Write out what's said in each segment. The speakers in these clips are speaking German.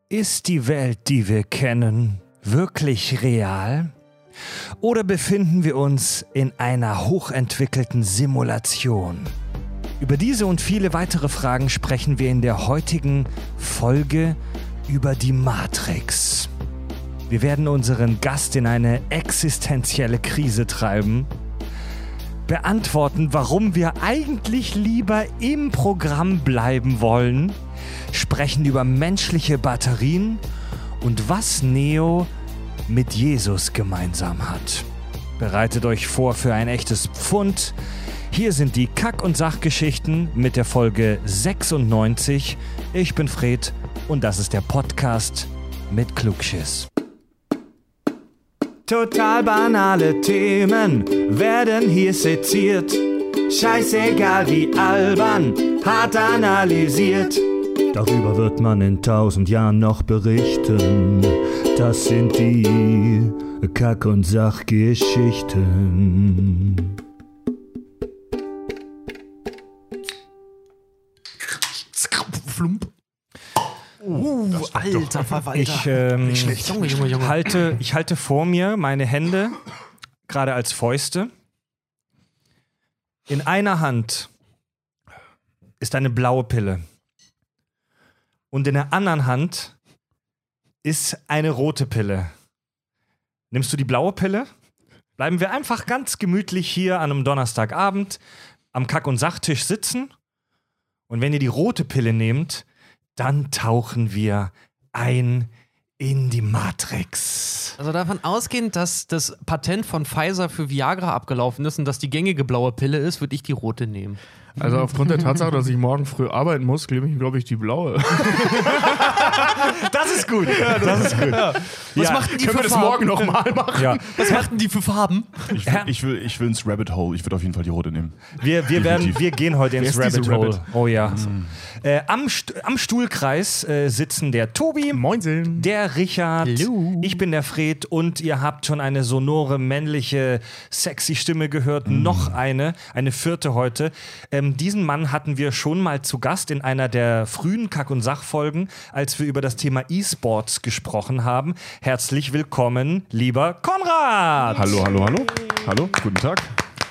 Ist die Welt, die wir kennen, wirklich real? Oder befinden wir uns in einer hochentwickelten Simulation? Über diese und viele weitere Fragen sprechen wir in der heutigen Folge über die Matrix. Wir werden unseren Gast in eine existenzielle Krise treiben, beantworten, warum wir eigentlich lieber im Programm bleiben wollen, sprechen über menschliche Batterien und was Neo mit Jesus gemeinsam hat. Bereitet euch vor für ein echtes Pfund. Hier sind die Kack- und Sachgeschichten mit der Folge 96. Ich bin Fred und das ist der Podcast mit Klugschiss. Total banale Themen werden hier seziert. Scheißegal wie albern, hart analysiert. Darüber wird man in 1000 Jahren noch berichten. Das sind die Kack- und Sachgeschichten. Alter Verwalter. Ich halte vor mir meine Hände, gerade als Fäuste. In einer Hand ist eine blaue Pille. Und in der anderen Hand ist eine rote Pille. Nimmst du die blaue Pille? Bleiben wir einfach ganz gemütlich hier an einem Donnerstagabend am Kack- und Sachtisch sitzen. Und wenn ihr die rote Pille nehmt, dann tauchen wir ein in die Matrix. Also davon ausgehend, dass das Patent von Pfizer für Viagra abgelaufen ist und dass die gängige blaue Pille ist, würde ich die rote nehmen. Also aufgrund der Tatsache, dass ich morgen früh arbeiten muss, glaube ich, die blaue. Das ist gut. Das ist gut. Was macht denn die Können für wir das Farben? morgen nochmal machen? Ja. Was macht denn die für Farben? Ich will ins Rabbit Hole. Ich würde auf jeden Fall die rote nehmen. Wir gehen heute ins Wer ist Rabbit diese Hole. Rabbit? Oh ja. Am Stuhlkreis sitzen der Tobi, Moinsen. der Richard, Hallo. ich bin der Fred und ihr habt schon eine sonore, männliche, sexy Stimme gehört. Noch eine vierte heute. Diesen Mann hatten wir schon mal zu Gast in einer der frühen Kack- und Sachfolgen, als wir über das Thema E-Sports gesprochen haben. Herzlich willkommen, lieber Konrad! Hallo. Hallo, guten Tag.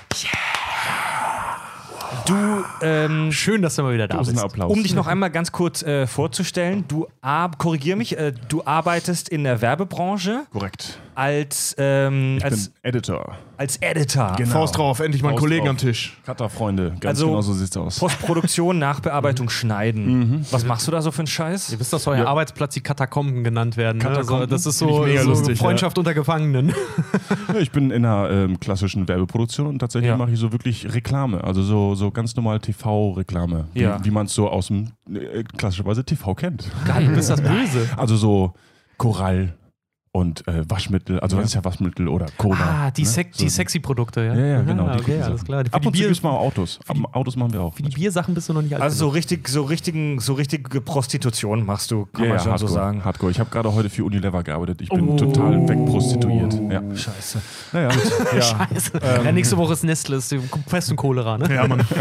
Du, Schön, dass du mal wieder da Großen bist. Applaus. um dich noch einmal ganz kurz vorzustellen, korrigier mich, du arbeitest in der Werbebranche Korrekt. als Ich bin Editor. Editor. Genau. Faust drauf, endlich mal einen Faust Kollegen drauf. am Tisch. Cutter-Freunde, ganz Also, genau so sieht's aus. Postproduktion, Nachbearbeitung, Schneiden. Was machst du da so für einen Scheiß? Ihr wisst, dass euer Arbeitsplatz die Katakomben genannt werden. Ne? Also, Katakomben? das ist Finde so, ich mega so lustig, Freundschaft unter Gefangenen. Ja, ich bin in einer klassischen Werbeproduktion und tatsächlich Ja. mache ich so wirklich Reklame. Also so ganz normal TV-Reklame. Ja. Wie man es so aus dem klassischerweise TV kennt. Geil, du bist das böse. Also so Korall und Waschmittel. Also das ist ja Waschmittel oder Cola. Ah, die ne? sexy Produkte, ja? Ja, genau. Ah, die okay, guten alles Sachen. klar. Für Ab die, und zu Bier, gibt's mal Autos. Autos machen wir auch. für die Biersachen bist du noch nicht alt. Also genug. so richtige Prostitution machst du, kann man schon Hardcore, so sagen. Hardcore. Ich habe gerade heute für Unilever gearbeitet. Ich bin total wegprostituiert. Ja. Scheiße. Naja. Ja. Scheiße. Ja, nächste Woche ist Nestle, ist die Pest und Cholera, ne? Ja, Mann.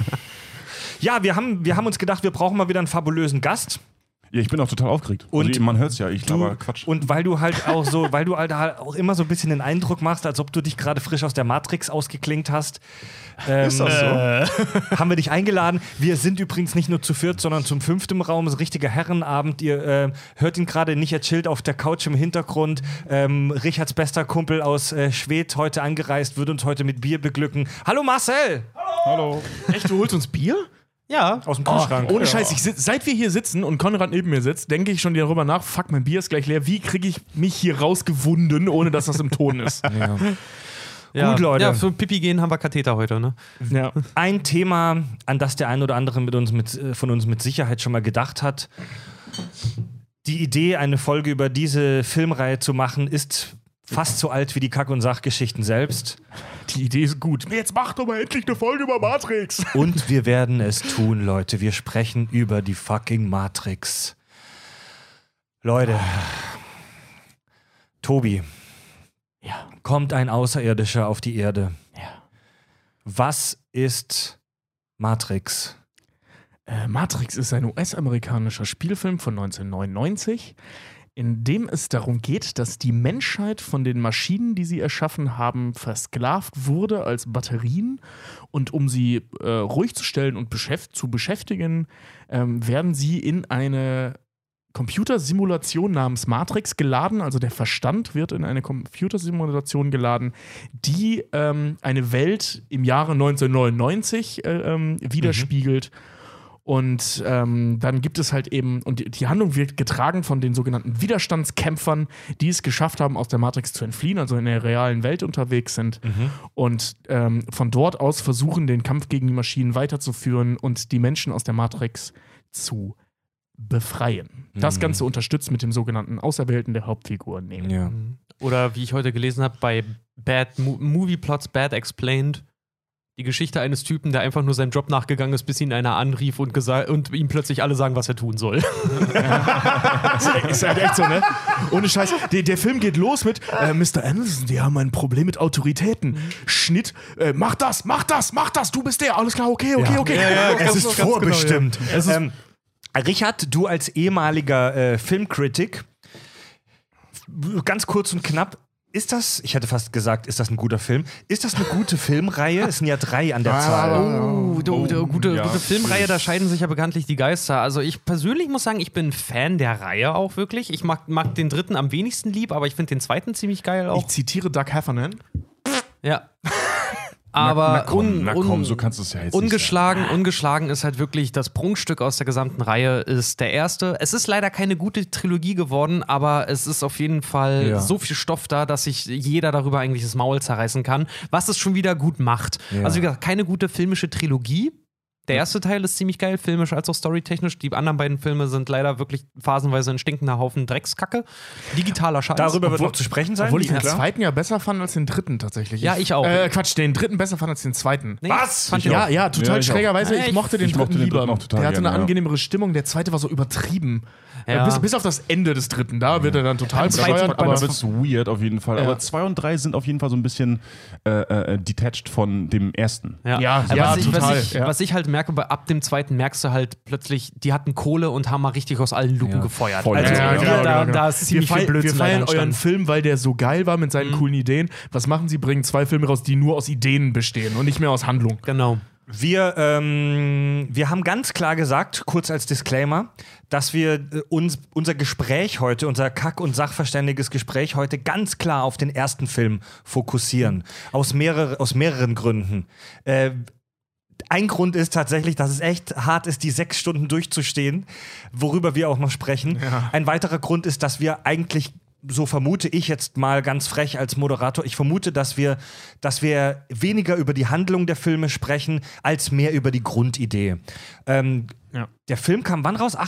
Ja, wir haben uns gedacht, wir brauchen mal wieder einen fabulösen Gast. Ja, ich bin auch total aufgeregt. Und also, man hört es ja, ich glaube Quatsch. Und weil du halt auch so, weil du halt auch immer so ein bisschen den Eindruck machst, als ob du dich gerade frisch aus der Matrix ausgeklinkt hast. Ist das so? Haben wir dich eingeladen. Wir sind übrigens nicht nur zu viert, sondern zum 5. Raum. Es ist ein richtiger Herrenabend. Ihr hört ihn gerade nicht chillt auf der Couch im Hintergrund. Richards bester Kumpel aus Schwedt, heute angereist, wird uns heute mit Bier beglücken. Hallo Marcel! Hallo. Echt, du holst uns Bier? Ja. Aus dem Kühlschrank. Ohne Scheiß, seit wir hier sitzen und Konrad neben mir sitzt, denke ich schon darüber nach, fuck, mein Bier ist gleich leer. Wie kriege ich mich hier rausgewunden, ohne dass das im Ton ist? Ja. Ja. Gut, Leute. Ja, für Pipi gehen haben wir Katheter heute, ne? Ja. Ein Thema, an das der ein oder andere von uns mit Sicherheit schon mal gedacht hat. Die Idee, eine Folge über diese Filmreihe zu machen, ist fast so alt wie die Kack- und Sachgeschichten selbst. Die Idee ist gut. Jetzt mach doch mal endlich eine Folge über Matrix. Und wir werden es tun, Leute. Wir sprechen über die fucking Matrix. Leute. Tobi. Ja. Kommt ein Außerirdischer auf die Erde. Ja. Was ist Matrix? Matrix ist ein US-amerikanischer Spielfilm von 1999, in dem es darum geht, dass die Menschheit von den Maschinen, die sie erschaffen haben, versklavt wurde als Batterien. Und um sie ruhig zu stellen und zu beschäftigen, werden sie in eine Computersimulation namens Matrix geladen. Also der Verstand wird in eine Computersimulation geladen, die eine Welt im Jahre 1999 widerspiegelt. Und dann gibt es halt eben, und die Handlung wird getragen von den sogenannten Widerstandskämpfern, die es geschafft haben, aus der Matrix zu entfliehen, also in der realen Welt unterwegs sind. Und von dort aus versuchen, den Kampf gegen die Maschinen weiterzuführen und die Menschen aus der Matrix zu befreien. Das Ganze unterstützt mit dem sogenannten Auserwählten der Hauptfigur Neo. Ja. Oder wie ich heute gelesen habe, bei Movie Plots Bad Explained, die Geschichte eines Typen, der einfach nur seinem Job nachgegangen ist, bis ihn einer anrief und ihm plötzlich alle sagen, was er tun soll. Ist halt echt so, ne? Ohne Scheiß. Der Film geht los mit Mr. Anderson, die haben ein Problem mit Autoritäten. Schnitt, mach das, du bist der. Alles klar, okay. Ja, es ist vorbestimmt. Genau, Richard, du als ehemaliger Filmkritik, ganz kurz und knapp, ich hätte fast gesagt, ist das ein guter Film? Ist das eine gute Filmreihe? Es sind ja 3 an der Zahl. Gute Filmreihe, da scheiden sich ja bekanntlich die Geister. Also ich persönlich muss sagen, ich bin Fan der Reihe auch wirklich. Ich mag den 3. am wenigsten lieb, aber ich finde den 2. ziemlich geil auch. Ich zitiere Doug Heffernan. Ja. Aber na komm, so kannst du es ja jetzt ungeschlagen ist halt wirklich das Prunkstück aus der gesamten Reihe, ist der erste. Es ist leider keine gute Trilogie geworden, aber es ist auf jeden Fall so viel Stoff da, dass sich jeder darüber eigentlich das Maul zerreißen kann, was es schon wieder gut macht. Ja. Also wie gesagt, keine gute filmische Trilogie. Der erste Teil ist ziemlich geil, filmisch als auch storytechnisch. Die anderen beiden Filme sind leider wirklich phasenweise ein stinkender Haufen Dreckskacke. Digitaler Scheiß. Darüber wird noch zu sprechen sein. Obwohl ich den 2. ja besser fand als den 3. tatsächlich. Ja, ich auch. Quatsch, den 3. besser fand als den 2. Nee, Was? fand ich Ja, auch. ja, total ich schrägerweise. auch. Ich mochte den 3. den lieber. dritten auch total Der hatte eine gerne, ja. angenehmere Stimmung. Der 2. war so übertrieben. Ja. Bis auf das Ende des 3. Da wird er dann total Beim zweiten- bescheuert. Aber Aber da wird es weird auf jeden Fall. Ja. Aber 2 und 3 sind auf jeden Fall so ein bisschen detached von dem ersten. Ja, Was ich halt merke, ab dem 2. merkst du halt plötzlich, die hatten Kohle und haben mal richtig aus allen Luken gefeuert. Voll. Also Ja, genau. da ist ziemlich viel wir Blödsinn feiern leider euren entstanden. Film, weil der so geil war mit seinen coolen Ideen. Was machen sie? Bringen 2 Filme raus, die nur aus Ideen bestehen und nicht mehr aus Handlung. Genau. Wir haben ganz klar gesagt, kurz als Disclaimer, dass wir unser Gespräch heute, unser Kack- und sachverständiges Gespräch heute ganz klar auf den ersten Film fokussieren. Aus mehreren Gründen. Ein Grund ist tatsächlich, dass es echt hart ist, die 6 Stunden durchzustehen, worüber wir auch noch sprechen. Ja. Ein weiterer Grund ist, dass wir eigentlich, so vermute ich jetzt mal ganz frech als Moderator, ich vermute, dass wir weniger über die Handlung der Filme sprechen, als mehr über die Grundidee. Der Film kam wann raus?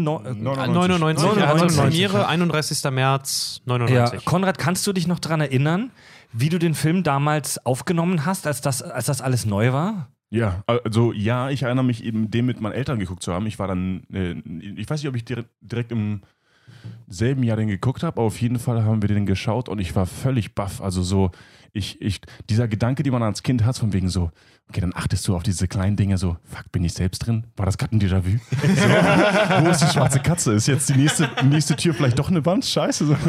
99. Also 99. Premiere 31. März 99. Ja. Konrad, kannst du dich noch daran erinnern, wie du den Film damals aufgenommen hast, als das alles neu war? Ja, also ja, ich erinnere mich eben, den mit meinen Eltern geguckt zu haben. Ich war dann, ich weiß nicht, ob ich direkt im selben Jahr den geguckt habe, aber auf jeden Fall haben wir den geschaut und ich war völlig baff. Also so, dieser Gedanke, den man als Kind hat, von wegen so, okay, dann achtest du auf diese kleinen Dinge so, fuck, bin ich selbst drin? War das gerade ein Déjà-vu? So, wo ist die schwarze Katze? Ist jetzt die nächste Tür vielleicht doch eine Wand? Scheiße. So.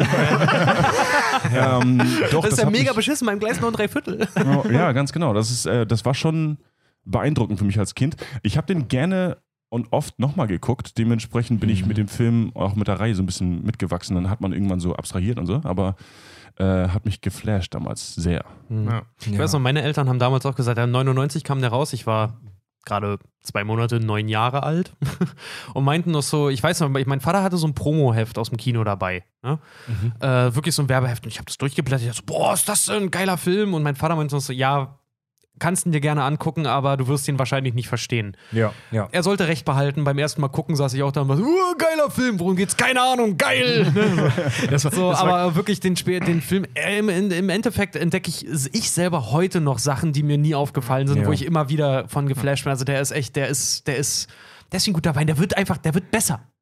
Doch, das ist ja hat mega mich- beschissen, beim Gleis nur 3/4. Ja, ganz genau. Das war schon beeindruckend für mich als Kind. Ich habe den gerne und oft nochmal geguckt. Dementsprechend bin ich mit dem Film, auch mit der Reihe, so ein bisschen mitgewachsen. Dann hat man irgendwann so abstrahiert und so. Aber hat mich geflasht damals sehr. Ja. Ich weiß noch, meine Eltern haben damals auch gesagt, ja, 99 kam der raus, ich war gerade 2 Monate, 9 Jahre alt und meinten noch so, ich weiß noch, mein Vater hatte so ein Promo-Heft aus dem Kino dabei, ne? Wirklich so ein Werbeheft und ich habe das durchgeblättert, ich dachte so, boah, ist das ein geiler Film und mein Vater meinte noch so, ja, kannst ihn dir gerne angucken, aber du wirst ihn wahrscheinlich nicht verstehen. Ja. Er sollte recht behalten, beim ersten Mal gucken saß ich auch da und war so, geiler Film, worum geht's? Keine Ahnung, geil! Aber wirklich den Film, im Endeffekt entdecke ich selber heute noch Sachen, die mir nie aufgefallen sind, Ja. wo ich immer wieder von geflasht bin. Also der ist echt, der ist wie ein guter Wein, der wird besser.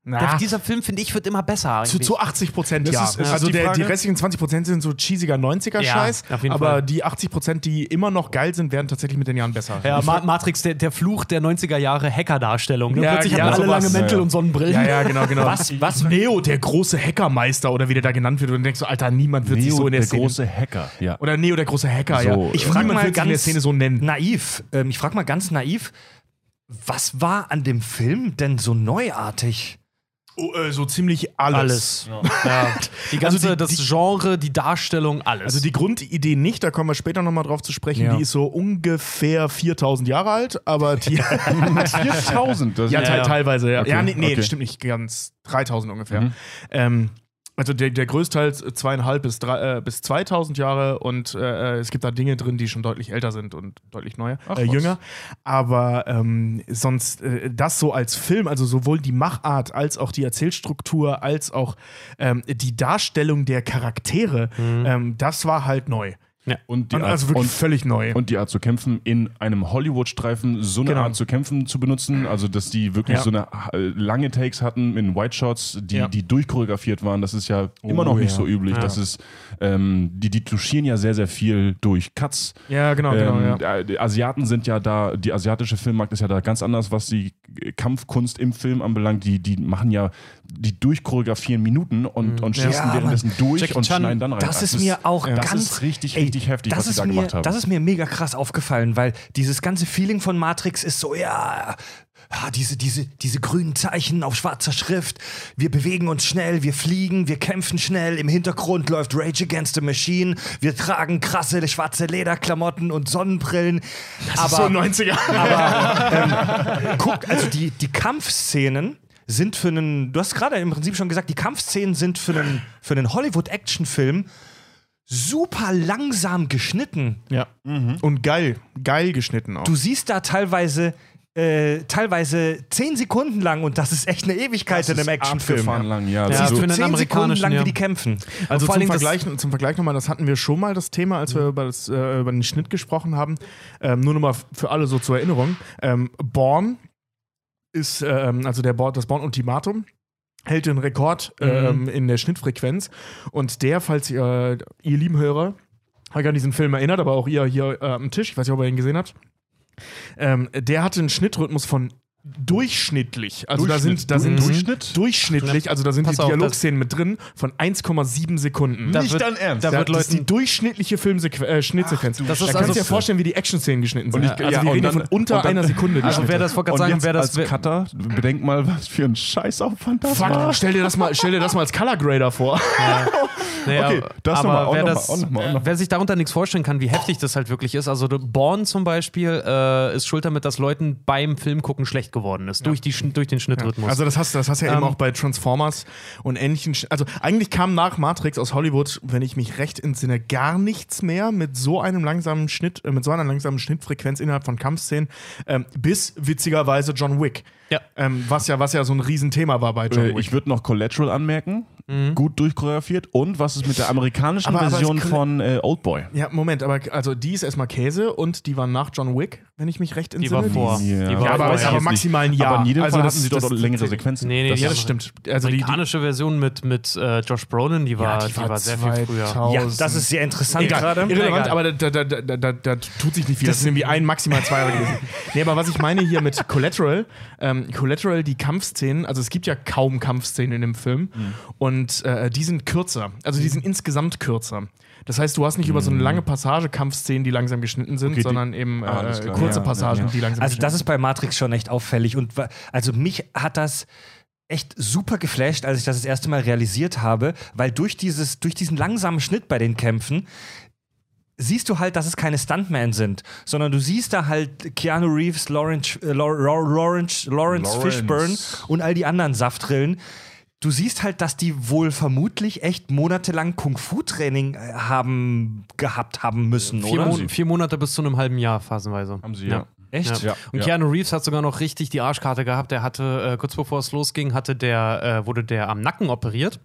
Dieser Film, finde ich, wird immer besser. Zu 80% ja. ist Also die Frage. die restlichen 20% sind so cheesiger 90er-Scheiß, Ja, auf jeden aber Fall. die 80%, die immer noch geil sind, werden tatsächlich mit den Jahren besser. Ja, Matrix, der Fluch der 90er Jahre Hacker-Darstellung. Ne? Ja, Plötzlich ja, haben alle sowas. lange Mäntel Ja. und Sonnenbrillen. Ja, genau. Was? Neo, der große Hackermeister oder wie der da genannt wird. Und du denkst so, Alter, niemand wird sich Neo, so in der der Szene... große Hacker. Ja. Oder Neo, der große Hacker, So. ja. Ich frage Niemand mal wird sich in der ganz Szene so nennen. naiv. Ich frage mal ganz naiv, was war an dem Film denn so neuartig? So ziemlich alles. Ja. Die ganze, Also das Genre, die Darstellung, alles. Also die Grundidee nicht, da kommen wir später nochmal drauf zu sprechen, Ja. die ist so ungefähr 4000 Jahre alt, aber die... 4000. Das ja, ist- teilweise, ja. Okay, Ja, nee, okay. das stimmt nicht ganz. 3000 ungefähr. Also der größteil 2.500 bis 2000 Jahre und es gibt da Dinge drin, die schon deutlich älter sind und deutlich neuer, Ach, was. jünger. Aber sonst das so als Film, also sowohl die Machart als auch die Erzählstruktur, als auch die Darstellung der Charaktere, das war halt neu. Und die Also wirklich und, völlig neu. und die Art zu kämpfen, in einem Hollywood-Streifen so eine Genau. Art zu kämpfen zu benutzen, also dass die wirklich Ja. so eine lange Takes hatten in White Shots, Ja. die durchchoreografiert waren, das ist ja immer noch nicht ja. so üblich. Ja. Das ist, die touchieren ja sehr, sehr viel durch Cuts. Ja, genau, ja. Die Asiaten sind ja da, die asiatische Filmmarkt ist ja da ganz anders, was die Kampfkunst im Film anbelangt. Die machen ja, die durchchoreografieren Minuten und schießen Ja, währenddessen durch Jackie und Chan, schneiden dann rein. Das ist mir auch das ganz ist richtig heftig, was sie da gemacht haben. Das ist mir mega krass aufgefallen, weil dieses ganze Feeling von Matrix ist so, diese grünen Zeichen auf schwarzer Schrift. Wir bewegen uns schnell, wir fliegen, wir kämpfen schnell. Im Hintergrund läuft Rage Against the Machine. Wir tragen krasse schwarze Lederklamotten und Sonnenbrillen. Das ist so 90er. Guck, also die Kampfszenen sind für einen, du hast gerade im Prinzip schon gesagt, die Kampfszenen sind für einen Hollywood-Action-Film super langsam geschnitten. Ja. Und geil geschnitten auch. Du siehst da teilweise 10 Sekunden lang und das ist echt eine Ewigkeit in einem Actionfilm. Abgefahren lang, ja. Ja, Also, für einen 10 Sekunden amerikanischen, lang, ja. wie die kämpfen. Also vor zum allen Vergleich, nochmal, das hatten wir schon mal, das Thema, als wir über den Schnitt gesprochen haben. Nur nochmal für alle so zur Erinnerung. Bourne ist, das Bourne-Ultimatum hält den Rekord in der Schnittfrequenz. Und der, falls ihr lieben Hörer, euch an diesen Film erinnert, aber auch ihr hier am Tisch, ich weiß nicht, ob ihr ihn gesehen habt, der hatte einen Schnittrhythmus von durchschnittlich. Also Durchschnitt. durchschnittlich, also da sind Pass die auf, Dialogszenen mit drin von 1,7 Sekunden. Da Nicht wird- dein Ernst. da wird Das ist die Leuten. durchschnittliche Schnittsequenz. das Da ist kannst also du dir vorstellen, wie die Action-Szenen geschnitten sind. Und ich- Also ja, wir und reden dann- von unter und dann- einer Sekunde. die Also Schnitte. wer das wollte Und gerade sagen, jetzt wer das. als Cutter, bedenk mal, was für ein Scheißaufwand das war. Fuck, stell dir das mal als Color Grader vor. Naja, Okay, das aber nochmal, auch wer, nochmal, das, auch nochmal. wer sich darunter nichts vorstellen kann, wie heftig das halt wirklich ist. Also Bourne zum Beispiel ist schuld damit, dass Leuten beim Filmgucken schlecht geworden ist. Durch den Schnittrhythmus. Also das hast du ja eben auch bei Transformers und ähnlichen. Also eigentlich kam nach Matrix aus Hollywood, wenn ich mich recht entsinne, gar nichts mehr mit so einem langsamen Schnitt, mit so einer langsamen Schnittfrequenz innerhalb von Kampfszenen, bis witzigerweise John Wick. Ja. Was ja so ein Riesenthema war bei John Wick. Ich würde noch Collateral anmerken. Gut durchchoreografiert. Und was ist mit der amerikanischen Aber Version es- von Oldboy? Ja, Moment, aber also die ist erstmal Käse und die war nach John Wick, wenn ich mich recht Die entsinne. war vor. Ja, Die war Ja, aber, vorher. aber maximal ein Jahr. Aber in jedem also Fall das, hatten sie das, dort längere Sequenzen. Nee, Ja, das stimmt. Also Die die amerikanische Version mit Josh Brolin, die war sehr viel früher. 2000. Ja, das ist sehr interessant Egal, gerade. irrelevant, Egal. aber da tut sich nicht viel. Das sind irgendwie maximal 2 Jahre gewesen. Nee, aber was ich meine hier mit Collateral, die Kampfszenen, also es gibt ja kaum Kampfszenen in dem Film und die sind kürzer. Also die sind insgesamt kürzer. Das heißt, du hast nicht über so eine lange Passage Kampfszenen, die langsam geschnitten sind, Okay, sondern eben alles klar. kurze Ja, Passagen, ja. die langsam Also geschnitten das ist bei Matrix schon echt auffällig und also mich hat das echt super geflasht, als ich das erste Mal realisiert habe, weil durch diesen langsamen Schnitt bei den Kämpfen siehst du halt, dass es keine Stuntmen sind, sondern du siehst da halt Keanu Reeves, Lawrence Fishburne und all die anderen Saftrillen. Du siehst halt, dass die wohl vermutlich echt monatelang Kung-Fu-Training gehabt haben müssen, oder? 4 Monate bis zu einem halben Jahr phasenweise. Haben sie, ja. Echt? Ja. Ja. Und Keanu Reeves hat sogar noch richtig die Arschkarte gehabt. Der hatte, kurz bevor es losging, wurde der am Nacken operiert.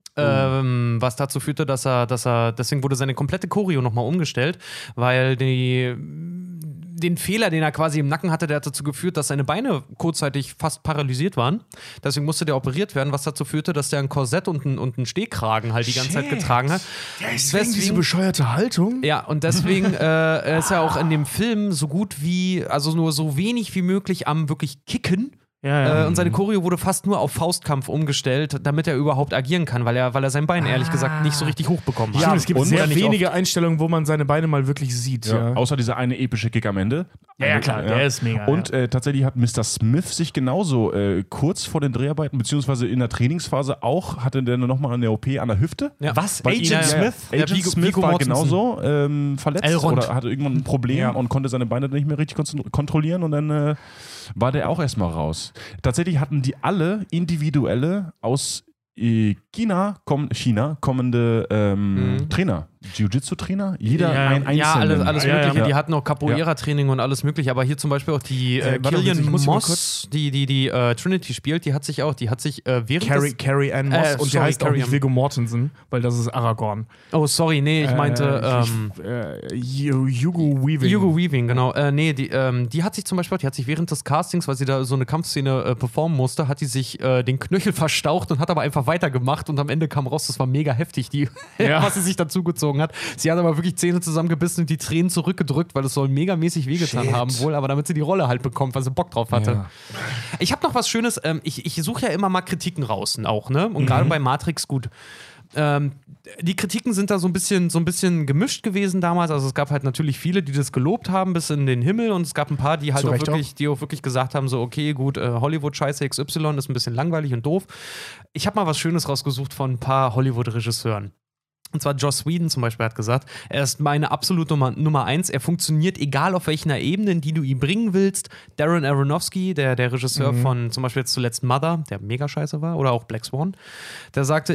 Was dazu führte, deswegen wurde seine komplette Choreo nochmal umgestellt, weil den Fehler, den er quasi im Nacken hatte, der hat dazu geführt, dass seine Beine kurzzeitig fast paralysiert waren. Deswegen musste der operiert werden, was dazu führte, dass der ein Korsett und einen Stehkragen halt die ganze Zeit getragen hat. Deswegen diese bescheuerte Haltung. Ja, und deswegen ist er auch in dem Film so gut wie, also nur so wenig wie möglich am wirklich Kicken. Ja. Und seine Choreo wurde fast nur auf Faustkampf umgestellt, damit er überhaupt agieren kann, weil er sein Bein ehrlich gesagt nicht so richtig hochbekommen hat. Stimmt, es gibt und sehr nicht wenige Einstellungen, wo man seine Beine mal wirklich sieht. Ja. Außer dieser eine epische Kick am Ende. Ja, klar, der ist mega. Und tatsächlich hat Mr. Smith sich genauso kurz vor den Dreharbeiten, beziehungsweise in der Trainingsphase auch, hatte der nochmal eine OP an der Hüfte. Ja. Was? Weil Agent Smith? Agent Smith Viggo war Mortensen. genauso verletzt Elrond. oder hatte irgendwann ein Problem und konnte seine Beine nicht mehr richtig kontrollieren und dann war der auch erstmal raus. Tatsächlich hatten die alle individuelle aus China kommende Trainer, Jiu-Jitsu-Trainer, jeder ein einzelnen. Ja, alles Mögliche. ja. Die hatten auch Capoeira-Training und alles Mögliche, aber hier zum Beispiel auch die Killian Moss, die Trinity spielt, die hat sich während Carrie Ann Moss und die sorry, heißt auch nicht Viggo Mortensen, weil das ist Aragorn. Oh, sorry, nee, ich meinte Hugo Weaving. Hugo Weaving, genau. Die hat sich zum Beispiel, während des Castings, weil sie da so eine Kampfszene performen musste, hat die sich den Knöchel verstaucht und hat aber einfach weitergemacht und am Ende kam raus, das war mega heftig, was sie sich dazu gezogen hat. Sie hat aber wirklich Zähne zusammengebissen und die Tränen zurückgedrückt, weil es soll megamäßig wehgetan haben wohl, aber damit sie die Rolle halt bekommt, weil sie Bock drauf hatte. Ja. Ich habe noch was Schönes, ich suche ja immer mal Kritiken raus auch, ne? Und gerade bei Matrix gut. Die Kritiken sind da so ein bisschen gemischt gewesen damals. Also es gab halt natürlich viele, die das gelobt haben bis in den Himmel und es gab ein paar, die halt auch wirklich gesagt haben, so okay, gut, Hollywood-Scheiße XY ist ein bisschen langweilig und doof. Ich habe mal was Schönes rausgesucht von ein paar Hollywood-Regisseuren. Und zwar Joss Whedon zum Beispiel hat gesagt, er ist meine absolute Nummer 1. Er funktioniert egal auf welcher Ebene, in die du ihn bringen willst. Darren Aronofsky, der Regisseur von zum Beispiel jetzt zuletzt Mother, der mega scheiße war, oder auch Black Swan, der sagte,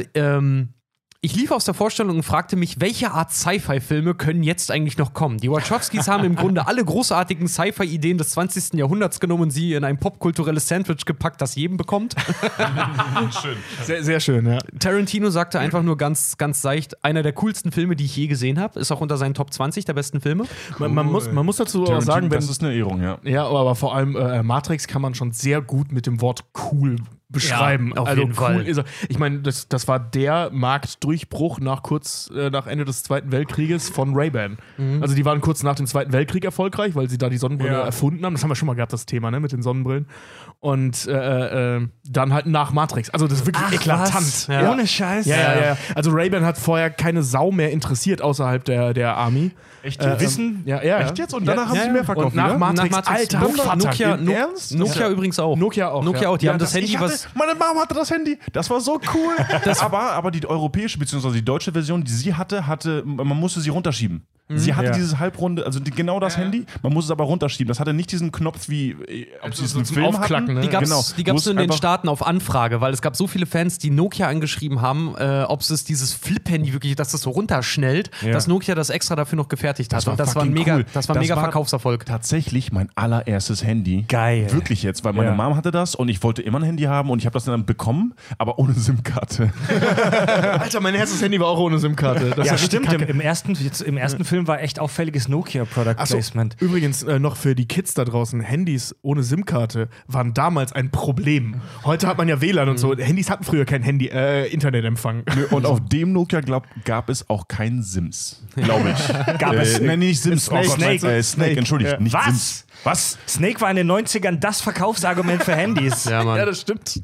ich lief aus der Vorstellung und fragte mich, welche Art Sci-Fi-Filme können jetzt eigentlich noch kommen? Die Wachowskis haben im Grunde alle großartigen Sci-Fi-Ideen des 20. Jahrhunderts genommen und sie in ein popkulturelles Sandwich gepackt, das jedem bekommt. Schön. Sehr, sehr schön, ja. Tarantino sagte einfach nur ganz seicht, einer der coolsten Filme, die ich je gesehen habe. Ist auch unter seinen Top 20 der besten Filme. Man muss dazu auch sagen, das ist eine Ehrung, ja. Ja, aber vor allem Matrix kann man schon sehr gut mit dem Wort cool beschreiben. Ja, auf jeden Fall. Ist er. Ich meine, das war der Marktdurchbruch nach Ende des Zweiten Weltkrieges von Ray-Ban. Also die waren kurz nach dem Zweiten Weltkrieg erfolgreich, weil sie da die Sonnenbrille erfunden haben. Das haben wir schon mal gehabt, das Thema, ne, mit den Sonnenbrillen. Und dann halt nach Matrix. Also das ist wirklich eklatant. Ja. Ohne Scheiß. Ja. Also Ray-Ban hat vorher keine Sau mehr interessiert außerhalb der Army. Echt? Wissen? Ja. Echt jetzt? Und danach haben sie mehr verkauft, Und nach wieder? Matrix, Alter, Vater. Nokia übrigens auch. Nokia auch. Die haben das Handy, meine Mama hatte das Handy. Das war so cool. aber die europäische bzw. die deutsche Version, die sie hatte, man musste sie runterschieben. Sie hatte dieses halbrunde, also genau das Handy, man muss es aber runterschieben. Das hatte nicht diesen Knopf wie, ob sie es im Film Aufklacken, hatten. ne? Die gab's nur in den Staaten auf Anfrage, weil es gab so viele Fans, die Nokia angeschrieben haben, ob es dieses Flip-Handy wirklich, dass das so runterschnellt, dass Nokia das extra dafür noch gefertigt hat. Und das war mega Verkaufserfolg. Tatsächlich mein allererstes Handy. Geil. Wirklich jetzt, weil meine Mom hatte das und ich wollte immer ein Handy haben und ich habe das dann bekommen, aber ohne SIM-Karte. Alter, mein erstes Handy war auch ohne SIM-Karte. Das Ja, war stimmt. kacke. Im ersten Film war echt auffälliges Nokia-Product-Placement. Übrigens, noch für die Kids da draußen, Handys ohne SIM-Karte waren damals ein Problem. Heute hat man ja WLAN und so. Handys hatten früher kein Internetempfang. Und auf dem Nokia gab es auch kein Sims, glaube ich. Gab es Nein, nicht Sims. Snake. Snake, entschuldigt, nicht Was? Sims. Was? Snake war in den 90ern das Verkaufsargument für Handys. Ja, Mann. Ja, das stimmt.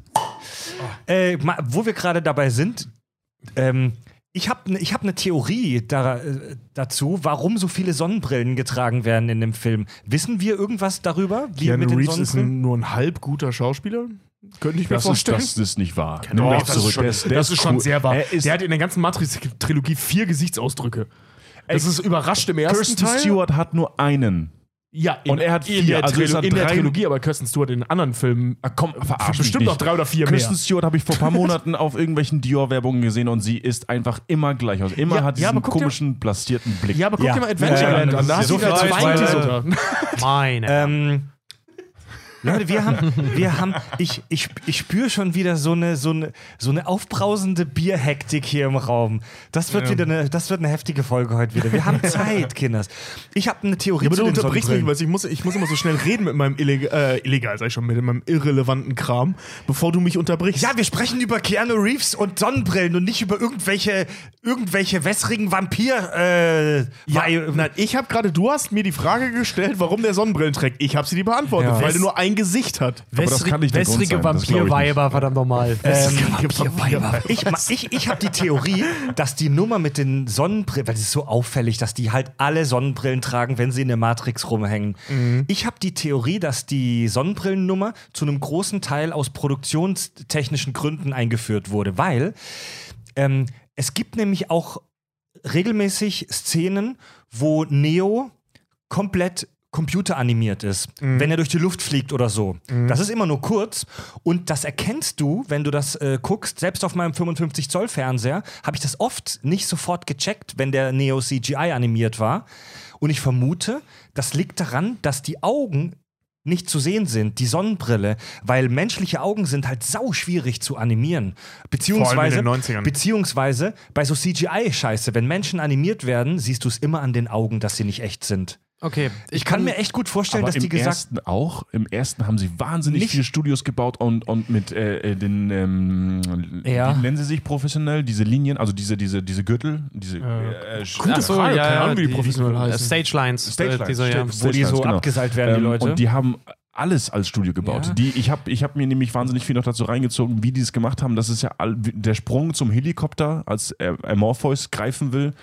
Wo wir gerade dabei sind, ich hab eine Theorie dazu, warum so viele Sonnenbrillen getragen werden in dem Film. Wissen wir irgendwas darüber? Wie Keanu mit den Reeves ist Sonnenbrillen? nur ein halb guter Schauspieler. Könnte ich mir vorstellen. Das ist nicht wahr. Doch, Nimm das zurück. ist schon sehr wahr. Er ist Der hat in der ganzen Matrix-Trilogie 4 Gesichtsausdrücke. Das ist überrascht im ersten Kirsten Teil. Stewart hat nur einen. Ja, Und er hat 4. Also ist er in der 3. Trilogie, aber Kirsten Stewart in den anderen Filmen Komm, verarsch mich bestimmt nicht. noch 3 oder 4 Kirsten mehr. Stewart habe ich vor ein paar Monaten auf irgendwelchen Dior-Werbungen gesehen und sie ist einfach immer gleich aus. Immer hat diesen komischen, blastierten Blick. Ja, aber guck Ja. dir mal Adventureland an. Da hast so du wieder viel zwei Zeit, Teaser. Meine. Leute, ich spüre schon wieder so eine aufbrausende Bierhektik hier im Raum. Das wird eine heftige Folge heute wieder. Wir haben Zeit, Kinders. Ich habe eine Theorie aber zu du den unterbrichst mich, Sonnenbrillen. weil ich muss immer so schnell reden mit meinem mit meinem irrelevanten Kram, bevor du mich unterbrichst. Ja, wir sprechen über Keanu Reeves und Sonnenbrillen und nicht über irgendwelche wässrigen Vampir. Nein, du hast mir die Frage gestellt, warum der Sonnenbrillen trägt. Ich habe sie dir beantwortet, Ja. weil der nur ein Gesicht hat. Aber das kann nicht der Grund Wässrige sein, das glaub ich Vampirweiber, verdammt nochmal. Ich habe die Theorie, dass die Nummer mit den Sonnenbrillen, weil es ist so auffällig, dass die halt alle Sonnenbrillen tragen, wenn sie in der Matrix rumhängen. Ich habe die Theorie, dass die Sonnenbrillennummer zu einem großen Teil aus produktionstechnischen Gründen eingeführt wurde, weil es gibt nämlich auch regelmäßig Szenen, wo Neo komplett computeranimiert ist, wenn er durch die Luft fliegt oder so. Das ist immer nur kurz und das erkennst du, wenn du das guckst. Selbst auf meinem 55-Zoll-Fernseher habe ich das oft nicht sofort gecheckt, wenn der Neo CGI animiert war. Und ich vermute, das liegt daran, dass die Augen nicht zu sehen sind, die Sonnenbrille, weil menschliche Augen sind halt sau schwierig zu animieren. Vor allem in den 90ern. Beziehungsweise bei so CGI-Scheiße, wenn Menschen animiert werden, siehst du es immer an den Augen, dass sie nicht echt sind. Okay. Ich kann mir echt gut vorstellen, Aber dass die gesagt im ersten haben sie wahnsinnig Nicht- viele Studios gebaut und mit den Ja. wie nennen sie sich professionell, diese Linien, also diese Gürtel, diese Gute Frage, keine Ahnung, wie die professionell heißen. Stagelines. Stagelines, Diese, ja. wo die so genau. abgeseilt werden, die Leute. Und die haben alles als Studio gebaut. Ja. Ich hab mir nämlich wahnsinnig viel noch dazu reingezogen, wie die es gemacht haben. Das ist ja der Sprung zum Helikopter, als Morpheus greifen will.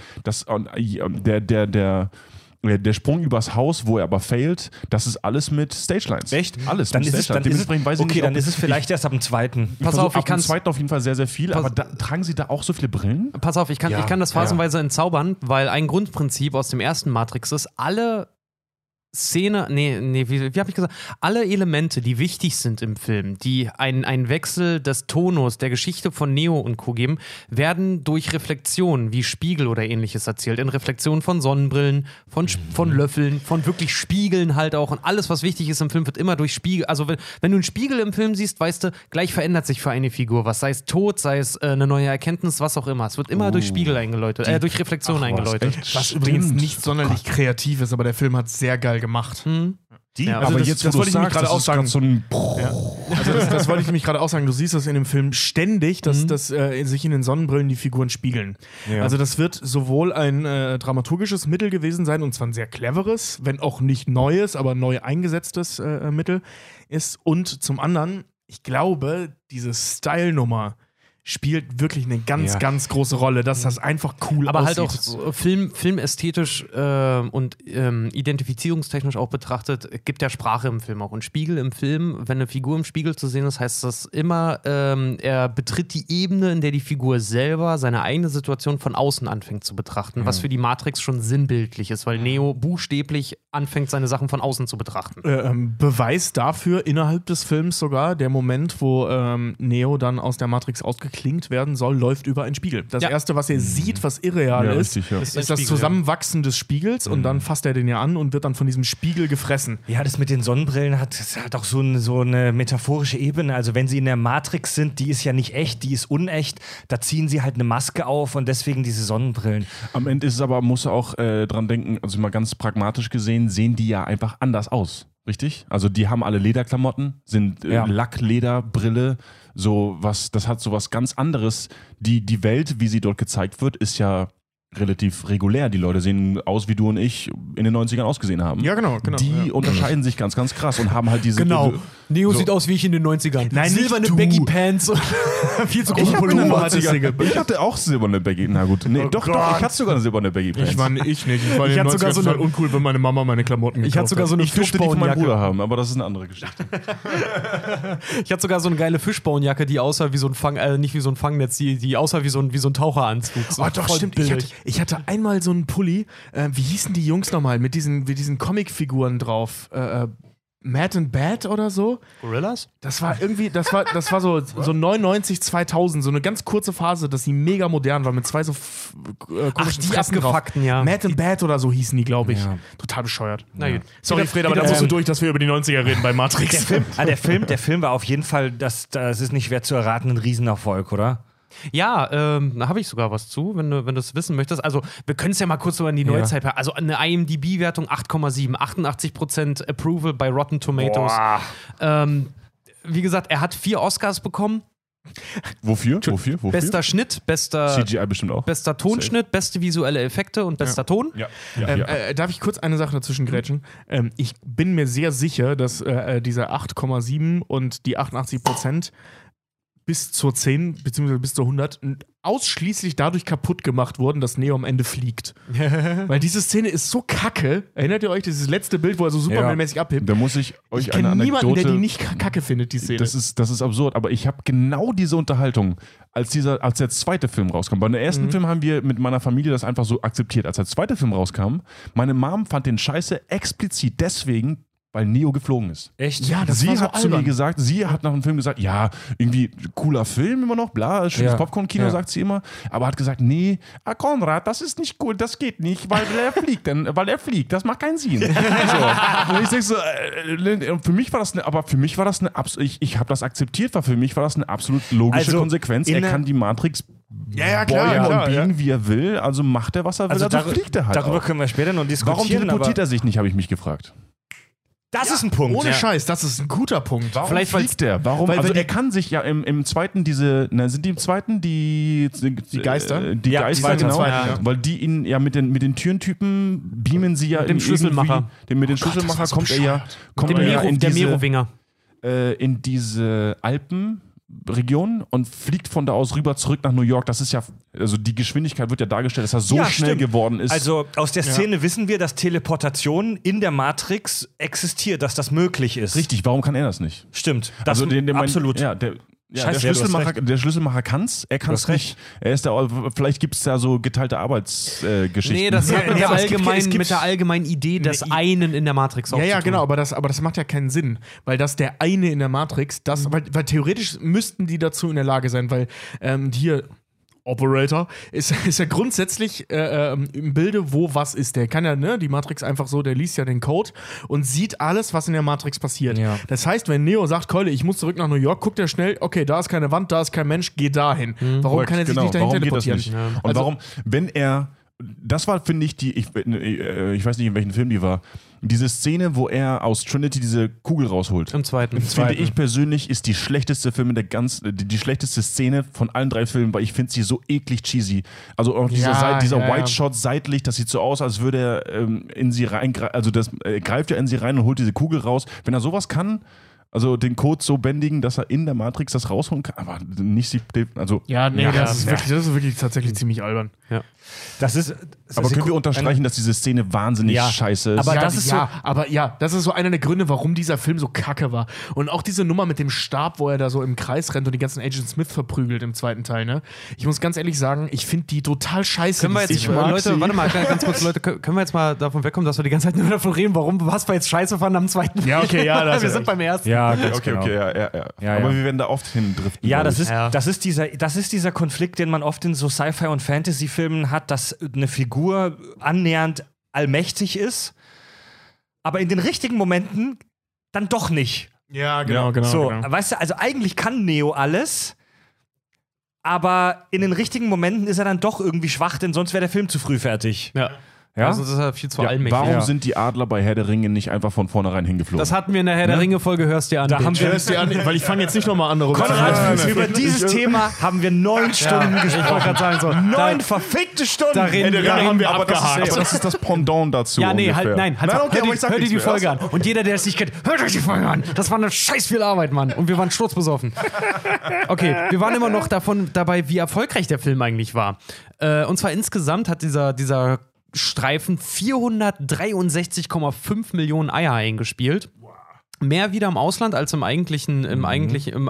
Der Sprung übers Haus, wo er aber failt, das ist alles mit Stagelines. Echt? Alles Dann mit ist es, Stagelines. dann ist es, Dementsprechend weiß ich okay, nicht, dann ob- ist es vielleicht erst ab dem zweiten. Pass auf, ich ab dem kann's. zweiten auf jeden Fall sehr, sehr viel, aber tragen sie da auch so viele Brillen? Pass auf, ich kann das phasenweise entzaubern, weil ein Grundprinzip aus dem ersten Matrix ist, alle Szene, wie habe ich gesagt? Alle Elemente, die wichtig sind im Film, die einen Wechsel des Tonus, der Geschichte von Neo und Co. geben, werden durch Reflexionen wie Spiegel oder ähnliches erzählt. In Reflexionen von Sonnenbrillen, von Löffeln, von wirklich Spiegeln halt auch. Und alles, was wichtig ist im Film, wird immer durch Spiegel. Also wenn du einen Spiegel im Film siehst, weißt du, gleich verändert sich für eine Figur was. Sei es Tod, sei es eine neue Erkenntnis, was auch immer. Es wird immer durch Spiegel eingeläutet, durch Reflexionen eingeläutet. Was übrigens nicht sonderlich kreativ ist, aber der Film hat es sehr geil gemacht. Ja, also aber das- jetzt, das wo wollte du ich nämlich sagst, gerade das auch ist sagen. grad so ein Also das wollte ich nämlich gerade auch sagen. Du siehst das in dem Film ständig, dass sich in den Sonnenbrillen die Figuren spiegeln. Ja. Also das wird sowohl ein dramaturgisches Mittel gewesen sein, und zwar ein sehr cleveres, wenn auch nicht neues, aber neu eingesetztes Mittel ist. Und zum anderen, ich glaube, diese Style-Nummer spielt wirklich eine ganz große Rolle, dass das einfach cool aber aussieht. halt auch so filmästhetisch und identifizierungstechnisch auch betrachtet, gibt der Sprache im Film auch. Und Spiegel im Film, wenn eine Figur im Spiegel zu sehen ist, heißt das immer, er betritt die Ebene, in der die Figur selber seine eigene Situation von außen anfängt zu betrachten, was für die Matrix schon sinnbildlich ist, weil Neo buchstäblich anfängt, seine Sachen von außen zu betrachten. Beweis dafür innerhalb des Films sogar, der Moment, wo Neo dann aus der Matrix ausgeklinkt werden soll, läuft über einen Spiegel. Das Erste, was er sieht, was irreal Ja, ist, richtig, ja. ist ein das Spiegel, Zusammenwachsen des Spiegels und dann fasst er den ja an und wird dann von diesem Spiegel gefressen. Ja, das mit den Sonnenbrillen das hat auch so eine metaphorische Ebene. Also wenn sie in der Matrix sind, die ist ja nicht echt, die ist unecht. Da ziehen sie halt eine Maske auf und deswegen diese Sonnenbrillen. Am Ende ist es aber, musst du auch dran denken, also mal ganz pragmatisch gesehen, sehen die ja einfach anders aus. Richtig? Also die haben alle Lederklamotten, sind Lack, Leder, Brille, das hat so was ganz anderes. Die Welt, wie sie dort gezeigt wird, ist ja relativ regulär. Die Leute sehen aus, wie du und ich in den 90ern ausgesehen haben. Ja, genau. Die unterscheiden sich ganz, ganz krass und haben halt diese... Neo so- sieht aus wie ich in den 90ern. Nein, silberne nicht du. Baggy-Pants und viel zu große Pullover. Ich hatte auch silberne Baggy. Na gut, nee, doch, Gott. ich hatte sogar eine silberne Baggy. Ich meine, ich nicht. Ich war in Ich den hatte sogar 90ern so eine- total uncool, wenn meine Mama meine Klamotten Ich hatte sogar so eine Ich durfte die von meinem Fischbauenjacke. Bruder haben, aber das ist eine andere Geschichte. Ich hatte sogar so eine geile Fischbauenjacke, die aussah wie so ein nicht wie so ein Fangnetz, die aussah wie so ein Taucheranzug. So Oh, doch, voll stimmt. billig. Ich hatte einmal so einen Pulli, wie hießen die Jungs nochmal, mit diesen Comicfiguren drauf? Mad and Bad oder so. Gorillas? Das war irgendwie, das war so 99, 2000, so eine ganz kurze Phase, dass sie mega modern war mit zwei so komischen Fressen drauf. abgefuckten, ja. Mad and Bad oder so hießen die, glaube ich. Ja. Total bescheuert. Na gut. Sorry, Fred, aber da musst du durch, dass wir über die 90er reden bei Matrix. Der Film war auf jeden Fall, das ist nicht schwer zu erraten, ein Riesenerfolg, oder? Ja, da habe ich sogar was zu, wenn du es wissen möchtest. Also, wir können es ja mal kurz so in die Neuzeit. Also, eine IMDb-Wertung 8,7, 88% Approval bei Rotten Tomatoes. Wie gesagt, er hat 4 Oscars bekommen. Wofür? Bester Schnitt, CGI bestimmt auch. bester Tonschnitt, beste visuelle Effekte und bester Ton. Ja. Darf ich kurz eine Sache dazwischen grätschen? Ich bin mir sehr sicher, dass diese 8,7 und die 88% bis zur 10 bzw. bis zur 100 ausschließlich dadurch kaputt gemacht wurden, dass Neo am Ende fliegt. Weil diese Szene ist so kacke. Erinnert ihr euch, dieses letzte Bild, wo er so Superman-mäßig abhebt? Da muss ich euch Ich eine kenne Anekdote... niemanden, der die nicht kacke findet, die Szene. Das ist absurd, aber ich habe genau diese Unterhaltung, als der zweite Film rauskam. Bei dem ersten Film haben wir mit meiner Familie das einfach so akzeptiert. Als der zweite Film rauskam, meine Mom fand den scheiße explizit deswegen, weil Neo geflogen ist. Echt? Ja, das Sie war so hat zu mir albern. gesagt, sie hat nach dem Film gesagt, ja, irgendwie cooler Film immer noch, bla, schönes Ja. Popcorn-Kino, Ja. sagt sie immer, aber hat gesagt, nee, Konrad, das ist nicht cool, das geht nicht, weil er fliegt, das macht keinen Sinn. So. Und ich denke so, für mich war das eine, ich habe das akzeptiert, weil für mich war das eine absolut logische Also, Konsequenz. Er kann die Matrix Ja, beugen klar, und biegen, wie er will, also macht er, was er will, also fliegt er halt darüber auch. können wir später noch diskutieren. Warum teleportiert aber er sich nicht, habe ich mich gefragt. das ist ein Punkt. Ohne Scheiß, das ist ein guter Punkt. Warum Vielleicht, weil's- fliegt er? Warum? weil Also die- er kann sich ja im zweiten sind die im zweiten die Geister? Die Ja, Geister, zweite, genau. zweite, ja. Weil die ihn ja mit den Türentypen beamen sie ja Mit dem in Schlüsselmacher. Mit dem Schlüsselmacher das war so kommt er ja, kommt Dem er ja Mero, in der diese, Merowinger. in diese Alpenregion und fliegt von da aus rüber zurück nach New York. Das ist ja, also die Geschwindigkeit wird ja dargestellt, dass er so Ja, schnell stimmt. geworden ist. Also aus der Szene wissen wir, dass Teleportation in der Matrix existiert, dass das möglich ist. richtig, warum kann er das nicht? Stimmt. Das absolut. Scheiße, Der du hast der Schlüsselmacher kann's, er kann's hast recht. nicht. Er ist vielleicht gibt es da so geteilte Arbeitsgeschichten. Nee, das hat mit, nee, der aber es gibt- mit der allgemeinen Idee des einen in der Matrix auch Ja, zu tun. genau, aber das macht ja keinen Sinn, weil das der eine in der Matrix, weil theoretisch müssten die dazu in der Lage sein, weil hier Operator ist ja grundsätzlich im Bilde, wo was ist. Der kann ja, ne, die Matrix einfach so, der liest ja den Code und sieht alles, was in der Matrix passiert. Ja. Das heißt, wenn Neo sagt, Keule, ich muss zurück nach New York, guckt er schnell, okay, da ist keine Wand, da ist kein Mensch, geh dahin. Warum kann er sich nicht dahin warum geht das teleportieren? nicht? Ja. Und Also- warum, wenn er, das war, finde ich, ich weiß nicht, in welchem Film die war, diese Szene, wo er aus Trinity diese Kugel rausholt. Im zweiten. Finde ich persönlich, ist die schlechteste Film in der die schlechteste Szene von allen 3 Filmen, weil ich finde sie so eklig cheesy. Also auch dieser ja. White Shot seitlich, das sieht so aus, als würde er in sie rein, also das greift er in sie rein und holt diese Kugel raus. Wenn er sowas kann, also den Code so bändigen, dass er in der Matrix das rausholen kann, aber nicht also Ja, nee, Ja, das ist ja. wirklich tatsächlich ziemlich albern. Das ist. aber können wir unterstreichen, dass diese Szene wahnsinnig Ja, scheiße ist? aber Ja, das ist das ist so einer der Gründe, warum dieser Film so kacke war. Und auch diese Nummer mit dem Stab, wo er da so im Kreis rennt und die ganzen Agent Smith verprügelt im zweiten Teil, ne? Ich muss ganz ehrlich sagen, ich finde die total scheiße. Können wir die jetzt, Szene. Leute, warte mal, ganz kurz, Leute, können wir jetzt mal davon wegkommen, dass wir die ganze Zeit nur davon reden, was wir jetzt scheiße fanden am zweiten Ja, okay, ja, das wir ist sind beim ersten. Ja, ganz Okay, genau. okay, ja. Ja, Aber ja. wir werden da oft hindriften. Ja, glaub ich. das ist dieser Konflikt, den man oft in so Sci-Fi- und Fantasy-Filmen hat, dass eine Figur annähernd allmächtig ist, aber in den richtigen Momenten dann doch nicht. Ja, genau. So, weißt du, also eigentlich kann Neo alles, aber in den richtigen Momenten ist er dann doch irgendwie schwach, denn sonst wäre der Film zu früh fertig. Ja. Ja? Also das ist ja viel zu Ja, allmächtig. warum Ja. sind die Adler bei Herr der Ringe nicht einfach von vornegrein hingeflogen? Das hatten wir in der Herr der Ringe-Folge, hörst dir an. Da haben wir- Hörst dir an, weil ich fange jetzt nicht nochmal an, darüber zu Konrad, reden. über dieses Thema haben wir 9 Stunden Ich wollte gesprochen. gerade sagen, so, 9 verfickte Stunden! da reden wir. haben wir aber abgehakt. das ist das Pendant dazu. Ja, nee, ungefähr. halt, okay, hör aber ich dir, sag hör dir nichts die mehr. Folge an. Und jeder, der es nicht kennt, hört euch die Folge an. Das war eine scheiß viel Arbeit, Mann. Und wir waren sturzbesoffen. Okay, wir waren immer noch dabei, wie erfolgreich der Film eigentlich war. Und zwar insgesamt hat dieser Streifen 463,5 Millionen Eier eingespielt. Mehr wieder im Ausland als im eigentlichen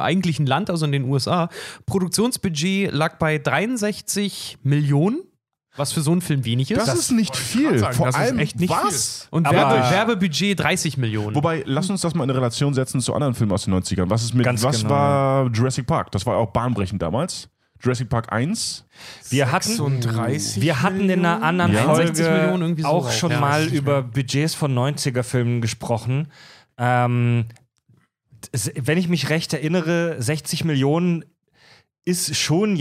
Land, also in den USA. Produktionsbudget lag bei 63 Millionen. Was für so einen Film wenig ist. Das ist nicht viel. sagen, Vor das ist allem, echt nicht was? Und Aber- Werbebudget 30 Millionen. Wobei, lass uns das mal in Relation setzen zu anderen Filmen aus den 90ern. Was Ganz genau, war Jurassic Park? Das war auch bahnbrechend damals. Jurassic Park 1. Wir hatten 36 in einer anderen Ja. Folge 60 Millionen irgendwie so auch auch, schon ja. mal über Budgets von 90er-Filmen gesprochen. Wenn ich mich recht erinnere, 60 Millionen ist schon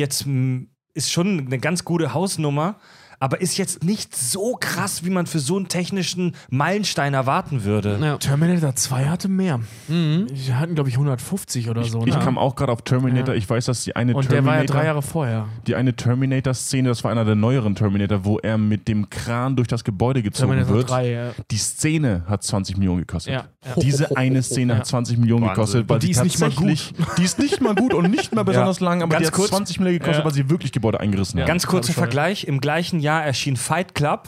eine ganz gute Hausnummer, aber ist jetzt nicht so krass, wie man für so einen technischen Meilenstein erwarten würde. Ja. Terminator 2 hatte mehr. Die hatten, glaube ich, 150 oder so. Ich ne? kam auch gerade auf Terminator. Ja. Ich weiß, dass die eine Und der war ja Terminator, 3 Jahre vorher. die eine Terminator-Szene, das war einer der neueren Terminator, wo er mit dem Kran durch das Gebäude gezogen Terminator wird. 3, ja. Die Szene hat 20 Millionen gekostet. Ja. Diese eine Szene hat 20 Millionen Wahnsinn. gekostet, weil Und die sie ist nicht mal tatsächlich, die ist nicht mal gut und nicht mal besonders lang, aber Ganz die hat kurz. 20 Millionen gekostet, Ja. weil sie wirklich Gebäude eingerissen haben. Ganz kurzer glaub ich schon, Vergleich: Im gleichen Jahr erschien Fight Club.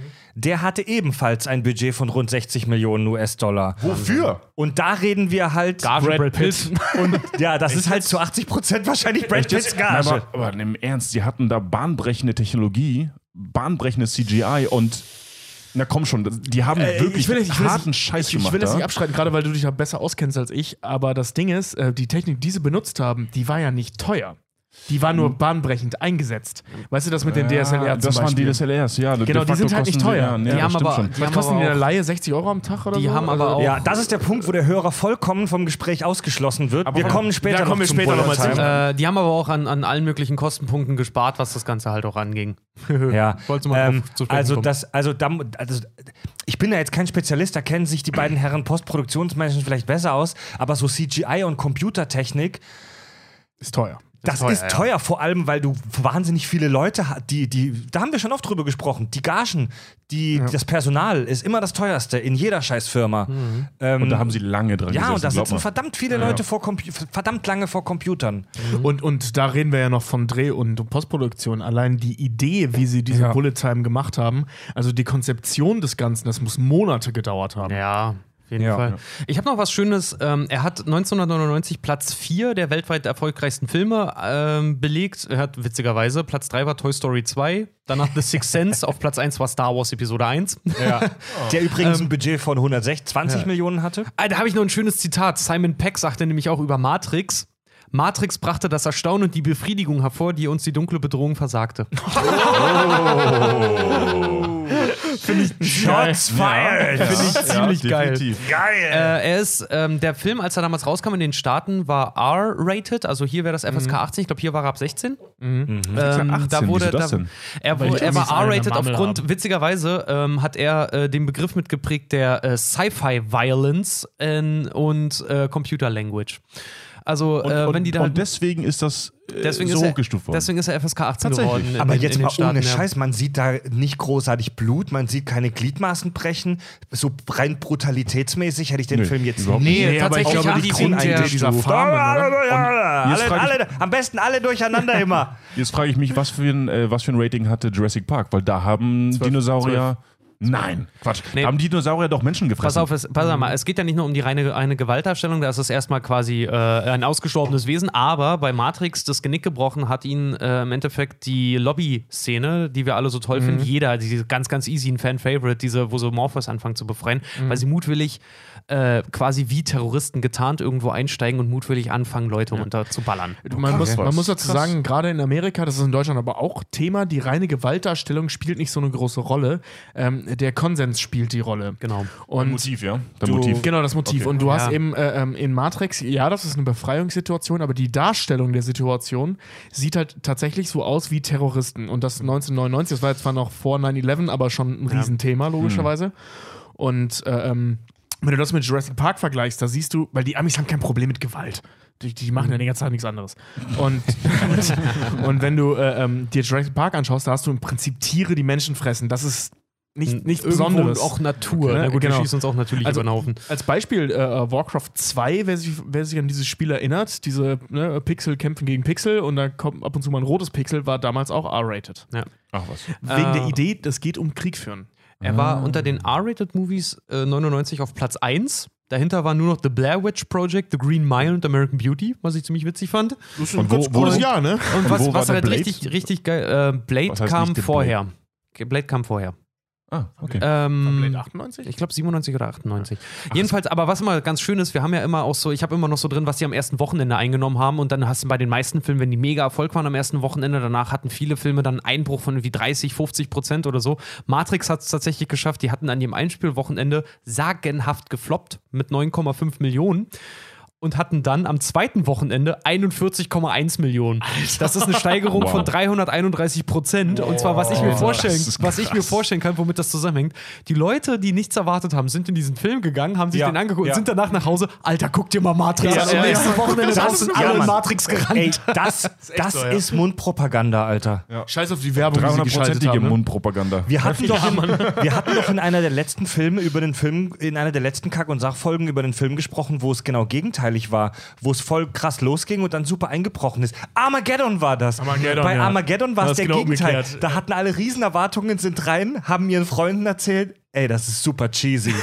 Der hatte ebenfalls ein Budget von rund 60 Millionen US-Dollar. Wofür? Und da reden wir halt. Brad Pitt. Und ja, das ist halt zu 80% wahrscheinlich Brad Pitts Gage. Aber im Ernst, die hatten da bahnbrechende Technologie, bahnbrechendes CGI und na komm schon, die haben wirklich harten Scheiß Ich gemacht. will das da. nicht abstreiten, gerade weil du dich ja besser auskennst als ich, aber das Ding ist, die Technik, die sie benutzt haben, die war ja nicht teuer. Die war nur bahnbrechend eingesetzt. Weißt du, das mit den DSLR zum Das waren Beispiel? DSLRs, ja. Genau, De die facto sind halt nicht kosten sie- teuer. Ja, nee, Die das haben stimmt aber- schon. die Was haben kosten die in aber der Laie? 60 Euro am Tag oder Die so? haben aber auch- Ja, das ist der Punkt, wo der Hörer vollkommen vom Gespräch ausgeschlossen wird. Wir kommen später da kommen wir noch zum später noch mal Bullet zu. Time. Die haben aber auch an allen möglichen Kostenpunkten gespart, was das Ganze halt auch anging. Ja, Wolltest du mal drauf zu sprechen kommen? Ich bin da jetzt kein Spezialist, da kennen sich die beiden Herren Postproduktionsmenschen vielleicht besser aus, aber so CGI und Computertechnik, Ist teuer. das teuer, ist ja. teuer, vor allem, weil du wahnsinnig viele Leute hast, da haben wir schon oft drüber gesprochen, die Gagen, das Personal ist immer das teuerste in jeder Scheißfirma. Und da haben sie lange dran Ja, gesessen, und da glaub sitzen mal. verdammt viele Leute verdammt lange vor Computern. Und da reden wir ja noch von Dreh- und Postproduktion. Allein die Idee, wie sie diese Ja. Bullet Time gemacht haben, also die Konzeption des Ganzen, das muss Monate gedauert haben. Ja, auf jeden Ja. Fall. Ich habe noch was Schönes. Er hat 1999 Platz 4 der weltweit erfolgreichsten Filme belegt. Er hat witzigerweise, Platz 3 war Toy Story 2, danach The Sixth Sense, auf Platz 1 war Star Wars Episode 1. Der übrigens ein Budget von 120 Millionen hatte. Da habe ich noch ein schönes Zitat. Simon Pegg sagte nämlich auch über Matrix: Matrix brachte das Erstaunen und die Befriedigung hervor, die uns die dunkle Bedrohung versagte. Shots fired! Finde ich ziemlich geil. definitiv. Geil! Er ist, der Film, als er damals rauskam in den Staaten, war R-rated, also hier wäre das FSK 18, ich glaube, hier war er ab 16. 18, Da wurde, wieso das denn? Er Weil die war Amis alle R-rated eine Marmel aufgrund, haben. witzigerweise hat er den Begriff mitgeprägt der Sci-Fi-Violence und Computer Language. Also, wenn die da. Und deswegen ist das Deswegen so ist er, hochgestuft worden. Deswegen ist er FSK 18 Tatsächlich. geworden. Aber jetzt in mal den Staaten, ohne ja. Scheiß, man sieht da nicht großartig Blut, man sieht keine Gliedmaßen brechen. So rein brutalitätsmäßig hätte ich den Nö, Film jetzt überhaupt Nee, Nee, aber ich tatsächlich glaube, haben die die kriegen sind einen dieser Farmen, oder? jetzt frage ich- alle, am besten alle durcheinander immer. Jetzt frage ich mich, was für ein Rating hatte Jurassic Park? Weil da haben Dinosaurier. Nein, Quatsch. Nee. Da haben Dinosaurier doch Menschen gefressen. Pass auf mal, es geht ja nicht nur um die reine Gewaltdarstellung, da ist es erstmal quasi ein ausgestorbenes Wesen, aber bei Matrix das Genick gebrochen hat ihn im Endeffekt die Lobby-Szene, die wir alle so toll finden, jeder, diese ganz, ganz easy ein Fan-Favorite, wo so Morpheus anfangen zu befreien, weil sie mutwillig quasi wie Terroristen getarnt irgendwo einsteigen und mutwillig anfangen, Leute runter zu ballern. Man muss dazu Krass. sagen, gerade in Amerika, das ist in Deutschland aber auch Thema, die reine Gewaltdarstellung spielt nicht so eine große Rolle. Der Konsens spielt die Rolle. Genau. Und Motiv, ja? Das Motiv. Genau, das Motiv. Okay. Und du Ja. hast eben in Matrix, ja, das ist eine Befreiungssituation, aber die Darstellung der Situation sieht halt tatsächlich so aus wie Terroristen. Und das 1999, das war jetzt zwar noch vor 9/11, aber schon ein Riesenthema, logischerweise. Und wenn du das mit Jurassic Park vergleichst, da siehst du, weil die Amis haben kein Problem mit Gewalt. Die machen ja die ganze Zeit nichts anderes. Und wenn du dir Jurassic Park anschaust, da hast du im Prinzip Tiere, die Menschen fressen. Das ist nichts Irgendwo Besonderes. auch Natur. Ja, Na gut, genau. wir schießen uns auch natürlich Also, über den Haufen. Als Beispiel Warcraft 2, wer sich an dieses Spiel erinnert, diese Pixel kämpfen gegen Pixel und da kommt ab und zu mal ein rotes Pixel, war damals auch R-rated. Ach was. Wegen der Idee, das geht um Krieg führen. Er war unter den R-Rated-Movies 99 auf Platz 1. Dahinter war nur noch The Blair Witch Project, The Green Mile und American Beauty, was ich ziemlich witzig fand. Das ist ein ganz cooles Jahr, ne? Und wo war was der halt Blade? richtig geil, Blade Was heißt kam nicht The vorher. Blade kam vorher. Ah, okay. Blade 98? Ich glaube 97 oder 98. Jedenfalls, aber was immer ganz schön ist, wir haben ja immer auch so, ich habe immer noch so drin, was die am ersten Wochenende eingenommen haben und dann hast du bei den meisten Filmen, wenn die mega Erfolg waren am ersten Wochenende, danach hatten viele Filme dann einen Einbruch von irgendwie 30-50% oder so. Matrix hat es tatsächlich geschafft, die hatten an dem Einspielwochenende sagenhaft gefloppt mit 9,5 Millionen. Und hatten dann am zweiten Wochenende 41,1 Millionen. Das ist eine Steigerung von 331%. Und zwar, was ich mir vorstellen kann, womit das zusammenhängt. Die Leute, die nichts erwartet haben, sind in diesen Film gegangen, haben sich den angeguckt und sind danach nach Hause. Alter, guck dir mal Matrix an. Und nächstes Wochenende sind alle in Matrix gerannt. Ey, das ist Mundpropaganda, Alter. Ja. Scheiß auf die Werbung, die sie geschaltet 300%ige haben. Ne? Mundpropaganda. Wir hatten doch in einer der letzten in einer der letzten Kack- und Sachfolgen über den Film gesprochen, wo es genau gegenteilig war, wo es voll krass losging und dann super eingebrochen ist. Armageddon war das. Bei Armageddon war es der genau Gegenteil. umgekehrt. Da hatten alle Riesenerwartungen, sind rein, haben ihren Freunden erzählt, ey, das ist super cheesy.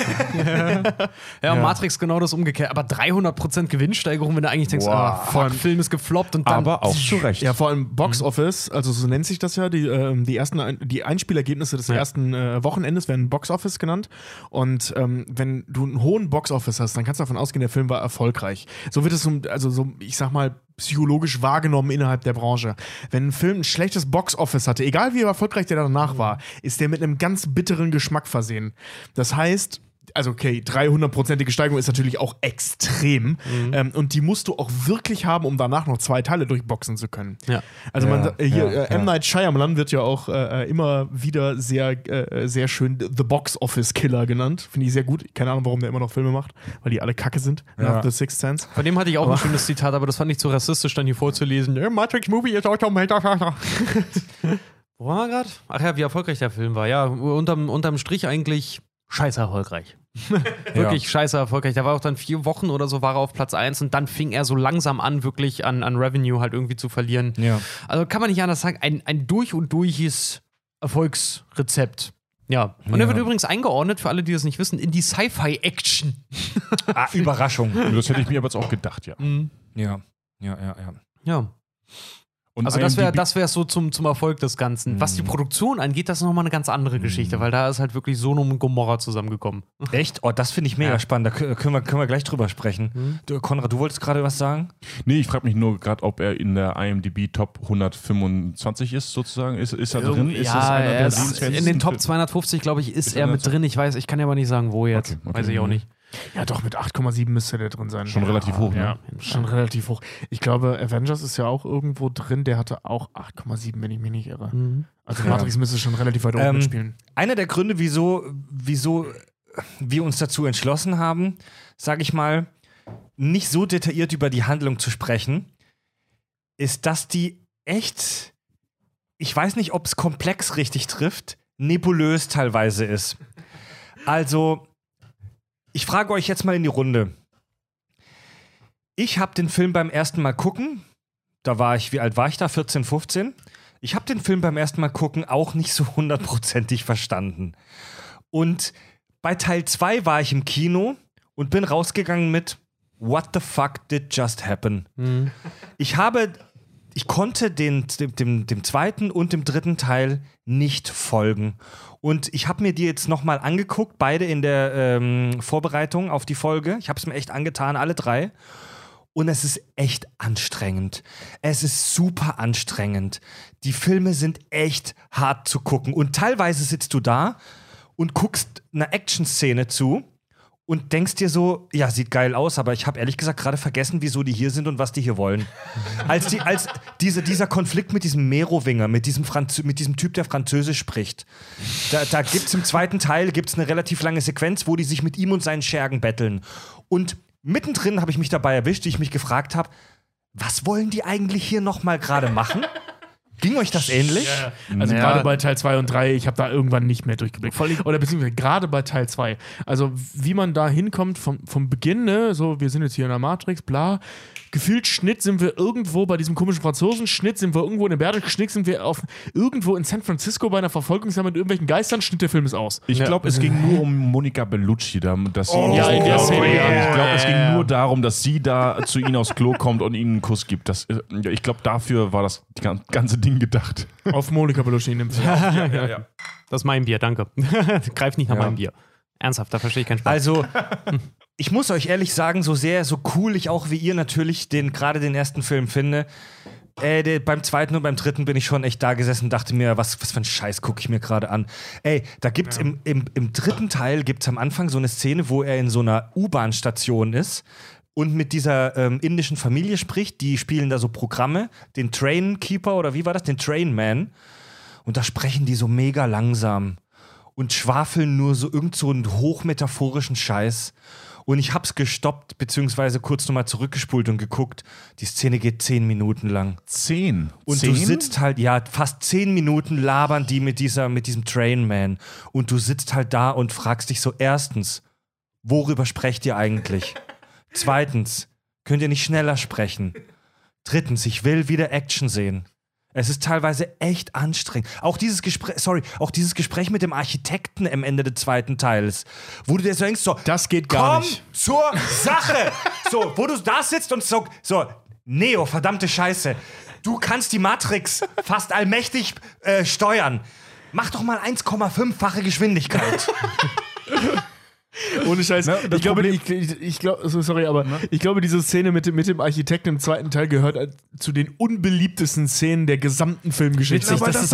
Ja, Matrix genau das umgekehrt. Aber 300% Gewinnsteigerung, wenn du eigentlich denkst, fuck, Film ist gefloppt und dann... Aber auch zu Recht. Ja, vor allem Box Office, also so nennt sich das ja, die Einspielergebnisse des ersten Wochenendes werden Box Office genannt. Und wenn du einen hohen Box Office hast, dann kannst du davon ausgehen, der Film war erfolgreich. So wird es ich sag mal, psychologisch wahrgenommen innerhalb der Branche. Wenn ein Film ein schlechtes Box-Office hatte, egal wie erfolgreich der danach war, ist der mit einem ganz bitteren Geschmack versehen. Das heißt, also okay, 300%ige Steigerung ist natürlich auch extrem. Und die musst du auch wirklich haben, um danach noch 2 Teile durchboxen zu können. Ja. Also M. Night Shyamalan wird ja auch immer wieder sehr schön The Box Office Killer genannt. Finde ich sehr gut. Keine Ahnung, warum der immer noch Filme macht, weil die alle kacke sind nach The Sixth Sense. Von dem hatte ich auch ein schönes Zitat, aber das fand ich zu rassistisch, dann hier vorzulesen. Matrix Movie ist auch Wo waren wir gerade? Ach ja, wie erfolgreich der Film war. Ja, unterm Strich eigentlich scheiße erfolgreich. Wirklich scheiße erfolgreich. Der war auch dann 4 Wochen oder so war er auf Platz 1 und dann fing er so langsam an, wirklich an Revenue halt irgendwie zu verlieren. Ja. Also kann man nicht anders sagen, ein durch und durches Erfolgsrezept. Ja. Und er wird übrigens eingeordnet, für alle, die das nicht wissen, in die Sci-Fi-Action. Überraschung. Das hätte ich mir aber jetzt auch gedacht, ja. Ja. Und also das wäre so zum Erfolg des Ganzen. Was die Produktion angeht, das ist nochmal eine ganz andere Geschichte, weil da ist halt wirklich Sodom und Gomorra zusammengekommen. Echt? Oh, das finde ich mega spannend. Da können wir gleich drüber sprechen. Konrad, du wolltest gerade was sagen? Nee, ich frage mich nur gerade, ob er in der IMDb Top 125 ist, sozusagen. Ist er drin? Ist das einer der sehenswertesten in den Top 250, glaube ich, ist er mit drin. Ich kann ja aber nicht sagen, wo jetzt. Okay. Weiß ich auch nicht. Ja, doch, mit 8,7 müsste der drin sein. Schon relativ hoch, ne? Ja, schon relativ hoch. Ich glaube, Avengers ist ja auch irgendwo drin, der hatte auch 8,7, wenn ich mich nicht irre. Also Matrix müsste schon relativ weit oben mitspielen. Einer der Gründe, wieso wir uns dazu entschlossen haben, sage ich mal, nicht so detailliert über die Handlung zu sprechen, ist, dass die echt, ich weiß nicht, ob es komplex richtig trifft, nebulös teilweise ist. Also ich frage euch jetzt mal in die Runde. Ich habe den Film beim ersten Mal gucken, wie alt war ich da? 14, 15? Ich habe den Film beim ersten Mal gucken auch nicht so 100%ig verstanden. Und bei Teil 2 war ich im Kino und bin rausgegangen mit What the fuck did just happen? Ich konnte dem zweiten und dem dritten Teil nicht folgen. Und ich habe mir die jetzt nochmal angeguckt, beide in der Vorbereitung auf die Folge. Ich habe es mir echt angetan, alle 3. Und es ist echt anstrengend. Es ist super anstrengend. Die Filme sind echt hart zu gucken. Und teilweise sitzt du da und guckst einer Action-Szene zu und denkst dir so, ja, sieht geil aus, aber ich habe ehrlich gesagt gerade vergessen, wieso die hier sind und was die hier wollen. Dieser Konflikt mit diesem Merowinger, mit diesem Typ, der Französisch spricht. Da gibt's im zweiten Teil eine relativ lange Sequenz, wo die sich mit ihm und seinen Schergen betteln. Und mittendrin habe ich mich dabei erwischt, wie ich mich gefragt habe, was wollen die eigentlich hier nochmal gerade machen? Ging euch das ähnlich? Ja. Also gerade bei Teil 2 und 3, ich habe da irgendwann nicht mehr durchgeblickt. Oder beziehungsweise gerade bei Teil 2. Also wie man da hinkommt vom Beginn, ne? So, wir sind jetzt hier in der Matrix, bla. Gefühlt Schnitt sind wir irgendwo bei diesem komischen Franzosen, Schnitt sind wir irgendwo in der Berge, Schnitt sind wir irgendwo in San Francisco bei einer Verfolgungsjagd mit irgendwelchen Geistern, Schnitt, der Film ist aus. Ich glaube, es ging nur um Monica Bellucci. Dass sie in der Szene, Ich glaube, es ging nur darum, dass sie da zu ihnen aufs Klo kommt und ihnen einen Kuss gibt. Ich glaube, dafür war das ganze Ding gedacht. Auf Monica Bellucci in dem Film. Ja. Das ist mein Bier, danke. Greif nicht nach meinem Bier. Ernsthaft, da verstehe ich keinen Spaß. Also, ich muss euch ehrlich sagen, so cool ich auch wie ihr natürlich gerade den ersten Film finde, beim zweiten und beim dritten bin ich schon echt da gesessen und dachte mir, was für ein Scheiß gucke ich mir gerade an. Da gibt's im dritten Teil gibt's am Anfang so eine Szene, wo er in so einer U-Bahn-Station ist und mit dieser indischen Familie spricht. Die spielen da so Programme, den Train Keeper oder wie war das? Den Train Man. Und da sprechen die so mega langsam und schwafeln nur so einen hochmetaphorischen Scheiß. Und ich hab's gestoppt, beziehungsweise kurz nochmal zurückgespult und geguckt. Die Szene geht 10 Minuten lang. 10? Und 10? du sitzt halt, fast 10 Minuten labern die mit diesem Trainman. Und du sitzt halt da und fragst dich so, erstens, worüber sprecht ihr eigentlich? Zweitens, könnt ihr nicht schneller sprechen? Drittens, ich will wieder Action sehen. Es ist teilweise echt anstrengend. Auch dieses Gespräch mit dem Architekten am Ende des zweiten Teils, wo du dir so denkst, das geht gar nicht. Komm zur Sache! So, wo du da sitzt und so, Neo, verdammte Scheiße. Du kannst die Matrix fast allmächtig steuern. Mach doch mal 1,5-fache Geschwindigkeit. Ohne Scheiß. Ich glaube, diese Szene mit dem Architekten im zweiten Teil gehört zu den unbeliebtesten Szenen der gesamten Filmgeschichte. Witzig, das ist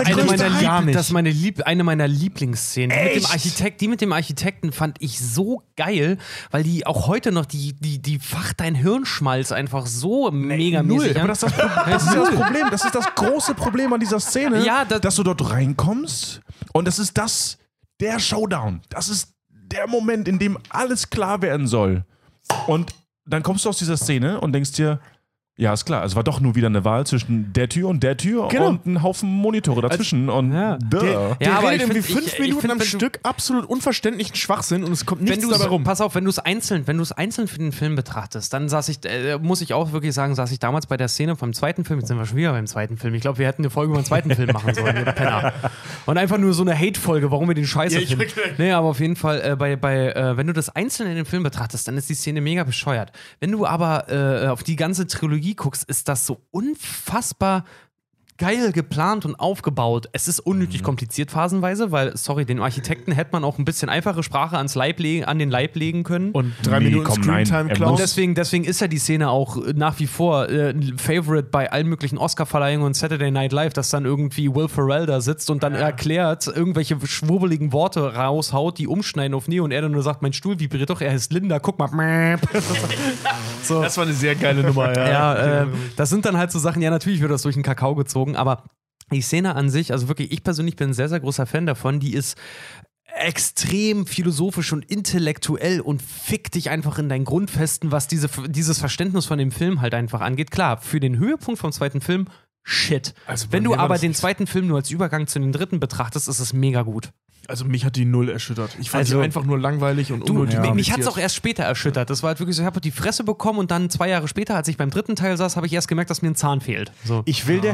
eine meiner Lieblingsszenen. Die mit dem Architekten fand ich so geil, weil die auch heute noch, die facht dein Hirnschmalz einfach so megamäßig an. Aber das ist das Problem. Das ist das große Problem an dieser Szene, dass du dort reinkommst und das ist der Showdown. Das ist der Moment, in dem alles klar werden soll. Und dann kommst du aus dieser Szene und denkst dir, ja, ist klar, es war doch nur wieder eine Wahl zwischen der Tür und ein Haufen Monitore dazwischen. Der redet irgendwie 5 Minuten am Stück absolut unverständlichen Schwachsinn und es kommt nichts dabei rum. Pass auf, wenn du es einzeln für den Film betrachtest, dann muss ich auch wirklich sagen, saß ich damals bei der Szene vom zweiten Film, jetzt sind wir schon wieder beim zweiten Film, ich glaube, wir hätten eine Folge über den zweiten Film machen sollen, ihr Penner. Und einfach nur so eine Hate-Folge, warum wir den Scheiße finden. Nee, aber auf jeden Fall, wenn du das einzeln in den Film betrachtest, dann ist die Szene mega bescheuert. Wenn du aber auf die ganze Trilogie guckst, ist das so unfassbar geil geplant und aufgebaut. Es ist unnötig kompliziert phasenweise, weil, den Architekten hätte man auch ein bisschen einfache Sprache an den Leib legen können. Und 3 Minuten Screentime klauen. Und deswegen ist ja die Szene auch nach wie vor ein Favorite bei allen möglichen Oscar-Verleihungen und Saturday Night Live, dass dann irgendwie Will Ferrell da sitzt und dann erklärt, irgendwelche schwurbeligen Worte raushaut, die umschneiden auf Neo und er dann nur sagt, mein Stuhl vibriert doch, er heißt Linda, guck mal. So. Das war eine sehr geile Nummer, ja. Das sind dann halt so Sachen, natürlich wird das durch den Kakao gezogen, aber die Szene an sich, also wirklich, ich persönlich bin ein sehr, sehr großer Fan davon, die ist extrem philosophisch und intellektuell und fickt dich einfach in deinen Grundfesten, was dieses Verständnis von dem Film halt einfach angeht. Klar, für den Höhepunkt vom zweiten Film, shit. Also wenn du aber den zweiten Film nur als Übergang zu den dritten betrachtest, ist es mega gut. Also mich hat die null erschüttert. Ich fand sie einfach nur langweilig und unnötig. Mich hat es auch erst später erschüttert. Das war halt wirklich so, ich habe die Fresse bekommen und dann 2 Jahre später, als ich beim dritten Teil saß, habe ich erst gemerkt, dass mir ein Zahn fehlt. So. Ich will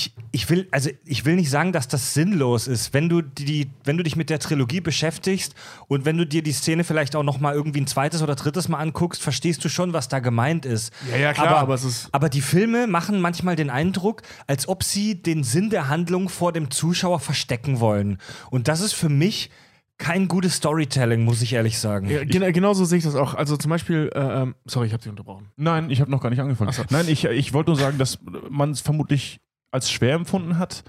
nicht sagen, dass das sinnlos ist, wenn du dich mit der Trilogie beschäftigst und wenn du dir die Szene vielleicht auch noch mal irgendwie ein zweites oder drittes Mal anguckst, verstehst du schon, was da gemeint ist. Ja, klar, aber die Filme machen manchmal den Eindruck, als ob sie den Sinn der Handlung vor dem Zuschauer verstecken wollen. Und das ist für mich kein gutes Storytelling, muss ich ehrlich sagen. Ja, genauso sehe ich das auch. Also zum Beispiel, sorry, ich habe Sie unterbrochen. Nein, ich habe noch gar nicht angefangen. So. Nein, ich wollte nur sagen, dass man es vermutlich als schwer empfunden hat,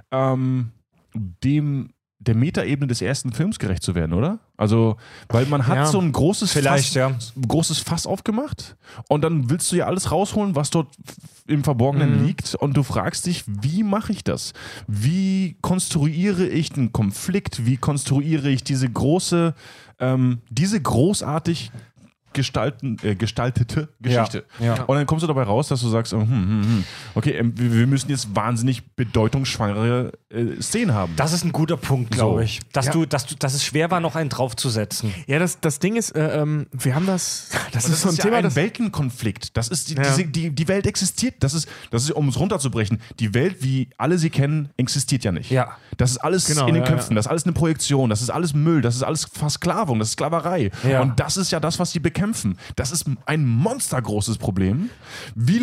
der Metaebene des ersten Films gerecht zu werden, oder? Also, weil man hat so ein großes Fass aufgemacht und dann willst du ja alles rausholen, was dort im Verborgenen liegt und du fragst dich, wie mache ich das? Wie konstruiere ich den Konflikt? Wie konstruiere ich diese großartig gestaltete Geschichte. Ja. Und dann kommst du dabei raus, dass du sagst, okay, wir müssen jetzt wahnsinnig bedeutungsschwangere Szenen haben. Das ist ein guter Punkt, glaube ich. Dass Ja. dass es schwer war, noch einen draufzusetzen. Ja, das Ding ist, wir haben das ist so ein ja Thema, ein das Weltenkonflikt. Das ist Ja. die Welt existiert. Das ist, um es runterzubrechen, die Welt, wie alle sie kennen, existiert ja nicht. Ja. Das ist alles Genau, in den ja, Köpfen, das ist alles eine Projektion, das ist alles Müll, das ist alles Versklavung, das ist Sklaverei. Ja. Und das ist ja das, was sie bekämpfen. Das ist ein monstergroßes Problem. Wie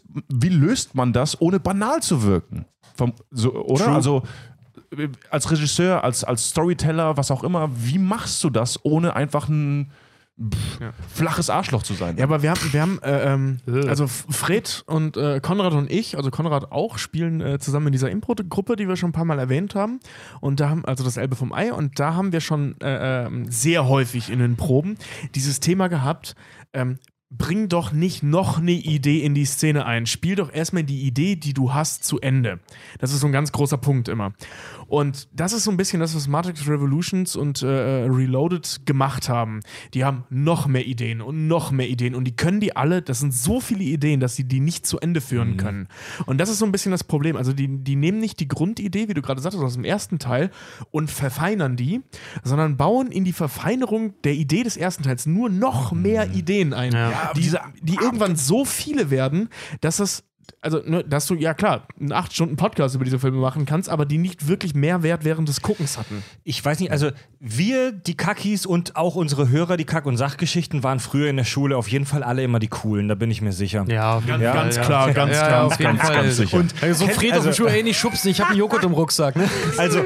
löst man das, ohne banal zu wirken? Oder? True. Also als Regisseur, als Storyteller, was auch immer, wie machst du das, ohne einfach ein flaches Arschloch zu sein? Ja, aber wir haben also Fred und Konrad und ich, also Konrad auch, spielen zusammen in dieser Impro-Gruppe, die wir schon ein paar Mal erwähnt haben. Und da haben, also das Elbe vom Ei, und da haben wir schon sehr häufig in den Proben dieses Thema gehabt, bring doch nicht noch eine Idee in die Szene ein. Spiel doch erstmal die Idee, die du hast, zu Ende. Das ist so ein ganz großer Punkt immer. Und das ist so ein bisschen das, was Matrix Revolutions und Reloaded gemacht haben. Die haben noch mehr Ideen und noch mehr Ideen. Und die können die alle, das sind so viele Ideen, dass sie die nicht zu Ende führen können. Und das ist so ein bisschen das Problem. Also die nehmen nicht die Grundidee, wie du gerade sagtest, aus dem ersten Teil und verfeinern die, sondern bauen in die Verfeinerung der Idee des ersten Teils nur noch mehr Ideen ein. Ja. Die irgendwann so viele werden, dass es, also, ne, dass du, ja klar, einen 8-Stunden-Podcast über diese Filme machen kannst, aber die nicht wirklich Mehrwert während des Guckens hatten. Ich weiß nicht, also wir, die Kackis und auch unsere Hörer, die Kack- und Sachgeschichten, waren früher in der Schule auf jeden Fall alle immer die Coolen, da bin ich mir sicher. Ja, auf jeden Fall, ganz ja. klar, Auf jeden Fall. ganz sicher. Und so Fred auf dem Schuh, ey, nicht schubsen, ich hab einen Joghurt im Rucksack, ne? Also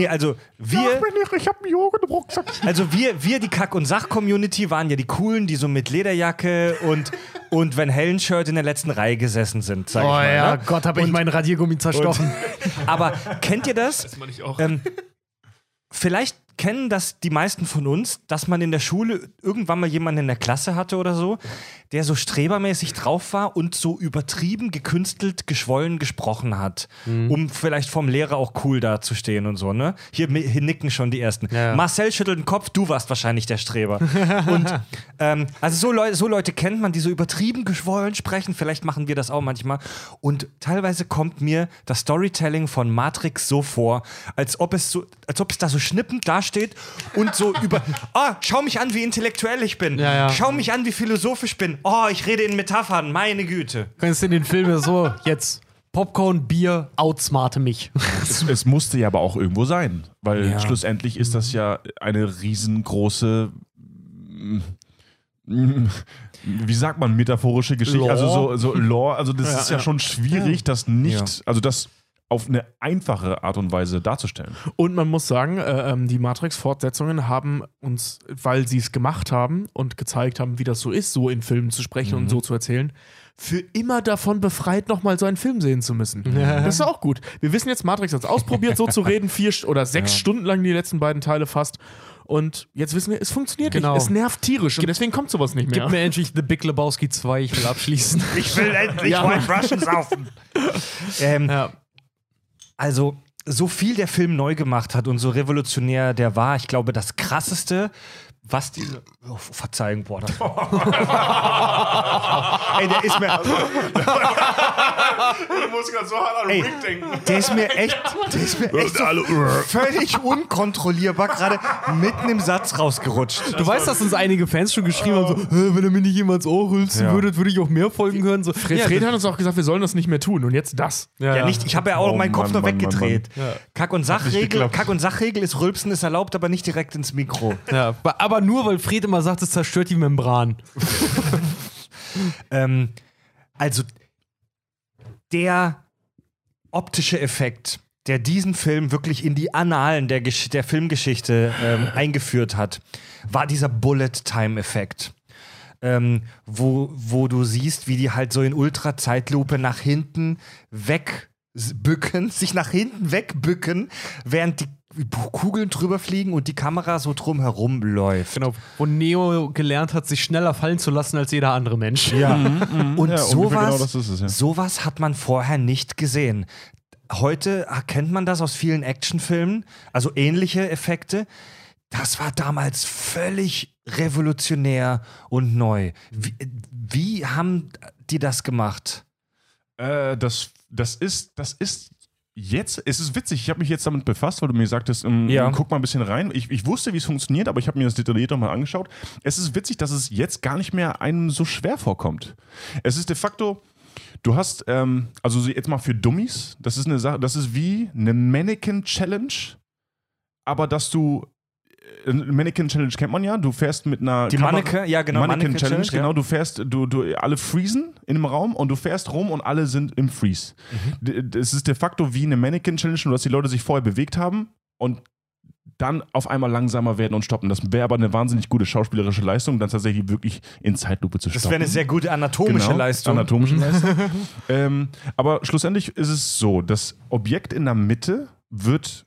wir, Ich hab einen Joghurt im Rucksack. also wir, die Kack- und Sach-Community, waren ja die Coolen, die so mit Lederjacke und Van Halen-Shirt in der letzten Reihe gesessen sind, sag ich Oh mal. ja, Ne? Gott, hab ich meinen Radiergummi zerstochen. Aber kennt ihr das? Ich auch. Vielleicht kennen das die meisten von uns, dass man in der Schule irgendwann mal jemanden in der Klasse hatte oder so, der so strebermäßig drauf war und so übertrieben, gekünstelt, geschwollen gesprochen hat, um vielleicht vom Lehrer auch cool dazustehen und so, ne? Hier nicken schon die Ersten. Ja. Marcel schüttelt den Kopf, du warst wahrscheinlich der Streber. Und also so Leute kennt man, die so übertrieben geschwollen sprechen, vielleicht machen wir das auch manchmal. Und teilweise kommt mir das Storytelling von Matrix so vor, als ob es da so schnippend dasteht und so schau mich an, wie intellektuell ich bin. Ja, ja. Schau mich an, wie philosophisch ich bin. Oh, ich rede in Metaphern, meine Güte. Kannst du in den Filmen so, jetzt Popcorn, Bier, outsmarte mich. Es musste ja aber auch irgendwo sein, weil Ja. schlussendlich ist das ja eine riesengroße, wie sagt man, metaphorische Geschichte, Lore. also so Lore, also das ist ja schon schwierig, das nicht, also das auf eine einfache Art und Weise darzustellen. Und man muss sagen, die Matrix-Fortsetzungen haben uns, weil sie es gemacht haben und gezeigt haben, wie das so ist, so in Filmen zu sprechen und so zu erzählen, für immer davon befreit, nochmal so einen Film sehen zu müssen. Das ist auch gut. Wir wissen jetzt, Matrix hat es ausprobiert, so zu reden, 4 oder 6 Stunden lang die letzten beiden Teile fast. Und jetzt wissen wir, es funktioniert Genau. nicht. Es nervt tierisch und deswegen kommt sowas nicht mehr. Gib mir endlich The Big Lebowski 2, ich will abschließen. Ich will endlich White Russian saufen. Ja. Also, so viel der Film neu gemacht hat und so revolutionär der war, ich glaube, das Krasseste, was diese... Oh, Verzeihung, boah. Das Ey, der ist mir... Du musst gerade so hart an Ey, denken. der ist mir echt so völlig unkontrollierbar gerade mitten im Satz rausgerutscht. Du weißt, dass uns einige Fans schon geschrieben haben, so, wenn ihr mir nicht jemand ins Ohr rülpsen würdet, würde ich auch mehr Folgen hören. So, Fred hat uns auch gesagt, wir sollen das nicht mehr tun und jetzt das. Ja, nicht, ich habe ja auch Oh, meinen Kopf Mann, nur Mann, weggedreht. Mann, Kack- und Sachregel ist Rülpsen ist erlaubt, aber nicht direkt ins Mikro. Ja, aber nur, weil Fred immer sagt, es zerstört die Membran. Also der optische Effekt, der diesen Film wirklich in die Annalen der Filmgeschichte eingeführt hat, war dieser Bullet-Time-Effekt. Wo du siehst, wie die halt so in Ultra-Zeitlupe nach hinten sich nach hinten wegbücken, während die Kugeln drüber fliegen und die Kamera so drumherum läuft. Genau, wo Neo gelernt hat, sich schneller fallen zu lassen als jeder andere Mensch. Ja. Und Ja, sowas, ungefähr genau das ist es, ja. sowas hat man vorher nicht gesehen. Heute kennt man das aus vielen Actionfilmen, also ähnliche Effekte. Das war damals völlig revolutionär und neu. Wie haben die das gemacht? Das ist jetzt, es ist witzig, ich habe mich jetzt damit befasst, weil du mir sagtest, guck mal ein bisschen rein. Ich wusste, wie es funktioniert, aber ich habe mir das detailliert nochmal angeschaut. Es ist witzig, dass es jetzt gar nicht mehr einem so schwer vorkommt. Es ist de facto, du hast, also jetzt mal für Dummies, das ist eine Sache, das ist wie eine Mannequin-Challenge, aber dass du Mannequin Challenge kennt man ja, du fährst mit einer Mannequin Challenge, genau, du fährst, du alle freezen in einem Raum und du fährst rum und alle sind im Freeze. Das ist de facto wie eine Mannequin Challenge, nur dass die Leute sich vorher bewegt haben und dann auf einmal langsamer werden und stoppen. Das wäre aber eine wahnsinnig gute schauspielerische Leistung, dann tatsächlich wirklich in Zeitlupe zu stoppen. Das wäre eine sehr gute anatomische Leistung. Aber schlussendlich ist es so, das Objekt in der Mitte wird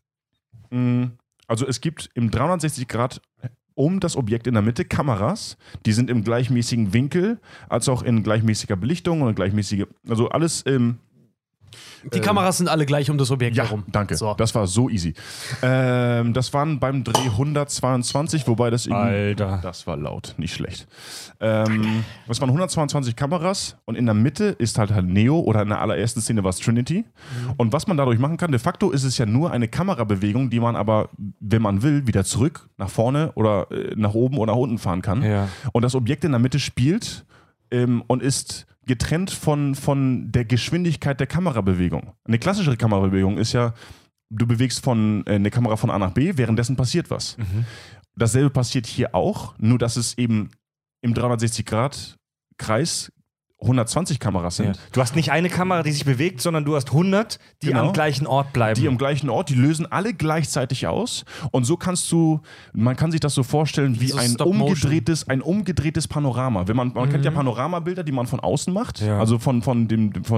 also es gibt im 360 Grad um das Objekt in der Mitte Kameras, die sind im gleichmäßigen Winkel, als auch in gleichmäßiger Belichtung und gleichmäßige, also alles Die Kameras sind alle gleich um das Objekt ja, herum. Danke, so. Das war so easy. Das waren beim Dreh 122, wobei das Alter. Das war laut, nicht schlecht. Das waren 122 Kameras und in der Mitte ist halt Neo oder in der allerersten Szene war es Trinity. Und was man dadurch machen kann, de facto ist es ja nur eine Kamerabewegung, die man aber, wenn man will, wieder zurück, nach vorne oder nach oben oder nach unten fahren kann. Ja. Und das Objekt in der Mitte spielt und ist getrennt von der Geschwindigkeit der Kamerabewegung. Eine klassische Kamerabewegung ist ja, du bewegst eine Kamera von A nach B, währenddessen passiert was. Dasselbe passiert hier auch, nur dass es eben im 360-Grad-Kreis 120 Kameras sind. Ja. Du hast nicht eine Kamera, die sich bewegt, sondern du hast 100, die am gleichen Ort bleiben. Die am gleichen Ort, die lösen alle gleichzeitig aus und so man kann sich das so vorstellen wie so ein umgedrehtes Panorama. Man kennt ja Panoramabilder, die man von außen macht, also mit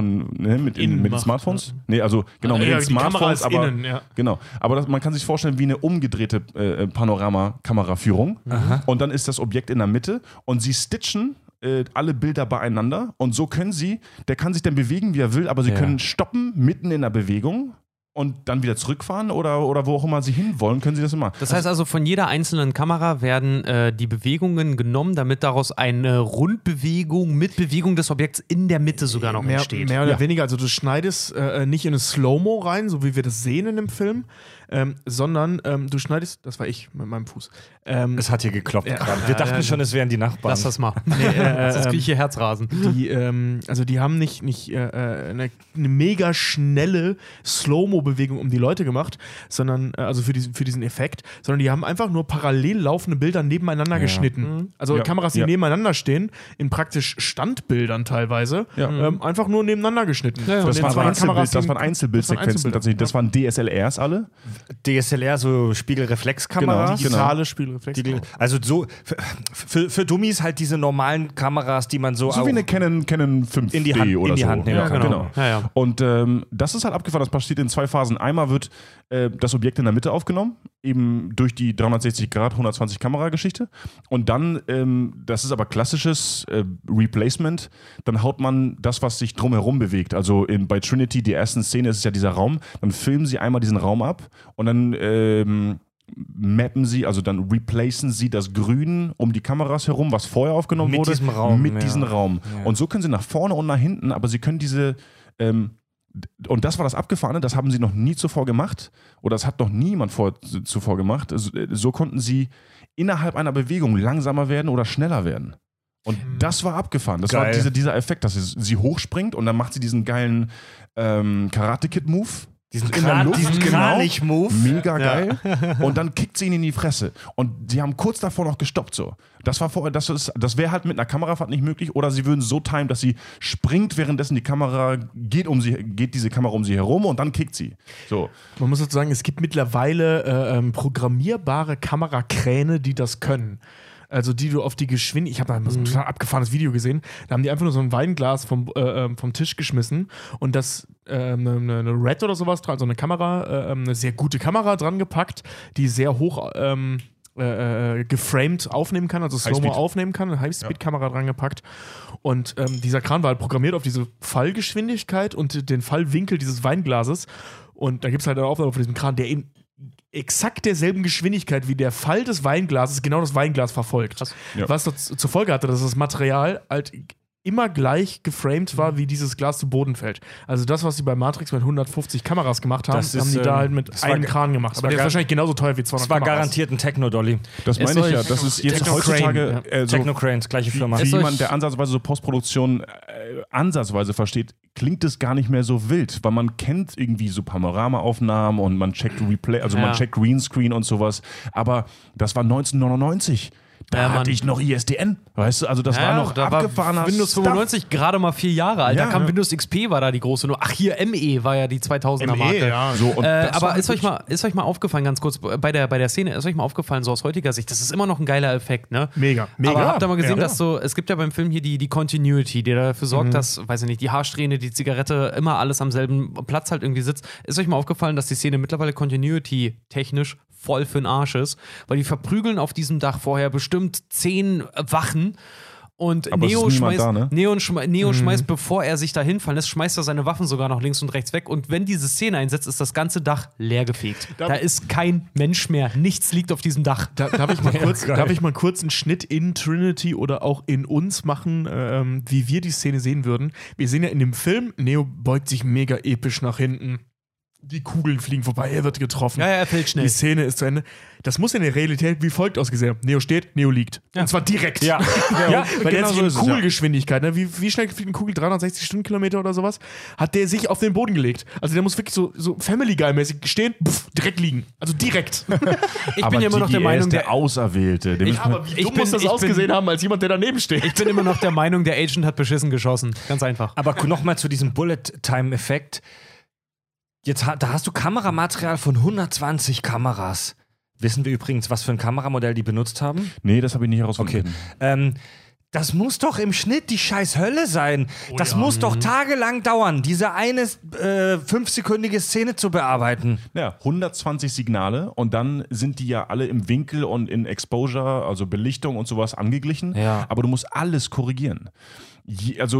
den Smartphones. Nee, also genau, mit den Smartphones, aber innen, ja. Genau, aber man kann sich vorstellen wie eine umgedrehte Panorama-Kameraführung und dann ist das Objekt in der Mitte und sie stitchen alle Bilder beieinander und so der kann sich dann bewegen, wie er will, aber sie können stoppen mitten in der Bewegung und dann wieder zurückfahren oder wo auch immer sie hinwollen, können sie das immer. Das heißt also, von jeder einzelnen Kamera werden die Bewegungen genommen, damit daraus eine Rundbewegung mit Bewegung des Objekts in der Mitte sogar noch entsteht. Mehr oder weniger, also du schneidest nicht in eine Slow-Mo rein, so wie wir das sehen in dem Film, sondern du schneidest, das war ich mit meinem Fuß. Es hat hier geklopft gerade. Wir dachten schon, es wären die Nachbarn. Lass das mal. Sonst kriege ich hier Herzrasen. Die haben nicht eine mega schnelle Slow-Mo-Bewegung um die Leute gemacht, sondern also für diesen Effekt, sondern die haben einfach nur parallel laufende Bilder nebeneinander geschnitten. Also Kameras, die nebeneinander stehen, in praktisch Standbildern teilweise, einfach nur nebeneinander geschnitten. Das waren Einzelbildsequenzen tatsächlich. Das waren DSLRs alle. DSLR, so Spiegelreflexkameras. Digitale Spiegelreflexkameras. Also so für Dummies halt diese normalen Kameras, die man so wie eine Canon 5D oder so. Hand nehmen kann. Genau. Ja. Und das ist halt abgefahren, das passiert in 2 Phasen. Einmal wird das Objekt in der Mitte aufgenommen, eben durch die 360 Grad 120 Kamera-Geschichte. Und dann, das ist aber klassisches Replacement, dann haut man das, was sich drumherum bewegt. Also bei Trinity, die ersten Szene, ist es ja dieser Raum, dann filmen sie einmal diesen Raum ab und dann mappen sie, also dann replacen sie das Grün um die Kameras herum, was vorher aufgenommen wurde, diesem Raum, mit diesem Raum. Ja. Und so können sie nach vorne und nach hinten, aber sie können und das war das Abgefahrene, das haben sie noch nie zuvor gemacht oder das hat noch niemand zuvor gemacht. So konnten sie innerhalb einer Bewegung langsamer werden oder schneller werden. Und das war abgefahren. Das war dieser Effekt, dass sie hochspringt und dann macht sie diesen geilen Karate-Kid-Move. Diesen Kranich-Move. Mega geil. Und dann kickt sie ihn in die Fresse. Und sie haben kurz davor noch gestoppt. So. Das wäre halt mit einer Kamerafahrt nicht möglich. Oder sie würden so timen, dass sie springt, währenddessen die Kamera geht diese Kamera um sie herum und dann kickt sie. So. Man muss sozusagen, es gibt mittlerweile programmierbare Kamerakräne, die das können. Also die du auf die Geschwindigkeit, ich habe da ein total abgefahrenes Video gesehen, da haben die einfach nur so ein Weinglas vom Tisch geschmissen und das eine Red oder sowas, also eine Kamera, eine sehr gute Kamera dran gepackt, die sehr hoch geframed aufnehmen kann, also Slow-Mo aufnehmen kann, eine High-Speed-Kamera dran gepackt und dieser Kran war halt programmiert auf diese Fallgeschwindigkeit und den Fallwinkel dieses Weinglases und da gibt es halt eine Aufnahme von diesem Kran, der in exakt derselben Geschwindigkeit wie der Fall des Weinglases genau das Weinglas verfolgt. Krass. Ja. Was zur Folge hatte, dass das Material halt immer gleich geframed war, wie dieses Glas zu Boden fällt. Also das, was sie bei Matrix mit 150 Kameras gemacht haben, Das ist, haben die da halt mit das war einem ga- Kran gemacht. Aber der ist wahrscheinlich genauso teuer wie 200 Das war Kameras. garantiert ein Techno-Dolly. Das meine ich ja. Das ist jetzt Techno-Crane, heutzutage so Techno-Cranes, gleiche Firma. für Ist euch- jemand, der ansatzweise so Postproduktion ansatzweise versteht, klingt es gar nicht mehr so wild, weil man kennt irgendwie so Panorama-Aufnahmen und man checkt Replay, also man checkt Greenscreen und sowas. Aber das war 1999. Da Ja, Mann. hatte ich noch ISDN, weißt du? Also das war noch da abgefahrener war Windows Stuff. 95 gerade mal 4 Jahre alt. Ja, Da kam ja. Windows XP, war da die große Nummer. Ach, hier ME war ja die 2000er Marke. ja. So, und das war Aber halt ist euch mal aufgefallen, ganz kurz, bei der Szene, ist euch mal aufgefallen, so aus heutiger Sicht, das ist immer noch ein geiler Effekt, ne? Mega. Aber habt ihr mal gesehen, Ja. dass so, es gibt ja beim Film hier die Continuity, die dafür sorgt, dass, weiß ich nicht, die Haarsträhne, die Zigarette, immer alles am selben Platz halt irgendwie sitzt. Ist euch mal aufgefallen, dass die Szene mittlerweile Continuity-technisch voll für den Arsch ist? Weil die verprügeln auf diesem Dach vorher bestimmt 10 Wachen. Und Aber es Neo ist niemand schmeißt, da, ne? Neo schmeißt, bevor er sich da hinfallen lässt, schmeißt er seine Waffen sogar noch links und rechts weg. Und wenn diese Szene einsetzt, ist das ganze Dach leergefegt. Da ist kein Mensch mehr. Nichts liegt auf diesem Dach. Darf ich mal kurz einen Schnitt in Trinity oder auch in uns machen, wie wir die Szene sehen würden? Wir sehen ja in dem Film, Neo beugt sich mega episch nach hinten. Die Kugeln fliegen vorbei, er wird getroffen. Ja, er fällt schnell. Die Szene ist zu Ende. Das muss in der Realität wie folgt ausgesehen haben. Neo steht, Neo liegt. Und zwar direkt. Ja. Ja, weil der genau hat sich so in ist es, ja. Kugelgeschwindigkeit, ne? Wie schnell fliegt eine Kugel? 360 Stundenkilometer oder sowas? Hat der sich auf den Boden gelegt. Also der muss wirklich so Family Guy-mäßig stehen, direkt liegen. Also direkt. Ich aber bin ja immer noch der Meinung, ist der Auserwählte. Dem Aber wie dumm bin- muss das ich ausgesehen bin- haben, als jemand, der daneben steht? ich bin immer noch der Meinung, der Agent hat beschissen geschossen. Ganz einfach. Aber nochmal zu diesem Bullet-Time-Effekt. Da hast du Kameramaterial von 120 Kameras. Wissen wir übrigens, was für ein Kameramodell die benutzt haben? Nee, das habe ich nicht herausgefunden. Das muss doch im Schnitt die scheiß Hölle sein. Das muss doch tagelang dauern, diese eine 5-sekündige Szene zu bearbeiten. Ja, 120 Signale und dann sind die ja alle im Winkel und in Exposure, also Belichtung und sowas angeglichen. Ja. Aber du musst alles korrigieren. Also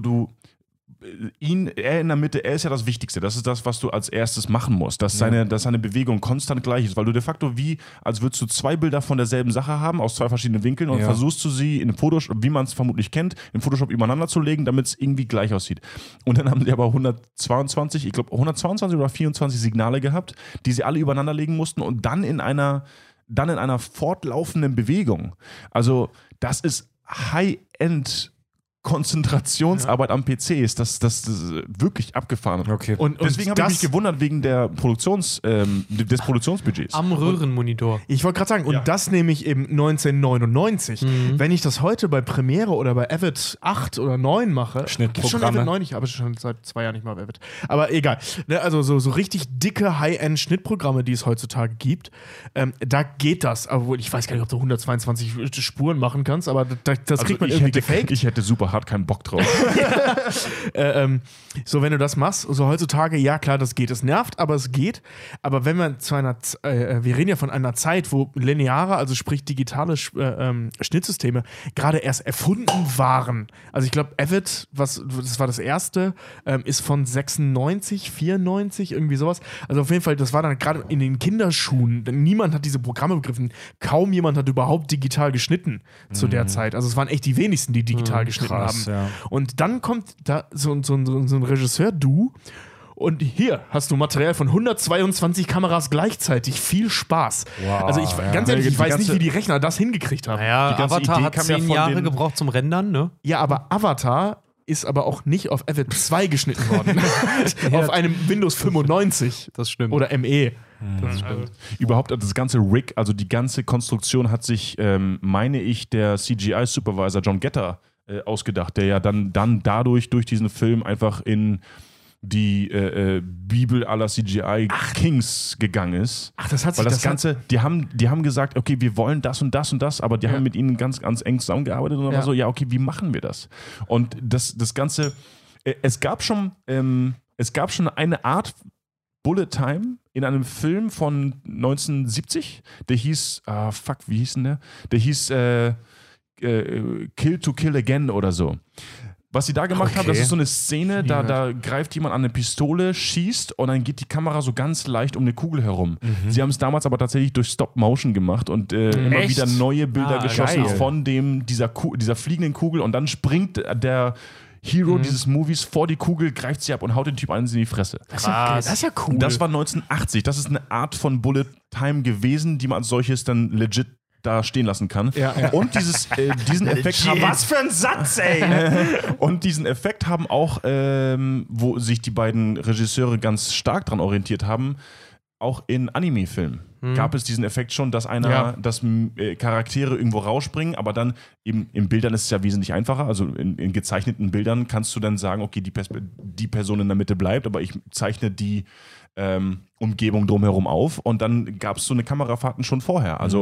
er in der Mitte, er ist ja das Wichtigste. Das ist das, was du als erstes machen musst. Dass seine Bewegung konstant gleich ist. Weil du de facto als würdest du 2 Bilder von derselben Sache haben, aus 2 verschiedenen Winkeln und versuchst du sie in Photoshop, wie man es vermutlich kennt, in Photoshop übereinander zu legen, damit es irgendwie gleich aussieht. Und dann haben sie aber 122 oder 24 Signale gehabt, die sie alle übereinander legen mussten und dann in einer fortlaufenden Bewegung. Also das ist High-End Konzentrationsarbeit am PC ist, das wirklich abgefahren. Okay. Und Deswegen habe ich mich gewundert wegen der des Produktionsbudgets. Am Röhrenmonitor. Ich wollte gerade sagen, und das nehme ich eben 1999. Wenn ich das heute bei Premiere oder bei Avid 8 oder 9 mache, gibt's schon Avid 9, ich habe schon seit 2 Jahren nicht mehr auf Avid. Aber egal. Ne, also so richtig dicke High-End-Schnittprogramme, die es heutzutage gibt, da geht das. Obwohl, ich weiß gar nicht, ob du 122 Spuren machen kannst, aber das kriegt man irgendwie gefaked. Ich hätte super hart keinen Bock drauf. So, wenn du das machst, so heutzutage, ja klar, das geht. Es nervt, aber es geht. Aber wenn man zu einer, wir reden ja von einer Zeit, wo lineare, also sprich digitale Schnittsysteme gerade erst erfunden waren. Also ich glaube, Avid, das war das erste, ist von 96, 94, irgendwie sowas. Also auf jeden Fall, das war dann gerade in den Kinderschuhen. Niemand hat diese Programme begriffen. Kaum jemand hat überhaupt digital geschnitten zu der Zeit. Also es waren echt die wenigsten, die digital geschnitten haben. Ja. Und dann kommt da so ein Regisseur, du, und hier hast du Material von 122 Kameras gleichzeitig. Viel Spaß. Wow, Also ganz ehrlich, Die ich weiß ganze- nicht, wie die Rechner das hingekriegt haben. Naja, Die ganze Avatar Idee hat kam ja 10 von Jahre den- gebraucht zum Rendern, ne? Ja, aber Avatar ist aber auch nicht auf Avid 2 geschnitten worden. Auf einem Windows 95 Das stimmt. oder ME. Überhaupt das ganze Rig, also die ganze Konstruktion hat sich, meine ich, der CGI-Supervisor John Getter ausgedacht, der ja dann dadurch durch diesen Film einfach in die Bibel aller CGI-Kings gegangen ist. Ach, das hat sich Weil das Ganze, die haben gesagt, okay, wir wollen das und das und das, aber die haben mit ihnen ganz, ganz eng zusammengearbeitet und dann war so, ja, okay, wie machen wir das? Und das Ganze, es gab schon eine Art Bullet Time in einem Film von 1970, der hieß, wie hieß denn der? Der hieß Kill to Kill Again oder so. Was sie da gemacht haben, Okay. das ist so eine Szene, da greift jemand an eine Pistole, schießt und dann geht die Kamera so ganz leicht um eine Kugel herum. Sie haben es damals aber tatsächlich durch Stop-Motion gemacht und immer Echt? wieder neue Bilder geschossen geil. von dieser fliegenden Kugel und dann springt der Hero dieses Movies vor die Kugel, greift sie ab und haut den Typ eins in die Fresse. Das ist ja cool. Das war 1980. Das ist eine Art von Bullet Time gewesen, die man als solches dann legit da stehen lassen kann. Ja, ja. Und diesen Effekt haben Was für ein Satz, ey! und diesen Effekt haben auch, wo sich die beiden Regisseure ganz stark dran orientiert haben, auch in Anime-Filmen gab es diesen Effekt schon, dass Charaktere irgendwo rausspringen, aber dann eben in Bildern ist es ja wesentlich einfacher. Also in gezeichneten Bildern kannst du dann sagen, okay, die Person in der Mitte bleibt, aber ich zeichne die Umgebung drumherum auf und dann gab es so eine Kamerafahrten schon vorher. Also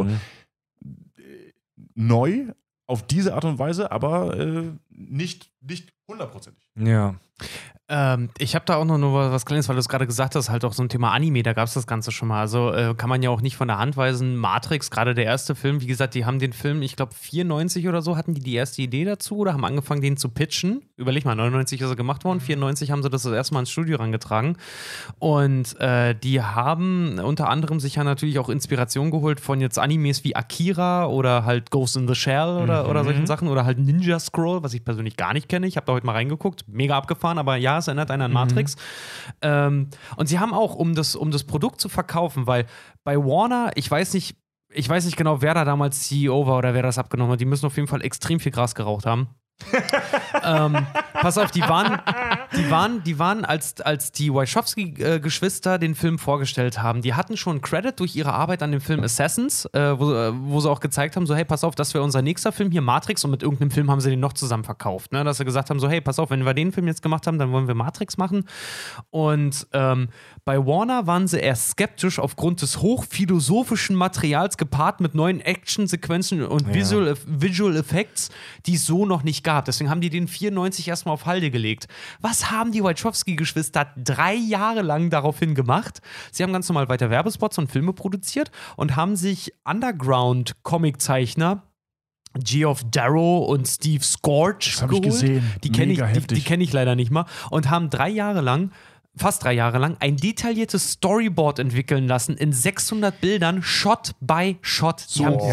neu auf diese Art und Weise, aber nicht 100%. Ja. Ich habe da auch noch was Kleines, weil du es gerade gesagt hast, halt auch so ein Thema Anime, da gab es das Ganze schon mal. Also kann man ja auch nicht von der Hand weisen. Matrix, gerade der erste Film, wie gesagt, die haben den Film, ich glaube 94 oder so, hatten die erste Idee dazu oder haben angefangen, den zu pitchen. Überleg mal, 99 ist er gemacht worden, 94 haben sie das erste Mal ins Studio rangetragen. Und die haben unter anderem sich ja natürlich auch Inspiration geholt von jetzt Animes wie Akira oder halt Ghost in the Shell oder solchen Sachen oder halt Ninja Scroll, was ich persönlich gar nicht kenne. Ich habe da heute mal reingeguckt, mega abgefahren, aber ja, es erinnert einen an Matrix. Und sie haben auch, um das Produkt zu verkaufen, weil bei Warner, ich weiß nicht genau, wer da damals CEO war oder wer das abgenommen hat, die müssen auf jeden Fall extrem viel Gras geraucht haben. Pass auf, die waren, als die Wachowski-Geschwister den Film vorgestellt haben, die hatten schon Credit durch ihre Arbeit an dem Film Assassins, wo sie auch gezeigt haben, so hey, pass auf, das wäre unser nächster Film hier, Matrix, und mit irgendeinem Film haben sie den noch zusammen verkauft, ne? Dass sie gesagt haben, so hey, pass auf, wenn wir den Film jetzt gemacht haben, dann wollen wir Matrix machen. Und bei Warner waren sie erst skeptisch aufgrund des hochphilosophischen Materials gepaart mit neuen Actionsequenzen und Visual Effects, die es so noch nicht gab. Deswegen haben die den 94 erstmal auf Halde gelegt. Was haben die Wachowski-Geschwister 3 Jahre lang daraufhin gemacht? Sie haben ganz normal weiter Werbespots und Filme produziert und haben sich Underground-Comiczeichner Geoff Darrow und Steve Scorch Das hab ich geholt. gesehen. Die kenne Mega ich, heftig. die kenn ich leider nicht mal. Und haben fast 3 Jahre lang ein detailliertes Storyboard entwickeln lassen in 600 Bildern, Shot by Shot. Die haben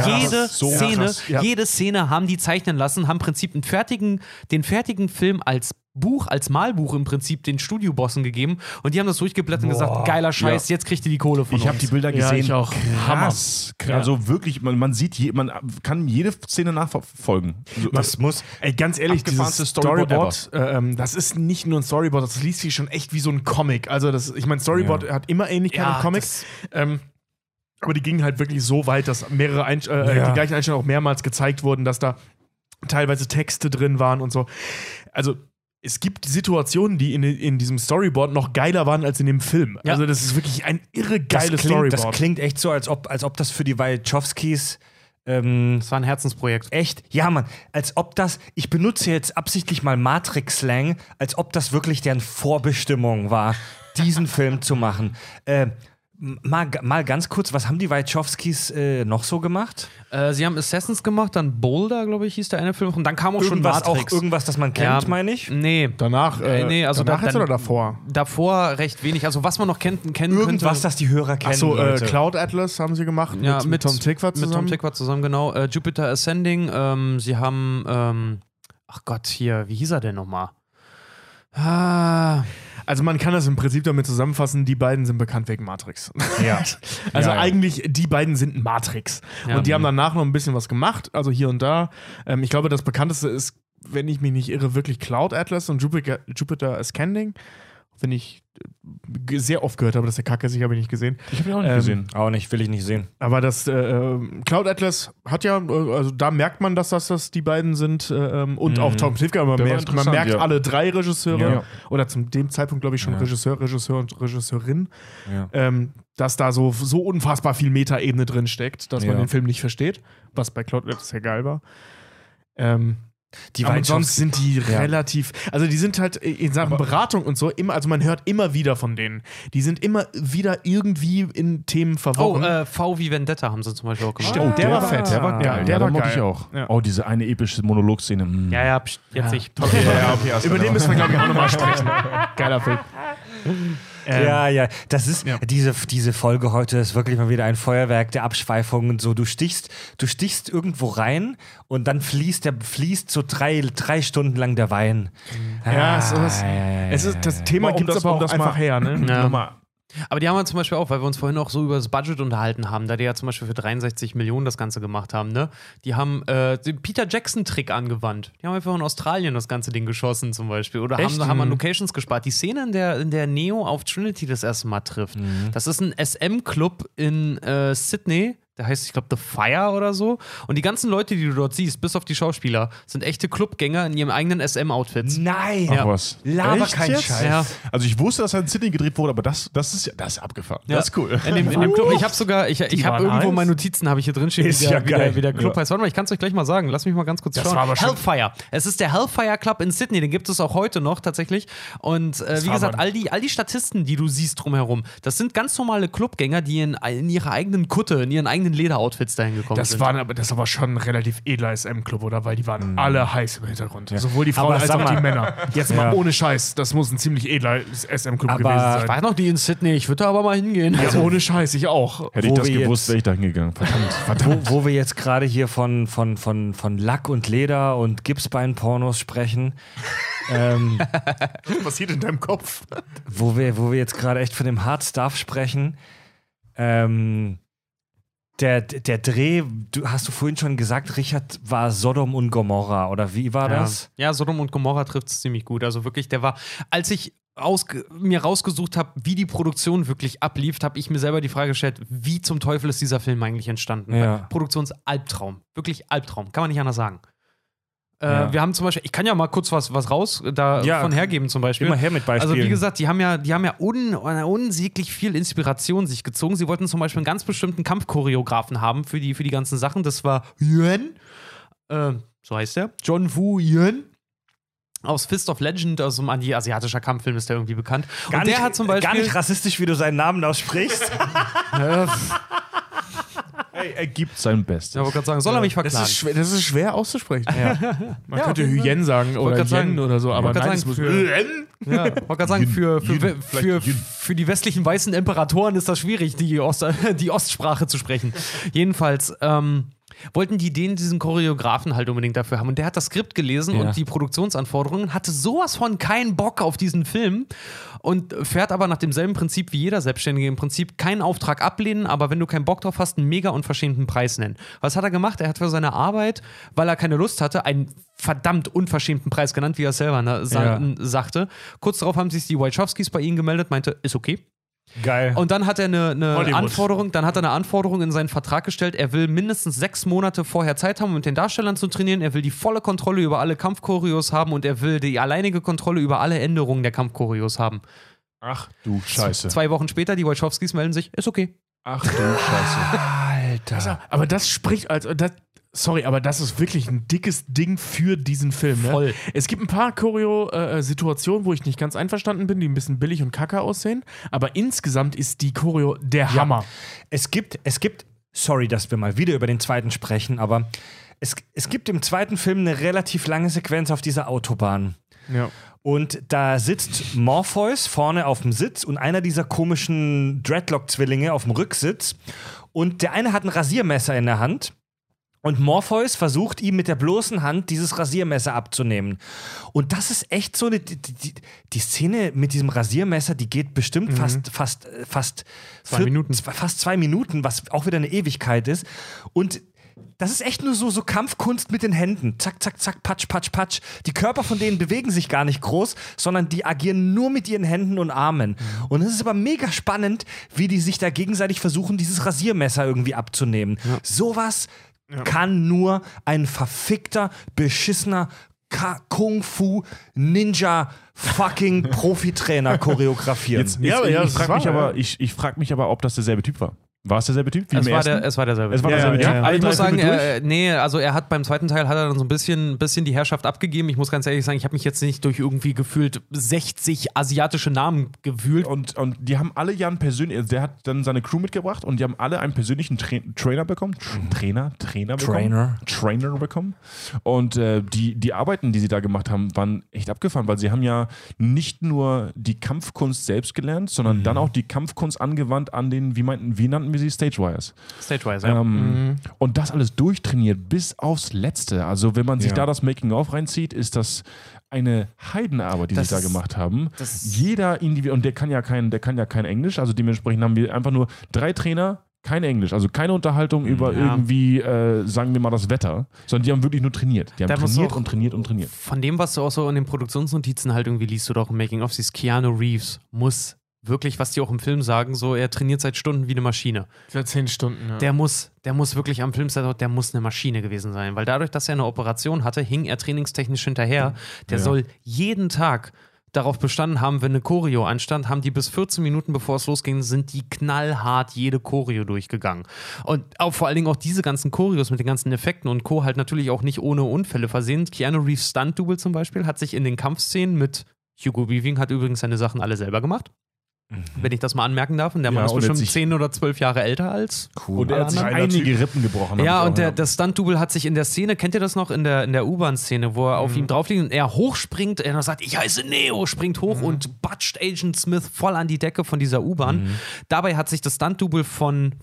jede Szene haben die zeichnen lassen, haben im Prinzip den fertigen Film als Malbuch im Prinzip den Studiobossen gegeben und die haben das durchgeblättert und gesagt, geiler Scheiß, jetzt kriegt ihr die Kohle von uns. Ich habe die Bilder gesehen. ich auch. Krass. Also wirklich, man sieht, man kann jede Szene nachverfolgen. Das muss. Ey, ganz ehrlich, dieses Abgefahrenste Storyboard Storyboard, das ist nicht nur ein Storyboard, das liest sich schon echt wie so ein Comic. Also ich meine, Storyboard hat immer Ähnlichkeit mit Comics. Aber die gingen halt wirklich so weit, dass die gleichen Einstellungen auch mehrmals gezeigt wurden, dass da teilweise Texte drin waren und so. Also es gibt Situationen, die in diesem Storyboard noch geiler waren als in dem Film. Ja. Also das ist wirklich ein irre geiles Das Storyboard. klingt echt so, als ob das für die Wachowskis Das war ein Herzensprojekt. echt, ja Mann, als ob das, ich benutze jetzt absichtlich mal Matrix-Slang, als ob das wirklich deren Vorbestimmung war, diesen Film zu machen. Mal ganz kurz, was haben die Wachowskis noch so gemacht? Sie haben Assassins gemacht, dann Boulder, glaube ich, hieß der eine Film. Und dann kam auch schon Irgendwas, Matrix. irgendwas, das man kennt, meine ich? Nee. Danach, also danach jetzt dann- oder davor? Davor recht wenig. Also was man noch kennen Irgendwas, könnte. das die Hörer kennen. Achso, Leute. Cloud Atlas haben sie gemacht Ja, mit Tom Tykwer zusammen. Mit Tom Tykwer zusammen, genau. Jupiter Ascending. Sie haben, ach Gott, hier, wie hieß er denn nochmal? Also man kann das im Prinzip damit zusammenfassen, die beiden sind bekannt wegen Matrix. Ja. Also Ja, ja. eigentlich, die beiden sind Matrix. Ja. Und die haben danach noch ein bisschen was gemacht, also hier und da. Ich glaube, das bekannteste ist, wenn ich mich nicht irre, wirklich Cloud Atlas und Jupiter Ascending. Wenn ich sehr oft gehört habe, dass der Kacke ist, ich habe ihn nicht gesehen. Ich habe ihn auch nicht gesehen. Auch nicht, will ich nicht sehen. Aber das Cloud Atlas hat ja, also da merkt man, dass das die beiden sind und auch Tom Tykwer. Man Der war merkt interessant, ja. alle 3 Regisseure Ja. oder zum dem Zeitpunkt, glaube ich, schon Ja. Regisseur und Regisseurin, Ja. dass da so unfassbar viel Metaebene drin steckt, dass man Ja. den Film nicht versteht, was bei Cloud Atlas sehr geil war. Aber sonst sind die relativ, also die sind halt in Sachen Beratung und so, also man hört immer wieder von denen. Die sind immer wieder irgendwie in Themen verworren. V wie Vendetta haben sie zum Beispiel auch gemacht. Stimmt, der war fett. Der war geil. Der war geil. ich auch. Ja. Oh, diese eine epische Monologszene. Ja, jetzt nicht. Okay, über den müssen wir, glaube ich, auch nochmal sprechen. Geiler Film. Ja, das ist diese Folge heute ist wirklich mal wieder ein Feuerwerk der Abschweifungen. So, du stichst irgendwo rein und dann fließt so drei Stunden lang der Wein. Das Thema gibt es aber auch einfach her, ne? Nochmal. Aber die haben wir zum Beispiel auch, weil wir uns vorhin auch so über das Budget unterhalten haben, da die ja zum Beispiel für 63 Millionen das Ganze gemacht haben, ne? Die haben den Peter Jackson-Trick angewandt. Die haben einfach in Australien das ganze Ding geschossen zum Beispiel. Oder haben an Locations gespart. Die Szene, in der Neo auf Trinity das erste Mal trifft, das ist ein SM-Club in Sydney. Der heißt, ich glaube, The Fire oder so. Und die ganzen Leute, die du dort siehst, bis auf die Schauspieler, sind echte Clubgänger in ihrem eigenen SM-Outfits. Nein! Ach was. Laber kein Scheiß. Ja. Also ich wusste, dass er in Sydney gedreht wurde, aber das ist abgefahren. Ja. Das ist cool. In dem Club, ich habe irgendwo meine Notizen, habe ich hier drin stehen, wie der Club heißt. Warte mal, ich kann es euch gleich mal sagen. Lass mich mal ganz kurz schauen. War aber Hellfire. Es ist der Hellfire Club in Sydney, den gibt es auch heute noch tatsächlich. Und wie gesagt, all die Statisten, die du siehst drumherum, das sind ganz normale Clubgänger, die in ihrer eigenen Kutte, in ihren eigenen Lederoutfits dahin gekommen sind. Das war schon ein relativ edler SM-Club, oder? Weil die waren alle heiß im Hintergrund. Ja. Sowohl die Frauen als auch die Männer. Jetzt mal ohne Scheiß, das muss ein ziemlich edler SM-Club gewesen sein. Ich war noch nie in Sydney, ich würde da aber mal hingehen. Ja, ohne Scheiß, ich auch. Hätte ich das gewusst, wäre ich da hingegangen. Verdammt. Wo wir jetzt gerade hier von Lack und Leder und Gipsbein-Pornos sprechen. Was passiert in deinem Kopf? Wo wir jetzt gerade echt von dem Hard Stuff sprechen. Der Dreh, hast du vorhin schon gesagt, Richard, war Sodom und Gomorra, oder wie war das? Ja, Sodom und Gomorra trifft es ziemlich gut. Also wirklich, der war, als ich mir rausgesucht habe, wie die Produktion wirklich ablief, habe ich mir selber die Frage gestellt, wie zum Teufel ist dieser Film eigentlich entstanden? Ja. Produktionsalbtraum. Wirklich Albtraum. Kann man nicht anders sagen. Wir haben zum Beispiel, ich kann ja mal kurz was davon hergeben zum Beispiel. Immer her mit Beispielen. Also wie gesagt, die haben ja unsäglich viel Inspiration sich gezogen. Sie wollten zum Beispiel einen ganz bestimmten Kampfchoreografen haben für die ganzen Sachen. Das war Yuan, so heißt der, John Woo Yuan. Aus Fist of Legend, aus einem asiatischer Kampffilm ist der irgendwie bekannt. Gar nicht rassistisch, wie du seinen Namen aussprichst. Er gibt sein Bestes. Ja, wollte gerade sagen, soll er mich verklagen? Das ist schwer auszusprechen. Ja. Man könnte Hyen sagen oder Yen oder so, aber nein, es muss wollte gerade sagen, für die westlichen weißen Imperatoren ist das schwierig, die Ostsprache zu sprechen. Jedenfalls wollten die diesen Choreografen halt unbedingt dafür haben. Und der hat das Skript gelesen und die Produktionsanforderungen, hatte sowas von keinen Bock auf diesen Film und fährt aber nach demselben Prinzip wie jeder Selbstständige im Prinzip keinen Auftrag ablehnen, aber wenn du keinen Bock drauf hast, einen mega unverschämten Preis nennen. Was hat er gemacht? Er hat für seine Arbeit, weil er keine Lust hatte, einen verdammt unverschämten Preis genannt, wie er selber sagte. Kurz darauf haben sich die Wachowskis bei ihm gemeldet, meinte, ist okay. Geil. Und dann hat er eine Anforderung in seinen Vertrag gestellt. Er will mindestens 6 Monate vorher Zeit haben, um mit den Darstellern zu trainieren. Er will die volle Kontrolle über alle Kampfchoreos haben und er will die alleinige Kontrolle über alle Änderungen der Kampfchoreos haben. Ach du Scheiße. 2 Wochen später, die Wachowskis melden sich, ist okay. Ach du Scheiße. Alter. Aber das spricht aber das ist wirklich ein dickes Ding für diesen Film. Ne? Voll. Es gibt ein paar Choreo-Situationen, wo ich nicht ganz einverstanden bin, die ein bisschen billig und kacke aussehen. Aber insgesamt ist die Choreo der Hammer. Es gibt, sorry, dass wir mal wieder über den zweiten sprechen, aber es gibt im zweiten Film eine relativ lange Sequenz auf dieser Autobahn. Ja. Und da sitzt Morpheus vorne auf dem Sitz und einer dieser komischen Dreadlock-Zwillinge auf dem Rücksitz. Und der eine hat ein Rasiermesser in der Hand. Und Morpheus versucht ihm mit der bloßen Hand dieses Rasiermesser abzunehmen. Und das ist echt so die Szene mit diesem Rasiermesser, die geht bestimmt fast 2 Minuten. Fast 2 Minuten, was auch wieder eine Ewigkeit ist. Und das ist echt nur so Kampfkunst mit den Händen. Zack, zack, zack, patsch, patsch, patsch. Die Körper von denen bewegen sich gar nicht groß, sondern die agieren nur mit ihren Händen und Armen. Und es ist aber mega spannend, wie die sich da gegenseitig versuchen, dieses Rasiermesser irgendwie abzunehmen. Ja. Sowas kann nur ein verfickter, beschissener Kung-Fu-Ninja fucking Profitrainer choreografieren. Ich frage mich aber, ob das derselbe Typ war. War es derselbe Typ wie im ersten? Es war derselbe. Es war Typ. derselbe ja, Typ. ja. Aber ich muss sagen, Filme also er hat beim zweiten Teil hat er dann so ein bisschen die Herrschaft abgegeben. Ich muss ganz ehrlich sagen, ich habe mich jetzt nicht durch irgendwie gefühlt 60 asiatische Namen gewühlt. Und die haben alle ja einen persönlichen, der hat dann seine Crew mitgebracht und die haben alle einen persönlichen Trainer bekommen. Trainer bekommen. Und die Arbeiten, die sie da gemacht haben, waren echt abgefahren, weil sie haben ja nicht nur die Kampfkunst selbst gelernt, sondern dann auch die Kampfkunst angewandt an den, wie nannten wir sie? Stagewires. Stagewise, ja. Und das alles durchtrainiert bis aufs Letzte. Also wenn man sich da das Making-of reinzieht, ist das eine Heidenarbeit, die sie da gemacht haben. Jeder individuell, und der kann ja kein Englisch, also dementsprechend haben wir einfach nur 3 Trainer, kein Englisch, also keine Unterhaltung über irgendwie, sagen wir mal, das Wetter, sondern die haben wirklich nur trainiert. Die haben trainiert und trainiert. Von dem, was du auch so in den Produktionsnotizen halt irgendwie liest oder auch im Making-of siehst, Keanu Reeves muss wirklich, was die auch im Film sagen, so, er trainiert seit Stunden wie eine Maschine. Seit 10 Stunden, ja. Der muss wirklich am Filmset, der muss eine Maschine gewesen sein, weil dadurch, dass er eine Operation hatte, hing er trainingstechnisch hinterher. Der soll jeden Tag darauf bestanden haben, wenn eine Choreo anstand, haben die bis 14 Minuten, bevor es losging, sind die knallhart jede Choreo durchgegangen. Und auch vor allen Dingen auch diese ganzen Choreos mit den ganzen Effekten und Co. halt natürlich auch nicht ohne Unfälle versehen. Keanu Reeves Stunt-Double zum Beispiel hat sich in den Kampfszenen mit Hugo Weaving, hat übrigens seine Sachen alle selber gemacht. Wenn ich das mal anmerken darf. Und der Mann ist bestimmt 10 oder 12 Jahre älter als. Cool. Und er hat sich einige Rippen gebrochen. Ja, und der Stunt-Double hat sich in der Szene, kennt ihr das noch, in der U-Bahn-Szene, wo er auf ihm drauf liegt und er hochspringt, er sagt, ich heiße Neo, springt hoch und batscht Agent Smith voll an die Decke von dieser U-Bahn. Dabei hat sich das Stunt-Double von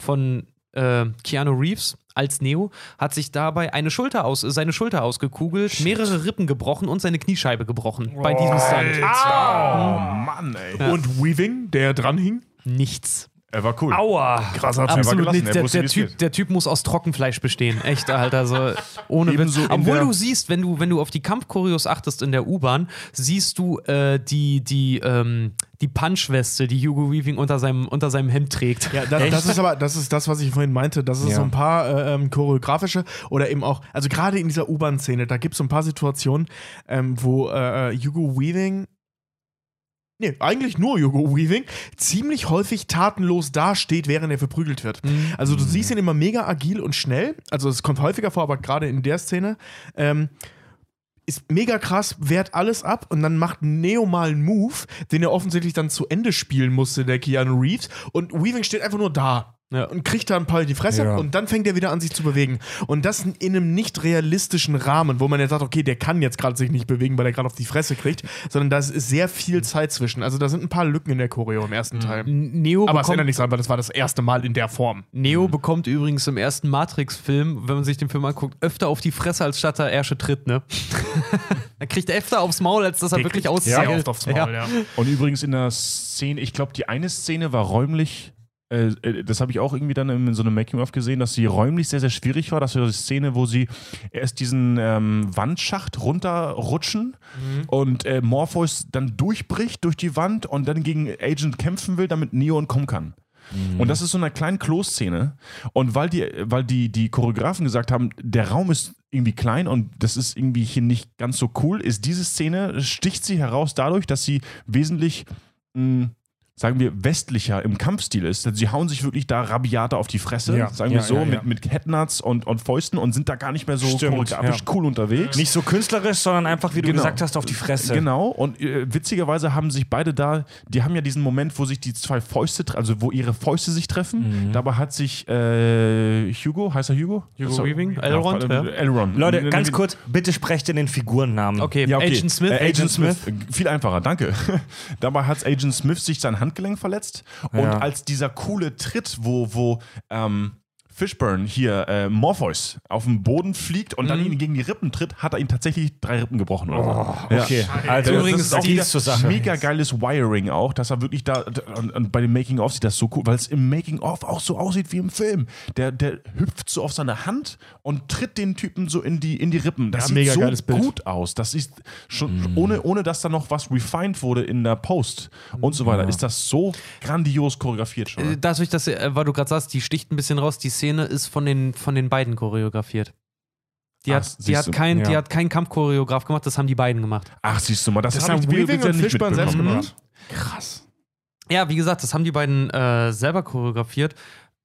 Keanu Reeves als Neo, hat sich dabei seine Schulter ausgekugelt, mehrere Rippen gebrochen und seine Kniescheibe gebrochen bei diesem Stunt. Oh, Mann, ey. Ja. Und Weaving, der dran hing? Nichts. Er war cool. Aua! Krasser Typ. Absolut nicht. Der Typ muss aus Trockenfleisch bestehen. Echt, Alter. Also ohne Witz. Obwohl du siehst, wenn du auf die Kampfchoreos achtest in der U-Bahn, siehst du die Punchweste, die Hugo Weaving unter seinem Hemd trägt. Ja, das ist das, was ich vorhin meinte. Das ist so ein paar choreografische oder eben auch, also gerade in dieser U-Bahn-Szene, da gibt es so ein paar Situationen, wo Hugo Weaving eigentlich nur Hugo Weaving, ziemlich häufig tatenlos dasteht, während er verprügelt wird. Also du siehst ihn immer mega agil und schnell, also es kommt häufiger vor, aber gerade in der Szene ist mega krass, wehrt alles ab und dann macht Neo mal einen Move, den er offensichtlich dann zu Ende spielen musste, der Keanu Reeves, und Weaving steht einfach nur da. Ja, und kriegt da ein paar in die Fresse und dann fängt er wieder an, sich zu bewegen. Und das in einem nicht realistischen Rahmen, wo man jetzt sagt, okay, der kann jetzt gerade sich nicht bewegen, weil er gerade auf die Fresse kriegt, sondern da ist sehr viel Zeit zwischen. Also da sind ein paar Lücken in der Choreo im ersten Teil. Aber es ändert nichts dran, weil das war das erste Mal in der Form. Neo bekommt übrigens im ersten Matrix-Film, wenn man sich den Film anguckt, öfter auf die Fresse, als statt er Ärsche tritt, ne? Er kriegt öfter aufs Maul, als dass er wirklich aussieht. Ja, oft aufs Maul, ja. Und übrigens in der Szene, ich glaube, die eine Szene war räumlich, das habe ich auch irgendwie dann in so einem Making-of gesehen, dass sie räumlich sehr, sehr schwierig war. Das war die Szene, wo sie erst diesen Wandschacht runterrutschen und Morpheus dann durchbricht durch die Wand und dann gegen Agent kämpfen will, damit Neo entkommen kann. Und das ist so eine kleine Klo-Szene. Und weil die Choreografen gesagt haben, der Raum ist irgendwie klein und das ist irgendwie hier nicht ganz so cool, ist diese Szene, sticht sie heraus dadurch, dass sie wesentlich sagen wir, westlicher im Kampfstil ist. Sie hauen sich wirklich da rabiater auf die Fresse, sagen wir so, mit Headnuts und Fäusten und sind da gar nicht mehr so choreografisch cool unterwegs. Nicht so künstlerisch, sondern einfach, wie du gesagt hast, auf die Fresse. Genau, und witzigerweise haben sich beide die haben ja diesen Moment, wo sich die zwei Fäuste, also wo ihre Fäuste sich treffen. Dabei hat sich Hugo, heißt er Hugo? Hugo Weaving? Elrond. Leute, ganz kurz, bitte sprecht in den Figurennamen. Okay, Agent Smith. Agent Smith. Viel einfacher, danke. Dabei hat Agent Smith sich sein Handgelenk verletzt und als dieser coole Tritt, wo Fishburne hier Morpheus auf den Boden fliegt und dann ihn gegen die Rippen tritt, hat er ihm tatsächlich 3 Rippen gebrochen oder so. Okay, also übrigens das ist auch mega geiles Wiring auch, dass er wirklich da und bei dem Making-of sieht das so cool, weil es im Making-of auch so aussieht wie im Film. Der hüpft so auf seine Hand und tritt den Typen so in die Rippen. Das sieht mega so geiles Bild. gut aus. Das ist schon ohne dass da noch was refined wurde in der Post und so weiter, ist das so grandios choreografiert schon. Dadurch, dass, weil du gerade sagst, die sticht ein bisschen raus, die Szene ist von den beiden choreografiert. Die hat kein Kampfchoreograf gemacht, das haben die beiden gemacht. Ach, siehst du mal, das haben ich Weaving und Fishburne selbst gemacht. Krass. Ja, wie gesagt, das haben die beiden selber choreografiert.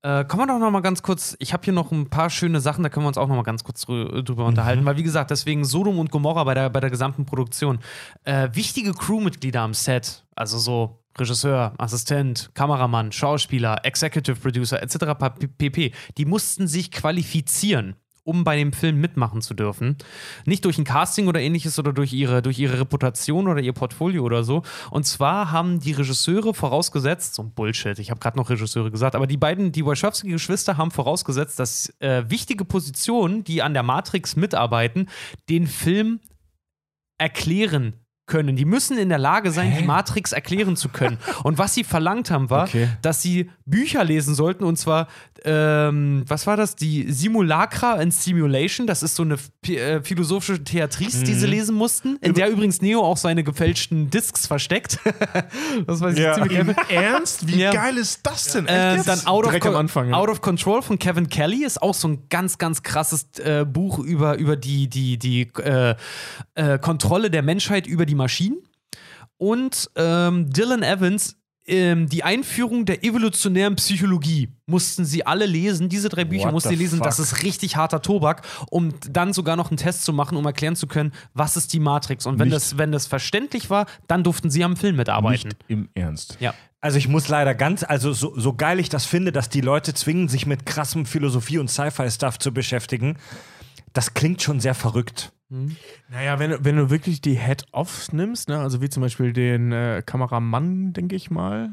Kommen wir doch noch mal ganz kurz, ich habe hier noch ein paar schöne Sachen, da können wir uns auch noch mal ganz kurz drüber unterhalten, weil wie gesagt, deswegen Sodom und Gomorra bei der gesamten Produktion. Wichtige Crewmitglieder am Set, also so Regisseur, Assistent, Kameramann, Schauspieler, Executive Producer etc. pp. Die mussten sich qualifizieren, um bei dem Film mitmachen zu dürfen. Nicht durch ein Casting oder ähnliches oder durch ihre Reputation oder ihr Portfolio oder so. Und zwar haben die Regisseure vorausgesetzt, so ein Bullshit, ich habe gerade noch Regisseure gesagt, aber die Wachowski-Geschwister haben vorausgesetzt, dass wichtige Positionen, die an der Matrix mitarbeiten, den Film erklären können. Die müssen in der Lage sein, die Matrix erklären zu können. Und was sie verlangt haben, war, dass sie Bücher lesen sollten, und zwar, was war das? Die Simulacra and Simulation. Das ist so eine philosophische Theatris, die sie lesen mussten, in der übrigens Neo auch seine gefälschten Discs versteckt. Das weiß ich ziemlich geil. Ernst? Wie geil ist das denn? Dann Out of Control von Kevin Kelly ist auch so ein ganz, ganz krasses Buch über die Kontrolle der Menschheit über die Maschinen. Und Dylan Evans, die Einführung der evolutionären Psychologie mussten sie alle lesen. Diese 3 Bücher mussten sie lesen. Das ist richtig harter Tobak, um dann sogar noch einen Test zu machen, um erklären zu können, was ist die Matrix. Und wenn das verständlich war, dann durften sie am Film mitarbeiten. Nicht im Ernst. Ja. Also ich muss leider so geil ich das finde, dass die Leute zwingen, sich mit krassem Philosophie- und Sci-Fi-Stuff zu beschäftigen, das klingt schon sehr verrückt. Naja, wenn du wirklich die Head-Offs nimmst, ne, also wie zum Beispiel den Kameramann, denke ich mal,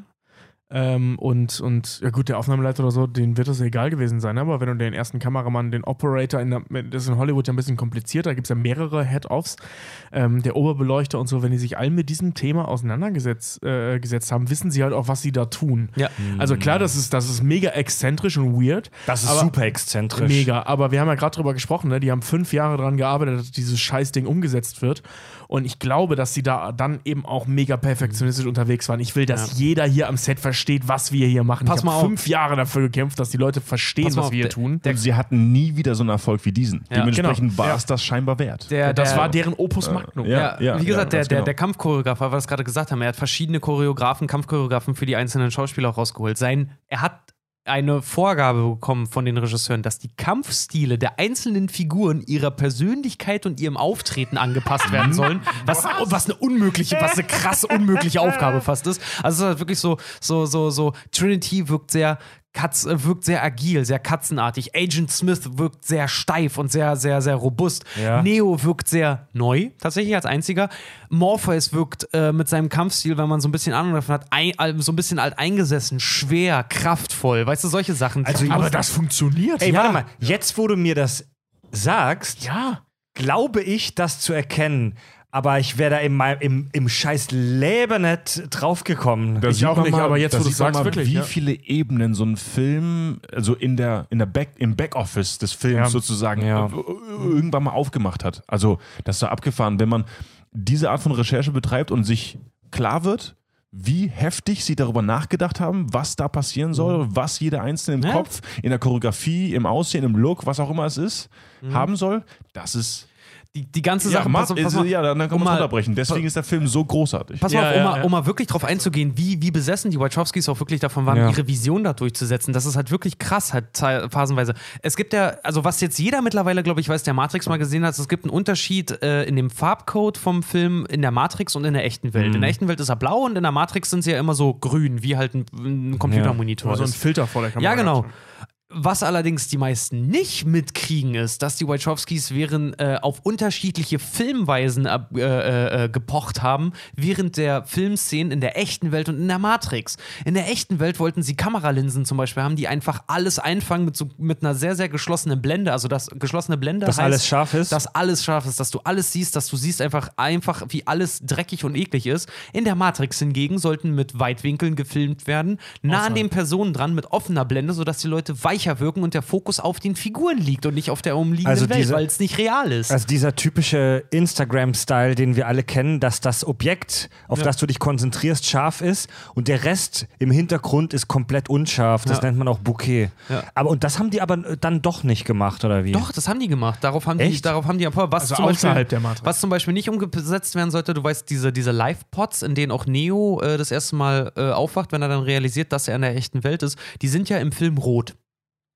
und ja gut, der Aufnahmeleiter oder so, denen wird das egal gewesen sein, aber wenn du den ersten Kameramann, den Operator, das ist in Hollywood ja ein bisschen kompliziert, da gibt es ja mehrere Head-Offs, der Oberbeleuchter und so, wenn die sich alle mit diesem Thema auseinandergesetzt haben, wissen sie halt auch, was sie da tun. Ja. Also klar, das ist mega exzentrisch und weird. Das ist super exzentrisch. Mega, aber wir haben ja gerade drüber gesprochen, ne? Die haben 5 Jahre daran gearbeitet, dass dieses Scheißding umgesetzt wird. Und ich glaube, dass sie da dann eben auch mega perfektionistisch unterwegs waren. Ich will, dass jeder hier am Set versteht, was wir hier machen. Pass ich mal habe auf. 5 Jahre dafür gekämpft, dass die Leute verstehen, was wir hier tun. Und sie hatten nie wieder so einen Erfolg wie diesen. Ja, Dementsprechend war es das scheinbar wert. Das war deren Opus Magnum. Wie gesagt, ganz genau. der Kampfchoreograf, weil wir das gerade gesagt haben, er hat verschiedene Kampfchoreografen für die einzelnen Schauspieler auch rausgeholt. Er hat eine Vorgabe bekommen von den Regisseuren, dass die Kampfstile der einzelnen Figuren ihrer Persönlichkeit und ihrem Auftreten angepasst werden sollen, was eine krass unmögliche Aufgabe fast ist. Also es ist halt wirklich so Trinity wirkt sehr agil, sehr katzenartig. Agent Smith wirkt sehr steif und sehr, sehr, sehr robust. Ja. Neo wirkt sehr neu, tatsächlich als einziger. Morpheus wirkt mit seinem Kampfstil, wenn man so ein bisschen Ahnung davon hat, so ein bisschen alteingesessen, schwer, kraftvoll. Weißt du, solche Sachen. Also, Aber das funktioniert. Ey, warte mal, jetzt wo du mir das sagst, Ja. glaube ich, das zu erkennen. Aber ich wäre da im scheiß Leben nicht draufgekommen. Da Ich sieht auch man nicht, aber jetzt, da wo du sieht man sagst, mal, wirklich, wie ja. viele Ebenen so ein Film, also im Backoffice des Films Ja. sozusagen, Ja. irgendwann mal aufgemacht hat. Also, das ist so abgefahren, wenn man diese Art von Recherche betreibt und sich klar wird, wie heftig sie darüber nachgedacht haben, was da passieren soll, was jeder Einzelne im Kopf, in der Choreografie, im Aussehen, im Look, was auch immer es ist, haben soll. Das ist Die ganze Sache, dann kann man es unterbrechen. Deswegen ist der Film so großartig. Pass mal auf, um mal wirklich drauf einzugehen, wie besessen die Wachowskis auch wirklich davon waren, ihre Vision da durchzusetzen. Das ist halt wirklich krass, halt phasenweise. Es gibt ja, also was jetzt jeder mittlerweile, glaube ich, weiß, der Matrix mal gesehen hat, es gibt einen Unterschied in dem Farbcode vom Film in der Matrix und in der echten Welt. In der echten Welt ist er blau und in der Matrix sind sie ja immer so grün, wie halt ein Computermonitor So ein ist. Filter vor der Kamera. Ja, genau. Was allerdings die meisten nicht mitkriegen, ist, dass die Wachowskis auf unterschiedliche Filmweisen gepocht haben, während der Filmszenen in der echten Welt und in der Matrix. In der echten Welt wollten sie Kameralinsen zum Beispiel haben, die einfach alles einfangen mit einer sehr, sehr geschlossenen Blende. Also das geschlossene Blende Dass heißt, alles scharf ist? Dass alles scharf ist, dass du alles siehst, dass du siehst einfach, wie alles dreckig und eklig ist. In der Matrix hingegen sollten mit Weitwinkeln gefilmt werden, nah an den Personen dran, mit offener Blende, sodass die Leute weicher wirken und der Fokus auf den Figuren liegt und nicht auf der umliegenden Welt, weil es nicht real ist. Also dieser typische Instagram-Style, den wir alle kennen, dass das Objekt, auf das du dich konzentrierst, scharf ist und der Rest im Hintergrund ist komplett unscharf. Das nennt man auch Bokeh. Ja. Und das haben die aber dann doch nicht gemacht, oder wie? Doch, das haben die gemacht. Darauf haben Echt? die was Also außerhalb der Matrix. Was zum Beispiel nicht umgesetzt werden sollte, du weißt, diese Live-Pods, in denen auch Neo das erste Mal aufwacht, wenn er dann realisiert, dass er in der echten Welt ist, die sind ja im Film rot.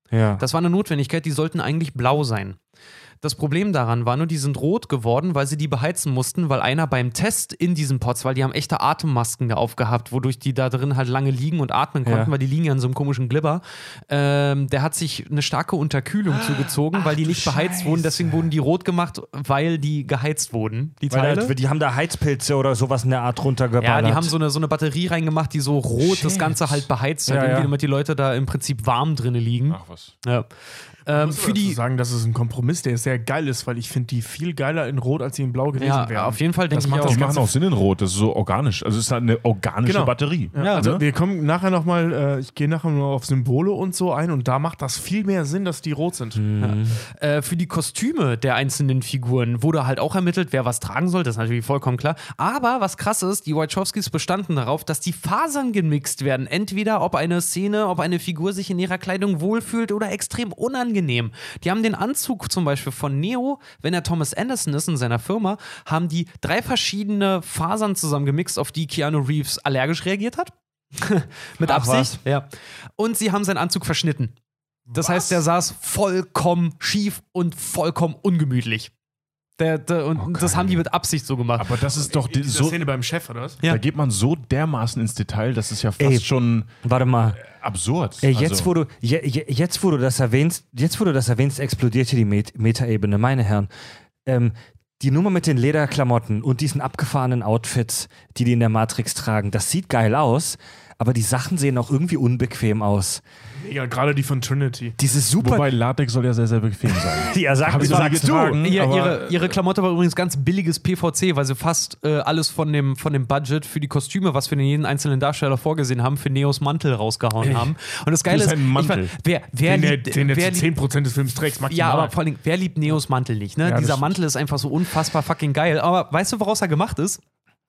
Ja. Das war eine Notwendigkeit, die sollten eigentlich blau sein. Das Problem daran war nur, die sind rot geworden, weil sie die beheizen mussten, weil einer beim Test in diesen Pots, weil die haben echte Atemmasken da aufgehabt, wodurch die da drin halt lange liegen und atmen konnten, weil die liegen ja in so einem komischen Glibber. Der hat sich eine starke Unterkühlung zugezogen, weil die nicht beheizt wurden, deswegen wurden die rot gemacht, weil die geheizt wurden, die Teile. Die haben da Heizpilze oder sowas in der Art runtergeballert. Ja, die haben so eine Batterie reingemacht, die so rot das Ganze halt beheizt hat, irgendwie, damit die Leute da im Prinzip warm drin liegen. Ach was. Ja. Für die sagen, dass es ein Kompromiss, der sehr geil ist, weil ich finde die viel geiler in Rot, als sie in Blau gewesen wären. Ja, auf jeden Fall denke ich auch. Die machen auch Sinn in Rot, das ist so organisch. Also es ist halt eine organische Batterie. Ja, also wir kommen nachher nochmal, ich gehe nachher noch auf Symbole und so ein und da macht das viel mehr Sinn, dass die rot sind. Für die Kostüme der einzelnen Figuren wurde halt auch ermittelt, wer was tragen soll, das ist natürlich vollkommen klar. Aber was krass ist, die Wachowskis bestanden darauf, dass die Fasern gemixt werden. Entweder ob eine Szene, ob eine Figur sich in ihrer Kleidung wohlfühlt oder extrem unangenehm. Die haben den Anzug zum Beispiel von Neo, wenn er Thomas Anderson ist in seiner Firma, haben die 3 verschiedene Fasern zusammengemixt, auf die Keanu Reeves allergisch reagiert hat. Mit Absicht. Ja. Und sie haben seinen Anzug verschnitten. Das heißt, der saß vollkommen schief und vollkommen ungemütlich. Das haben die mit Absicht so gemacht. Aber das ist doch Diese Szene beim Chef, oder was? Ja. Da geht man so dermaßen ins Detail, das ist ja fast schon Warte mal. absurd. Jetzt, wo du das erwähnst, explodiert hier die Metaebene, meine Herren. Die Nummer mit den Lederklamotten und diesen abgefahrenen Outfits, die in der Matrix tragen, das sieht geil aus, aber die Sachen sehen auch irgendwie unbequem aus. Ja, gerade die von Trinity. Dieses super. Wobei Latex soll ja sehr, sehr bequem sein. Ja, Hab sagst du. Ihre Klamotte war übrigens ganz billiges PVC, weil sie fast alles von dem Budget für die Kostüme, was wir in jeden einzelnen Darsteller vorgesehen haben, für Neos Mantel rausgehauen haben. Und das Geile ist, ein Mantel. wer Den liebt, der wer zu 10% des Films trägt, maximal. ja, aber vor allem, wer liebt Neos Mantel nicht? Ne? Ja, Dieser das Mantel ist einfach so unfassbar fucking geil. Aber weißt du, woraus er gemacht ist?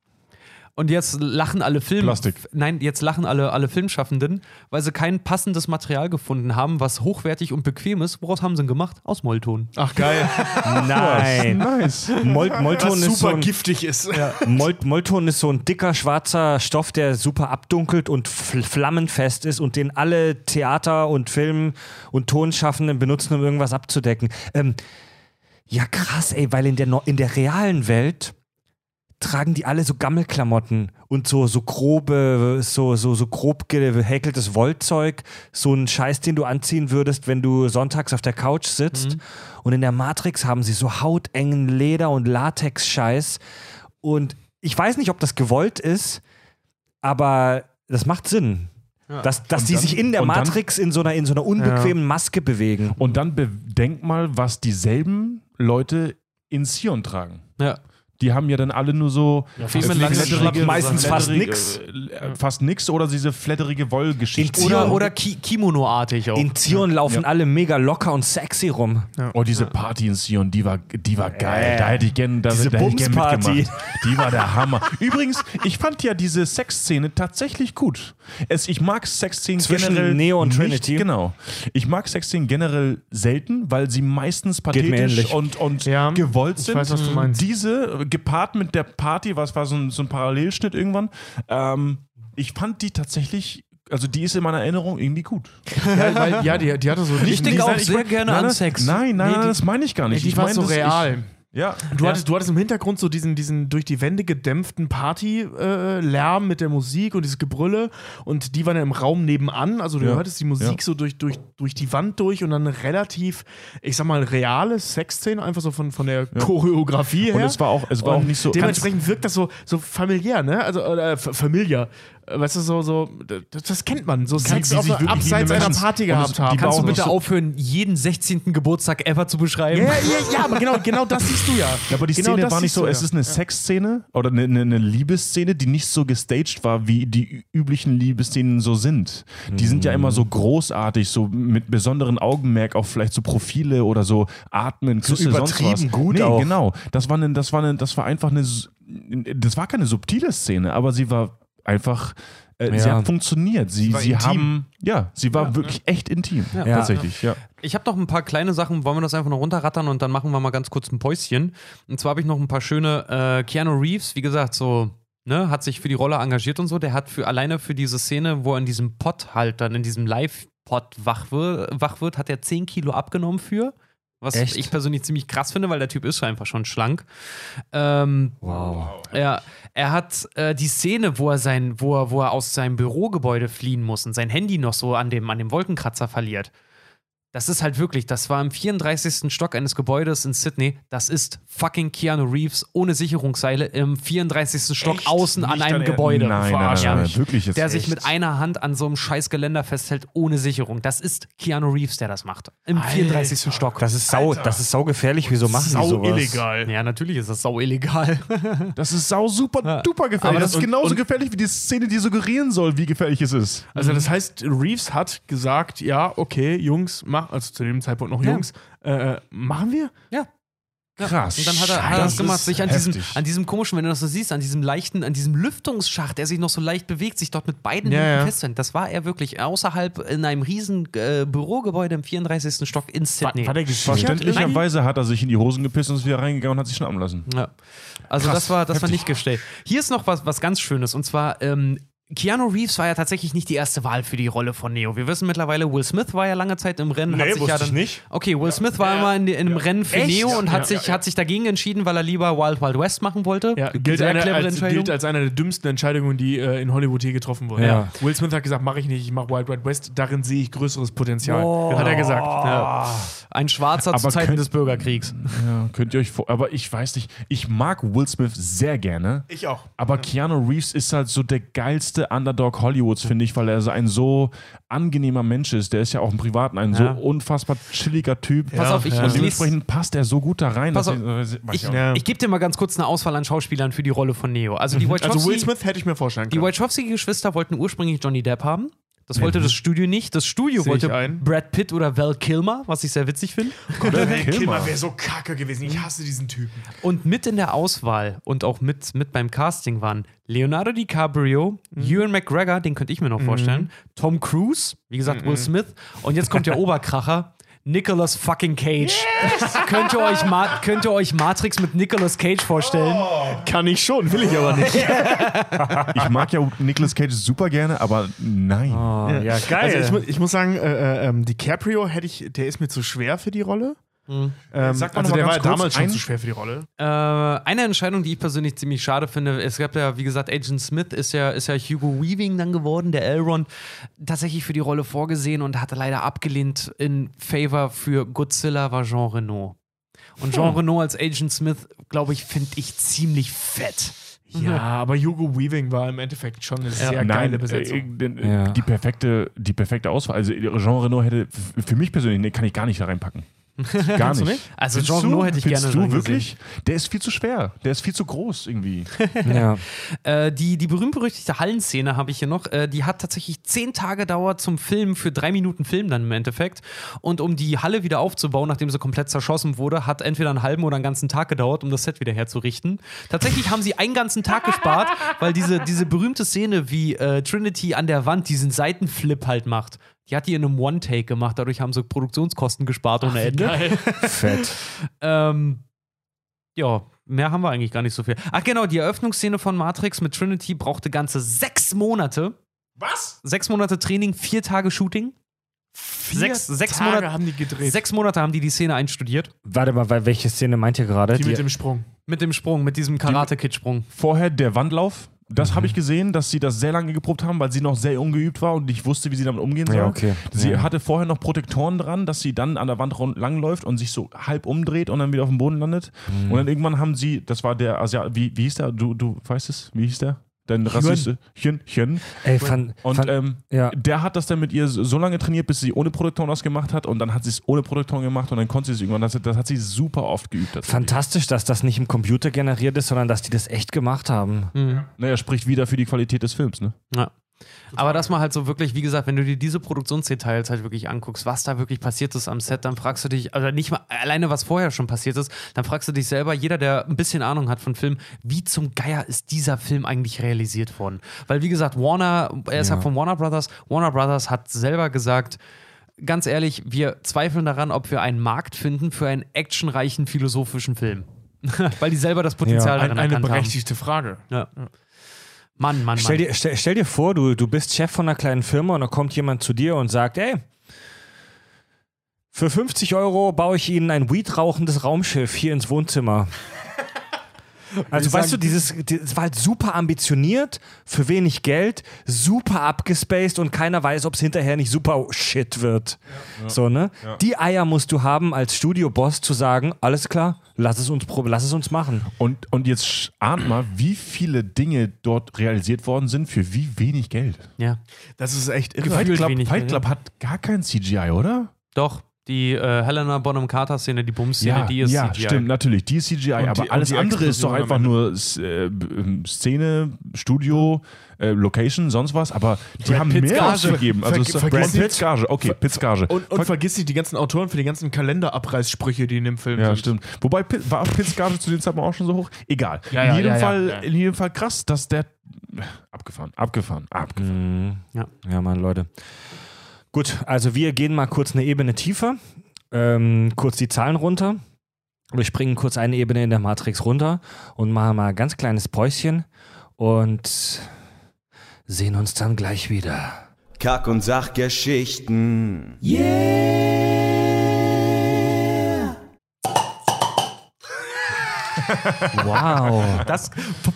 Und jetzt lachen alle Plastik. Jetzt lachen alle Filmschaffenden, weil sie kein passendes Material gefunden haben, was hochwertig und bequem ist. Woraus haben sie ihn gemacht? Aus Mollton. Ach, geil. Nein. Nice. Mollton ist so ein, giftig ist. Ja. Mollton ist so ein dicker, schwarzer Stoff, der super abdunkelt und flammenfest ist und den alle Theater- und Film- und Tonschaffenden benutzen, um irgendwas abzudecken. Ja, krass, ey, weil in der realen Welt tragen die alle so Gammelklamotten und so grobe, so grob gehäkeltes Wollzeug, so ein Scheiß, den du anziehen würdest, wenn du sonntags auf der Couch sitzt. Und in der Matrix haben sie so hautengen Leder- und Latex-Scheiß. Und ich weiß nicht, ob das gewollt ist, aber das macht Sinn. Ja. Dass die sich in der Matrix in so einer unbequemen Maske bewegen. Und dann bedenk mal, was dieselben Leute in Sion tragen. Ja. Die haben ja dann alle nur so meistens fast nix. Fast nix oder diese flatterige Wollgeschichte. Oder Kimono-artig auch. In Zion laufen alle mega locker und sexy rum. Ja. Oh, diese Party in Zion, die war geil. Da hätte ich gerne mitgemacht. Die war der Hammer. Übrigens, ich fand ja diese Sexszene tatsächlich gut. Ich mag Sexszenen zwischen generell Neo und nicht, Trinity. Genau. Ich mag Sexszenen generell selten, weil sie meistens pathetisch und gewollt sind. Ich weiß, was du meinst. Diese gepaart mit der Party, was war so ein Parallelschnitt irgendwann. Ich fand die tatsächlich, also die ist in meiner Erinnerung irgendwie gut. Die hatte so nicht. Ich denke auch sehr gerne an Sex. Nein, das meine ich gar nicht. Die war so real. Ja. Du hattest im Hintergrund so diesen durch die Wände gedämpften Party-Lärm mit der Musik und dieses Gebrülle und die waren ja im Raum nebenan, also du hörtest die Musik so durch die Wand durch und dann eine relativ, ich sag mal, reale Sexszene, einfach so von der Choreografie her. Und es war auch nicht so. Dementsprechend wirkt das so familiär, ne? Also familiar. Weißt du, das kennt man. So Sex abseits einer Party gehabt haben. Kannst du bitte aufhören, jeden 16. Geburtstag ever zu beschreiben? Ja, aber genau das siehst du ja. Aber die Szene war nicht so, es ist eine Sexszene oder eine Liebesszene, die nicht so gestaged war, wie die üblichen Liebesszenen so sind. Die sind ja immer so großartig, so mit besonderen Augenmerk auf vielleicht so Profile oder so Atmen, Küsse, so übertrieben sonst was. gut auch. Genau. Das war keine subtile Szene, aber sie war einfach, sie hat funktioniert. Sie war wirklich echt intim. Ja. Tatsächlich, ja. Ich habe noch ein paar kleine Sachen, wollen wir das einfach noch runterrattern und dann machen wir mal ganz kurz ein Päuschen. Und zwar habe ich noch ein paar schöne, Keanu Reeves, wie gesagt, so, ne, hat sich für die Rolle engagiert und so. Der hat alleine für diese Szene, wo er in diesem Pot halt dann, in diesem Live sofort wach wird, hat er 10 Kilo abgenommen für. Was Echt? ich persönlich ziemlich krass finde, weil der Typ ist einfach schon schlank. Wow. Er hat die Szene, wo er aus seinem Bürogebäude fliehen muss und sein Handy noch so an dem Wolkenkratzer verliert. Das ist halt wirklich, das war im 34. Stock eines Gebäudes in Sydney. Das ist fucking Keanu Reeves ohne Sicherungsseile im 34. Stock Echt? außen an Nicht einem dein Gebäude. Nein, Verarsch mich. wirklich jetzt. Der sich mit einer Hand an so einem scheiß Geländer festhält, ohne Sicherung. Das ist Keanu Reeves, der das macht. Im 34. Stock. Das ist saugefährlich. Wieso machen die Sau sowas? illegal. Ja, natürlich ist das sau illegal. Das ist super duper gefährlich. Aber Das ist genauso und- gefährlich, wie die Szene, die suggerieren soll, wie gefährlich es ist. Also das heißt, Reeves hat gesagt, ja, okay, Jungs, also zu dem Zeitpunkt noch Ja. Jungs, machen wir? Ja. Krass. Und dann hat er Scheiße. das gemacht, ist sich an heftig. diesem komischen, wenn du das so siehst, an diesem Lüftungsschacht, der sich noch so leicht bewegt, sich dort mit beiden Ja, Händen ja. festhält. Das war er wirklich außerhalb in einem riesen Bürogebäude im 34. Stock in Sydney. War der gesichert? Verständlicherweise hat er sich in die Hosen gepisst und ist wieder reingegangen und hat sich schnappen lassen. Ja. Also Krass, das war heftig. nicht gestellt. Hier ist noch was ganz Schönes, und zwar Keanu Reeves war ja tatsächlich nicht die erste Wahl für die Rolle von Neo. Wir wissen mittlerweile, Will Smith war ja lange Zeit im Rennen. hat sich ja dann, nicht. Okay, Will Smith war immer in einem Rennen für Echt? Neo und hat Ja. sich dagegen entschieden, weil er lieber Wild Wild West machen wollte. Ja, Sehr clevere Entscheidung. gilt als eine der dümmsten Entscheidungen, die in Hollywood je getroffen wurden. Ja. Will Smith hat gesagt, mache ich nicht, ich mache Wild Wild West, darin sehe ich größeres Potenzial. Oh. Hat er gesagt. Ja. Ein Schwarzer zu Aber Zeiten könnt- des Bürgerkriegs. Ja, könnt ihr euch aber ich weiß nicht, ich mag Will Smith sehr gerne, Ich auch. aber Keanu Reeves ist halt so der geilste Underdog Hollywoods, finde ich, weil er so ein so angenehmer Mensch ist. Der ist ja auch im Privaten ein so Ja. unfassbar chilliger Typ. Pass auf, ich Und lese- dementsprechend passt er so gut da rein. Pass dass auf, weiß Ich, auch. Ja. ich gebe dir mal ganz kurz eine Auswahl an Schauspielern für die Rolle von Neo. Also die Wachowski, Also Will Smith hätte ich mir vorstellen die können. Wachowski-Geschwister wollten ursprünglich Johnny Depp haben. Das wollte das Studio nicht. Das Studio Sehe ich wollte ein. Brad Pitt oder Val Kilmer, was ich sehr witzig finde. Val Kilmer. Kilmer wäre so kacke gewesen. Ich hasse diesen Typen. Und mit in der Auswahl und auch mit beim Casting waren Leonardo DiCaprio, Ewan McGregor, den könnte ich mir noch vorstellen, Tom Cruise, wie gesagt Will Smith, und jetzt kommt der Oberkracher, Nicolas fucking Cage. Könnt ihr euch Matrix mit Nicolas Cage vorstellen? Kann ich schon, will ich aber nicht. Ich mag ja Nicolas Cage super gerne, aber nein. Ja, geil. Also ich muss sagen, DiCaprio der ist mir zu schwer für die Rolle. Sag mal Also noch mal der war ganz ja kurz damals schon ein- zu schwer für die Rolle. Eine Entscheidung, die ich persönlich ziemlich schade finde, es gab ja, wie gesagt, Agent Smith ist ja Hugo Weaving dann geworden, der Elrond, tatsächlich für die Rolle vorgesehen und hatte leider abgelehnt in Favor für Godzilla war Jean Reno. Und Jean Reno als Agent Smith, glaube ich, finde ich ziemlich fett. Ja, aber Hugo Weaving war im Endeffekt schon eine sehr Nein, geile Besetzung. Ja. die perfekte Auswahl. Also Jean Reno hätte für mich persönlich, nee, kann ich gar nicht da reinpacken. Gar du nicht. nicht? Also Findest Jean Reno hätte ich Findest gerne du drin wirklich? Der ist viel zu schwer. Der ist viel zu groß irgendwie. ja. Die berühmt-berüchtigte Hallenszene habe ich hier noch. Die hat tatsächlich 10 Tage gedauert zum Film, für 3 Minuten Film dann im Endeffekt. Und um die Halle wieder aufzubauen, nachdem sie komplett zerschossen wurde, hat entweder einen halben oder einen ganzen Tag gedauert, um das Set wieder herzurichten. Tatsächlich haben sie einen ganzen Tag gespart, weil diese berühmte Szene, wie Trinity an der Wand diesen Seitenflip halt macht, die hat die in einem One-Take gemacht. Dadurch haben sie Produktionskosten gespart ohne Ende. Fett. Ja, mehr haben wir eigentlich gar nicht so viel. Ach genau, die Eröffnungsszene von Matrix mit Trinity brauchte ganze 6 Monate. Was? 6 Monate Training, 4 Tage Shooting. Sechs Tage Monate haben die gedreht. 6 Monate haben die Szene einstudiert. Warte mal, welche Szene meint ihr gerade? Die mit dem Sprung. Mit dem Sprung, mit diesem Karate-Kid-Sprung. Vorher der Wandlauf. Das habe ich gesehen, dass sie das sehr lange geprobt haben, weil sie noch sehr ungeübt war und nicht wusste, wie sie damit umgehen soll. Ja, okay. Sie Ja. hatte vorher noch Protektoren dran, dass sie dann an der Wand langläuft und sich so halb umdreht und dann wieder auf dem Boden landet. Und dann irgendwann haben sie, das war der Asiat, wie hieß der? Du weißt es? Wie hieß der? Dein Rassist. Hyun. Ey, ja. Der hat das dann mit ihr so lange trainiert, bis sie ohne Protektoren was gemacht hat und dann hat sie es ohner Protektoren gemacht und dann konnte sie es irgendwann. Das hat sie super oft geübt. tatsächlich. Fantastisch, dass das nicht im Computer generiert ist, sondern dass die das echt gemacht haben. Naja, spricht wieder für die Qualität des Films, ne? Ja. Aber dass man halt so wirklich, wie gesagt, wenn du dir diese Produktionsdetails halt wirklich anguckst, was da wirklich passiert ist am Set, dann fragst du dich, also nicht mal alleine, was vorher schon passiert ist, dann fragst du dich selber, jeder, der ein bisschen Ahnung hat von Film, wie zum Geier ist dieser Film eigentlich realisiert worden? Weil, wie gesagt, er ist ja von Warner Brothers. Warner Brothers hat selber gesagt, ganz ehrlich, wir zweifeln daran, ob wir einen Markt finden für einen actionreichen, philosophischen Film. Weil die selber das Potenzial darin Eine erkannt berechtigte Frage. haben. Ja. Mann. Stell dir vor, du bist Chef von einer kleinen Firma und da kommt jemand zu dir und sagt, ey, Für 50 € baue ich Ihnen ein weed-rauchendes Raumschiff hier ins Wohnzimmer. Also weißt du, das war halt super ambitioniert, für wenig Geld, super abgespaced und keiner weiß, ob es hinterher nicht super shit wird. Ja. So, ne? Ja. Die Eier musst du haben als Studioboss zu sagen, alles klar, lass es uns machen. Und jetzt ahnt mal, wie viele Dinge dort realisiert worden sind für wie wenig Geld. Ja. Das ist echt irre. Fight Club hat gar kein CGI, oder? Doch. Die Helena Bonham Carter-Szene, die Bums-Szene, die ist CGI. Ja, stimmt, natürlich, die ist CGI, aber alles andere ist doch einfach nur Szene, Studio, Location, sonst was, aber die haben mehr ausgegeben. Also Pitzgage, okay, Pitzgage. Und vergiss nicht die ganzen Autoren für die ganzen Kalenderabreißsprüche, die in dem Film sind. Ja, stimmt. Wobei, war Pitzgage zu dem Zeitpunkt auch schon so hoch? Egal. In jedem Fall krass, dass der abgefahren. Ja, Mann, Leute. Gut, also wir gehen mal kurz eine Ebene tiefer, kurz die Zahlen runter. Wir springen kurz eine Ebene in der Matrix runter und machen mal ein ganz kleines Päuschen und sehen uns dann gleich wieder. Kack- und Sachgeschichten. Yeah! Wow. Das...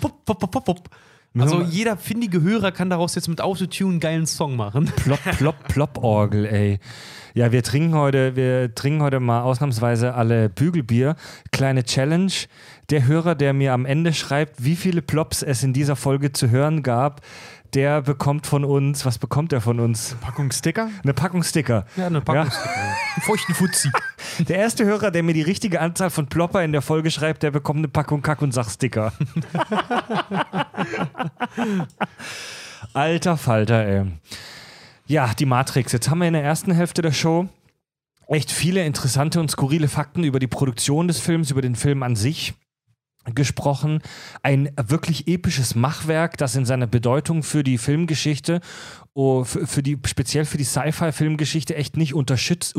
Also jeder findige Hörer kann daraus jetzt mit Autotune einen geilen Song machen. Plop-Orgel, ey. Ja, wir trinken heute mal ausnahmsweise alle Bügelbier. Kleine Challenge. Der Hörer, der mir am Ende schreibt, wie viele Plops es in dieser Folge zu hören gab, der bekommt von uns, was bekommt er von uns? Eine Packung Sticker? Eine Packung Sticker. Ja, eine Packung Sticker. Einen feuchten Fuzzi. Der erste Hörer, der mir die richtige Anzahl von Plopper in der Folge schreibt, der bekommt eine Packung Kack- und Sach-Sticker. Alter Falter, ey. Ja, die Matrix. Jetzt haben wir in der ersten Hälfte der Show echt viele interessante und skurrile Fakten über die Produktion des Films, über den Film an sich gesprochen. Ein wirklich episches Machwerk, das in seiner Bedeutung für die Filmgeschichte, speziell für die Sci-Fi-Filmgeschichte echt nicht schätzt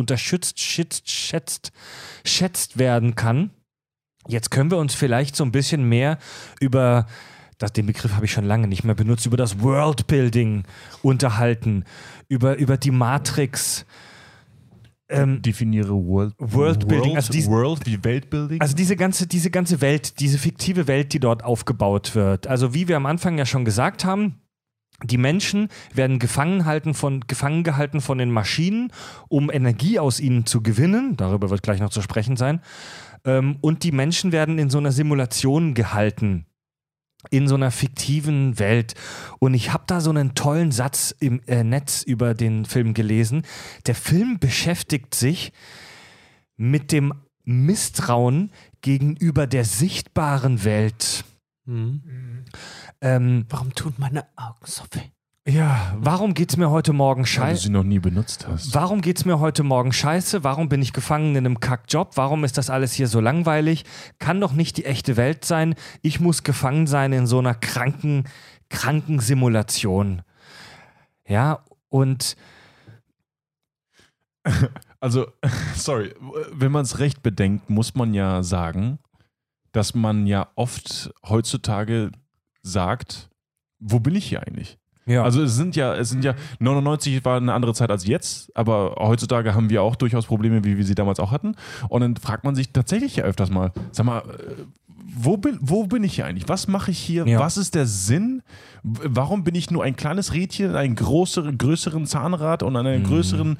werden kann. Jetzt können wir uns vielleicht so ein bisschen mehr über, den Begriff habe ich schon lange nicht mehr benutzt, über das Worldbuilding unterhalten, über die Matrix. Definiere Worldbuilding, also World wie Weltbuilding. Also diese ganze Welt, diese fiktive Welt, die dort aufgebaut wird. Also wie wir am Anfang ja schon gesagt haben, die Menschen werden gefangen gehalten von den Maschinen, um Energie aus ihnen zu gewinnen. Darüber wird gleich noch zu sprechen sein. Und die Menschen werden in so einer Simulation gehalten. In so einer fiktiven Welt. Und ich habe da so einen tollen Satz im Netz über den Film gelesen. Der Film beschäftigt sich mit dem Misstrauen gegenüber der sichtbaren Welt. Warum tun meine Augen so weh? Ja, warum geht's mir heute Morgen scheiße? Weil du sie noch nie benutzt hast. Warum geht's mir heute Morgen scheiße? Warum bin ich gefangen in einem Kackjob? Warum ist das alles hier so langweilig? Kann doch nicht die echte Welt sein. Ich muss gefangen sein in so einer kranken Simulation. Ja, und also, sorry, wenn man es recht bedenkt, muss man ja sagen, dass man ja oft heutzutage sagt, wo bin ich hier eigentlich? ja. Also es sind ja 99 war eine andere Zeit als jetzt, aber heutzutage haben wir auch durchaus Probleme, wie wir sie damals auch hatten. Und dann fragt man sich tatsächlich ja öfters mal, sag mal, wo bin ich hier eigentlich? Was mache ich hier? Ja. Was ist der Sinn? Warum bin ich nur ein kleines Rädchen in einem größeren Zahnrad und einer größeren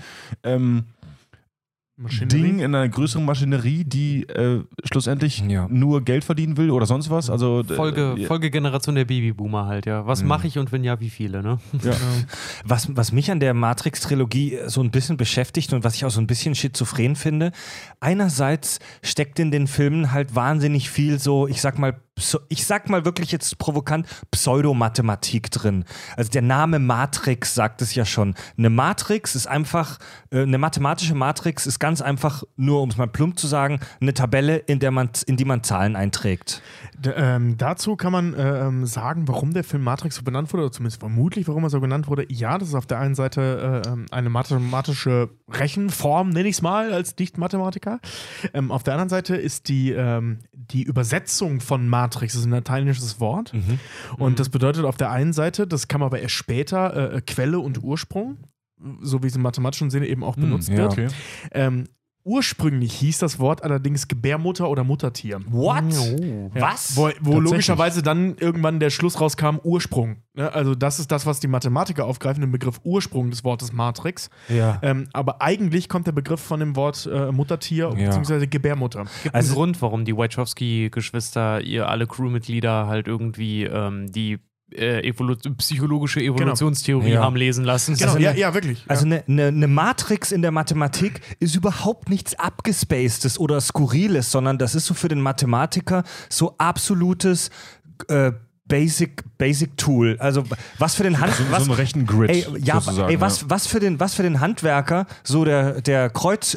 Ding in einer größeren Maschinerie, die schlussendlich nur Geld verdienen will oder sonst was. Also Folgegeneration der Babyboomer halt, ja. Was mache ich und wenn ja, wie viele, ne? Ja. Was mich an der Matrix-Trilogie so ein bisschen beschäftigt und was ich auch so ein bisschen schizophren finde, einerseits steckt in den Filmen halt wahnsinnig viel so, ich sag mal wirklich jetzt provokant, Pseudomathematik drin. Also der Name Matrix sagt es ja schon. Eine Matrix ist einfach, eine mathematische Matrix ist ganz einfach, nur um es mal plump zu sagen, eine Tabelle, in die man Zahlen einträgt. Dazu kann man sagen, warum der Film Matrix so benannt wurde, oder zumindest vermutlich, warum er so genannt wurde. Ja, das ist auf der einen Seite eine mathematische Rechenform, nenne ich es mal, als Nicht-Mathematiker. Auf der anderen Seite ist die Übersetzung von Matrix, das ist ein lateinisches Wort. Und das bedeutet auf der einen Seite, das kam aber erst später, Quelle und Ursprung, so wie es im mathematischen Sinne eben auch benutzt wird. Okay. Ursprünglich hieß das Wort allerdings Gebärmutter oder Muttertier. What? Oh. Ja. Was? Wo logischerweise dann irgendwann der Schluss rauskam, Ursprung. Ne? Also das ist das, was die Mathematiker aufgreifen, den Begriff Ursprung des Wortes Matrix. Ja. Aber eigentlich kommt der Begriff von dem Wort Muttertier Ja. bzw. Gebärmutter. Gibt einen Grund, warum die Wachowski-Geschwister ihr alle Crewmitglieder halt irgendwie die psychologische Evolutionstheorie Ja. haben lesen lassen. Genau, Also ja, wirklich. Also eine Matrix in der Mathematik ist überhaupt nichts Abgespacedes oder Skurriles, sondern das ist so für den Mathematiker so absolutes Basic Tool. Also was für den So einen rechten Grid sozusagen. was für den Handwerker so der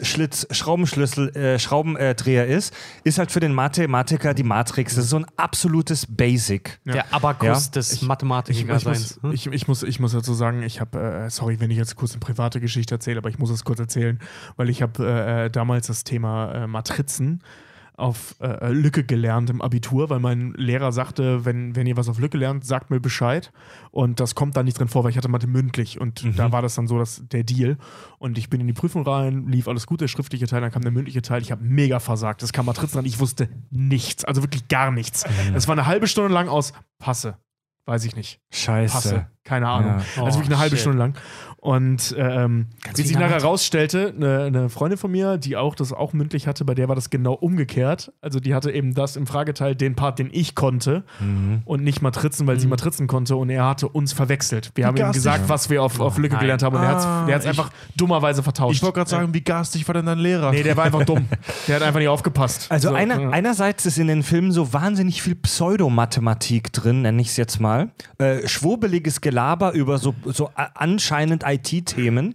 Schraubendreher ist halt für den Mathematiker die Matrix. Das ist so ein absolutes Basic. Der Abakus des Mathematikerseins. Ich muss dazu sagen, ich habe, sorry, wenn ich jetzt kurz eine private Geschichte erzähle, aber ich muss es kurz erzählen, weil ich habe damals das Thema Matrizen auf Lücke gelernt im Abitur, weil mein Lehrer sagte, wenn ihr was auf Lücke lernt, sagt mir Bescheid. Und das kommt da nicht drin vor, weil ich hatte Mathe mündlich. Und da war das dann so der Deal. Und ich bin in die Prüfung rein, lief alles gut, der schriftliche Teil, dann kam der mündliche Teil. Ich habe mega versagt. Es kam Matrizen an, ich wusste nichts. Also wirklich gar nichts. Es war eine halbe Stunde lang aus Passe. Weiß ich nicht. Scheiße. Passe. Keine Ahnung. Ja. Also wirklich eine halbe shit. Stunde lang. Und wie sich nachher rausstellte, eine Freundin von mir, die das auch mündlich hatte, bei der war das genau umgekehrt. Also die hatte eben das im Frageteil, den Part, den ich konnte und nicht Matrizen, weil sie Matrizen konnte und er hatte uns verwechselt. Wir haben ihm gesagt, was wir auf Lücke gelernt haben und er hat es einfach dummerweise vertauscht. Ich wollte gerade sagen, wie garstig war denn dein Lehrer? Nee, der war einfach dumm. Der hat einfach nicht aufgepasst. Also So, einerseits ist in den Filmen so wahnsinnig viel Pseudomathematik drin, nenne ich es jetzt mal. Schwurbeliges Gelaber über so anscheinend IT-Themen.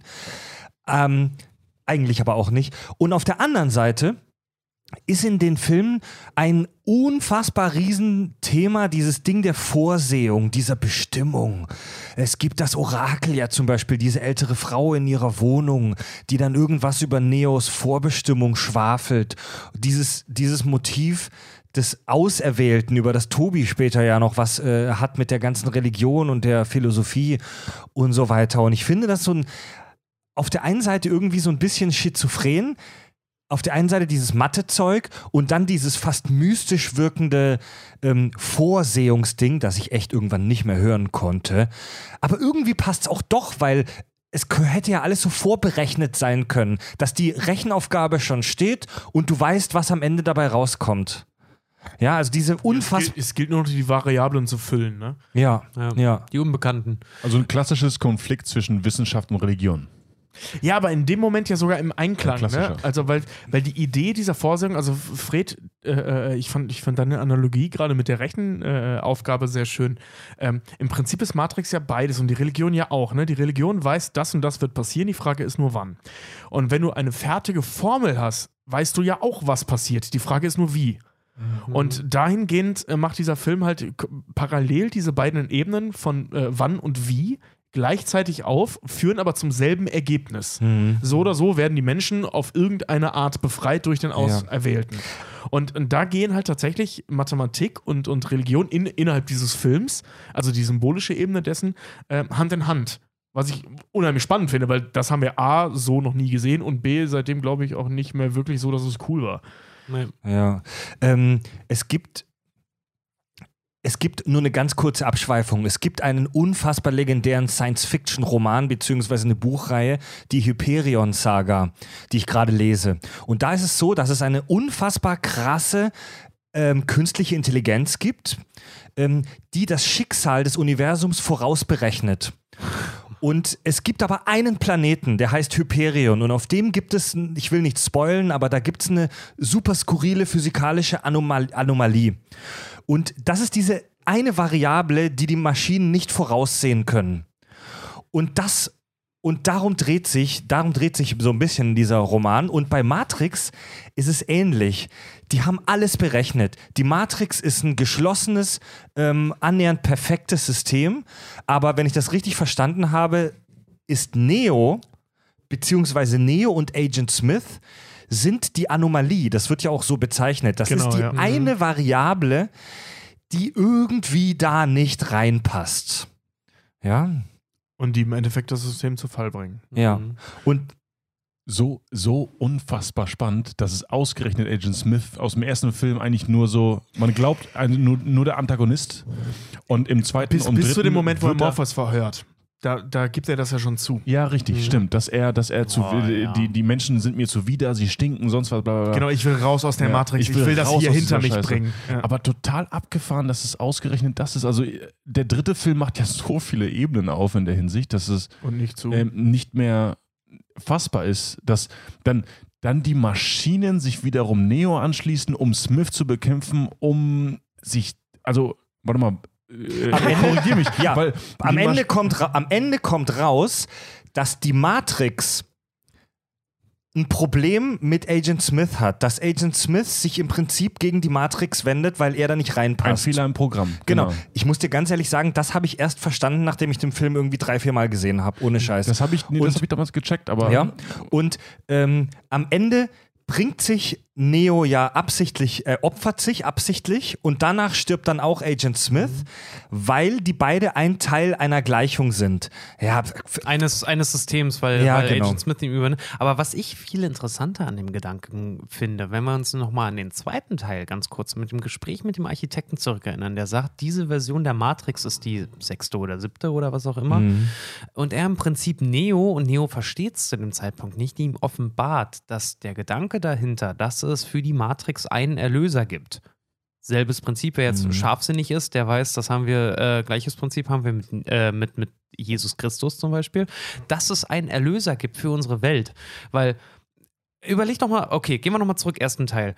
Eigentlich aber auch nicht. Und auf der anderen Seite ist in den Filmen ein unfassbar Riesenthema, dieses Ding der Vorsehung, dieser Bestimmung. Es gibt das Orakel ja zum Beispiel, diese ältere Frau in ihrer Wohnung, die dann irgendwas über Neos Vorbestimmung schwafelt. Dieses Motiv des Auserwählten, über das Tobi später ja noch was hat mit der ganzen Religion und der Philosophie und so weiter. Und ich finde das auf der einen Seite irgendwie so ein bisschen schizophren, auf der einen Seite dieses Mathe-Zeug und dann dieses fast mystisch wirkende Vorsehungsding, das ich echt irgendwann nicht mehr hören konnte. Aber irgendwie passt es auch doch, weil es hätte ja alles so vorberechnet sein können, dass die Rechenaufgabe schon steht und du weißt, was am Ende dabei rauskommt. Ja, also diese unfassbar... Es gilt nur noch, die Variablen zu füllen, ne? Ja. Die Unbekannten. Also ein klassisches Konflikt zwischen Wissenschaft und Religion. Ja, aber in dem Moment ja sogar im Einklang, Ja, ne? klassischer. Also, weil die Idee dieser Vorsehung, also Fred, ich fand deine Analogie gerade mit der Rechenaufgabe sehr schön. Im Prinzip ist Matrix ja beides und die Religion ja auch, ne? Die Religion weiß, das und das wird passieren, die Frage ist nur wann. Und wenn du eine fertige Formel hast, weißt du ja auch, was passiert. Die Frage ist nur wie. Und dahingehend macht dieser Film halt parallel diese beiden Ebenen von wann und wie gleichzeitig auf, führen aber zum selben Ergebnis. So oder so werden die Menschen auf irgendeine Art befreit durch den Auserwählten. Und da gehen halt tatsächlich Mathematik und Religion innerhalb dieses Films, also die symbolische Ebene dessen, Hand in Hand. Was ich unheimlich spannend finde, weil das haben wir A, so noch nie gesehen und B, seitdem glaube ich auch nicht mehr wirklich so, dass es cool war. Nee. Ja. Es gibt nur eine ganz kurze Abschweifung. Es gibt einen unfassbar legendären Science-Fiction-Roman beziehungsweise eine Buchreihe, die Hyperion-Saga, die ich gerade lese. Und da ist es so, dass es eine unfassbar krasse künstliche Intelligenz gibt, die das Schicksal des Universums vorausberechnet. Und es gibt aber einen Planeten, der heißt Hyperion. Und auf dem gibt es, ich will nicht spoilen, aber da gibt es eine super skurrile physikalische Anomalie. Und das ist diese eine Variable, die die Maschinen nicht voraussehen können. Und darum dreht sich so ein bisschen dieser Roman. Und bei Matrix ist es ähnlich. Die haben alles berechnet. Die Matrix ist ein geschlossenes, annähernd perfektes System. Aber wenn ich das richtig verstanden habe, ist Neo, beziehungsweise Neo und Agent Smith, sind die Anomalie. Das wird ja auch so bezeichnet. Das Genau, ist die ja. eine Variable, die irgendwie da nicht reinpasst. Ja. Und die im Endeffekt das System zu Fall bringen. Ja. Und so unfassbar spannend, dass es ausgerechnet Agent Smith aus dem ersten Film eigentlich nur so, man glaubt, nur der Antagonist. Und im zweiten und dritten bis zu dem Moment, wo er wird er- Morpheus verhört. Da gibt er das ja schon zu. Ja, richtig, stimmt. Dass er die Menschen sind mir zuwider, sie stinken, sonst was, bla bla bla. Genau, ich will raus aus der Ja, Matrix. Ich will das raus hier aus hinter dieser mich Scheiße. bringen. Ja. Aber total abgefahren, dass es ausgerechnet das ist. Also der dritte Film macht ja so viele Ebenen auf in der Hinsicht, dass es Und nicht zu. nicht mehr fassbar ist, dass dann die Maschinen sich wiederum Neo anschließen, um Smith zu bekämpfen, um sich, also, warte mal, korrigier mich, Ja, weil am die Ende kommt raus, dass die Matrix ein Problem mit Agent Smith hat, dass Agent Smith sich im Prinzip gegen die Matrix wendet, weil er da nicht ein reinpasst. Fehler im Programm. Genau. Ich muss dir ganz ehrlich sagen, das habe ich erst verstanden, nachdem ich den Film irgendwie 3-4 Mal gesehen habe, ohne Scheiß. Das habe ich damals gecheckt, aber Ja. Und am Ende bringt sich Neo ja opfert sich absichtlich und danach stirbt dann auch Agent Smith, weil die beide ein Teil einer Gleichung sind. Ja, Eines Systems, weil Ja, genau. Agent Smith ihm übernimmt. Aber was ich viel interessanter an dem Gedanken finde, wenn wir uns nochmal an den zweiten Teil ganz kurz mit dem Gespräch mit dem Architekten zurückerinnern, der sagt, diese Version der Matrix ist die 6. oder 7. oder was auch immer. Und er im Prinzip Neo, und Neo versteht es zu dem Zeitpunkt nicht, ihm offenbart, dass der Gedanke dahinter, dass es für die Matrix einen Erlöser gibt. Selbes Prinzip, wer jetzt scharfsinnig ist, der weiß, das haben wir, gleiches Prinzip haben wir mit Jesus Christus zum Beispiel, dass es einen Erlöser gibt für unsere Welt. Weil, überleg doch mal, okay, gehen wir nochmal zurück, ersten Teil.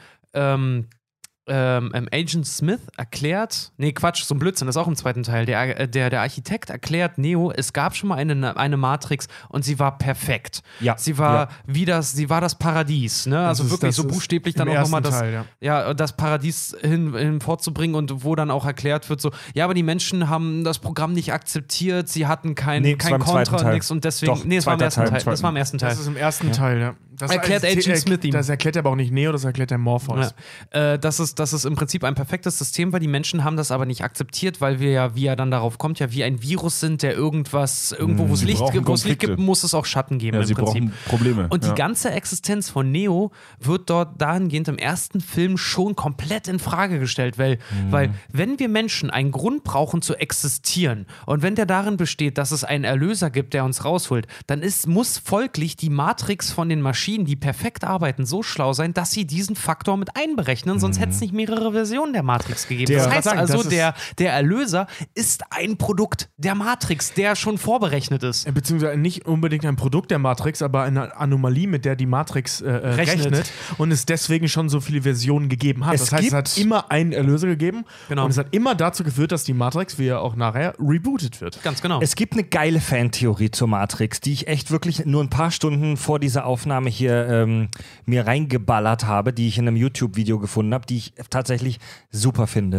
Agent Smith erklärt, nee, Quatsch, so ein Blödsinn, das ist auch im zweiten Teil. Der Architekt erklärt Neo, es gab schon mal eine Matrix und sie war perfekt. Ja. Sie war sie war das Paradies, ne? Also wirklich so buchstäblich dann auch nochmal das, das Paradies hin vorzubringen und wo dann auch erklärt wird, so, ja, aber die Menschen haben das Programm nicht akzeptiert, sie hatten kein es war im zweiten Kontra, Teil. nichts und deswegen, Doch, es war im zweiter ersten Teil. Teil. Das war im ersten Teil. Das ist im ersten Teil, ja. Das Erklärt Agent Smith ihm. Das erklärt aber auch nicht Neo, das erklärt der Morpheus. Ja. Das ist im Prinzip ein perfektes System, weil die Menschen haben das aber nicht akzeptiert, weil wir ja, wie er dann darauf kommt, ja wie ein Virus sind, der irgendwo, wo es Sie Licht brauchen gibt, Konflikte. muss es auch Schatten geben ja, im sie Prinzip. brauchen Probleme. Und ja. die ganze Existenz von Neo wird dort dahingehend im ersten Film schon komplett in Frage gestellt, weil wenn wir Menschen einen Grund brauchen zu existieren und wenn der darin besteht, dass es einen Erlöser gibt, der uns rausholt, dann muss folglich die Matrix von den Maschinen, die perfekt arbeiten, so schlau sein, dass sie diesen Faktor mit einberechnen, sonst hätte es nicht mehrere Versionen der Matrix gegeben. Das heißt also, der Erlöser ist ein Produkt der Matrix, der schon vorberechnet ist. Beziehungsweise nicht unbedingt ein Produkt der Matrix, aber eine Anomalie, mit der die Matrix rechnet und es deswegen schon so viele Versionen gegeben hat. Das heißt, es hat immer einen Erlöser gegeben und es hat immer dazu geführt, dass die Matrix, wie ja auch nachher, rebootet wird. Ganz genau. Es gibt eine geile Fantheorie zur Matrix, die ich echt wirklich nur ein paar Stunden vor dieser Aufnahme hier mir reingeballert habe, die ich in einem YouTube-Video gefunden habe, die ich tatsächlich super finde.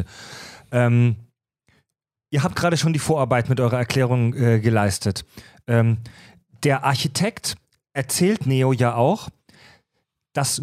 Ihr habt gerade schon die Vorarbeit mit eurer Erklärung geleistet. Der Architekt erzählt Neo ja auch, dass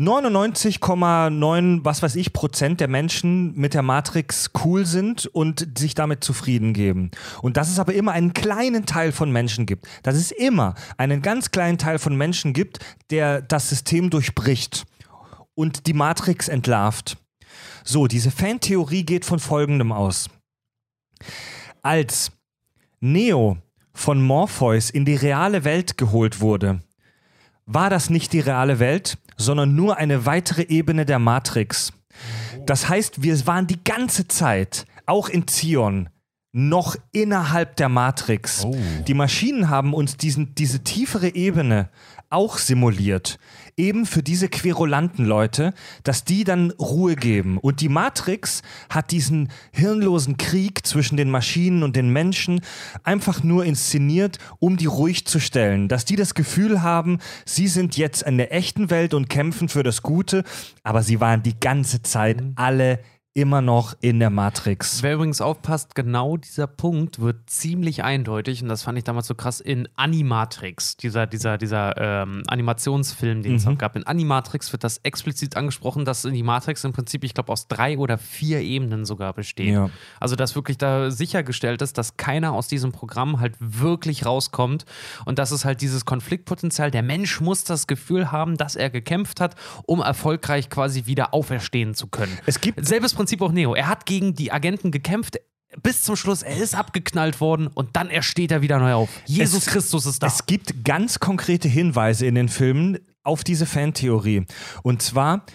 99,9% der Menschen mit der Matrix cool sind und sich damit zufrieden geben. Und dass es aber immer einen kleinen Teil von Menschen gibt. Dass es immer einen ganz kleinen Teil von Menschen gibt, der das System durchbricht und die Matrix entlarvt. So, diese Fantheorie geht von Folgendem aus. Als Neo von Morpheus in die reale Welt geholt wurde, war das nicht die reale Welt, sondern nur eine weitere Ebene der Matrix. Das heißt, wir waren die ganze Zeit, auch in Zion, noch innerhalb der Matrix. Oh. Die Maschinen haben uns diese tiefere Ebene auch simuliert. Eben für diese querulanten Leute, dass die dann Ruhe geben. Und die Matrix hat diesen hirnlosen Krieg zwischen den Maschinen und den Menschen einfach nur inszeniert, um die ruhig zu stellen. Dass die das Gefühl haben, sie sind jetzt in der echten Welt und kämpfen für das Gute, aber sie waren die ganze Zeit alle immer noch in der Matrix. Wer übrigens aufpasst, genau dieser Punkt wird ziemlich eindeutig, und das fand ich damals so krass, in Animatrix, dieser Animationsfilm, den es auch gab. In Animatrix wird das explizit angesprochen, dass die Matrix im Prinzip, ich glaube, aus 3 oder 4 Ebenen sogar besteht. Ja. Also, dass wirklich da sichergestellt ist, dass keiner aus diesem Programm halt wirklich rauskommt, und das ist halt dieses Konfliktpotenzial. Der Mensch muss das Gefühl haben, dass er gekämpft hat, um erfolgreich quasi wieder auferstehen zu können. Es gibt Selbes Prinzip auch Neo. Er hat gegen die Agenten gekämpft, bis zum Schluss, er ist abgeknallt worden, und dann steht er wieder neu auf. Jesus Christus ist da. Es gibt ganz konkrete Hinweise in den Filmen auf diese Fantheorie. Und zwar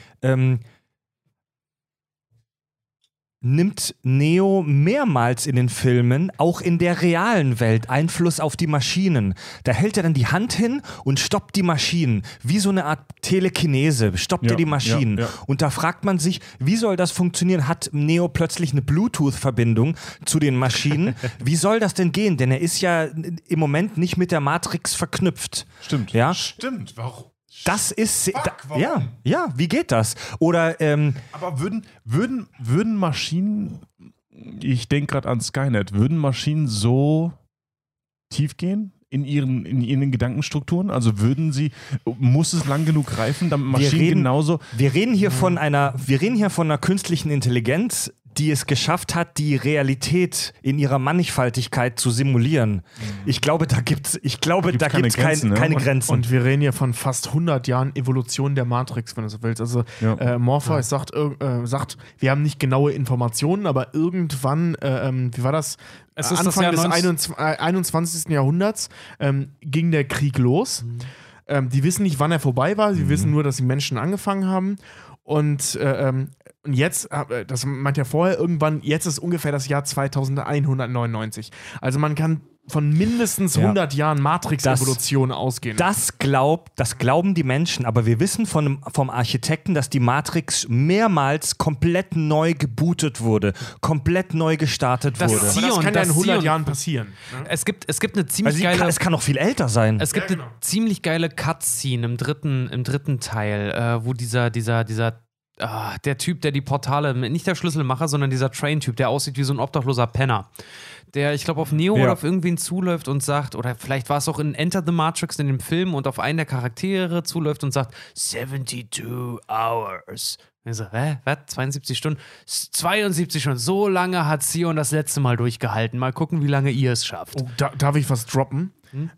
nimmt Neo mehrmals in den Filmen, auch in der realen Welt, Einfluss auf die Maschinen. Da hält er dann die Hand hin und stoppt die Maschinen. Wie so eine Art Telekinese stoppt er die Maschinen. Ja. Und da fragt man sich, wie soll das funktionieren? Hat Neo plötzlich eine Bluetooth-Verbindung zu den Maschinen? Wie soll das denn gehen? Denn er ist ja im Moment nicht mit der Matrix verknüpft. Stimmt. Ja? Stimmt. Warum? Das ist... warum? Ja, wie geht das? Oder... Aber würden Maschinen, ich denke gerade an Skynet, würden Maschinen so tief gehen in ihren Gedankenstrukturen? Also muss es lang genug reifen, damit Maschinen genauso... Wir reden hier von einer künstlichen Intelligenz, die es geschafft hat, die Realität in ihrer Mannigfaltigkeit zu simulieren. Ich glaube, da gibt's keine Grenzen. Und wir reden hier von fast 100 Jahren Evolution der Matrix, wenn du so willst. Also Morpheus sagt, wir haben nicht genaue Informationen, aber irgendwann, wie war das? Es ist Anfang das Jahr des 21. Jahrhunderts ging der Krieg los. Die wissen nicht, wann er vorbei war. Sie wissen nur, dass die Menschen angefangen haben. Und jetzt, das meint ja vorher irgendwann, jetzt ist ungefähr das Jahr 2199. Also man kann von mindestens 100 Jahren Matrix-Evolution ausgehen. Das glauben die Menschen, aber wir wissen vom Architekten, dass die Matrix mehrmals komplett neu gebootet wurde, komplett neu gestartet wurde. Das kann ja in 100 Jahren passieren. Ne? Es gibt eine ziemlich geile... Es kann noch viel älter sein. Es gibt eine ziemlich geile Cutscene im dritten Teil, wo der Typ, der die Portale, nicht der Schlüsselmacher, sondern dieser Train-Typ, der aussieht wie so ein obdachloser Penner, der, ich glaube, auf Neo oder auf irgendwen zuläuft und sagt, oder vielleicht war es auch in Enter the Matrix in dem Film, und auf einen der Charaktere zuläuft und sagt, 72 hours. Und ich so, was? 72 Stunden? 72 Stunden. So lange hat Sion das letzte Mal durchgehalten. Mal gucken, wie lange ihr es schafft. Oh, darf ich was droppen?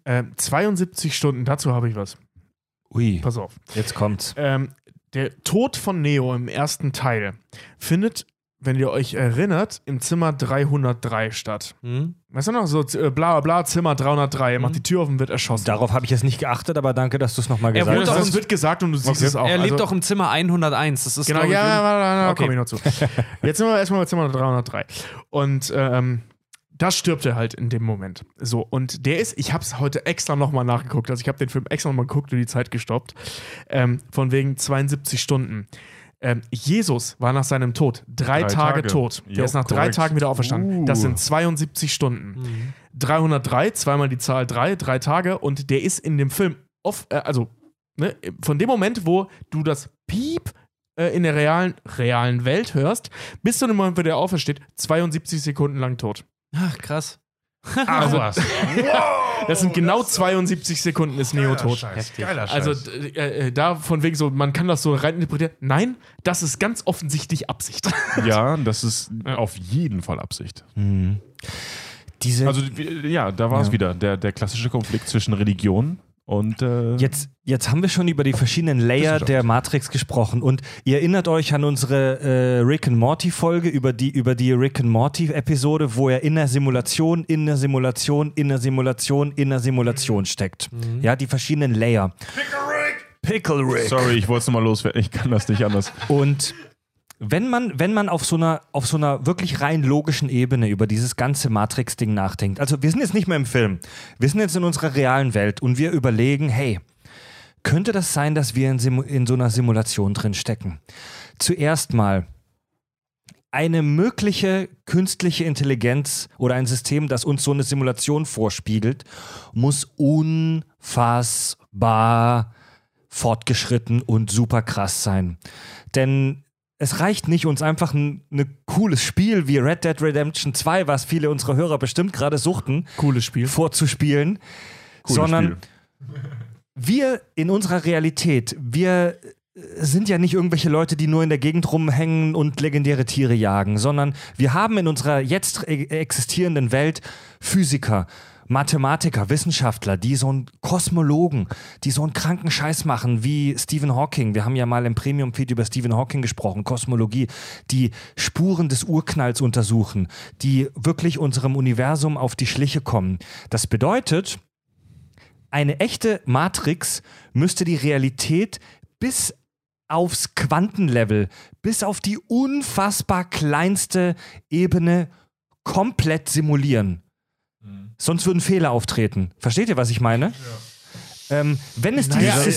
72 Stunden, dazu habe ich was. Ui, Pass auf. jetzt kommt's. Der Tod von Neo im ersten Teil findet, wenn ihr euch erinnert, im Zimmer 303 statt. Weißt du noch, so bla bla, Zimmer 303, er macht die Tür auf und wird erschossen. Darauf habe ich jetzt nicht geachtet, aber danke, dass du es nochmal gesagt hast. Das wird gesagt und du siehst es auch. Er lebt doch im Zimmer 101. Das ist, genau, da komme ich noch zu. Jetzt sind wir erstmal bei Zimmer 303. Und da stirbt er halt in dem Moment. So, und der ist, ich habe es heute extra nochmal nachgeguckt, also ich habe den Film extra nochmal geguckt und die Zeit gestoppt, von wegen 72 Stunden. Jesus war nach seinem Tod 3 Tage tot. Der ist nach 3 Tagen wieder auferstanden. Das sind 72 Stunden. 303, zweimal die Zahl 3 Tage, und der ist in dem Film von dem Moment, wo du das Piep in der realen Welt hörst, bis zu dem Moment, wo der aufersteht, 72 Sekunden lang tot. Ach, krass. Also was. Das sind genau 72 Sekunden ist Neo tot. Geiler Scheiß. Also da von wegen so, man kann das so reininterpretieren. Nein, das ist ganz offensichtlich Absicht. Ja, das ist auf jeden Fall Absicht. Also, da war es wieder, der klassische Konflikt zwischen Religion und... Jetzt haben wir schon über die verschiedenen Layer der Matrix gesprochen, und ihr erinnert euch an unsere Rick and Morty Folge, über die Rick and Morty Episode, wo er in der Simulation steckt. Ja, die verschiedenen Layer. Pickle Rick. Sorry, ich wollte es nochmal loswerden, ich kann das nicht anders. Und wenn man auf so einer wirklich rein logischen Ebene über dieses ganze Matrix-Ding nachdenkt, also wir sind jetzt nicht mehr im Film, wir sind jetzt in unserer realen Welt und wir überlegen, hey, könnte das sein, dass wir in so einer Simulation drin stecken? Zuerst mal, eine mögliche künstliche Intelligenz oder ein System, das uns so eine Simulation vorspiegelt, muss unfassbar fortgeschritten und super krass sein. Denn es reicht nicht, uns einfach ein cooles Spiel wie Red Dead Redemption 2, was viele unserer Hörer bestimmt gerade suchten, Cooles Spiel. vorzuspielen, sondern wir in unserer Realität, wir sind ja nicht irgendwelche Leute, die nur in der Gegend rumhängen und legendäre Tiere jagen, sondern wir haben in unserer jetzt existierenden Welt Physiker, Mathematiker, Wissenschaftler, die so einen Kosmologen, die so einen kranken Scheiß machen wie Stephen Hawking. Wir haben ja mal im Premium-Feed über Stephen Hawking gesprochen, Kosmologie, die Spuren des Urknalls untersuchen, die wirklich unserem Universum auf die Schliche kommen. Das bedeutet, eine echte Matrix müsste die Realität bis aufs Quantenlevel, bis auf die unfassbar kleinste Ebene komplett simulieren. Sonst würden Fehler auftreten. Versteht ihr, was ich meine? Ja. Wenn es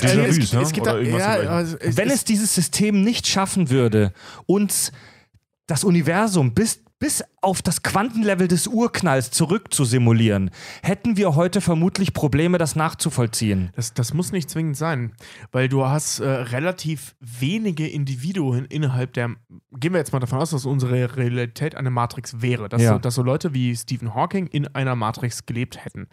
dieses System nicht schaffen würde, uns das Universum bis auf das Quantenlevel des Urknalls zurück zu simulieren, hätten wir heute vermutlich Probleme, das nachzuvollziehen. Das muss nicht zwingend sein, weil du hast relativ wenige Individuen innerhalb der. Gehen wir jetzt mal davon aus, dass unsere Realität eine Matrix wäre, dass so Leute wie Stephen Hawking in einer Matrix gelebt hätten.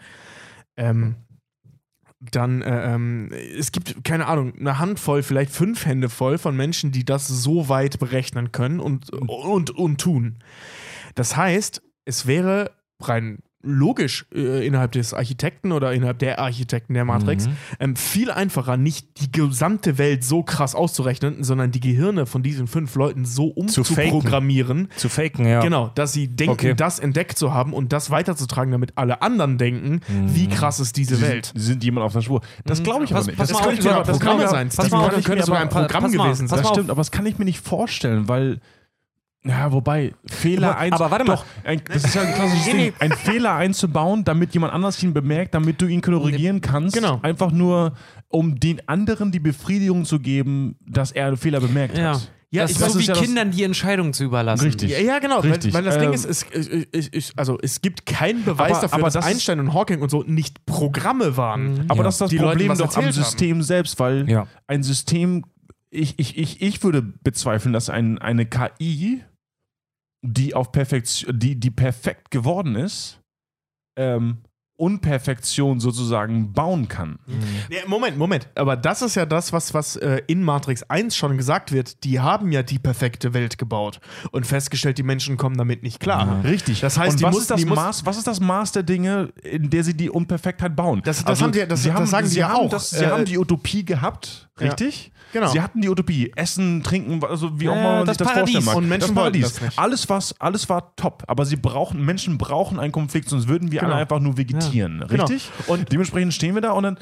Es gibt, keine Ahnung, eine Handvoll, vielleicht 5 Hände voll von Menschen, die das so weit berechnen können und tun. Das heißt, es wäre rein logisch innerhalb des Architekten oder innerhalb der Architekten der Matrix viel einfacher, nicht die gesamte Welt so krass auszurechnen, sondern die Gehirne von diesen 5 Leuten so umzuprogrammieren. Zu faken, ja. Genau, dass sie denken, das entdeckt zu haben und das weiterzutragen, damit alle anderen denken, wie krass ist diese Welt. Sie sind jemand auf der Spur. Das glaube ich aber nicht. Das könnte sogar Programme sein. Das könnte sogar ein Programm gewesen sein. Das stimmt, aber das kann ich mir nicht vorstellen, weil ja, wobei, Fehler aber warte mal. Das ist ja ein klassisches Ding. Einen Fehler einzubauen, damit jemand anders ihn bemerkt, damit du ihn korrigieren kannst. Genau. Einfach nur, um den anderen die Befriedigung zu geben, dass er einen Fehler bemerkt hat. Ja, das ist so wie Kindern die Entscheidung zu überlassen. Richtig. Ja, genau. Richtig. Weil das Ding ist, es gibt keinen Beweis dafür, dass Einstein und Hawking und so nicht Programme waren. Aber das ist das Problem doch am haben. System selbst, weil ein System, ich würde bezweifeln, dass eine KI, die auf Perfektion, die perfekt geworden ist, Unperfektion sozusagen bauen kann. Ja, Moment. Aber das ist ja das, was in Matrix 1 schon gesagt wird. Die haben ja die perfekte Welt gebaut und festgestellt, die Menschen kommen damit nicht klar. Ja. Richtig. Das heißt, und was ist das Maß der Dinge, in der sie die Unperfektheit bauen? Das sagen sie ja auch. Sie haben die Utopie gehabt, richtig? Ja. Genau. Sie hatten die Utopie. Essen, trinken, also wie auch immer man sich das vorstellen mag. Und Menschen wollten das nicht. Alles war top. Aber Menschen brauchen einen Konflikt, sonst würden wir alle einfach nur vegetieren. Ja. Richtig? Genau. Und dementsprechend stehen wir da und dann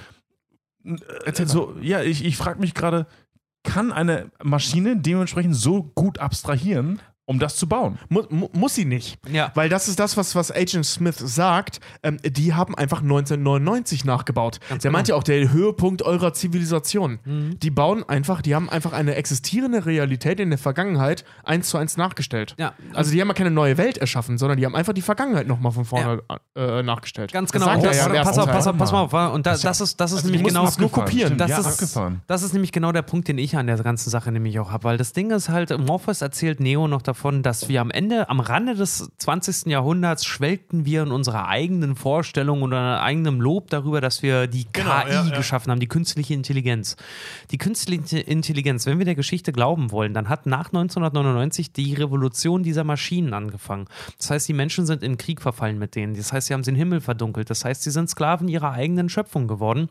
ich frage mich gerade, kann eine Maschine dementsprechend so gut abstrahieren, um das zu bauen? Muss sie nicht. Ja. Weil das ist das, was Agent Smith sagt. Die haben einfach 1999 nachgebaut. Der meint ja auch, der Höhepunkt eurer Zivilisation. Die haben einfach eine existierende Realität in der Vergangenheit 1:1 nachgestellt. Ja. Also die haben ja keine neue Welt erschaffen, sondern die haben einfach die Vergangenheit nochmal von vorne nachgestellt. Ganz genau. Pass mal auf. Und das ist nämlich genau nur kopieren. Das ist nämlich genau der Punkt, den ich an der ganzen Sache nämlich auch habe. Weil das Ding ist halt, Morpheus erzählt Neo noch davon, dass wir am Rande des 20. Jahrhunderts schwelgten wir in unserer eigenen Vorstellung oder eigenem Lob darüber, dass wir die KI geschaffen haben, die künstliche Intelligenz. Die künstliche Intelligenz, wenn wir der Geschichte glauben wollen, dann hat nach 1999 die Revolution dieser Maschinen angefangen. Das heißt, die Menschen sind in Krieg verfallen mit denen. Das heißt, sie haben den Himmel verdunkelt. Das heißt, sie sind Sklaven ihrer eigenen Schöpfung geworden.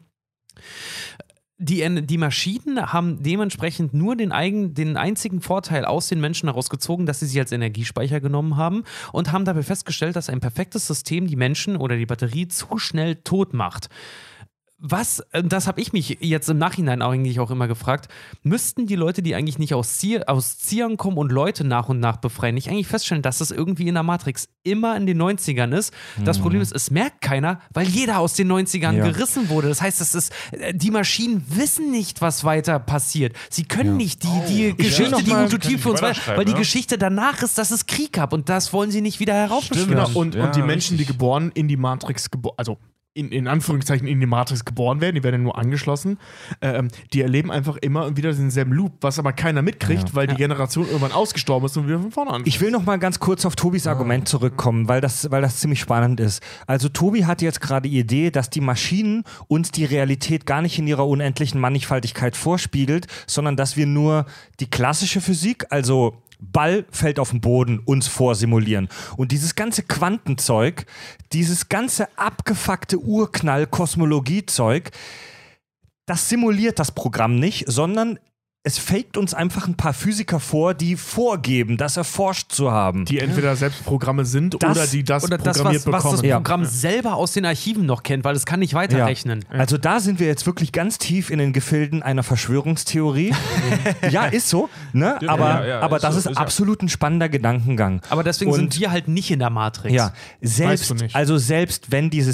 Die Maschinen haben dementsprechend nur den einzigen Vorteil aus den Menschen herausgezogen, dass sie sie als Energiespeicher genommen haben und haben dabei festgestellt, dass ein perfektes System die Menschen oder die Batterie zu schnell tot macht. Das habe ich mich jetzt im Nachhinein eigentlich auch immer gefragt, müssten die Leute, die eigentlich nicht aus Zion kommen und Leute nach und nach befreien, nicht eigentlich feststellen, dass das irgendwie in der Matrix immer in den 90ern ist? Das Problem ist, es merkt keiner, weil jeder aus den 90ern gerissen wurde. Das heißt, die Maschinen wissen nicht, was weiter passiert. Sie können nicht die Geschichte, die Utopie für uns weil die Geschichte danach ist, dass es Krieg gab und das wollen sie nicht wieder heraufbeschwören. Und die Menschen, die geboren in die Matrix, in Anführungszeichen in die Matrix geboren werden, die werden ja nur angeschlossen, die erleben einfach immer wieder denselben Loop, was aber keiner mitkriegt, weil die Generation irgendwann ausgestorben ist und wieder von vorne an. Ich will noch mal ganz kurz auf Tobis Argument zurückkommen, weil das ziemlich spannend ist. Also Tobi hat jetzt gerade die Idee, dass die Maschinen uns die Realität gar nicht in ihrer unendlichen Mannigfaltigkeit vorspiegelt, sondern dass wir nur die klassische Physik, also Ball fällt auf den Boden, uns vorsimulieren. Und dieses ganze Quantenzeug, dieses ganze abgefuckte Urknall-Kosmologie-Zeug, das simuliert das Programm nicht, sondern es faked uns einfach ein paar Physiker vor, die vorgeben, das erforscht zu haben. Die entweder selbst Programme sind oder die das programmiert was bekommen. das Programm selber aus den Archiven noch kennt, weil es kann nicht weiterrechnen. Ja. Also da sind wir jetzt wirklich ganz tief in den Gefilden einer Verschwörungstheorie. Ja, ist so. Ne? Aber das ist absolut ein spannender Gedankengang. Aber deswegen sind wir halt nicht in der Matrix. Ja, Weißt du nicht. selbst wenn diese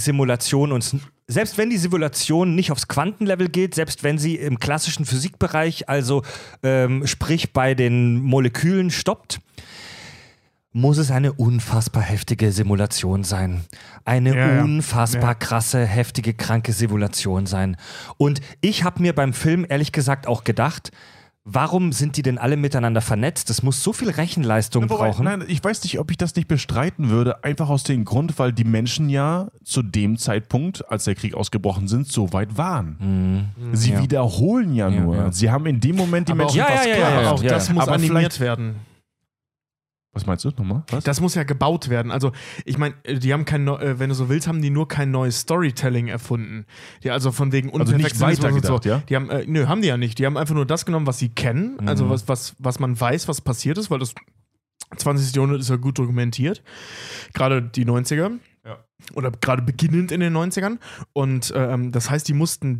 Simulation nicht aufs Quantenlevel geht, selbst wenn sie im klassischen Physikbereich, also sprich bei den Molekülen stoppt, muss es eine unfassbar heftige Simulation sein. Eine unfassbar krasse, heftige, kranke Simulation sein. Und ich habe mir beim Film ehrlich gesagt auch gedacht, warum sind die denn alle miteinander vernetzt? Das muss so viel Rechenleistung brauchen. Nein, ich weiß nicht, ob ich das nicht bestreiten würde, einfach aus dem Grund, weil die Menschen ja zu dem Zeitpunkt, als der Krieg ausgebrochen sind, so weit waren. Sie wiederholen ja nur. Ja. Sie haben in dem Moment die Menschen Aber auch das muss Aber animiert werden. Was meinst du nochmal? Was? Das muss ja gebaut werden. Also, ich meine, die haben wenn du so willst, haben die nur kein neues Storytelling erfunden. Die also von wegen nicht weitergedacht, ja? Die haben, haben die ja nicht. Die haben einfach nur das genommen, was sie kennen, also was man weiß, was passiert ist, weil das 20. Jahrhundert ist ja gut dokumentiert. Gerade die 90er. Ja. Oder gerade beginnend in den 90ern. Und das heißt, die mussten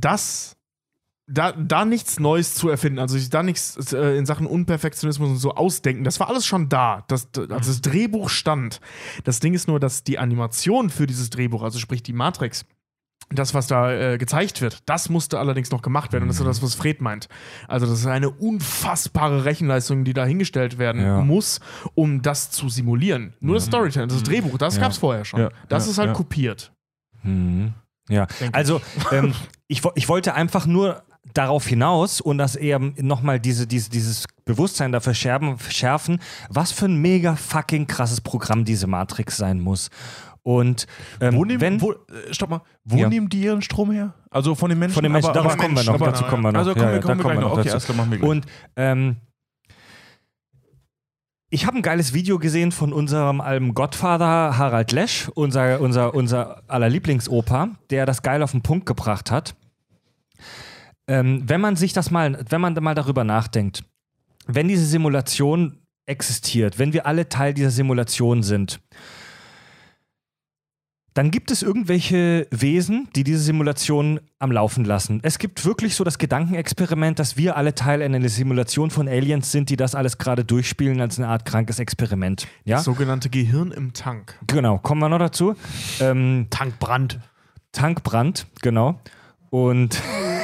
da nichts Neues zu erfinden, also sich da nichts in Sachen Unperfektionismus und so ausdenken, das war alles schon da. Das Drehbuch stand. Das Ding ist nur, dass die Animation für dieses Drehbuch, also sprich die Matrix, das, was da gezeigt wird, das musste allerdings noch gemacht werden. Und das ist das, was Fred meint. Also das ist eine unfassbare Rechenleistung, die da hingestellt werden muss, um das zu simulieren. Nur das Storytelling, das Drehbuch, das gab es vorher schon. Das ist halt kopiert. Ja, also ich wollte einfach nur darauf hinaus und das eher nochmal dieses Bewusstsein dafür schärfen, was für ein mega fucking krasses Programm diese Matrix sein muss. Und wo nehmen die ihren Strom her? Also von den Menschen? Von den Menschen, dazu kommen wir noch. Also kommen wir gleich noch. Okay, erst machen wir gleich. Und ich habe ein geiles Video gesehen von unserem alten Godfather Harald Lesch, unser aller Lieblingsopa, der das geil auf den Punkt gebracht hat. Wenn man mal darüber nachdenkt, wenn diese Simulation existiert, wenn wir alle Teil dieser Simulation sind, dann gibt es irgendwelche Wesen, die diese Simulation am Laufen lassen. Es gibt wirklich so das Gedankenexperiment, dass wir alle Teil einer Simulation von Aliens sind, die das alles gerade durchspielen als eine Art krankes Experiment. Ja? Das sogenannte Gehirn im Tank. Genau, kommen wir noch dazu. Tankbrand, genau. Und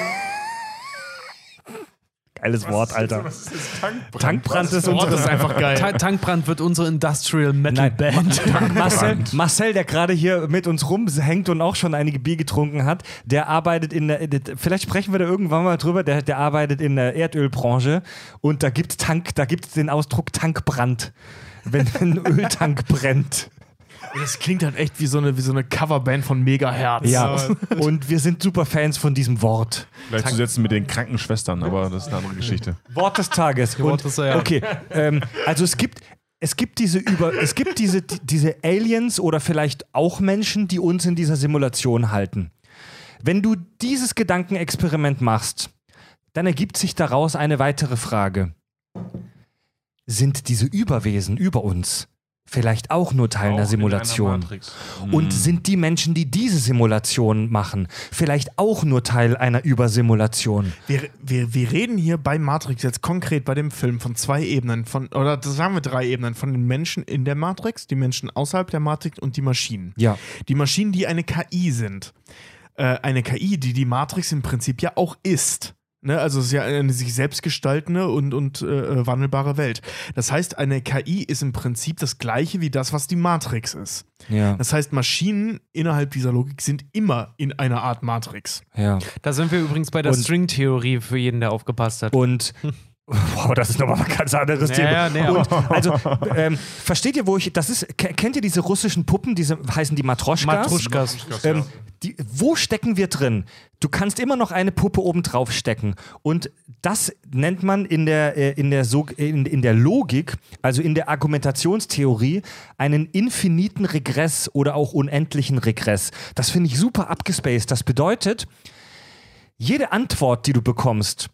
geiles Wort, Alter. Was ist das? Tankbrand? Tankbrand ist Das ist einfach geil. Tankbrand wird unsere Industrial Metal Band. Marcel, der gerade hier mit uns rumhängt und auch schon einige Bier getrunken hat, der arbeitet vielleicht sprechen wir da irgendwann mal drüber, der arbeitet in der Erdölbranche und da gibt's den Ausdruck Tankbrand, wenn ein Öltank brennt. Das klingt halt echt wie so eine Coverband von Megahertz. Ja, und wir sind super Fans von diesem Wort. Gleichzusetzen mit den Krankenschwestern, aber das ist eine andere Geschichte. Wort des Tages. Okay, also es gibt diese Aliens oder vielleicht auch Menschen, die uns in dieser Simulation halten. Wenn du dieses Gedankenexperiment machst, dann ergibt sich daraus eine weitere Frage. Sind diese Überwesen über uns vielleicht auch nur Teil einer Simulation? Und sind die Menschen, die diese Simulation machen, vielleicht auch nur Teil einer Übersimulation? Wir reden hier bei Matrix jetzt konkret bei dem Film von 2 Ebenen, oder sagen wir 3 Ebenen, von den Menschen in der Matrix, die Menschen außerhalb der Matrix und die Maschinen. Ja. Die Maschinen, die eine KI sind. Eine KI, die Matrix im Prinzip ja auch ist. Ne, also es ist ja eine sich selbst gestaltende und wandelbare Welt. Das heißt, eine KI ist im Prinzip das Gleiche wie das, was die Matrix ist. Ja. Das heißt, Maschinen innerhalb dieser Logik sind immer in einer Art Matrix. Ja. Da sind wir übrigens bei der String-Theorie für jeden, der aufgepasst hat. Und wow, das ist nochmal ein ganz anderes Thema. Nee, und, also, versteht ihr, kennt ihr diese russischen Puppen, heißen die Matroschkas? Matruschkas. Wo stecken wir drin? Du kannst immer noch eine Puppe oben drauf stecken. Und das nennt man in der Logik, also in der Argumentationstheorie, einen infiniten Regress oder auch unendlichen Regress. Das finde ich super abgespaced. Das bedeutet, jede Antwort, die du bekommst,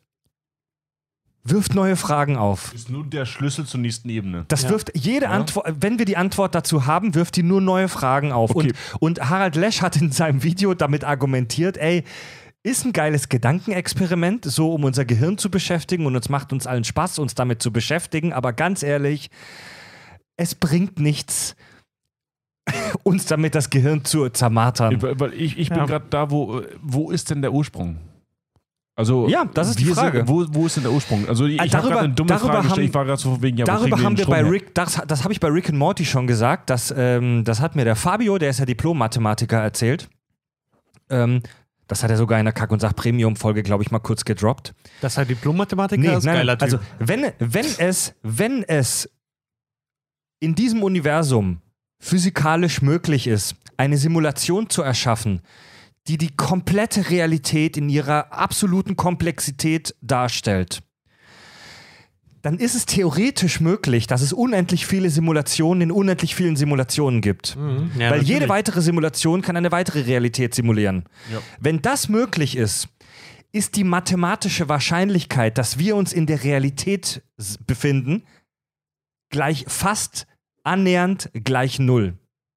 wirft neue Fragen auf. Ist nur der Schlüssel zur nächsten Ebene. Das wirft jede Antwort, wenn wir die Antwort dazu haben, wirft die nur neue Fragen auf. Okay. Und Harald Lesch hat in seinem Video damit argumentiert, ist ein geiles Gedankenexperiment, so um unser Gehirn zu beschäftigen und es macht uns allen Spaß, uns damit zu beschäftigen, aber ganz ehrlich, es bringt nichts, uns damit das Gehirn zu zermartern. Weil ich bin gerade da, wo ist denn der Ursprung? Also, ja, das ist die Frage. Wo ist denn der Ursprung? Also ich habe gerade eine dumme Frage gestellt. Ich war gerade so wegen, darüber haben wir bei Rick, das habe ich bei Rick and Morty schon gesagt, das hat mir der Fabio, der ist ja Diplom-Mathematiker, erzählt. Das hat er sogar in der Kack- und Sach-Premium-Folge, glaube ich, mal kurz gedroppt. Das hat Diplom-Mathematiker? Nein, also wenn es in diesem Universum physikalisch möglich ist, eine Simulation zu erschaffen, die komplette Realität in ihrer absoluten Komplexität darstellt, dann ist es theoretisch möglich, dass es unendlich viele Simulationen in unendlich vielen Simulationen gibt. Ja, weil jede weitere Simulation kann eine weitere Realität simulieren. Ja. Wenn das möglich ist, ist die mathematische Wahrscheinlichkeit, dass wir uns in der Realität befinden, fast annähernd gleich 0.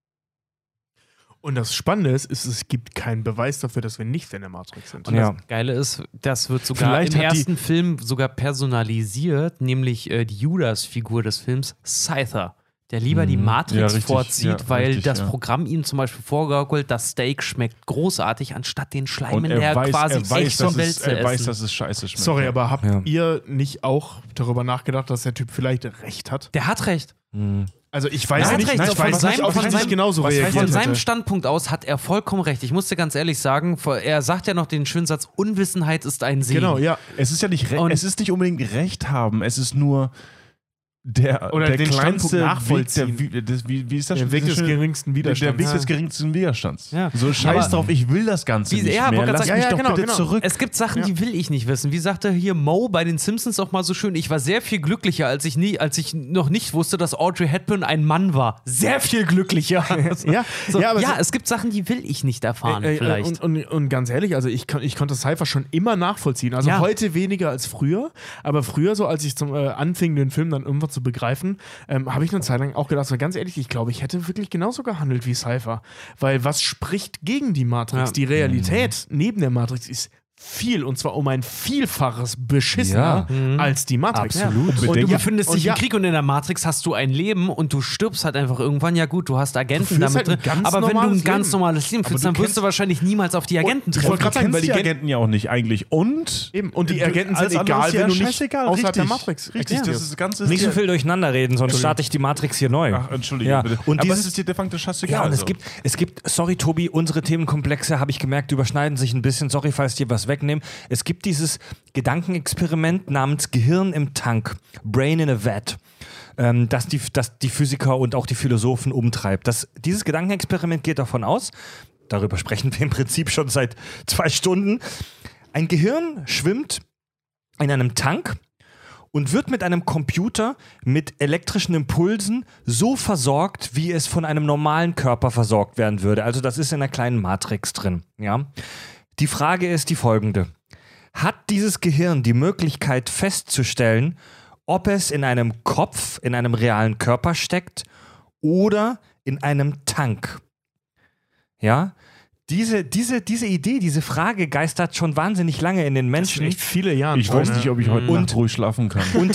Und das Spannende ist, es gibt keinen Beweis dafür, dass wir nicht in der Matrix sind. Und das Geile ist, das wird sogar im ersten Film sogar personalisiert, nämlich die Judas-Figur des Films, Scyther, der lieber die Matrix vorzieht, weil das Programm ihm zum Beispiel vorgaukelt, das Steak schmeckt großartig, anstatt den Schleim in der quasi echten Welt zu essen. Er weiß, dass es scheiße schmeckt. Sorry, aber habt ihr nicht auch darüber nachgedacht, dass der Typ vielleicht recht hat? Der hat recht. Also ich weiß nicht, ob ich nicht genauso reagiert Von seinem Standpunkt aus hat er vollkommen recht. Ich muss dir ganz ehrlich sagen, er sagt ja noch den schönen Satz, Unwissenheit ist ein Segen. Genau, ja. Es ist ja nicht es ist nicht unbedingt Recht haben, es ist nur der den kleinste nachvollziehen. Weg wie ist das? Der Weg des geringsten Widerstands. Der Weg des geringsten Widerstands. Ja. So scheiß drauf, ich will das Ganze nicht mehr. Lass mich doch bitte zurück. Es gibt Sachen, die will ich nicht wissen. Wie sagte hier Mo bei den Simpsons auch mal so schön, ich war sehr viel glücklicher, als ich noch nicht wusste, dass Audrey Hepburn ein Mann war. Sehr viel glücklicher. Es gibt Sachen, die will ich nicht erfahren vielleicht. Und ganz ehrlich, also ich konnte Cypher schon immer nachvollziehen. Also heute weniger als früher, aber früher so, als ich anfing, den Film dann irgendwann zu begreifen, habe ich eine Zeit lang auch gedacht, so ganz ehrlich, ich glaube, ich hätte wirklich genauso gehandelt wie Cypher. Weil was spricht gegen die Matrix? Ja. Die Realität neben der Matrix ist viel, und zwar um ein Vielfaches beschissener als die Matrix. Absolut. Und du befindest dich im Krieg und in der Matrix hast du ein Leben und du stirbst halt einfach irgendwann. Ja gut, du hast Agenten damit drin. Aber wenn du ein ganz normales Leben führst, dann wirst du wahrscheinlich niemals auf die Agenten treffen. Ich wollte gerade sagen, weil die Agenten ja auch nicht eigentlich. Und die Agenten sind egal, wenn du nicht außerhalb der Matrix. Richtig, das ist ganz nicht so viel durcheinander reden, sonst starte ich die Matrix hier neu. Ach, Entschuldige bitte. Und aber es ist dir de facto scheißegal. Ja, und es gibt, sorry Tobi, unsere Themenkomplexe, habe ich gemerkt, überschneiden sich ein bisschen. Sorry, falls ich dir was wegnehme. Es gibt dieses Gedankenexperiment namens Gehirn im Tank, Brain in a Vat, das die Physiker und auch die Philosophen umtreibt. Dieses Gedankenexperiment geht davon aus, darüber sprechen wir im Prinzip schon seit 2 Stunden, ein Gehirn schwimmt in einem Tank und wird mit einem Computer mit elektrischen Impulsen so versorgt, wie es von einem normalen Körper versorgt werden würde. Also das ist in einer kleinen Matrix drin. Ja? Die Frage ist die folgende. Hat dieses Gehirn die Möglichkeit festzustellen, ob es in einem Kopf, in einem realen Körper steckt oder in einem Tank? Ja? Diese Idee, diese Frage geistert schon wahnsinnig lange in den Menschen. Echt viele Jahre. Ich weiß nicht, ob ich heute Nacht ruhig schlafen kann. Und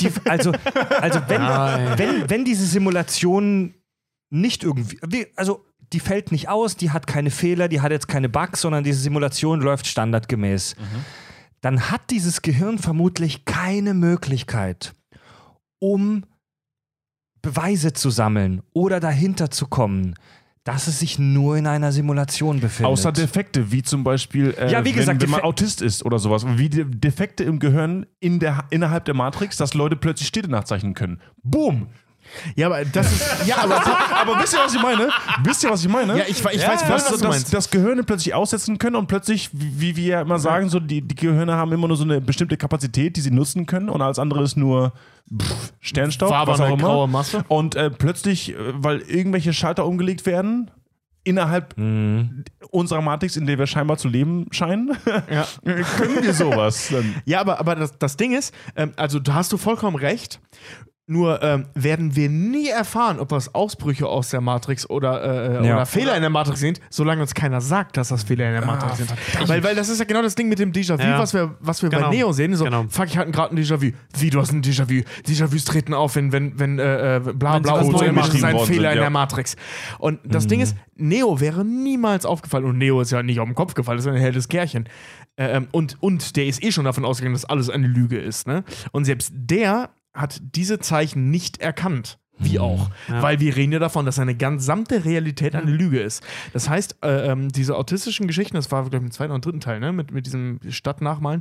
wenn diese Simulation nicht irgendwie, also die fällt nicht aus, die hat keine Fehler, die hat jetzt keine Bugs, sondern diese Simulation läuft standardgemäß. dann hat dieses Gehirn vermutlich keine Möglichkeit, um Beweise zu sammeln oder dahinter zu kommen, dass es sich nur in einer Simulation befindet. Außer Defekte, wie zum Beispiel, wenn man Autist ist oder sowas. Wie Defekte im Gehirn innerhalb der Matrix, dass Leute plötzlich Städte nachzeichnen können. Boom! Ja, aber das ist. Ja, Aber wisst ihr, was ich meine? Ja, ich weiß, was du meinst. Dass Gehirne plötzlich aussetzen können und plötzlich, wie wir ja immer sagen, so die Gehirne haben immer nur so eine bestimmte Kapazität, die sie nutzen können und alles andere ist nur Sternstaub, was auch immer. Graue Masse. Und plötzlich, weil irgendwelche Schalter umgelegt werden, innerhalb unserer Matrix, in der wir scheinbar zu leben scheinen, können wir sowas. Dann. Ja, aber das Ding ist, also da hast du vollkommen recht. Nur werden wir nie erfahren, ob das Ausbrüche aus der Matrix oder Fehler in der Matrix sind, solange uns keiner sagt, dass das Fehler in der Matrix sind. Weil das ist ja genau das Ding mit dem Déjà-vu, was wir bei Neo sehen. So, fuck, ich hatte gerade ein Déjà-vu. Wie, du hast ein Déjà-vu? Déjà-vus treten auf, wenn bla bla und so macht es ein Fehler in der Matrix. Und das Ding ist, Neo wäre niemals aufgefallen. Und Neo ist ja nicht auf den Kopf gefallen, das ist ein helles Kerlchen. Und der ist schon davon ausgegangen, dass alles eine Lüge ist. Ne? Und selbst der hat diese Zeichen nicht erkannt. Wie auch. Ja. Weil wir reden ja davon, dass seine gesamte Realität eine Lüge ist. Das heißt, diese autistischen Geschichten, das war, glaube ich, im zweiten und dritten Teil, ne? mit diesem Stadtnachmalen,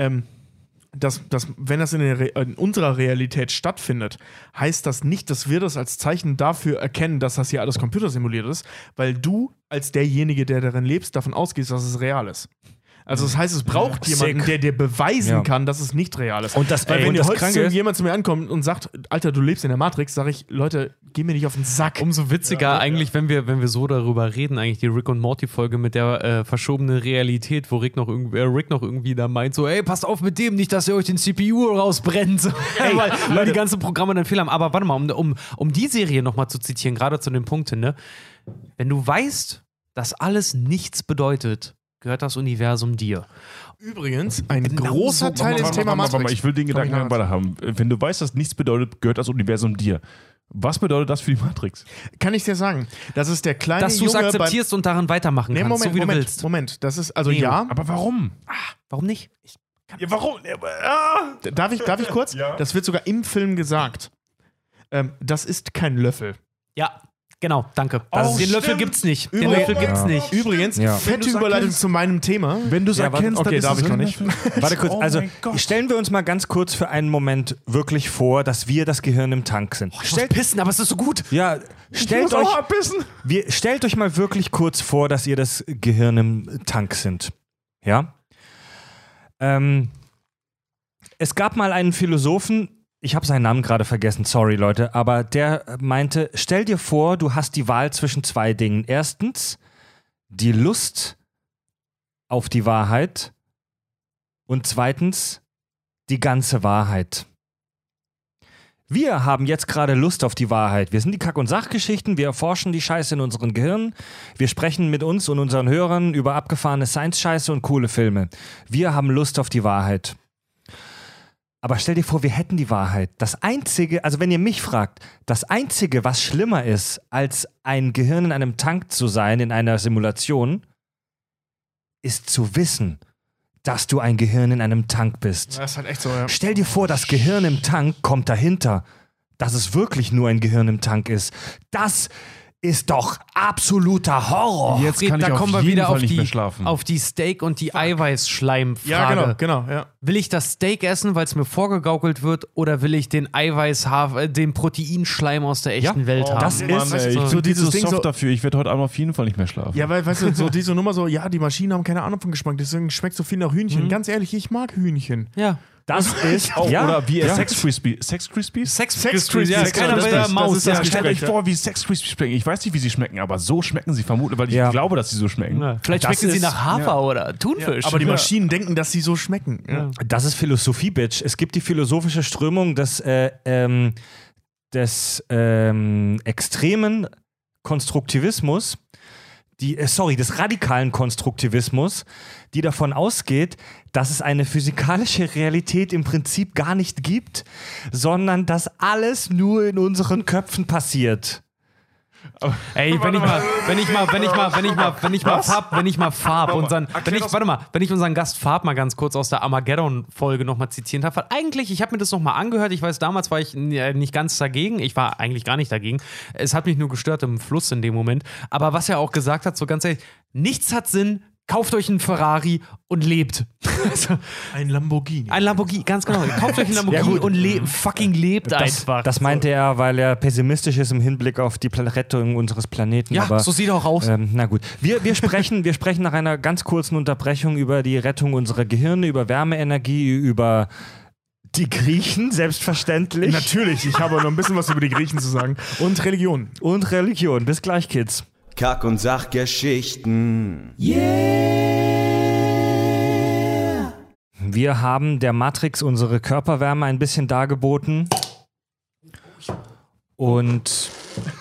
dass wenn das in unserer Realität stattfindet, heißt das nicht, dass wir das als Zeichen dafür erkennen, dass das hier alles computersimuliert ist, weil du als derjenige, der darin lebst, davon ausgehst, dass es real ist. Also das heißt, es braucht jemanden, der dir beweisen kann, dass es nicht real ist. Und weil wenn heute jemand zu mir ankommt und sagt, Alter, du lebst in der Matrix, sage ich, Leute, geh mir nicht auf den Sack. Umso witziger eigentlich, wenn wir so darüber reden, eigentlich die Rick und Morty-Folge mit der verschobenen Realität, wo Rick noch irgendwie da meint, so, ey, passt auf mit dem, nicht, dass ihr euch den CPU rausbrennt. So, weil die ganzen Programme dann Fehler haben. Aber warte mal, um die Serie nochmal zu zitieren, gerade zu den Punkten, ne? Wenn du weißt, dass alles nichts bedeutet, gehört das Universum dir. Übrigens, ein großer Teil des Thema Matrix. Ich will den Gedanken weiter haben. Wenn du weißt, dass nichts bedeutet, gehört das Universum dir. Was bedeutet das für die Matrix? Kann ich dir sagen. Das ist der kleine Junge... Dass du es akzeptierst und darin weitermachen kannst, Moment, so wie du willst. Moment, das ist, also ja. Aber warum? Warum nicht? Warum? Darf ich kurz? Ja. Das wird sogar im Film gesagt. Das ist kein Löffel. Ja. Genau, danke. Den Löffel gibt's nicht. Übrigens, fette Überleitung zu meinem Thema. Wenn du es erkennst, okay, darf ich noch nicht. Warte kurz, also stellen wir uns mal ganz kurz für einen Moment wirklich vor, dass wir das Gehirn im Tank sind. Pissen, aber es ist so gut. Ja, stellt euch mal wirklich kurz vor, dass ihr das Gehirn im Tank sind. Ja? Es gab mal einen Philosophen, ich habe seinen Namen gerade vergessen, sorry Leute, aber der meinte, stell dir vor, du hast die Wahl zwischen zwei Dingen. Erstens, die Lust auf die Wahrheit und zweitens, die ganze Wahrheit. Wir haben jetzt gerade Lust auf die Wahrheit. Wir sind die Kack- und Sachgeschichten, wir erforschen die Scheiße in unseren Gehirnen, wir sprechen mit uns und unseren Hörern über abgefahrene Science-Scheiße und coole Filme. Wir haben Lust auf die Wahrheit. Aber stell dir vor, wir hätten die Wahrheit. Das Einzige, also wenn ihr mich fragt, das Einzige, was schlimmer ist, als ein Gehirn in einem Tank zu sein, in einer Simulation, ist zu wissen, dass du ein Gehirn in einem Tank bist. Das ist halt echt so, ja. Stell dir vor, das Gehirn im Tank kommt dahinter, dass es wirklich nur ein Gehirn im Tank ist. Das ist doch absoluter Horror. Jetzt kann da kommen wir wieder auf die Steak- und die Eiweißschleimfrage. Ja, genau. Ja. Will ich das Steak essen, weil es mir vorgegaukelt wird, oder will ich den den Proteinschleim aus der echten Welt haben? Das ist ich bin dieses Ding soft dafür. Ich werde heute Abend auf jeden Fall nicht mehr schlafen. Ja, weil, weißt du, so diese Nummer so, ja, die Maschinen haben keine Ahnung von Geschmack, deswegen schmeckt so viel nach Hühnchen. Ganz ehrlich, ich mag Hühnchen. Ja. Das ist auch, oder wie Sex Crispies. Sex Crispies? Ja, keiner bei der Maus. Stellt euch vor, wie Sex Crispies schmecken. Ich weiß nicht, wie sie schmecken, aber so schmecken sie vermutlich, weil ich glaube, dass sie so schmecken. Ja. Vielleicht schmecken sie nach Hafer oder Thunfisch. Aber die Maschinen denken, dass sie so schmecken. Ja. Das ist Philosophie, Bitch. Es gibt die philosophische Strömung des extremen Konstruktivismus, des radikalen Konstruktivismus, die davon ausgeht, dass es eine physikalische Realität im Prinzip gar nicht gibt, sondern dass alles nur in unseren Köpfen passiert. Ey, wenn ich unseren Gast Farb mal ganz kurz aus der Armageddon-Folge nochmal zitieren darf, weil eigentlich, ich habe mir das nochmal angehört, ich weiß, damals war ich nicht ganz dagegen, ich war eigentlich gar nicht dagegen, es hat mich nur gestört im Fluss in dem Moment, aber was er auch gesagt hat, so ganz ehrlich, nichts hat Sinn, kauft euch einen Ferrari und lebt. Ein Lamborghini. Ein Lamborghini, ganz genau. Kauft euch einen Lamborghini und fucking lebt einfach. Das meint er, weil er pessimistisch ist im Hinblick auf die Rettung unseres Planeten. Ja, aber, so sieht er auch aus. Na gut. Wir sprechen nach einer ganz kurzen Unterbrechung über die Rettung unserer Gehirne, über Wärmeenergie, über die Griechen, selbstverständlich. Natürlich, ich habe noch ein bisschen was über die Griechen zu sagen. Und Religion. Und Religion. Bis gleich, Kids. Kack- und Sachgeschichten. Wir haben der Matrix unsere Körperwärme ein bisschen dargeboten. Und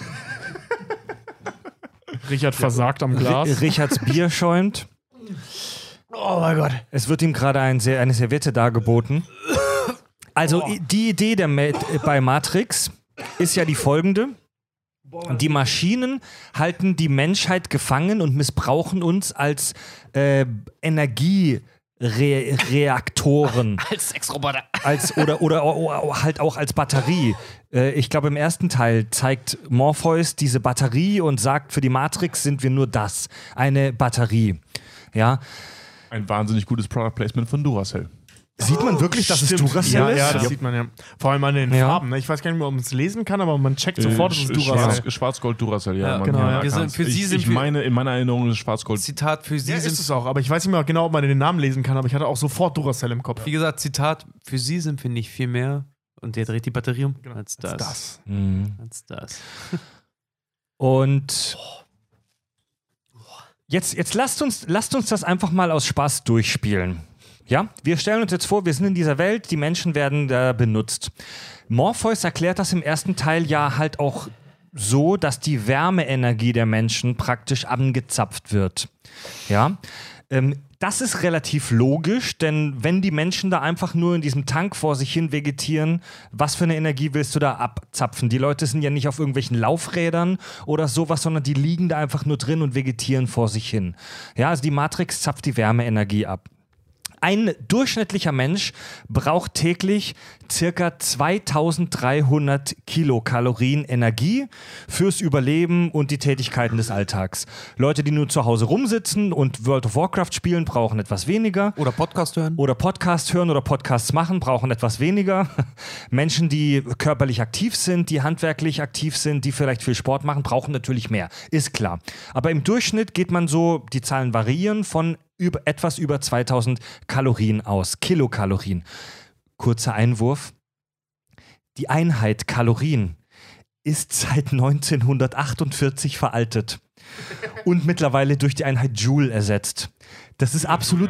Richard versagt am Glas. Richards Bier schäumt. Oh mein Gott. Es wird ihm gerade eine Serviette dargeboten. Also die Idee bei Matrix ist ja die folgende. Die Maschinen halten die Menschheit gefangen und missbrauchen uns als Energiereaktoren. Als Sexroboter. Oder halt auch als Batterie. Ich glaube, im ersten Teil zeigt Morpheus diese Batterie und sagt, für die Matrix sind wir nur das. Eine Batterie. Ja. Ein wahnsinnig gutes Product Placement von Duracell. Sieht man wirklich, dass es Duracell ist? Ja, das sieht man ja. Vor allem an den Farben. Ne? Ich weiß gar nicht mehr, ob man es lesen kann, aber man checkt sofort, dass es Duracell. Schwarz-Gold Duracell, ja. Genau. Ja, In meiner Erinnerung ist Schwarz-Gold. Zitat, für sie Ja, sind ist es auch, aber ich weiß nicht mehr genau, ob man den Namen lesen kann, aber ich hatte auch sofort Duracell im Kopf. Wie gesagt, Zitat, für sie sind wir nicht viel mehr, und der dreht die Batterie um, als das. Als das. Und jetzt lasst uns das einfach mal aus Spaß durchspielen. Ja, wir stellen uns jetzt vor, wir sind in dieser Welt, die Menschen werden da benutzt. Morpheus erklärt das im ersten Teil ja halt auch so, dass die Wärmeenergie der Menschen praktisch angezapft wird. Ja, das ist relativ logisch, denn wenn die Menschen da einfach nur in diesem Tank vor sich hin vegetieren, was für eine Energie willst du da abzapfen? Die Leute sind ja nicht auf irgendwelchen Laufrädern oder sowas, sondern die liegen da einfach nur drin und vegetieren vor sich hin. Ja, also die Matrix zapft die Wärmeenergie ab. Ein durchschnittlicher Mensch braucht täglich circa 2300 Kilokalorien Energie fürs Überleben und die Tätigkeiten des Alltags. Leute, die nur zu Hause rumsitzen und World of Warcraft spielen, brauchen etwas weniger. Oder Podcast hören. Oder Podcast hören oder Podcasts machen, brauchen etwas weniger. Menschen, die körperlich aktiv sind, die handwerklich aktiv sind, die vielleicht viel Sport machen, brauchen natürlich mehr. Ist klar. Aber im Durchschnitt geht man so, die Zahlen variieren, von etwas über 2000 Kalorien aus. Kilokalorien. Kurzer Einwurf. Die Einheit Kalorien ist seit 1948 veraltet und mittlerweile durch die Einheit Joule ersetzt. Das ist absolut,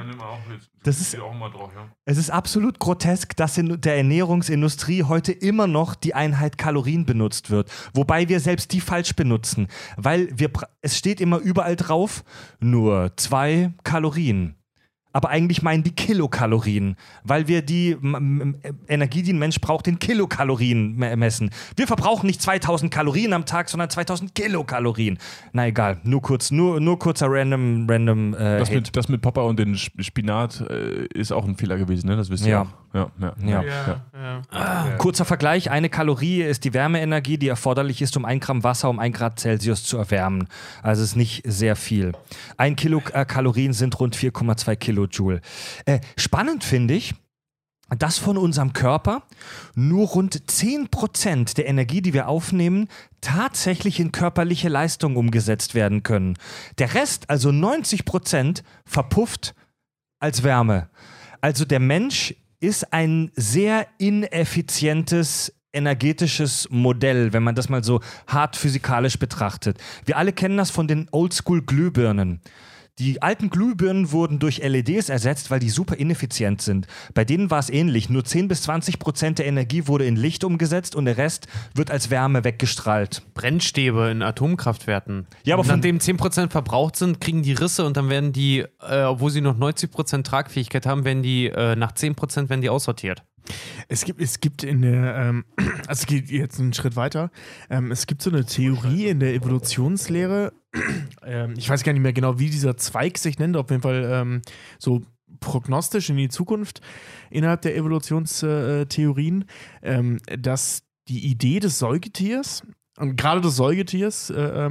es ist absolut grotesk, dass in der Ernährungsindustrie heute immer noch die Einheit Kalorien benutzt wird. Wobei wir selbst die falsch benutzen. Weil es steht immer überall drauf, nur 2 Kalorien. Aber eigentlich meinen die Kilokalorien, weil wir die Energie, die ein Mensch braucht, in Kilokalorien messen. Wir verbrauchen nicht 2000 Kalorien am Tag, sondern 2000 Kilokalorien. Na egal, nur kurzer random Das mit Popper und den Spinat ist auch ein Fehler gewesen, ne? Das wisst ihr Ja. auch. Ja. Kurzer Vergleich, eine Kalorie ist die Wärmeenergie, die erforderlich ist, um 1 Gramm Wasser um 1 Grad Celsius zu erwärmen. Also ist nicht sehr viel. 1 Kilokalorien sind rund 4,2 Kilojoule. Spannend finde ich, dass von unserem Körper nur rund 10% der Energie, die wir aufnehmen, tatsächlich in körperliche Leistung umgesetzt werden können. Der Rest, also 90%, verpufft als Wärme. Also der Mensch ist ein sehr ineffizientes energetisches Modell, wenn man das mal so hart physikalisch betrachtet. Wir alle kennen das von den Oldschool-Glühbirnen. Die alten Glühbirnen wurden durch LEDs ersetzt, weil die super ineffizient sind. Bei denen war es ähnlich. Nur 10-20% der Energie wurde in Licht umgesetzt und der Rest wird als Wärme weggestrahlt. Brennstäbe in Atomkraftwerken. Ja, aber nachdem 10% verbraucht sind, kriegen die Risse und dann werden die, obwohl sie noch 90% Tragfähigkeit haben, werden die nach 10% werden die aussortiert. Es gibt in der, also es geht jetzt einen Schritt weiter, es gibt so eine Theorie in der Evolutionslehre, ich weiß gar nicht mehr genau, wie dieser Zweig sich nennt, auf jeden Fall so prognostisch in die Zukunft innerhalb der Evolutionstheorien, dass die Idee des Säugetiers, und gerade des Säugetiers,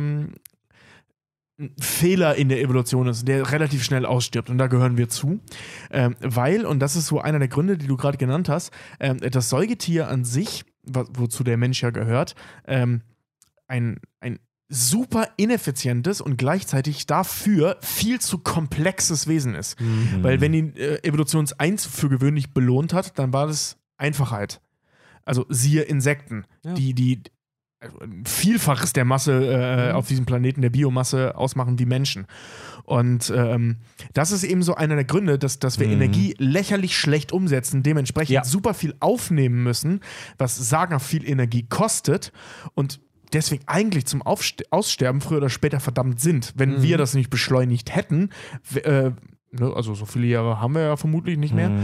ein Fehler in der Evolution ist, der relativ schnell ausstirbt, und da gehören wir zu, weil, und das ist so einer der Gründe, die du gerade genannt hast, das Säugetier an sich, wozu der Mensch ja gehört, ein super ineffizientes und gleichzeitig dafür viel zu komplexes Wesen ist. Mhm. Weil wenn die Evolution 1 für gewöhnlich belohnt hat, dann war das Einfachheit. Also siehe Insekten, die ein Vielfaches der Masse auf diesem Planeten, der Biomasse, ausmachen wie Menschen. Und das ist eben so einer der Gründe, dass wir Energie lächerlich schlecht umsetzen, dementsprechend super viel aufnehmen müssen, was sagenhaft viel Energie kostet und deswegen eigentlich zum Aussterben früher oder später verdammt sind. Wenn wir das nicht beschleunigt hätten, also so viele Jahre haben wir ja vermutlich nicht mehr,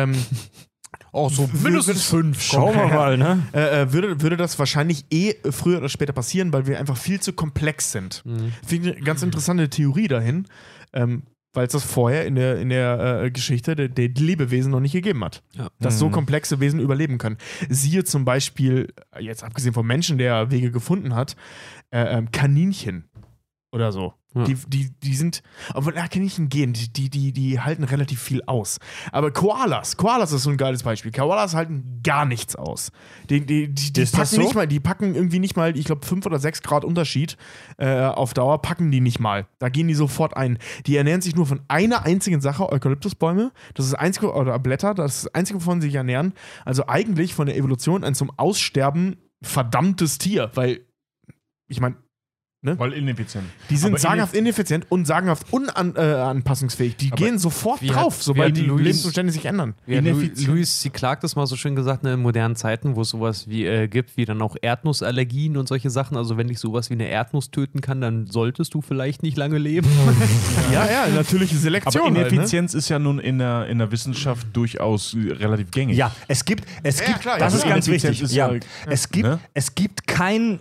so mindestens 5. Schauen wir mal, ne? Würde das wahrscheinlich früher oder später passieren, weil wir einfach viel zu komplex sind. Finde ich eine ganz interessante Theorie dahin, weil es das vorher in der Geschichte der Lebewesen noch nicht gegeben hat. Ja. Dass so komplexe Wesen überleben können. Siehe zum Beispiel, jetzt abgesehen vom Menschen, der Wege gefunden hat, Kaninchen oder so. Ja. Die sind, obwohl Kaninchen gehen, die halten relativ viel aus. Aber Koalas ist so ein geiles Beispiel. Koalas halten gar nichts aus. Die packen so? Nicht mal, die packen irgendwie nicht mal, ich glaube 5 oder 6 Grad Unterschied auf Dauer, packen die nicht mal. Da gehen die sofort ein. Die ernähren sich nur von einer einzigen Sache, Eukalyptusbäume. Das ist das einzige, oder Blätter, das ist das einzige, wovon sie sich ernähren. Also eigentlich von der Evolution ein zum Aussterben verdammtes Tier, weil, ich meine, ne? Weil ineffizient. Die sind sagenhaft ineffizient und sagenhaft unanpassungsfähig. Die gehen sofort drauf, sobald die Lebensumstände sich ändern. Louis C. Clarke das mal so schön gesagt, ne, in modernen Zeiten, wo es sowas wie gibt, wie dann auch Erdnussallergien und solche Sachen. Also wenn dich sowas wie eine Erdnuss töten kann, dann solltest du vielleicht nicht lange leben. Ja, natürliche Selektion. Aber Ineffizienz ist ja nun in der Wissenschaft durchaus relativ gängig. Ja, es gibt, klar, das ist ganz wichtig. Ist es gibt kein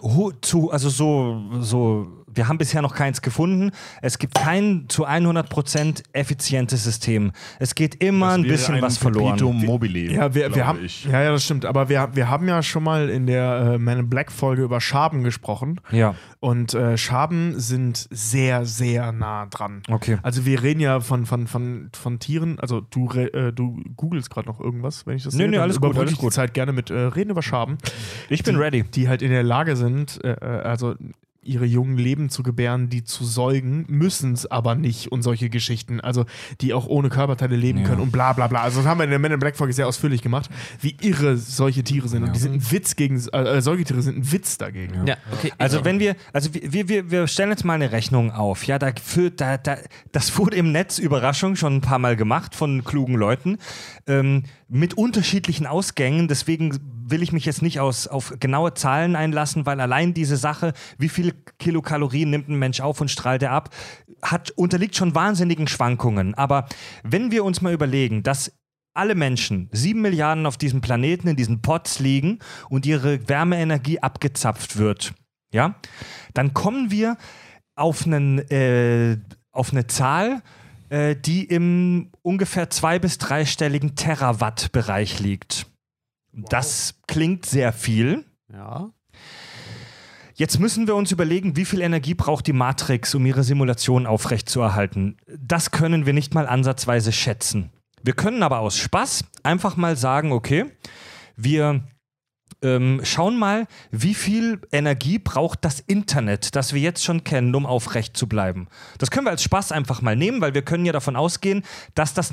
wir haben bisher noch keins gefunden. Es gibt kein zu 100% effizientes System. Es geht immer ein bisschen was verloren. Mobile, wir haben, das stimmt. Aber wir haben ja schon mal in der Man in Black Folge über Schaben gesprochen. Ja. Und Schaben sind sehr, sehr nah dran. Okay. Also wir reden ja von Tieren. Also du googelst gerade noch irgendwas, wenn ich das sehe. Nee, alles gut. Ich die Zeit gerne mit reden über Schaben. Ich bin ready. Die halt in der Lage sind, ihre jungen Leben zu gebären, die zu säugen, müssen es aber nicht und solche Geschichten. Also die auch ohne Körperteile leben können und bla bla bla. Also das haben wir in der Men in Black Folge sehr ausführlich gemacht, wie irre solche Tiere sind. Und die sind ein Witz gegen, Säugetiere sind ein Witz dagegen. Ja, okay. Also wir stellen jetzt mal eine Rechnung auf. Ja, das wurde im Netz, Überraschung, schon ein paar Mal gemacht von klugen Leuten, mit unterschiedlichen Ausgängen. Deswegen will ich mich jetzt nicht auf genaue Zahlen einlassen, weil allein diese Sache, wie viele Kilokalorien nimmt ein Mensch auf und strahlt er ab, unterliegt schon wahnsinnigen Schwankungen. Aber wenn wir uns mal überlegen, dass alle Menschen, 7 Milliarden auf diesem Planeten, in diesen Pots liegen und ihre Wärmeenergie abgezapft wird, ja, dann kommen wir auf eine Zahl, die im ungefähr 2- bis 3-stelligen Terawatt-Bereich liegt. Wow. Das klingt sehr viel. Ja. Jetzt müssen wir uns überlegen, wie viel Energie braucht die Matrix, um ihre Simulation aufrechtzuerhalten. Das können wir nicht mal ansatzweise schätzen. Wir können aber aus Spaß einfach mal sagen, okay, wir schauen mal, wie viel Energie braucht das Internet, das wir jetzt schon kennen, um aufrecht zu bleiben. Das können wir als Spaß einfach mal nehmen, weil wir können ja davon ausgehen, dass das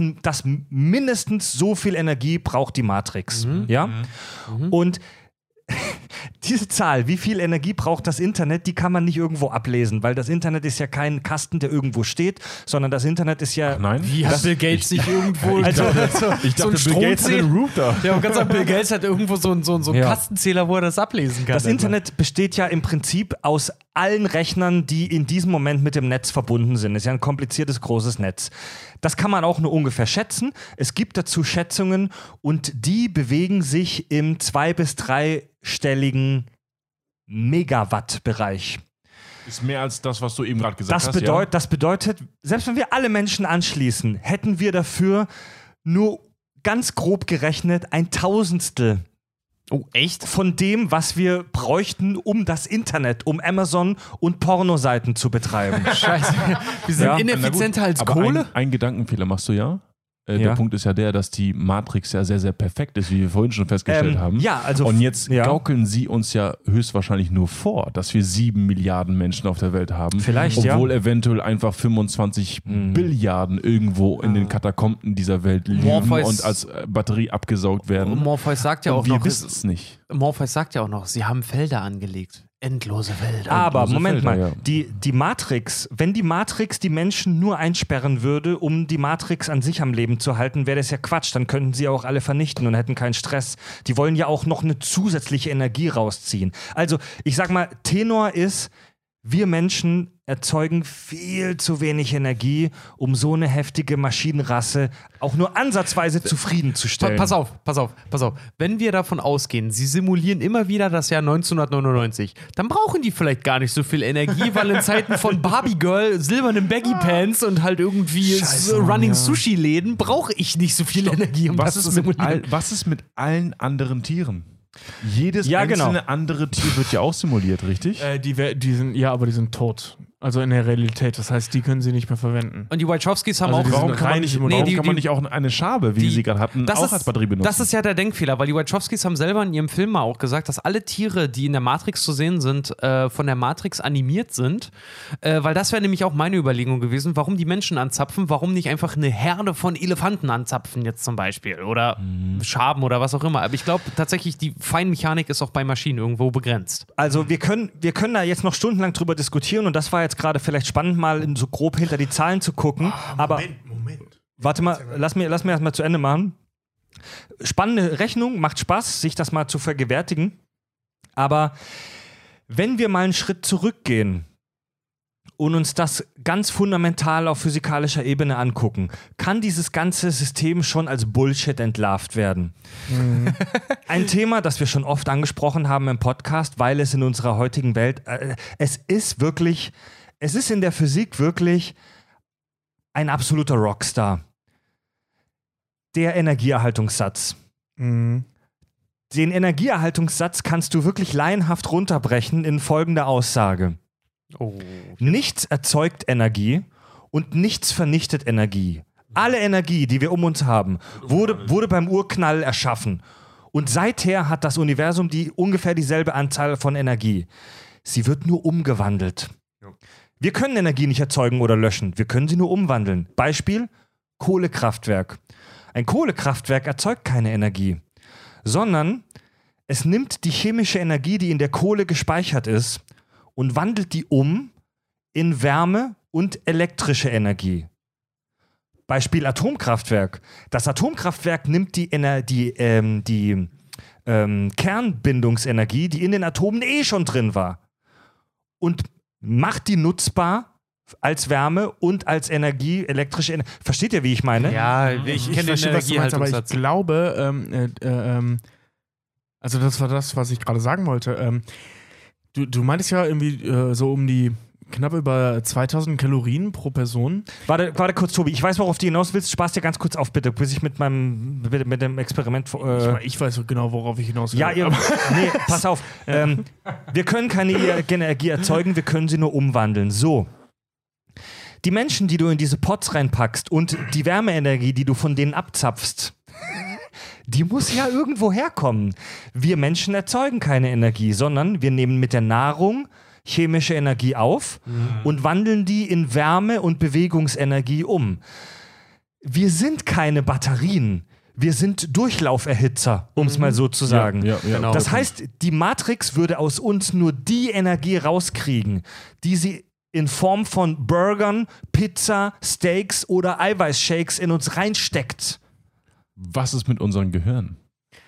mindestens so viel Energie braucht die Matrix. Ja? Und Diese Zahl, wie viel Energie braucht das Internet, die kann man nicht irgendwo ablesen, weil das Internet ist ja kein Kasten, der irgendwo steht, sondern das Internet ist ja... Nein? Wie hat Bill Gates sich irgendwo Also, Ich dachte, Bill Gates hat den Router. Ja, und ganz sagen, Bill Gates hat irgendwo so einen Ja. Kastenzähler, wo er das ablesen kann. Das Internet besteht ja im Prinzip aus allen Rechnern, die in diesem Moment mit dem Netz verbunden sind. Es ist ja ein kompliziertes, großes Netz. Das kann man auch nur ungefähr schätzen. Es gibt dazu Schätzungen und die bewegen sich im 2- bis 3-stelligen Megawatt-Bereich. Ist mehr als das, was du eben gerade gesagt hast. Das bedeutet, selbst wenn wir alle Menschen anschließen, hätten wir dafür nur ganz grob gerechnet 1/1000 Oh, echt? von dem, was wir bräuchten, um das Internet, um Amazon und Pornoseiten zu betreiben. Scheiße. Wir sind Ja. ineffizienter als Aber Kohle? Ein Gedankenfehler machst du ja. Ja. Der Punkt ist ja der, dass die Matrix ja sehr, sehr perfekt ist, wie wir vorhin schon festgestellt haben. Ja, also Und jetzt ja. gaukeln sie uns ja höchstwahrscheinlich nur vor, dass wir 7 Milliarden Menschen auf der Welt haben. Vielleicht, obwohl eventuell einfach 25 Billiarden irgendwo in den Katakomben dieser Welt liegen Morpheus- und als Batterie abgesaugt werden. Morpheus sagt ja Und auch wir noch, wissen es nicht. Morpheus sagt ja auch noch, sie haben Felder angelegt. Endlose Felder. Aber Endlose Moment Felder, mal, ja. die Matrix, wenn die Matrix die Menschen nur einsperren würde, um die Matrix an sich am Leben zu halten, wäre das ja Quatsch. Dann könnten sie auch alle vernichten und hätten keinen Stress. Die wollen ja auch noch eine zusätzliche Energie rausziehen. Also, ich sag mal, Tenor ist, wir Menschen erzeugen viel zu wenig Energie, um so eine heftige Maschinenrasse auch nur ansatzweise zufriedenzustellen. Pass auf. Wenn wir davon ausgehen, sie simulieren immer wieder das Jahr 1999, dann brauchen die vielleicht gar nicht so viel Energie, weil in Zeiten von Barbie Girl, silbernen Baggy Pants und halt irgendwie Running Sushi-Läden brauche ich nicht so viel Energie, um Was das zu ist, simulieren. was ist mit allen anderen Tieren? Jedes Ja, einzelne genau. andere Tier wird ja auch simuliert, richtig? Aber die sind tot. Also in der Realität. Das heißt, die können sie nicht mehr verwenden. Und die Wachowskis haben Also auch... die sind Warum kann man rein nicht, simuliert. warum Nee, kann man nicht auch eine Schabe, wie sie gerade hatten, auch als Batterie benutzen? Das ist ja der Denkfehler, weil die Wachowskis haben selber in ihrem Film mal auch gesagt, dass alle Tiere, die in der Matrix zu sehen sind, von der Matrix animiert sind. Weil das wäre nämlich auch meine Überlegung gewesen, warum die Menschen anzapfen, warum nicht einfach eine Herde von Elefanten anzapfen jetzt zum Beispiel oder Schaben oder was auch immer. Aber ich glaube tatsächlich, die Feinmechanik ist auch bei Maschinen irgendwo begrenzt. Also wir können da jetzt noch stundenlang drüber diskutieren und das war jetzt gerade vielleicht spannend, mal so grob hinter die Zahlen zu gucken. Aber Moment. warte mal, lass mir erst mal zu Ende machen. Spannende Rechnung, macht Spaß, sich das mal zu vergewärtigen. Aber wenn wir mal einen Schritt zurückgehen und uns das ganz fundamental auf physikalischer Ebene angucken, kann dieses ganze System schon als Bullshit entlarvt werden. Ein Thema, das wir schon oft angesprochen haben im Podcast, weil es in unserer heutigen Welt, es ist in der Physik wirklich ein absoluter Rockstar. Der Energieerhaltungssatz. Den Energieerhaltungssatz kannst du wirklich laienhaft runterbrechen in folgender Aussage. Oh. Nichts erzeugt Energie und nichts vernichtet Energie. Alle Energie, die wir um uns haben, wurde beim Urknall erschaffen. Und seither hat das Universum ungefähr dieselbe Anzahl von Energie. Sie wird nur umgewandelt. Wir können Energie nicht erzeugen oder löschen. Wir können sie nur umwandeln. Beispiel: Kohlekraftwerk. Ein Kohlekraftwerk erzeugt keine Energie, sondern es nimmt die chemische Energie, die in der Kohle gespeichert ist, und wandelt die um in Wärme und elektrische Energie. Beispiel Atomkraftwerk. Das Atomkraftwerk nimmt die Kernbindungsenergie, die in den Atomen schon drin war, und macht die nutzbar als Wärme und als Energie, elektrische Energie. Versteht ihr, wie ich meine? Ja, ich kenne den verstehe, was du meinst, aber ich Energiehaltungssatz. glaube, also das war das, was ich gerade sagen wollte. Du meintest ja irgendwie so um die knapp über 2000 Kalorien pro Person. Warte kurz, Tobi. Ich weiß, worauf du hinaus willst. Spaß dir ganz kurz auf, bitte, bis ich mit dem Experiment... Ich weiß genau, worauf ich hinaus will. Ja, nee, pass auf. Wir können keine Energie erzeugen, wir können sie nur umwandeln. So. Die Menschen, die du in diese Pots reinpackst und die Wärmeenergie, die du von denen abzapfst, die muss ja irgendwo herkommen. Wir Menschen erzeugen keine Energie, sondern wir nehmen mit der Nahrung chemische Energie auf und wandeln die in Wärme und Bewegungsenergie um. Wir sind keine Batterien. wir sind Durchlauferhitzer, um es mal so zu sagen. Ja, Genau. Das heißt, die Matrix würde aus uns nur die Energie rauskriegen, die sie in Form von Burgern, Pizza, Steaks oder Eiweißshakes in uns reinsteckt. Was ist mit unserem Gehirn?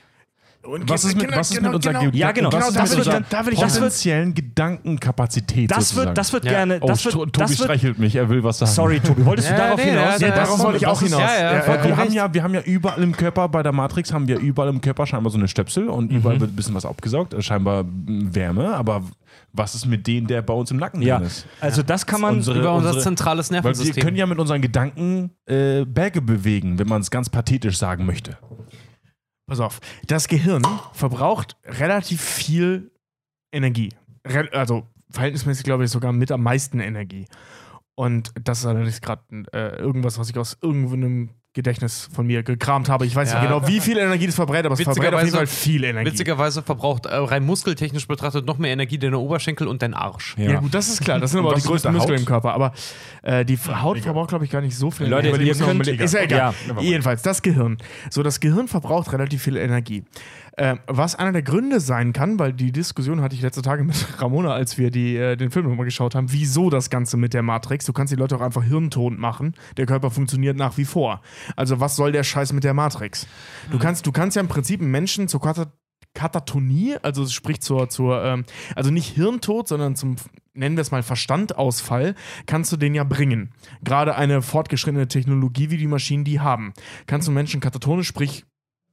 Was ist mit unserer Ja, genau. Was Das ist mit wird unserer potenziellen Gedankenkapazität Das sozusagen? wird gerne. Oh, Das wird, Tobi das wird, streichelt mich, er will was sagen. sorry, Tobi, wolltest du darauf hinaus? Ja, darauf wollte ich auch hinaus. Wir haben ja überall im Körper, bei der Matrix haben wir überall im Körper scheinbar so eine Stöpsel und überall wird ein bisschen was abgesaugt, scheinbar Wärme, aber was ist mit denen, der bei uns im Nacken Ja, drin ist? also das kann man. Über unser zentrales Weil wir Nervensystem. können ja mit unseren Gedanken Berge bewegen, wenn man es ganz pathetisch sagen möchte. Pass auf, das Gehirn verbraucht relativ viel Energie. Also verhältnismäßig, glaube ich, sogar mit am meisten Energie. Und das ist allerdings gerade irgendwas, was ich aus irgendeinem Gedächtnis von mir gekramt habe. Ich weiß nicht genau, wie viel Energie das verbraucht, aber es verbraucht auf jeden Fall viel Energie. Witzigerweise verbraucht rein muskeltechnisch betrachtet noch mehr Energie deine Oberschenkel und dein Arsch. Ja, gut, das ist klar. Das sind aber auch die größten Muskeln im Körper. Aber die Haut verbraucht, glaube ich, gar nicht so viel Leute, Energie. ihr könnt- Ist ja egal. Ja. Jedenfalls, das Gehirn. So, das Gehirn verbraucht relativ viel Energie. Was einer der Gründe sein kann, weil die Diskussion hatte ich letzte Tage mit Ramona, als wir den Film nochmal geschaut haben, wieso das Ganze mit der Matrix. Du kannst die Leute auch einfach hirntot machen. Der Körper funktioniert nach wie vor. Also was soll der Scheiß mit der Matrix? Du kannst ja im Prinzip einen Menschen zur Katatonie, also sprich also nicht Hirntod, sondern zum, nennen wir es mal Verstandausfall, kannst du den ja bringen. Gerade eine fortgeschrittene Technologie, wie die Maschinen die haben. Kannst du Menschen katatonisch, sprich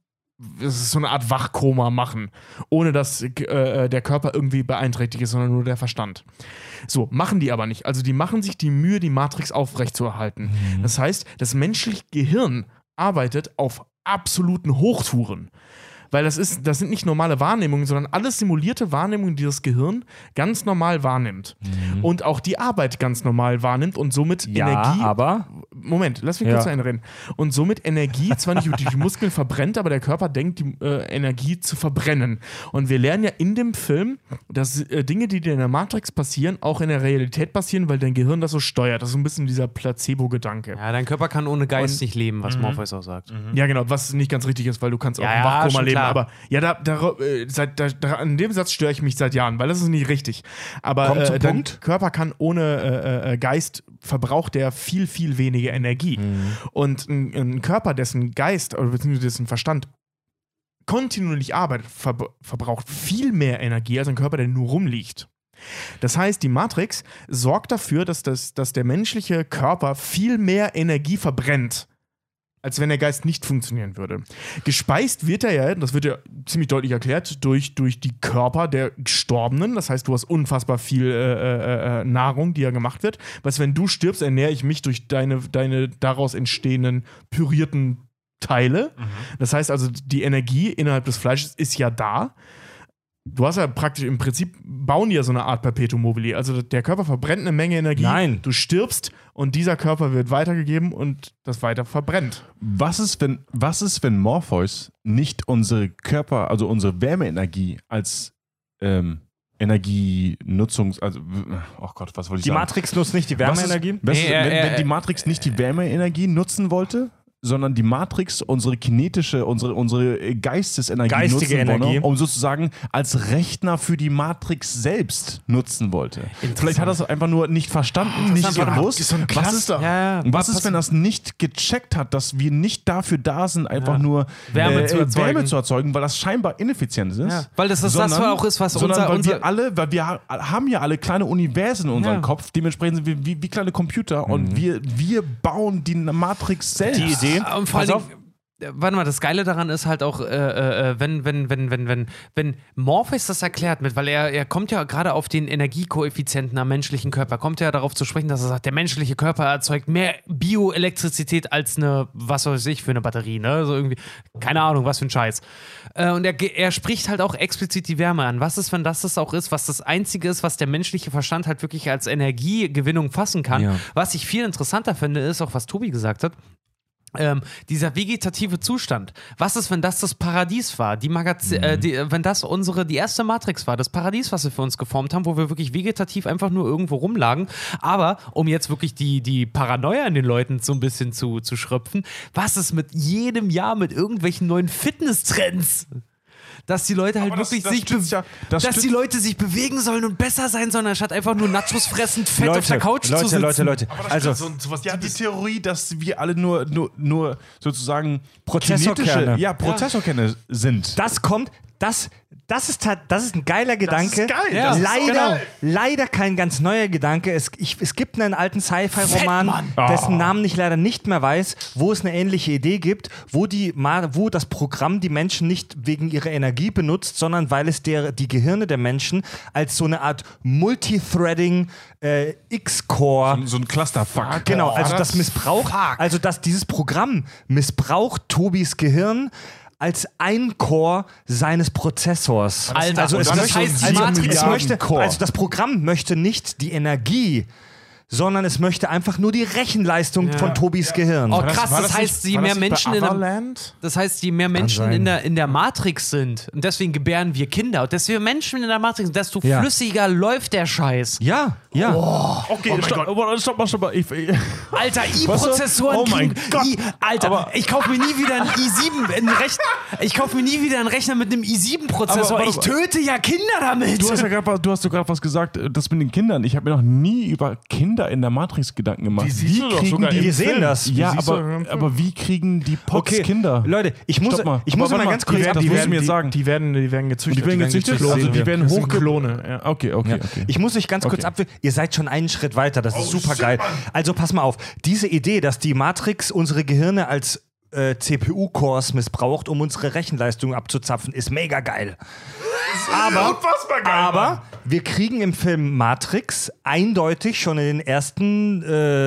es ist so eine Art Wachkoma machen, ohne dass der Körper irgendwie beeinträchtigt ist, sondern nur der Verstand. So, machen die aber nicht. Also die machen sich die Mühe, die Matrix aufrechtzuerhalten. Das heißt, das menschliche Gehirn arbeitet auf absoluten Hochtouren. Weil das sind nicht normale Wahrnehmungen, sondern alles simulierte Wahrnehmungen, die das Gehirn ganz normal wahrnimmt. Und auch die Arbeit ganz normal wahrnimmt und somit Energie. aber. Moment, lass mich kurz zu Ende reden. Und somit Energie zwar nicht durch die Muskeln verbrennt, aber der Körper denkt, die Energie zu verbrennen. Und wir lernen ja in dem Film, dass Dinge, die dir in der Matrix passieren, auch in der Realität passieren, weil dein Gehirn das so steuert. Das ist so ein bisschen dieser Placebo-Gedanke. Ja, dein Körper kann ohne Geist nicht leben, was Morpheus auch sagt. Ja, genau, was nicht ganz richtig ist, weil du kannst auch im Ja, Wachkoma schon leben. klar. Aber ja, an dem Satz störe ich mich seit Jahren, weil das ist nicht richtig. Aber Kommt zum dein Punkt. Körper kann ohne Geist verbraucht der viel, viel weniger Energie. Und ein Körper, dessen Geist oder beziehungsweise dessen Verstand kontinuierlich arbeitet, verbraucht viel mehr Energie als ein Körper, der nur rumliegt. Das heißt, die Matrix sorgt dafür, dass der menschliche Körper viel mehr Energie verbrennt, als wenn der Geist nicht funktionieren würde. Gespeist wird er ja, das wird ja ziemlich deutlich erklärt, durch die Körper der Gestorbenen. Das heißt, du hast unfassbar viel Nahrung, die ja gemacht wird. Was, wenn du stirbst, ernähre ich mich durch deine daraus entstehenden pürierten Teile. Das heißt also, die Energie innerhalb des Fleisches ist ja da. Du hast ja praktisch im Prinzip, bauen die ja so eine Art Perpetuum mobile. Also der Körper verbrennt eine Menge Energie. Nein. Du stirbst und dieser Körper wird weitergegeben und das weiter verbrennt. Was ist, wenn Morpheus nicht unsere Körper, also unsere Wärmeenergie als Energienutzungs... Also, oh Gott, was wollte ich Die sagen? Matrix nutzt nicht die Wärmeenergie? Wenn die Matrix nicht die Wärmeenergie nutzen wollte, sondern die Matrix unsere kinetische, unsere Geistesenergie Geistige nutzen wollte, Energie. um sozusagen als Rechner für die Matrix selbst nutzen wollte. Vielleicht hat er es einfach nur nicht verstanden, nicht gewusst. ist so ein Cluster. Was ist, wenn er es nicht gecheckt hat, dass wir nicht dafür da sind, einfach nur Wärme zu erzeugen. Wärme zu erzeugen, weil das scheinbar ineffizient ist? Ja. Weil das auch ist, was weil wir haben ja alle kleine Universen in unserem Kopf, dementsprechend sind wir wie kleine Computer und wir bauen die Matrix selbst. Die Idee. Und vor allem, warte mal, das Geile daran ist halt auch, wenn Morpheus das erklärt mit, weil er kommt ja gerade auf den Energiekoeffizienten am menschlichen Körper, kommt ja darauf zu sprechen, dass er sagt, der menschliche Körper erzeugt mehr Bioelektrizität als eine, was weiß ich, für eine Batterie, ne? So irgendwie, keine Ahnung, was für ein Scheiß. Und er spricht halt auch explizit die Wärme an. Was ist, wenn das auch ist, was das Einzige ist, was der menschliche Verstand halt wirklich als Energiegewinnung fassen kann? Ja. Was ich viel interessanter finde, ist auch, was Tobi gesagt hat. dieser vegetative Zustand. Was ist, wenn das Paradies war? Wenn das die erste Matrix war, das Paradies, was wir für uns geformt haben, wo wir wirklich vegetativ einfach nur irgendwo rumlagen. Aber, um jetzt wirklich die Paranoia in den Leuten so ein bisschen zu schröpfen, was ist mit jedem Jahr mit irgendwelchen neuen Fitnesstrends? Dass die Leute halt wirklich die Leute sich bewegen sollen und besser sein sollen, anstatt einfach nur Nachos fressend fett auf der Couch zu sitzen. Leute. Also, die Theorie, dass wir alle nur sozusagen Prozessorkerne. Prozessorkerne sind. Das ist ein geiler Gedanke. Das ist geil. Leider kein ganz neuer Gedanke. Es gibt einen alten Sci-Fi-Roman, dessen Namen ich leider nicht mehr weiß, wo es eine ähnliche Idee gibt, wo das Programm die Menschen nicht wegen ihrer Energie benutzt, sondern weil es die Gehirne der Menschen als so eine Art Multithreading X-Core. So ein Clusterfuck. Genau, also das missbraucht, also dass dieses Programm missbraucht Tobis Gehirn als ein Core seines Prozessors. Alter, also das heißt, die Matrix also das Programm möchte nicht die Energie, sondern es möchte einfach nur die Rechenleistung von Tobis Gehirn. Oh krass, das heißt, je mehr Menschen in der Matrix sind und deswegen gebären wir Kinder und desto mehr Menschen in der Matrix sind, desto flüssiger läuft der Scheiß. Ja. Okay, stopp mal. Alter, i-Prozessoren. Oh mein Gott. Alter, ich kaufe mir nie wieder einen i7 Ich kaufe mir nie wieder einen Rechner mit einem i7-Prozessor. Ich töte ja Kinder damit. Du hast gerade was gesagt, das mit den Kindern. Ich habe mir noch nie über Kinder in der Matrix Gedanken gemacht. Wir sehen das. Ja, aber wie kriegen die Pots Kinder? Leute, ich muss mal ganz kurz sagen. Die werden gezüchtet. Die werden Klone. Ja. Okay. Ich muss euch ganz kurz abwürgen. Ihr seid schon einen Schritt weiter. Das ist super geil. Also pass mal auf. Diese Idee, dass die Matrix unsere Gehirne als CPU-Cores missbraucht, um unsere Rechenleistung abzuzapfen, ist mega geil. Aber wir kriegen im Film Matrix eindeutig schon im ersten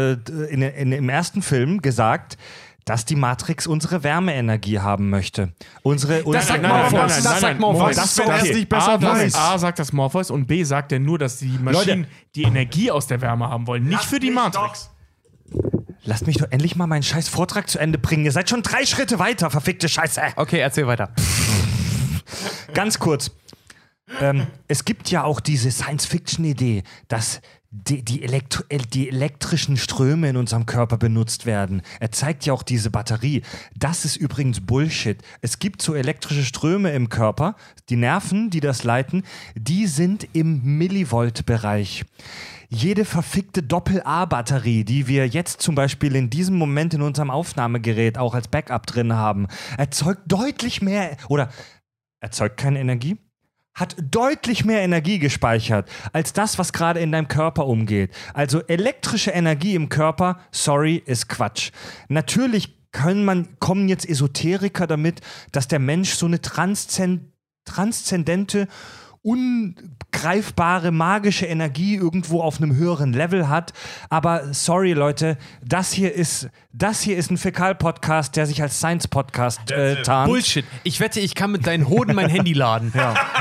Film gesagt, dass die Matrix unsere Wärmeenergie haben möchte. Das sagt Morpheus. Das nicht besser weiß. A sagt das Morpheus und B sagt er nur, dass die Maschinen die Energie aus der Wärme haben wollen, nicht für die Matrix. Lasst mich doch endlich mal meinen scheiß Vortrag zu Ende bringen. Ihr seid schon 3 Schritte weiter, verfickte Scheiße. Okay, erzähl weiter. Ganz kurz. Es gibt ja auch diese Science-Fiction-Idee, dass die elektrischen Ströme in unserem Körper benutzt werden. Er zeigt ja auch diese Batterie. Das ist übrigens Bullshit. Es gibt so elektrische Ströme im Körper. Die Nerven, die das leiten, die sind im Millivolt-Bereich. Jede verfickte Doppel-A-Batterie, die wir jetzt zum Beispiel in diesem Moment in unserem Aufnahmegerät auch als Backup drin haben, erzeugt deutlich mehr oder erzeugt keine Energie, hat deutlich mehr Energie gespeichert als das, was gerade in deinem Körper umgeht. Also elektrische Energie im Körper, sorry, ist Quatsch. Natürlich kommen jetzt Esoteriker damit, dass der Mensch so eine transzendente, ungreifbare, magische Energie irgendwo auf einem höheren Level hat. Aber sorry, Leute, das hier ist ein Fäkal-Podcast, der sich als Science-Podcast tarnt. Bullshit. Ich wette, ich kann mit deinen Hoden mein Handy laden.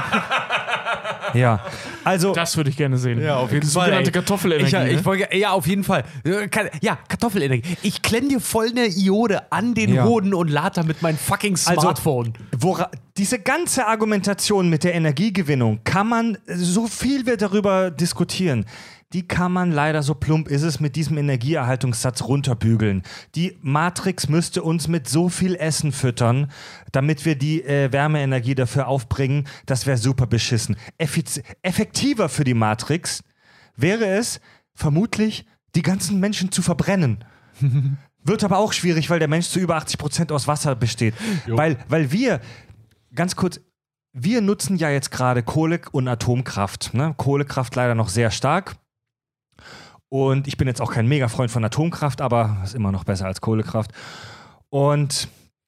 Ja, also... Das würde ich gerne sehen. Ja, auf jeden Fall. Sogenannte Kartoffelenergie. Ja, auf jeden Fall. Ja, Kartoffelenergie. Ich klemme dir voll eine Iode an den Hoden und lade damit mein fucking Smartphone. Diese ganze Argumentation mit der Energiegewinnung kann man, so viel wir darüber diskutieren, die kann man leider, so plump ist es, mit diesem Energieerhaltungssatz runterbügeln. Die Matrix müsste uns mit so viel Essen füttern, damit wir die Wärmeenergie dafür aufbringen. Das wäre super beschissen. Effektiver für die Matrix wäre es, vermutlich, die ganzen Menschen zu verbrennen. Wird aber auch schwierig, weil der Mensch zu über 80% aus Wasser besteht. Weil wir, ganz kurz, wir nutzen ja jetzt gerade Kohle- und Atomkraft. Ne? Kohlekraft leider noch sehr stark. Und ich bin jetzt auch kein Mega-Freund von Atomkraft, aber ist immer noch besser als Kohlekraft. Und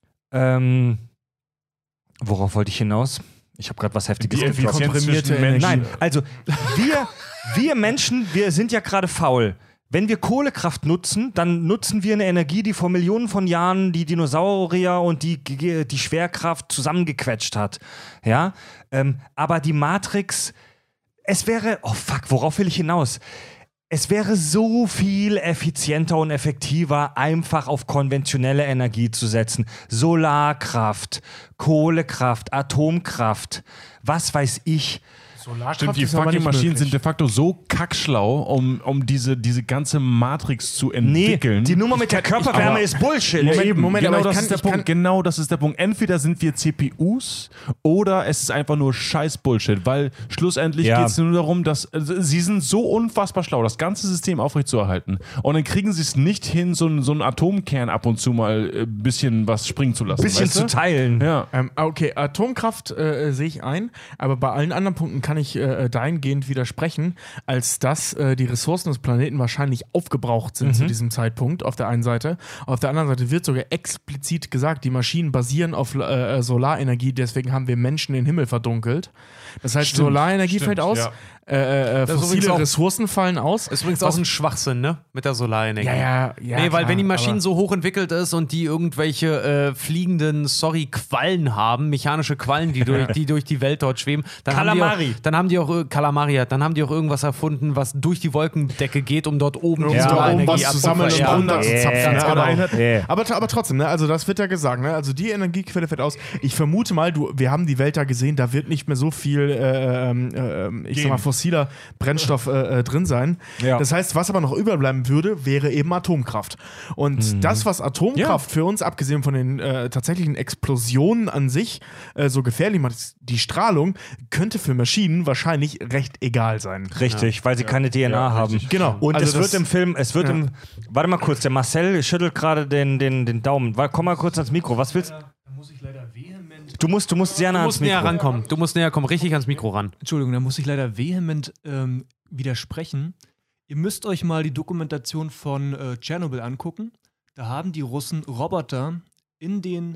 worauf wollte ich hinaus? Ich habe gerade was Heftiges gefragt. Komprimierte Energie. Nein, also wir Menschen, wir sind ja gerade faul. Wenn wir Kohlekraft nutzen, dann nutzen wir eine Energie, die vor Millionen von Jahren die Dinosaurier und die Schwerkraft zusammengequetscht hat. Ja? Aber die Matrix, es wäre, oh fuck, worauf will ich hinaus? Es wäre so viel effizienter und effektiver, einfach auf konventionelle Energie zu setzen. Solarkraft, Kohlekraft, Atomkraft, was weiß ich. Stimmt, die fucking Maschinen sind de facto so kackschlau, um diese ganze Matrix zu entwickeln. Nee, die Nummer mit der Körperwärme ist Bullshit. Moment, genau, aber das ist der Punkt. Genau, das ist der Punkt. Entweder sind wir CPUs oder es ist einfach nur scheiß Bullshit, weil schlussendlich geht es nur darum, dass sie sind so unfassbar schlau, das ganze System aufrechtzuerhalten. Und dann kriegen sie es nicht hin, so einen Atomkern ab und zu mal ein bisschen was springen zu lassen. Bisschen zu teilen. Ja. Okay, Atomkraft sehe ich ein, aber bei allen anderen Punkten kann ich dahingehend widersprechen, als dass die Ressourcen des Planeten wahrscheinlich aufgebraucht sind zu diesem Zeitpunkt auf der einen Seite. Auf der anderen Seite wird sogar explizit gesagt, die Maschinen basieren auf Solarenergie, deswegen haben wir Menschen den Himmel verdunkelt. Das heißt, Solarenergie fällt aus, fossile Ressourcen fallen aus. Ist übrigens auch ein Schwachsinn, ne? Mit der Solarenergie. Ja, nee, weil klar, wenn die Maschine so hoch entwickelt ist und die irgendwelche fliegenden, Quallen haben, mechanische Quallen, die durch die Welt dort schweben, dann haben die auch irgendwas erfunden, was durch die Wolkendecke geht, um dort oben die Solarenergie was zu sammeln und runterzuzapfen. Aber trotzdem, ne? Also das wird ja gesagt, ne? Also die Energiequelle fällt aus. Ich vermute mal, wir haben die Welt da gesehen, da wird nicht mehr so viel ich sag mal, fossiler Brennstoff drin sein. Ja. Das heißt, was aber noch überbleiben würde, wäre eben Atomkraft. Und das, was Atomkraft für uns, abgesehen von den tatsächlichen Explosionen an sich, so gefährlich macht, die Strahlung, könnte für Maschinen wahrscheinlich recht egal sein. Richtig, weil sie keine DNA haben. Richtig. Genau. Und also es wird im Film, warte mal kurz, der Marcel schüttelt gerade den Daumen. Komm mal kurz ans Mikro, was willst du? Da muss ich leider vehement... Du musst sehr nah ans Mikro. Näher rankommen. Du musst näher kommen, richtig ans Mikro ran. Entschuldigung, da muss ich leider vehement widersprechen. Ihr müsst euch mal die Dokumentation von Tschernobyl angucken. Da haben die Russen Roboter in den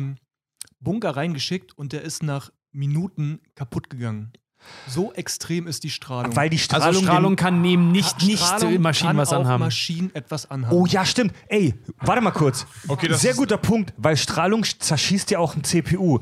Bunker reingeschickt und der ist nach Minuten kaputt gegangen. So extrem ist die Strahlung. Weil die Strahlung, also Strahlung kann neben nicht Maschinen kann was anhaben. Maschinen etwas anhaben. Oh ja, stimmt. Ey, warte mal kurz. Okay, sehr guter Punkt, weil Strahlung zerschießt ja auch ein CPU.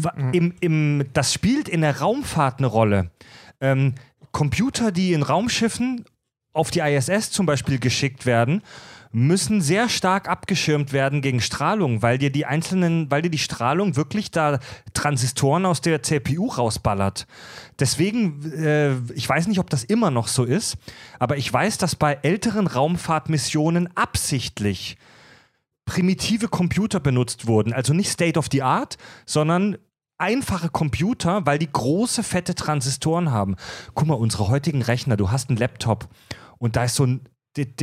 Das spielt in der Raumfahrt eine Rolle. Computer, die in Raumschiffen auf die ISS zum Beispiel geschickt werden, müssen sehr stark abgeschirmt werden gegen Strahlung, weil dir die Strahlung wirklich da Transistoren aus der CPU rausballert. Deswegen, ich weiß nicht, ob das immer noch so ist, aber ich weiß, dass bei älteren Raumfahrtmissionen absichtlich primitive Computer benutzt wurden. Also nicht State of the Art, sondern einfache Computer, weil die große, fette Transistoren haben. Guck mal, unsere heutigen Rechner, du hast einen Laptop und da ist so ein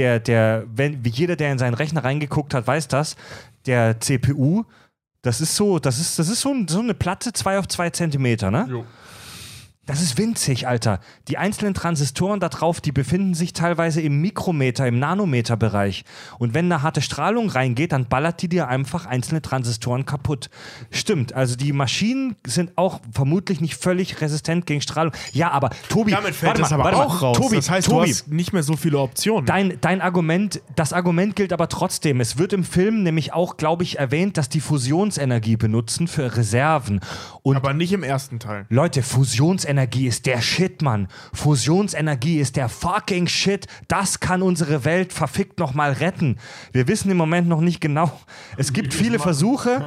jeder, der in seinen Rechner reingeguckt hat, weiß das, der CPU, das ist so eine Platte 2 auf 2 Zentimeter, ne? Jo. Das ist winzig, Alter. Die einzelnen Transistoren da drauf, die befinden sich teilweise im Mikrometer, im Nanometerbereich. Und wenn eine harte Strahlung reingeht, dann ballert die dir einfach einzelne Transistoren kaputt. Stimmt, also die Maschinen sind auch vermutlich nicht völlig resistent gegen Strahlung. Ja, aber Tobi, damit fällt es aber auch raus. Tobi, das heißt, du hast nicht mehr so viele Optionen. Dein Argument, das Argument gilt aber trotzdem. Es wird im Film nämlich auch, glaube ich, erwähnt, dass die Fusionsenergie benutzen für Reserven. Und aber nicht im ersten Teil. Leute, Fusionsenergie ist der Shit, Mann. Fusionsenergie ist der fucking Shit. Das kann unsere Welt verfickt nochmal retten. Wir wissen im Moment noch nicht genau. Es gibt viele Versuche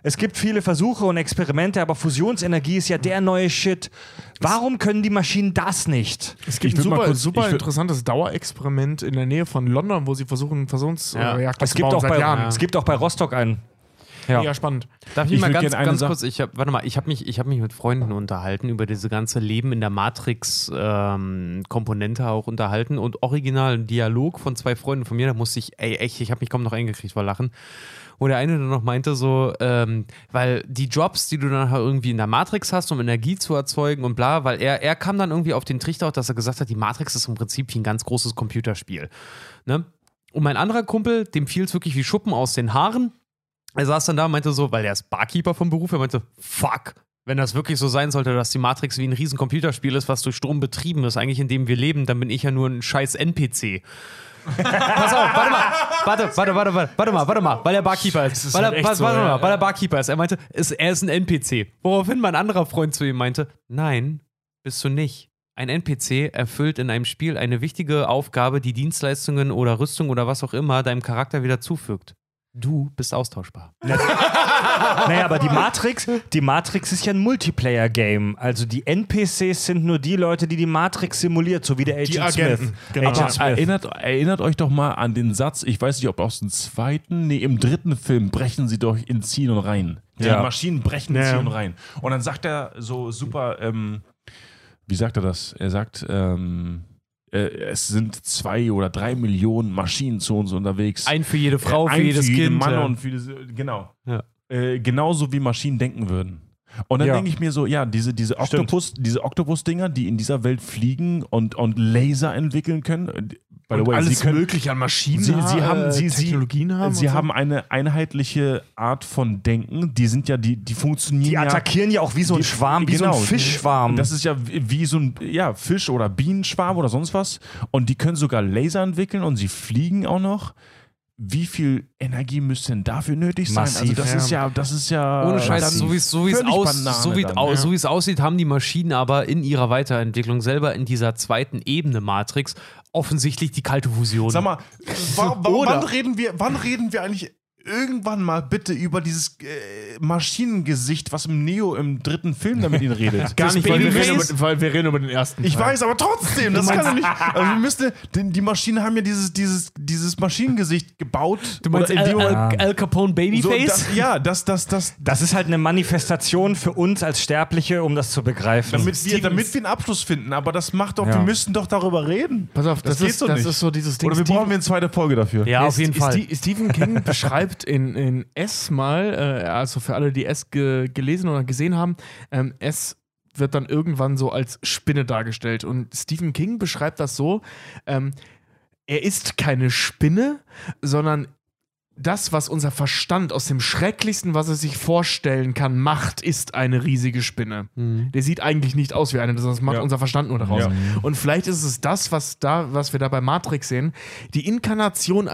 und Experimente, aber Fusionsenergie ist ja der neue Shit. Warum können die Maschinen das nicht? Es gibt ein super interessantes Dauerexperiment in der Nähe von London, wo sie versuchen, einen Fusionsreaktor zu bauen seit Jahren. Es gibt auch bei Rostock einen. Ja, spannend. Darf ich mal ganz kurz, ich habe mich mit Freunden unterhalten, über diese ganze Leben in der Matrix-Komponente auch unterhalten und original ein Dialog von 2 Freunden von mir, da musste ich, ich habe mich kaum noch eingekriegt vor Lachen, wo der eine dann noch meinte so, weil die Jobs, die du dann halt irgendwie in der Matrix hast, um Energie zu erzeugen und bla, weil er kam dann irgendwie auf den Trichter, dass er gesagt hat, die Matrix ist im Prinzip wie ein ganz großes Computerspiel. Ne? Und mein anderer Kumpel, dem fiel es wirklich wie Schuppen aus den Haaren. Er saß dann da und meinte so, weil er ist Barkeeper vom Beruf, er meinte, fuck, wenn das wirklich so sein sollte, dass die Matrix wie ein riesen Computerspiel ist, was durch Strom betrieben ist, eigentlich in dem wir leben, dann bin ich ja nur ein scheiß NPC. Pass auf, warte mal, weil er Barkeeper ist. Weil er Barkeeper ist. Er meinte, er ist ein NPC. Woraufhin mein anderer Freund zu ihm meinte, nein, bist du nicht. Ein NPC erfüllt in einem Spiel eine wichtige Aufgabe, die Dienstleistungen oder Rüstung oder was auch immer deinem Charakter wieder zufügt. Du bist austauschbar. Naja, aber die Matrix ist ja ein Multiplayer-Game. Also die NPCs sind nur die Leute, die Matrix simuliert, so wie der Agent Smith. Genau. Agent Aber Smith. erinnert euch doch mal an den Satz, ich weiß nicht, ob aus dem im dritten Film brechen sie doch in Zion rein. Die Ja. Maschinen brechen in Zion rein. Und dann sagt er so super, wie sagt er das? Er sagt, es sind 2 oder 3 Millionen Maschinen zu uns unterwegs. Ein für jede Frau, für Ein jedes für jeden Kind. Mann ja. und für genau. Ja. Genauso wie Maschinen denken würden. Und dann Ja. denke ich mir so, ja, diese Oktopus-Dinger, die in dieser Welt fliegen und Laser entwickeln können. By the Und way, alles sie können, mögliche an Maschinen Technologien haben. Sie haben eine einheitliche Art von Denken. Die sind ja, die funktionieren Die attackieren ja auch wie so ein Schwarm, wie so ein Fischschwarm. Das ist ja wie so ein Fisch- oder Bienenschwarm oder sonst was. Und die können sogar Laser entwickeln und sie fliegen auch noch. Wie viel Energie müsste denn dafür nötig sein? Massiv, also das ist ja Ohne Scheiß, dann so wie es völlig Banane dann. aussieht, haben die Maschinen aber in ihrer Weiterentwicklung selber in dieser zweiten Ebene Matrix offensichtlich die kalte Fusion. Sag mal, wann reden wir eigentlich irgendwann mal bitte über dieses Maschinengesicht, was im Neo im dritten Film da mit ihnen redet? Gar nicht, weil Babyface? wir reden über den ersten Ich Teil. weiß, aber trotzdem, das kann doch nicht. Also wir müssen, die Maschinen haben ja dieses Maschinengesicht gebaut. Du meinst Oder in dem Moment- Al Capone Babyface? Das ist halt eine Manifestation für uns als Sterbliche, um das zu begreifen. damit wir einen Abschluss finden, aber das macht doch, Ja. wir müssen doch darüber reden. Pass auf, das geht ist so nicht. so dieses Ding. Oder wir brauchen eine zweite Folge dafür. Ja, auf jeden Fall. Stephen King beschreibt in S mal, also für alle, die S gelesen oder gesehen haben, S wird dann irgendwann so als Spinne dargestellt. Und Stephen King beschreibt das so, er ist keine Spinne, sondern das, was unser Verstand aus dem Schrecklichsten, was er sich vorstellen kann, macht, ist eine riesige Spinne. Der sieht eigentlich nicht aus wie eine, das macht unser Verstand nur daraus. Ja. Und vielleicht ist es das, was wir da bei Matrix sehen, die Inkarnation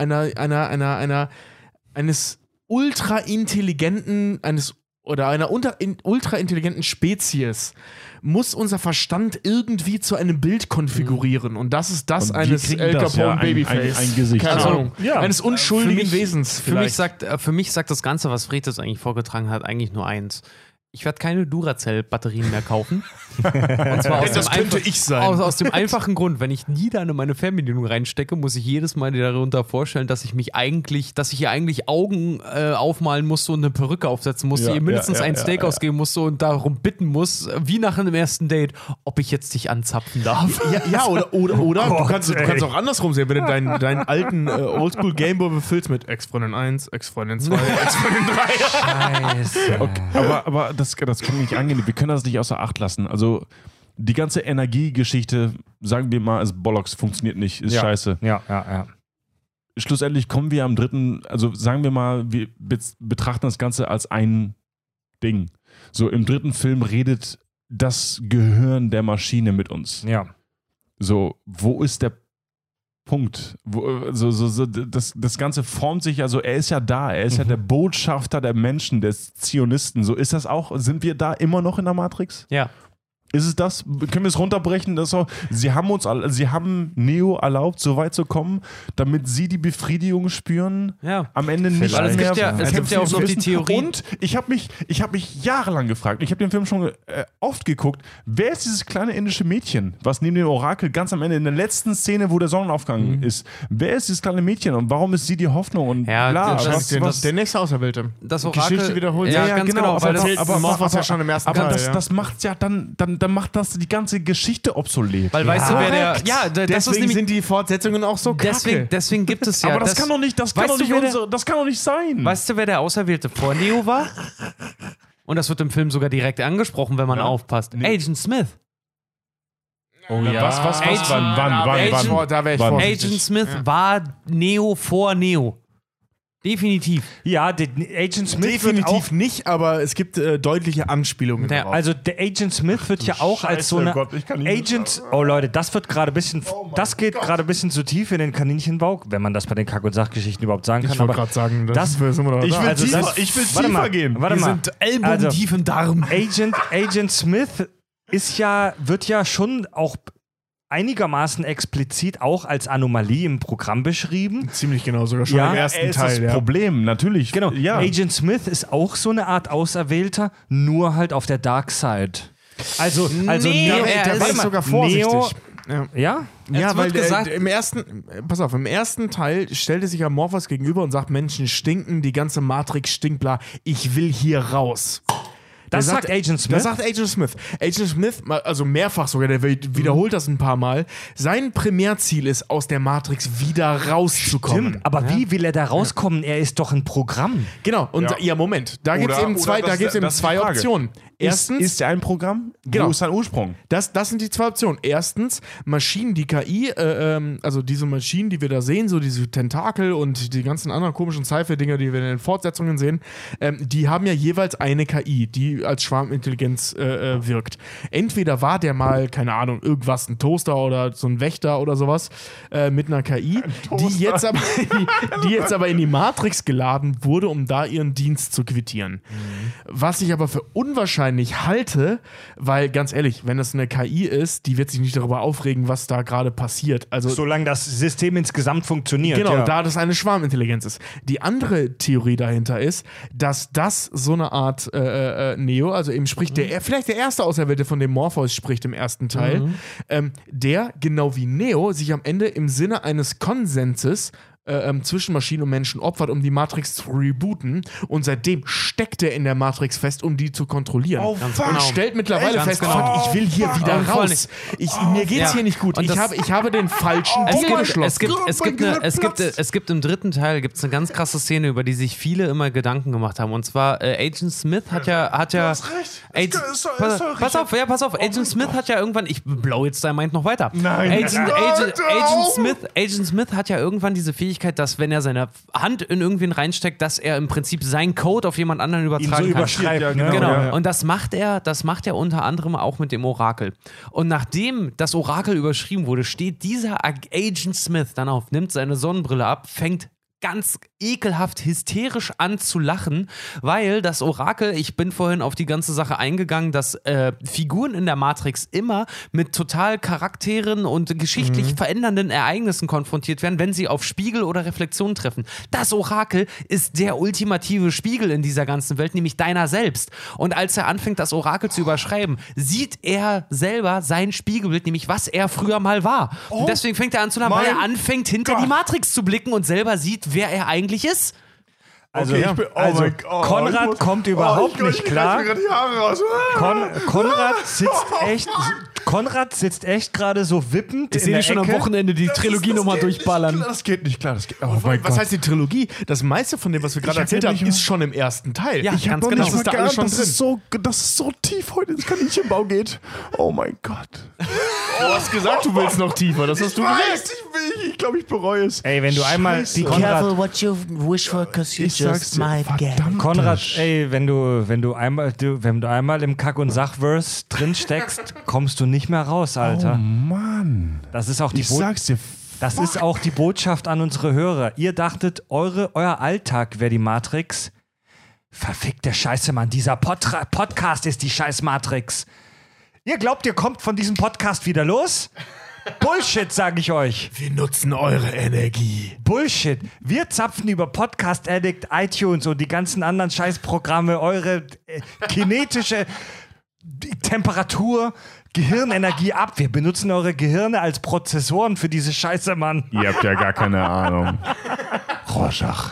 eines ultraintelligenten, einer ultraintelligenten Spezies muss unser Verstand irgendwie zu einem Bild konfigurieren. Und das ist das Und wir eines kriegen Al das, Capone ja, ein Babyface. ein Gesicht. Keine Also, Ahnung. Eines unschuldigen Wesens Für mich, vielleicht. für mich sagt das Ganze, was Fred jetzt eigentlich vorgetragen hat, eigentlich nur eins. Ich werde keine Duracell-Batterien mehr kaufen. Und zwar Das könnte ich sein. Aus dem einfachen Grund, wenn ich nie da in meine Fernbedienung reinstecke, muss ich jedes Mal darunter vorstellen, dass ich hier eigentlich Augen aufmalen musste und eine Perücke aufsetzen musste, Ja, ihr mindestens ja, ein ja, Steak ausgeben musste und darum bitten muss, wie nach einem ersten Date, ob ich jetzt dich anzapfen darf. Ja, oder Gott, du kannst auch andersrum sehen, wenn du deinen alten Oldschool Gameboy befüllst mit Ex-Freundin 1, Ex-Freundin 2, Ex-Freundin 3. Scheiße. Okay, aber das kann nicht angehen. Wir können das nicht außer Acht lassen. Also die ganze Energiegeschichte, sagen wir mal, ist Bollocks, funktioniert nicht, ist scheiße. Ja. Schlussendlich kommen wir am dritten, also sagen wir mal, wir betrachten das Ganze als ein Ding. So im dritten Film redet das Gehirn der Maschine mit uns. Ja. So, wo ist der Punkt? Das Ganze formt sich, also er ist ja da, er ist ja der Botschafter der Menschen, des Zionisten. So ist das auch, sind wir da immer noch in der Matrix? Ja. Ist es das? Können wir es runterbrechen? Sie haben Neo erlaubt, so weit zu kommen, damit sie die Befriedigung spüren, Ja. am Ende nicht Vielleicht. mehr. Es gibt ja auch noch die Theorie. Und ich habe mich jahrelang gefragt, ich habe den Film schon oft geguckt, wer ist dieses kleine indische Mädchen, was neben dem Orakel ganz am Ende, in der letzten Szene, wo der Sonnenaufgang ist, wer ist dieses kleine Mädchen und warum ist sie die Hoffnung? Und Ja, bla, das- Der nächste Auserwählte. Das Die Orakel, Geschichte wiederholt ja, sich. ganz genau, weil das was ja schon im ersten aber Teil. das macht ja dann macht das die ganze Geschichte obsolet. weil weißt du, wer der, ja, das ist Deswegen nämlich, sind die Fortsetzungen auch so kacke. deswegen gibt es ja, aber das kann doch nicht, das kann weißt doch du, nicht, wer der- das kann doch nicht sein. weißt du, wer der Auserwählte vor Neo war? Und das wird im Film sogar direkt angesprochen, wenn man Ja. aufpasst. Agent Smith. Oh ja. Was, wann? Da wäre ich Wann? vorsichtig. Agent Smith war Neo vor Neo. Definitiv. Ja, der Agent Smith wird auch, Definitiv nicht, aber es gibt deutliche Anspielungen Der- darauf. also der Agent Smith wird ja auch als so eine Gott, ich kann nicht- Agent. Oh Leute, das wird gerade ein bisschen, das geht gerade ein bisschen zu tief in den Kaninchenbauch, wenn man das bei den Kack- und Sachgeschichten überhaupt sagen kann. ich wollte aber gerade sagen, das- sind wir doch Ich da. will Also tiefer, das- ich will warte tiefer mal, gehen. Warte Wir mal. sind ellbogentief im Darm. Agent Smith wird ja schon auch einigermaßen explizit auch als Anomalie im Programm beschrieben. Ziemlich genau, sogar schon Ja, im ersten ist Teil. das Problem, natürlich. Genau. Ja. Agent Smith ist auch so eine Art Auserwählter, nur halt auf der Dark Side. Also Nee, Neo, er Da ist war ich sogar vorsichtig. Neo, Ja. ja? Ja, Es weil wird gesagt- im ersten Teil stellte sich ja Morpheus gegenüber und sagt, Menschen stinken, die ganze Matrix stinkt, bla, ich will hier raus. Das Der sagt Agent Smith? Das sagt Agent Smith. Agent Smith, also mehrfach sogar, der wiederholt das ein paar Mal, sein Primärziel ist, aus der Matrix wieder rauszukommen. Stimmt, aber wie will er da rauskommen? Er ist doch ein Programm. Genau, und ja, Moment, da gibt es eben zwei, das ist die zwei Frage. Optionen. Erstens, Ist er ein Programm? Genau. Wo ist sein Ursprung? das sind die zwei Optionen. Erstens, Maschinen, die KI, also diese Maschinen, die wir da sehen, so diese Tentakel und die ganzen anderen komischen Sci-Fi-Dinger, die wir in den Fortsetzungen sehen, die haben ja jeweils eine KI, die als Schwarmintelligenz wirkt. Entweder war der mal, keine Ahnung, irgendwas, ein Toaster oder so ein Wächter oder sowas mit einer KI, die jetzt aber in die Matrix geladen wurde, um da ihren Dienst zu quittieren. Was ich aber für unwahrscheinlich halte, weil ganz ehrlich, wenn das eine KI ist, die wird sich nicht darüber aufregen, was da gerade passiert. Also Solange das System insgesamt funktioniert. genau, ja. da das eine Schwarmintelligenz ist. Die andere Theorie dahinter ist, dass das so eine Art Neo, also eben spricht vielleicht der erste Auserwählte, von dem Morpheus spricht im ersten Teil, der genau wie Neo sich am Ende im Sinne eines Konsenses zwischen Maschinen und Menschen opfert, um die Matrix zu rebooten, und seitdem steckt er in der Matrix fest, um die zu kontrollieren. Oh, fuck. Und stellt mittlerweile Ganz fest, genau. fuck, ich will hier wieder Und vor allem- raus. Mir geht's Ja. hier nicht gut. Und Ich das- habe den falschen Deal geschlossen. Es gibt im dritten Teil gibt's eine ganz krasse Szene, über die sich viele immer Gedanken gemacht haben. Und zwar Agent Smith hat ja Pass auf, Agent Smith hat ja irgendwann, ich blow jetzt dein Mind noch weiter. Nein. Agent Smith hat ja irgendwann diese Fähigkeit, dass wenn er seine Hand in irgendwen reinsteckt, dass er im Prinzip seinen Code auf jemand anderen Ihn so übertragen kann. überschreibt. Ja, ne? Genau, Ja. und das macht er unter anderem auch mit dem Orakel. Und nachdem das Orakel überschrieben wurde, steht dieser Agent Smith dann auf, nimmt seine Sonnenbrille ab, fängt ganz ekelhaft hysterisch an zu lachen, weil das Orakel, ich bin vorhin auf die ganze Sache eingegangen, dass Figuren in der Matrix immer mit total Charakteren und geschichtlich verändernden Ereignissen konfrontiert werden, wenn sie auf Spiegel oder Reflexion treffen. Das Orakel ist der ultimative Spiegel in dieser ganzen Welt, nämlich deiner selbst. Und als er anfängt, das Orakel zu überschreiben, sieht er selber sein Spiegelbild, nämlich was er früher mal war. Und deswegen fängt er an zu lachen, weil er anfängt, hinter die Matrix zu blicken und selber sieht, wer er eigentlich ist. Also, Okay, ich bin- oh also mein Gott, Konrad ich muss- kommt überhaupt nicht klar. Ich mir die Haare raus. Konrad sitzt echt gerade so wippend Ich in sehe der dich schon am Ecke. Wochenende die Trilogie nochmal durchballern. Das geht nicht klar. Oh mein Was Gott. heißt die Trilogie? Das meiste von dem, was wir gerade hab erzählt ja haben, nicht mal- ist schon im ersten Teil. Ja, ich ganz noch genau. nicht, was da alles schon das drin. ist so tief heute ins Kaninchenbau geht. Oh mein Gott. Du hast gesagt, du willst noch tiefer. Das hast du gesagt. Ich glaube, ich bereue es. Ey, wenn du einmal Scheiße. Konrad, what you wish for, because you Ich sag's just dir, might get. verdammt. Konrad, ey, wenn du einmal im Kack- und Sachverse drin steckst, kommst du nicht mehr raus, Alter. Oh Mann. Das ist auch die Ich sag's dir. Das ist auch die Botschaft an unsere Hörer. Ihr dachtet, euer Alltag wäre die Matrix. Verfickte Scheiße, Mann. Dieser Podcast ist die Scheiß-Matrix. Ihr glaubt, ihr kommt von diesem Podcast wieder los? Bullshit, sage ich euch. Wir nutzen eure Energie. Bullshit. Wir zapfen über Podcast Addict, iTunes und die ganzen anderen Scheißprogramme eure kinetische Temperatur, Gehirnenergie ab. Wir benutzen eure Gehirne als Prozessoren für diese Scheiße, Mann. Ihr habt ja gar keine Ahnung. Rorschach.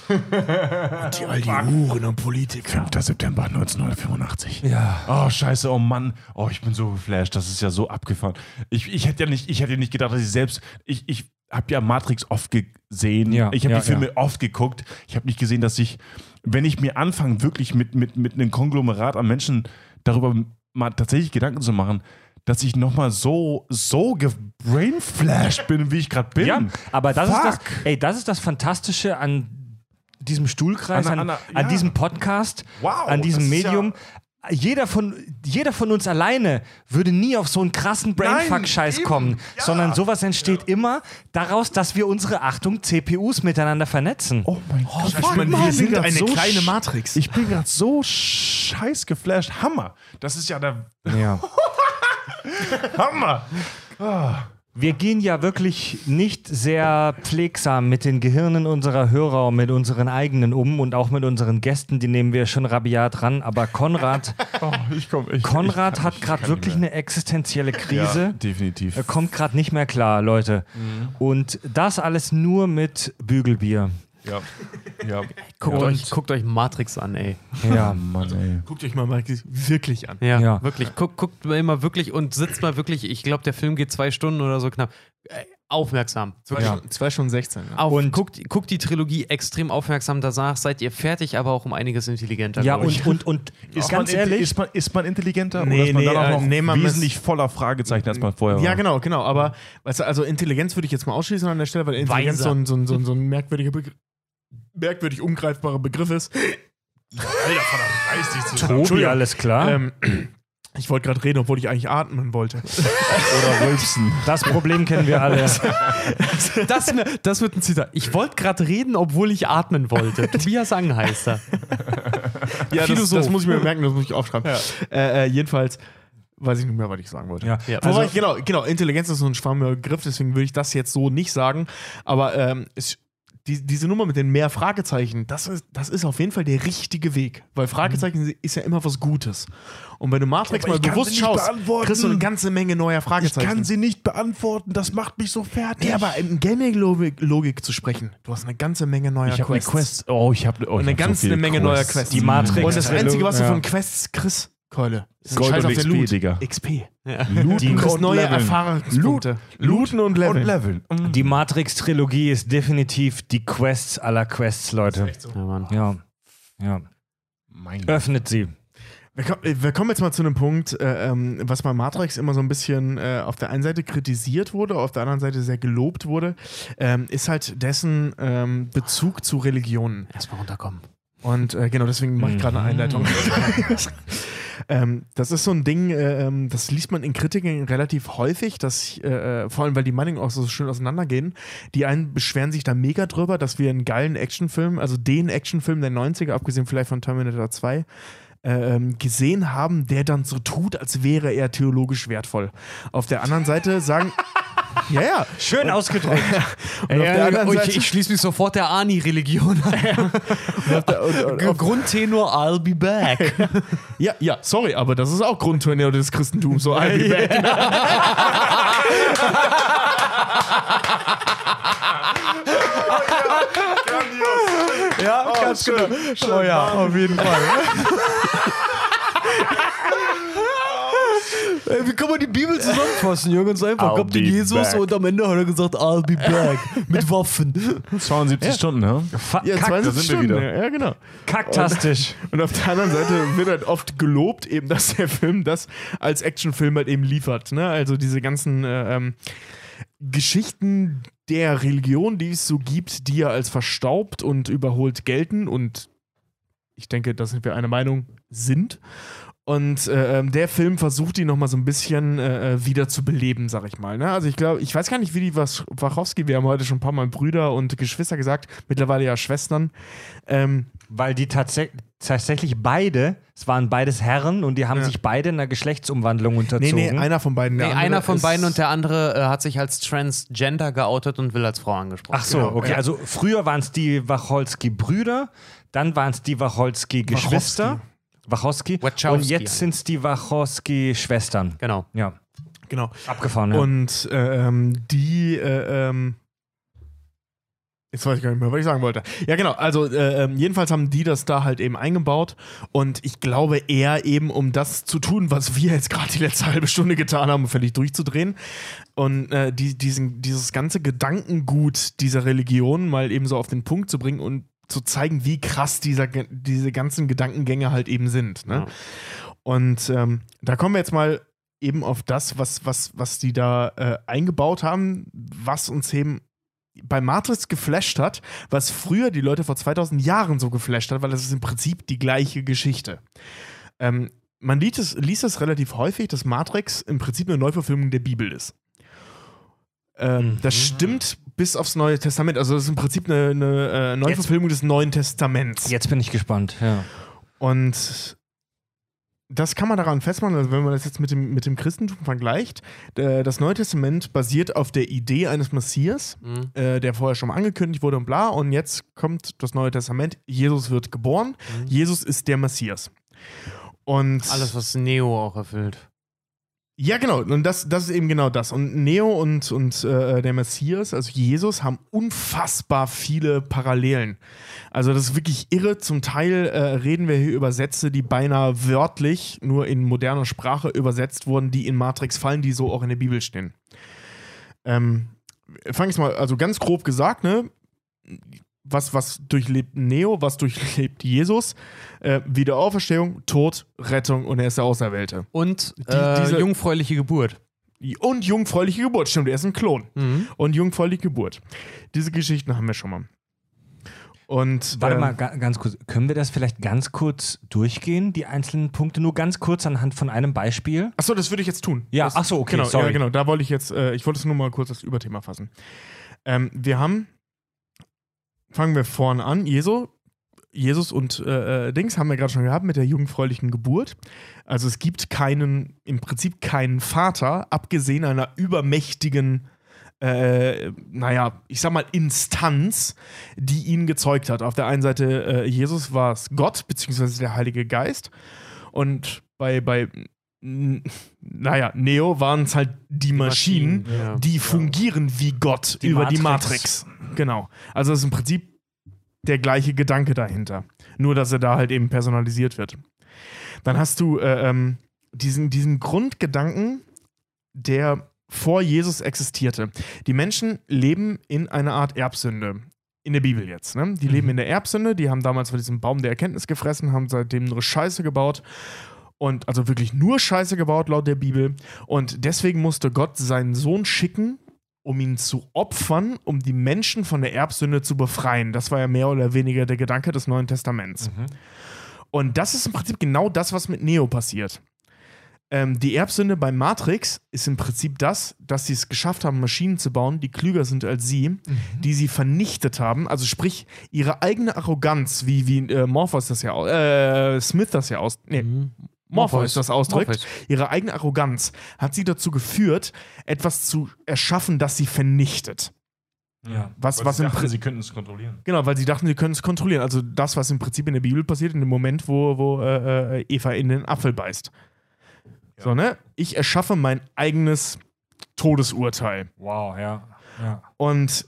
All die Huren und Politiker. 5. September 1985. Ja. Oh, scheiße, oh Mann. Oh, ich bin so geflasht. Das ist ja so abgefahren. Ich hätte ja nicht gedacht, dass ich habe ja Matrix oft gesehen. Ja, ich habe ja, die Filme oft geguckt. Ich habe nicht gesehen, dass wenn ich mir anfange, wirklich mit einem Konglomerat an Menschen darüber mal tatsächlich Gedanken zu machen, dass ich nochmal so gebrainflashed bin, wie ich gerade bin. Ja, aber das Fuck. das ist das Fantastische an diesem Stuhlkreis, an ja. diesem Podcast, Wow, an diesem das ist Medium. Jeder von uns alleine würde nie auf so einen krassen Brainfuck-Scheiß eben, kommen, ja. sondern sowas entsteht immer daraus, dass wir unsere, CPUs miteinander vernetzen. Oh mein Gott. Ich meine, wir sind eine so kleine Matrix. Ich bin gerade so scheiß geflasht. Hammer. Das ist ja der. Ja. Hammer! Wir gehen ja wirklich nicht sehr pflegsam mit den Gehirnen unserer Hörer und mit unseren eigenen und auch mit unseren Gästen, die nehmen wir schon rabiat ran. Aber Konrad hat gerade wirklich eine existenzielle Krise. Ja, definitiv. Er kommt gerade nicht mehr klar, Leute. Und das alles nur mit Bügelbier. Ja. Guckt euch Matrix an, ey. Ja, Mann, ey. Guckt euch mal wirklich an. Ja, wirklich. Guckt immer wirklich und sitzt mal wirklich, ich glaube, der Film geht 2 Stunden oder so knapp. Aufmerksam. Wirklich. Ja. 2 Stunden 16. Ja. Und guckt die Trilogie extrem aufmerksam, danach seid ihr fertig, aber auch um einiges intelligenter. ja glaub ich. und ganz ehrlich, Ist man intelligenter Nee, oder ist man nee, dann auch noch man wesentlich voller Fragezeichen, als man vorher Ja, war? genau. Aber weißt du, also Intelligenz würde ich jetzt mal ausschließen an der Stelle, weil Intelligenz so ein merkwürdig umgreifbarer Begriff ist. Tobi, alles klar? Ich wollte gerade reden, obwohl ich eigentlich atmen wollte. Oder rülpsen. Das Problem kennen wir alle. Das wird ein Zitat. Ich wollte gerade reden, obwohl ich atmen wollte. Tobias Ang heißt er. Ja, Philosoph. das muss ich mir merken, das muss ich aufschreiben. Jedenfalls weiß ich nicht mehr, was ich sagen wollte. Ja. Wobei genau, Intelligenz ist so ein schwammiger Begriff, deswegen würde ich das jetzt so nicht sagen. Aber diese Nummer mit den mehr Fragezeichen, das ist auf jeden Fall der richtige Weg. Weil Fragezeichen ist ja immer was Gutes. Und wenn du Matrix Aber mal ich kann bewusst sie nicht schaust, beantworten. kriegst du eine ganze Menge neuer Ich Fragezeichen. kann sie nicht beantworten, das macht mich so fertig. Ja, aber in Gaming-Logik zu sprechen, du hast eine ganze Menge neuer ich habe eine Quests. Quest. Ich habe eine ganze Menge neuer Quests. Die Matrix. Und das Einzige, was du Ja. von Quests kriegst, Keule, ist ein Gold Scheiß und auf der XP, Loot. Digga. XP. Looten Du kriegst neue Leveln. Erfahrungspunkte. Looten und Leveln. Und Leveln. Die Matrix-Trilogie ist definitiv die Quests aller Quests, Leute. Ja, Mann. Ja. Mein Öffnet sie. Wir kommen jetzt mal zu einem Punkt, was bei Matrix immer so ein bisschen auf der einen Seite kritisiert wurde, auf der anderen Seite sehr gelobt wurde, ist halt dessen Bezug zu Religionen. Erstmal runterkommen. Und genau, deswegen mache ich gerade eine Einleitung. Das ist so ein Ding, das liest man in Kritiken relativ häufig, dass, vor allem, weil die Meinungen auch so schön auseinandergehen. Die einen beschweren sich da mega drüber, dass wir einen geilen Actionfilm, also den Actionfilm der 90er, abgesehen vielleicht von Terminator 2, gesehen haben, der dann so tut, als wäre er theologisch wertvoll. Auf der anderen Seite sagen... Ja. Schön ausgedrückt. Und auf der anderen Seite... Ich schließe mich sofort der Ani-Religion an. Grundtenor, I'll be back. Ja, sorry, aber das ist auch Grundtenor des Christentums, so I'll be back. Ja, ganz genau. Oh ja, auf jeden Fall. Wie kann man die Bibel zusammenfassen, Junge? Ganz einfach. I'll Kommt in be Jesus back. und am Ende hat er gesagt, I'll be back. Mit Waffen. 72 Stunden, ne? Ja, 20 sind wir Stunden. wieder. Ja, genau. Kaktastisch. Und auf der anderen Seite wird halt oft gelobt, eben, dass der Film das als Actionfilm halt eben liefert. Ne? Also diese ganzen Geschichten der Religion, die es so gibt, die ja als verstaubt und überholt gelten und ich denke, da sind wir einer Meinung, sind. Und der Film versucht die nochmal so ein bisschen wieder zu beleben, sag ich mal. Ne? Also ich glaube, ich weiß gar nicht, wie die Wachowski, wir haben heute schon ein paar Mal Brüder und Geschwister gesagt, mittlerweile ja Schwestern. Weil die tatsächlich beide, es waren beides Herren und die haben sich beide einer Geschlechtsumwandlung unterzogen. Nee, einer von beiden. Der andere einer von ist- beiden und der andere hat sich als Transgender geoutet und will als Frau angesprochen. Ach so, Genau, okay. ja. Also früher waren es die Wacholski-Brüder, dann waren es die Wacholski-Geschwister. Wachowski. Wachowski, Und jetzt sind es die Wachowski-Schwestern. Genau. Ja, Genau. abgefahren. Ja. Und die, jetzt weiß ich gar nicht mehr, was ich sagen wollte. Ja, genau. Also, jedenfalls haben die das da halt eben eingebaut. Und ich glaube eher eben, um das zu tun, was wir jetzt gerade die letzte halbe Stunde getan haben, um völlig durchzudrehen. Und dieses ganze Gedankengut dieser Religion mal eben so auf den Punkt zu bringen und zu zeigen, wie krass diese ganzen Gedankengänge halt eben sind. Ne? Ja. Und da kommen wir jetzt mal eben auf das, was die da eingebaut haben, was uns eben bei Matrix geflasht hat, was früher die Leute vor 2000 Jahren so geflasht hat, weil das ist im Prinzip die gleiche Geschichte. Man liest es relativ häufig, dass Matrix im Prinzip eine Neuverfilmung der Bibel ist. Das stimmt bis aufs Neue Testament. Also das ist im Prinzip eine Neuverfilmung des Neuen Testaments. Jetzt bin ich gespannt. Ja. Und das kann man daran festmachen, also wenn man das jetzt mit dem Christentum vergleicht. Das Neue Testament basiert auf der Idee eines Messias, der vorher schon mal angekündigt wurde und bla. Und jetzt kommt das Neue Testament. Jesus wird geboren. Jesus ist der Messias. Und Alles, was Neo auch erfüllt. ja, genau. Und das ist eben genau das. Und Neo und der Messias, also Jesus, haben unfassbar viele Parallelen. Also das ist wirklich irre. Zum Teil reden wir hier über Sätze, die beinahe wörtlich nur in moderner Sprache übersetzt wurden, die in Matrix fallen, die so auch in der Bibel stehen. Fange ich mal, also ganz grob gesagt, ne? Was durchlebt Neo, was durchlebt Jesus? Wiederauferstehung, Tod, Rettung und er ist der Auserwählte. Und diese jungfräuliche Geburt. Und jungfräuliche Geburt, stimmt, er ist ein Klon. Und jungfräuliche Geburt. Diese Geschichten haben wir schon mal. Und, Warte mal, ganz kurz. Können wir das vielleicht ganz kurz durchgehen, die einzelnen Punkte? Nur ganz kurz anhand von einem Beispiel? Achso, das würde ich jetzt tun. Ja, achso, okay, genau, sorry. Ja, genau, da wollte ich jetzt, ich wollte es nur mal kurz das Überthema fassen. Fangen wir vorne an. Jesus und Dings haben wir gerade schon gehabt mit der jungfräulichen Geburt. Also es gibt im Prinzip keinen Vater, abgesehen einer übermächtigen, ich sag mal Instanz, die ihn gezeugt hat. Auf der einen Seite Jesus war es Gott, beziehungsweise der Heilige Geist. Und bei Neo waren es halt die Maschinen, ja. die fungieren wie Gott Die über Matrix. die Matrix. Genau. Also es ist im Prinzip der gleiche Gedanke dahinter. Nur, dass er da halt eben personalisiert wird. Dann hast du diesen Grundgedanken, der vor Jesus existierte. Die Menschen leben in einer Art Erbsünde. In der Bibel jetzt. Ne? Die leben in der Erbsünde, die haben damals von diesem Baum der Erkenntnis gefressen, haben seitdem nur Scheiße gebaut. Und also wirklich nur Scheiße gebaut, laut der Bibel. Und deswegen musste Gott seinen Sohn schicken, um ihn zu opfern, um die Menschen von der Erbsünde zu befreien. Das war ja mehr oder weniger der Gedanke des Neuen Testaments. Und das ist im Prinzip genau das, was mit Neo passiert. Die Erbsünde bei Matrix ist im Prinzip das, dass sie es geschafft haben, Maschinen zu bauen, die klüger sind als sie, die sie vernichtet haben. Also sprich, ihre eigene Arroganz, wie Morpheus das ja Smith das ja Morpheus das ausdrückt, Morpheus. ihre eigene Arroganz hat sie dazu geführt, etwas zu erschaffen, das sie vernichtet. Ja. Was Weil sie im dachten, Prinzip sie könnten es kontrollieren. Genau, weil sie dachten, sie können es kontrollieren. Also das, was im Prinzip in der Bibel passiert, in dem Moment, wo Eva in den Apfel beißt. Ja. So, ne? Ich erschaffe mein eigenes Todesurteil. Wow, ja. Und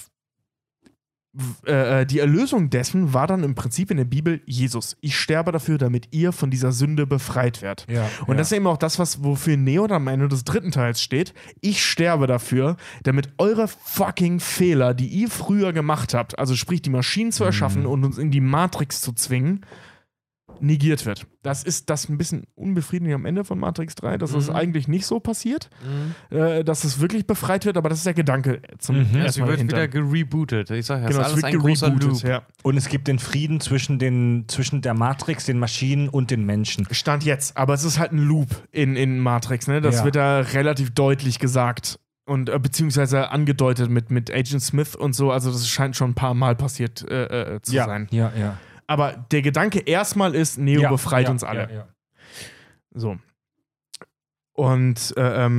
die Erlösung dessen war dann im Prinzip in der Bibel Jesus. Ich sterbe dafür, damit ihr von dieser Sünde befreit werdet. Ja, Und das ist eben auch das, wofür Neo dann am Ende des dritten Teils steht. Ich sterbe dafür, damit eure fucking Fehler, die ihr früher gemacht habt, also sprich die Maschinen zu erschaffen und uns in die Matrix zu zwingen, negiert wird. Das ist das ein bisschen unbefriedigend am Ende von Matrix 3, dass es eigentlich nicht so passiert, dass es wirklich befreit wird, aber das ist der Gedanke zum Also ersten Mal wird hinter. wieder gerebootet. Ich sag ja, Genau, das es ist wird alles ein großer Loop. gerebootet, ja. Und es gibt den Frieden zwischen der Matrix, den Maschinen und den Menschen. Stand jetzt, aber es ist halt ein Loop in Matrix, ne? Das Ja. wird da relativ deutlich gesagt und beziehungsweise angedeutet mit Agent Smith und so, also das scheint schon ein paar Mal passiert zu sein. Ja. Aber der Gedanke erstmal ist, Neo befreit uns alle. Ja. So. Und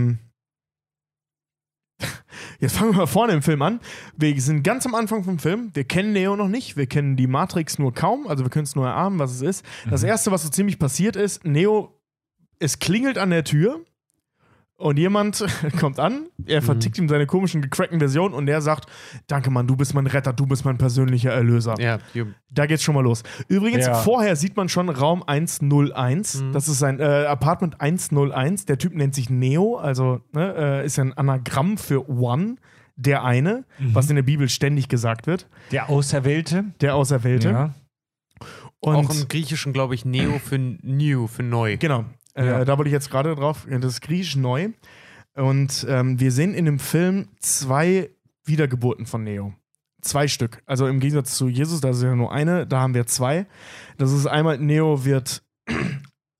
jetzt fangen wir mal vorne im Film an. Wir sind ganz am Anfang vom Film. Wir kennen Neo noch nicht. Wir kennen die Matrix nur kaum. Also wir können es nur erahnen, was es ist. Das Erste, was so ziemlich passiert ist, es klingelt an der Tür und jemand kommt an, er vertickt ihm seine komischen, gecrackten Versionen und der sagt, danke Mann, du bist mein Retter, du bist mein persönlicher Erlöser. Ja, Da geht's schon mal los. Übrigens, Ja. vorher sieht man schon Raum 101. Das ist sein Apartment 101. Der Typ nennt sich Neo, also ist ein Anagramm für One, der eine, was in der Bibel ständig gesagt wird. Der Auserwählte. Der Auserwählte. Ja. Und auch im Griechischen, glaube ich, Neo für New, für neu. genau. Ja. Da wollte ich jetzt gerade drauf. Das ist griechisch neu. Und wir sehen in dem Film 2 Wiedergeburten von Neo. 2 Stück. Also im Gegensatz zu Jesus, da ist ja nur eine, da haben wir 2. Das ist einmal, Neo wird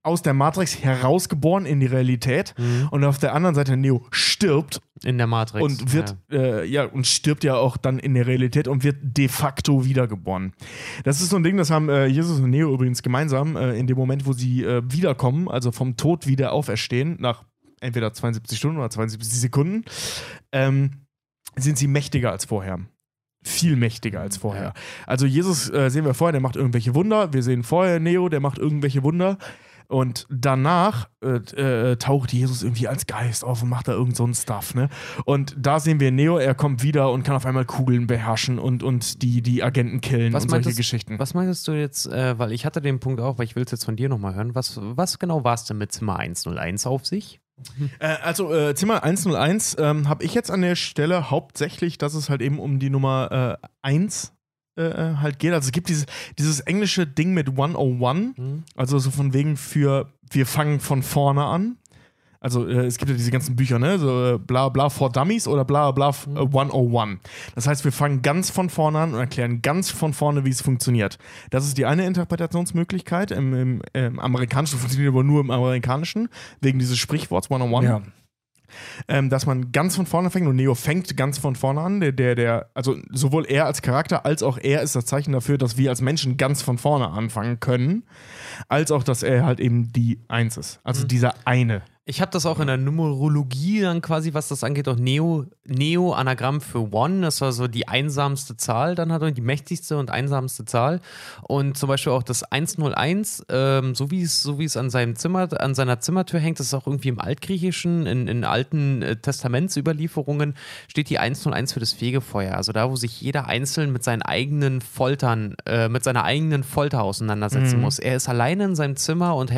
aus der Matrix herausgeboren in die Realität und auf der anderen Seite Neo stirbt In der Matrix. und wird und stirbt ja auch dann in der Realität und wird de facto wiedergeboren. Das ist so ein Ding, das haben Jesus und Neo übrigens gemeinsam in dem Moment, wo sie wiederkommen, also vom Tod wieder auferstehen, nach entweder 72 Stunden oder 72 Sekunden, sind sie mächtiger als vorher. Viel mächtiger als vorher. Also Jesus sehen wir vorher, der macht irgendwelche Wunder. Wir sehen vorher Neo, der macht irgendwelche Wunder. Und danach taucht Jesus irgendwie als Geist auf und macht da irgend so einen Stuff, ne? Und da sehen wir Neo, er kommt wieder und kann auf einmal Kugeln beherrschen und die Agenten killen und solche Geschichten. Was meintest du jetzt, weil ich hatte den Punkt auch, weil ich will es jetzt von dir nochmal hören, was genau war es denn mit Zimmer 101 auf sich? Zimmer 101 habe ich jetzt an der Stelle hauptsächlich, dass es halt eben um die Nummer 1 halt geht. Also es gibt dieses englische Ding mit 101, also so von wegen wir fangen von vorne an. Also es gibt ja diese ganzen Bücher, ne? So bla bla for Dummies oder bla bla 101. Das heißt, wir fangen ganz von vorne an und erklären ganz von vorne, wie es funktioniert. Das ist die eine Interpretationsmöglichkeit. Im Amerikanischen funktioniert aber nur im Amerikanischen, wegen dieses Sprichworts 101. Ja. Dass man ganz von vorne fängt und Neo fängt ganz von vorne an. Also sowohl er als Charakter als auch er ist das Zeichen dafür, dass wir als Menschen ganz von vorne anfangen können, als auch, dass er halt eben die Eins ist. Also dieser eine. Ich habe das auch in der Numerologie dann quasi, was das angeht, auch Neo Anagramm für One, das war so die einsamste Zahl, dann hat er die mächtigste und einsamste Zahl. Und zum Beispiel auch das 101, so wie es an seiner Zimmertür hängt, das ist auch irgendwie im Altgriechischen, in alten Testamentsüberlieferungen, steht die 101 für das Fegefeuer. Also da, wo sich jeder einzeln mit seinen eigenen mit seiner eigenen Folter auseinandersetzen muss. Er ist alleine in seinem Zimmer und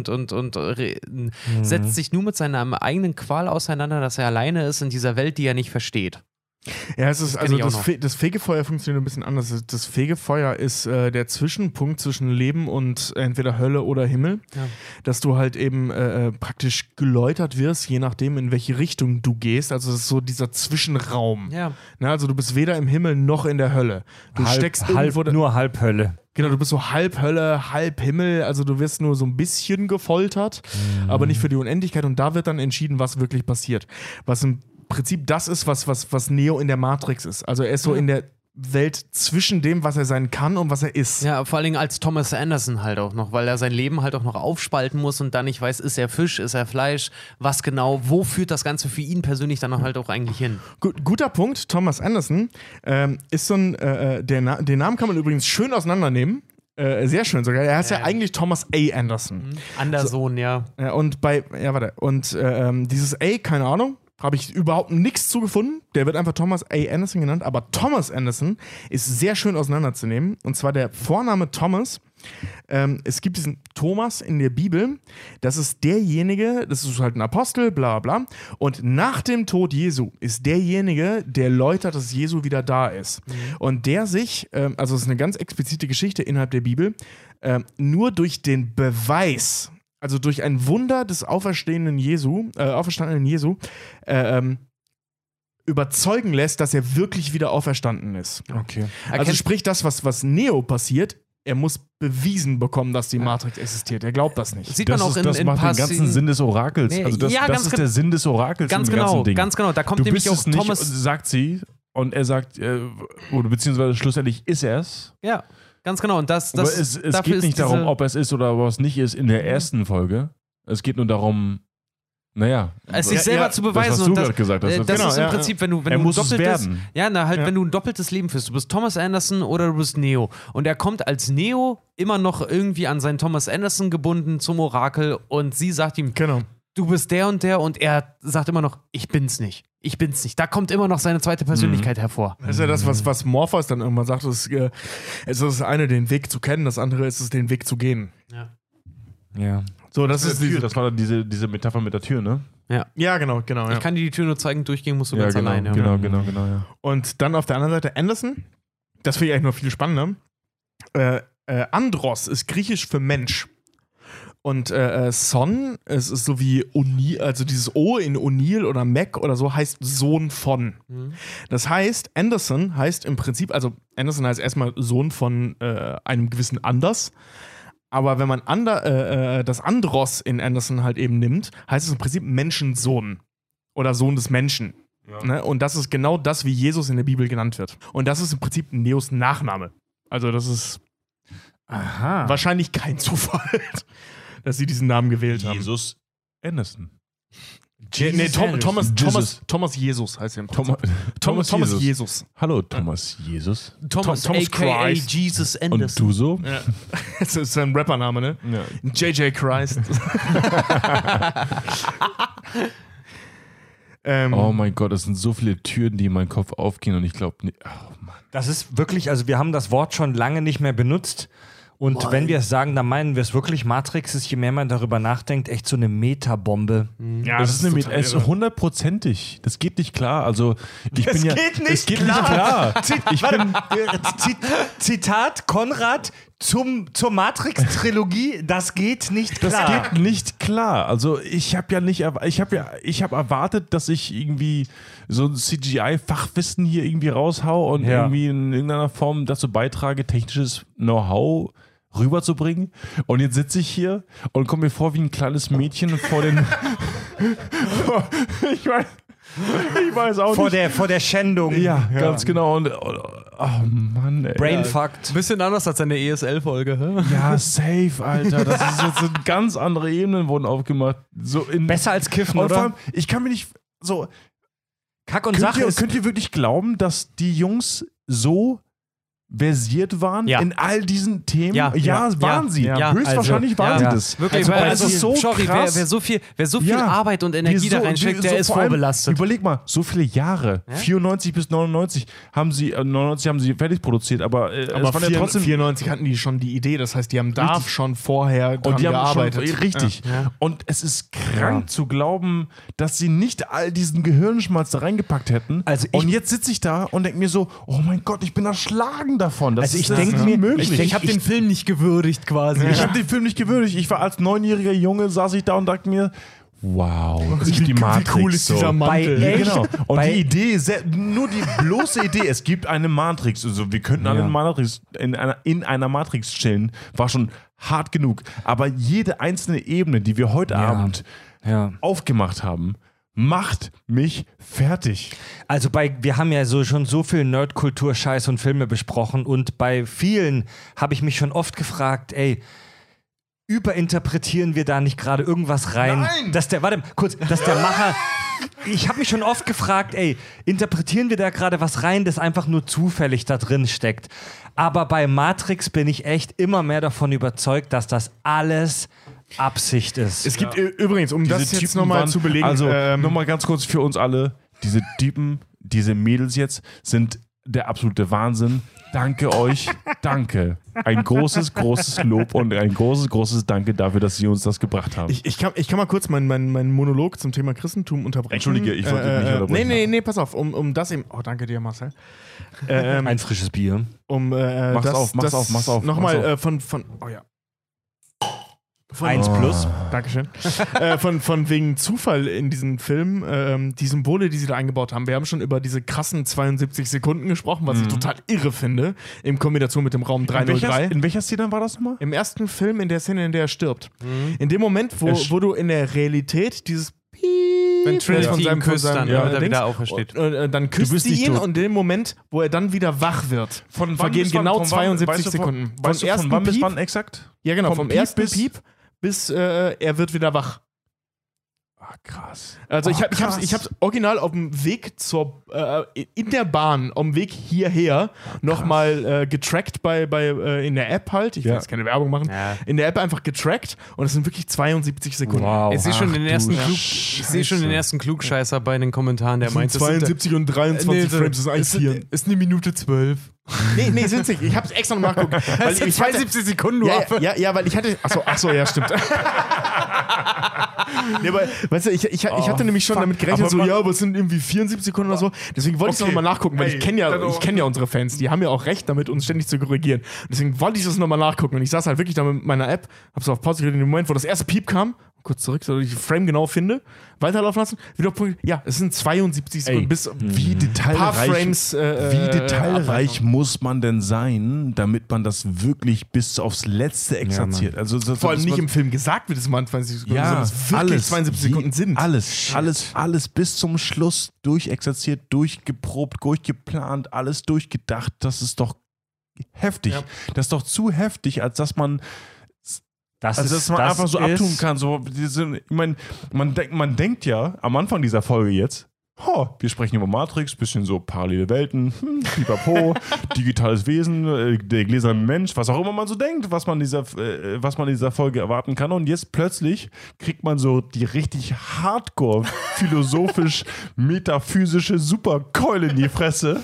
setzt sich nur mit seiner eigenen Qual auseinander, dass er alleine ist in dieser Welt, die er nicht versteht. Ja, es ist das Fegefeuer funktioniert ein bisschen anders. Das Fegefeuer ist der Zwischenpunkt zwischen Leben und entweder Hölle oder Himmel, dass du halt eben praktisch geläutert wirst, je nachdem, in welche Richtung du gehst. Also es ist so dieser Zwischenraum. Ja. Na, also du bist weder im Himmel noch in der Hölle. Du steckst irgendwo nur halb Hölle. Genau, du bist so halb Hölle, halb Himmel, also du wirst nur so ein bisschen gefoltert, aber nicht für die Unendlichkeit und da wird dann entschieden, was wirklich passiert. Was im Prinzip das ist, was Neo in der Matrix ist. Also er ist so in der Welt zwischen dem, was er sein kann und was er ist. Ja, vor allen Dingen als Thomas Anderson halt auch noch, weil er sein Leben halt auch noch aufspalten muss und dann nicht weiß, ist er Fisch, ist er Fleisch, was genau, wo führt das Ganze für ihn persönlich dann halt auch eigentlich hin? Guter Punkt, Thomas Anderson ist so ein, den Namen kann man übrigens schön auseinandernehmen. Sehr schön sogar. Er heißt ja eigentlich Thomas A. Anderson. Anderson, ja. Und dieses A, keine Ahnung, habe ich überhaupt nichts zugefunden. Der wird einfach Thomas A. Anderson genannt. Aber Thomas Anderson ist sehr schön auseinanderzunehmen. Und zwar der Vorname Thomas. Es gibt diesen Thomas in der Bibel. Das ist derjenige, das ist halt ein Apostel, bla bla. Und nach dem Tod Jesu ist derjenige, der läutert, dass Jesu wieder da ist. Und der sich, also es ist eine ganz explizite Geschichte innerhalb der Bibel, nur durch den Beweis, also durch ein Wunder des auferstandenen Jesu, überzeugen lässt, dass er wirklich wieder auferstanden ist. Okay. Also sprich das, was Neo passiert, er muss bewiesen bekommen, dass die Matrix existiert. Er glaubt das nicht. Sieht man auch das macht den ganzen Sinn des Orakels. Nee, also das ist der Sinn des Orakels ganz im genau, ganzen Ding. Ganz genau, da kommt du nämlich bist auch es Thomas... nicht, sagt sie, und er sagt, oder beziehungsweise schlussendlich ist er es. Ja, ganz genau. Und das aber es geht nicht darum, ob es ist oder ob es nicht ist in der ersten Folge. Es geht nur darum, naja, es sich selber zu beweisen. Das, was du gerade gesagt hast. Das ist im Prinzip, wenn du er ein muss doppeltes, es werden. Wenn du ein doppeltes Leben führst. Du bist Thomas Anderson oder du bist Neo. Und er kommt als Neo immer noch irgendwie an seinen Thomas Anderson gebunden zum Orakel und sie sagt ihm, du bist der und er sagt immer noch, ich bin's nicht. Ich bin's nicht. Da kommt immer noch seine zweite Persönlichkeit hervor. Das ist ja das, was Morpheus dann irgendwann sagt. Es ist das eine, den Weg zu kennen, das andere ist es, den Weg zu gehen. Ja. So, das ist Tür. Das war dann diese Metapher mit der Tür, ne? Ja, genau. Ich kann dir die Tür nur zeigen, durchgehen musst du Ja, ganz genau, allein. Ja. Genau, ja. Und dann auf der anderen Seite Anderson. Das finde ich eigentlich noch viel spannender. Andros ist griechisch für Mensch. Und Son, es ist so wie O'Neill, also dieses O in O'Neill oder Mac oder so, heißt Sohn von. Das heißt, Anderson heißt im Prinzip, also Anderson heißt erstmal Sohn von einem gewissen Anders. Aber wenn man das Andros in Anderson halt eben nimmt, heißt es im Prinzip Menschensohn oder Sohn des Menschen. Ja. Ne? Und das ist genau das, wie Jesus in der Bibel genannt wird. Und das ist im Prinzip Neos Nachname. Also das ist wahrscheinlich kein Zufall, dass sie diesen Namen gewählt haben. Jesus Anderson. Thomas Jesus heißt er. Thomas Jesus. Hallo, Thomas Jesus. Thomas aka Christ. Jesus Anderson. Und du so? Ja. Das ist sein Rappername, ne? Ja. JJ Christ. Oh mein Gott, es sind so viele Türen, die in meinen Kopf aufgehen und ich glaube nicht. Oh Mann. Das ist wirklich, also wir haben das Wort schon lange nicht mehr benutzt. Und wenn wir es sagen, dann meinen wir es wirklich. Matrix ist, je mehr man darüber nachdenkt, echt so eine Metabombe. Ja, das ist eine es ist 100%ig. Das geht nicht klar. Also, es geht nicht klar. Zitat Konrad zur Matrix-Trilogie, das geht nicht klar. Das geht nicht klar. Also, ich habe erwartet, dass ich irgendwie so ein CGI-Fachwissen hier irgendwie raushau und irgendwie in irgendeiner Form dazu beitrage, technisches Know-how rüberzubringen. Und jetzt sitze ich hier und komme mir vor wie ein kleines Mädchen vor den. ich weiß auch nicht. Vor der Schändung. Ja, ganz genau. Und oh Mann, ey. Brainfucked. Bisschen anders als eine ESL-Folge, hä? Ja, safe, Alter. Das ist jetzt so ganz andere Ebenen wurden aufgemacht. So Besser als Kiffen, und oder? vor allem, ich kann mir nicht so. Kack und Sache ist. Könnt ihr wirklich glauben, dass die Jungs so versiert waren in all diesen Themen? Ja, waren sie. Ja. Höchstwahrscheinlich waren sie das. Wirklich, weil es ist so krass. Wer so viel Arbeit und Energie da reinsteckt, der ist vorbelastet. Überleg mal, so viele Jahre, 94 bis 99 haben sie fertig produziert, aber es waren ja trotzdem 94 hatten die schon die Idee, das heißt, die haben da schon vorher dran gearbeitet. Richtig. Ja. Und es ist krank zu glauben, dass sie nicht all diesen Gehirnschmalz da reingepackt hätten. Und jetzt sitze ich da und denke mir so, oh mein Gott, ich bin erschlagen davon. Das ich denke mir, ich habe den Film nicht gewürdigt quasi. Ich habe den Film nicht gewürdigt. Ich war als 9-jähriger Junge, saß ich da und dachte mir, wow, die Matrix, wie cool ist dieser Mantel. Genau. Und die Idee, nur die bloße Idee, es gibt eine Matrix, also wir könnten alle in einer Matrix chillen, war schon hart genug. Aber jede einzelne Ebene, die wir heute Abend aufgemacht haben, macht mich fertig. Also wir haben ja schon so viel Nerdkultur, Scheiß und Filme besprochen und bei vielen habe ich mich schon oft gefragt, überinterpretieren wir da nicht gerade irgendwas rein? Nein! Dass der Macher, ich habe mich schon oft gefragt, interpretieren wir da gerade was rein, das einfach nur zufällig da drin steckt? Aber bei Matrix bin ich echt immer mehr davon überzeugt, dass das alles Absicht ist. Es gibt übrigens, um das jetzt nochmal zu belegen. Also nochmal ganz kurz für uns alle, diese Typen, diese Mädels jetzt sind der absolute Wahnsinn. Danke euch, danke. Ein großes, großes Lob und ein großes, großes Danke dafür, dass sie uns das gebracht haben. Ich kann mal kurz meinen Monolog zum Thema Christentum unterbrechen. Entschuldige, ich wollte nicht unterbrechen. Nee, pass auf, um das eben. Oh, danke dir, Marcel. Ein frisches Bier. Mach's auf. Nochmal von. Oh ja. 1+. Dankeschön. Von wegen Zufall in diesem Film, die Symbole, die sie da eingebaut haben. Wir haben schon über diese krassen 72 Sekunden gesprochen, was ich total irre finde, in Kombination mit dem Raum 303. In welcher Szene war das nochmal? Im ersten Film, in der Szene, in der er stirbt. In dem Moment, wo du in der Realität dieses wenn Trinity ihn küsst, dann er wieder aufersteht. Und dann küsst sie ihn und in dem Moment, wo er dann wieder wach wird, vergehen genau 72 Sekunden. Weißt du, von wann bis wann exakt? Ja, genau, vom ersten Piep bis er wird wieder wach. Krass. Also ich hab's original auf dem Weg in der Bahn, auf dem Weg hierher nochmal getrackt in der App halt. Ich will jetzt keine Werbung machen. Ja. In der App einfach getrackt und es sind wirklich 72 Sekunden. Wow. Ich sehe schon den ersten Klugscheißer bei den Kommentaren, der meint, 72 und 23 Frames ist 1,4. Ist eine Minute 12. Nee, sind's nicht. Ich hab's extra noch nachgeguckt. Weil ich 72 Sekunden, du Affe. Ja, weil ich hatte. Achso, ja, stimmt. Nee, aber, weißt du, ich hatte nämlich schon damit gerechnet, aber es sind irgendwie 74 Sekunden oder so. Deswegen wollte ich es nochmal nachgucken, weil ich kenne ja unsere Fans. Die haben ja auch recht damit, uns ständig zu korrigieren. Und deswegen wollte ich das nochmal nachgucken. Und ich saß halt wirklich da mit meiner App, hab so auf Pause gedrückt, in dem Moment, wo das erste Piep kam, kurz zurück, so ich Frame genau finde, weiterlaufen lassen, wieder auf Punkt. Ja, es sind 72 Sekunden bis Wie detailreich, Frames, wie detailreich Abweichung. muss man denn sein, damit man das wirklich bis aufs Letzte exerziert? Also Vor allem nicht im Film gesagt wird, es waren 20 Sekunden, sondern es wirklich 72 Sekunden sind. Alles bis zum Schluss durchexerziert, durchgeprobt, durchgeplant, alles durchgedacht. Das ist doch heftig. Ja. Das ist doch zu heftig, als dass man Das dass man einfach so abtun kann. So, ich meine, man denkt ja am Anfang dieser Folge jetzt, wir sprechen über Matrix, bisschen so parallele Welten, pipapo, digitales Wesen, der gläserne Mensch, was auch immer man so denkt, was man in dieser Folge erwarten kann. Und jetzt plötzlich kriegt man so die richtig hardcore, philosophisch, metaphysische Superkeule in die Fresse.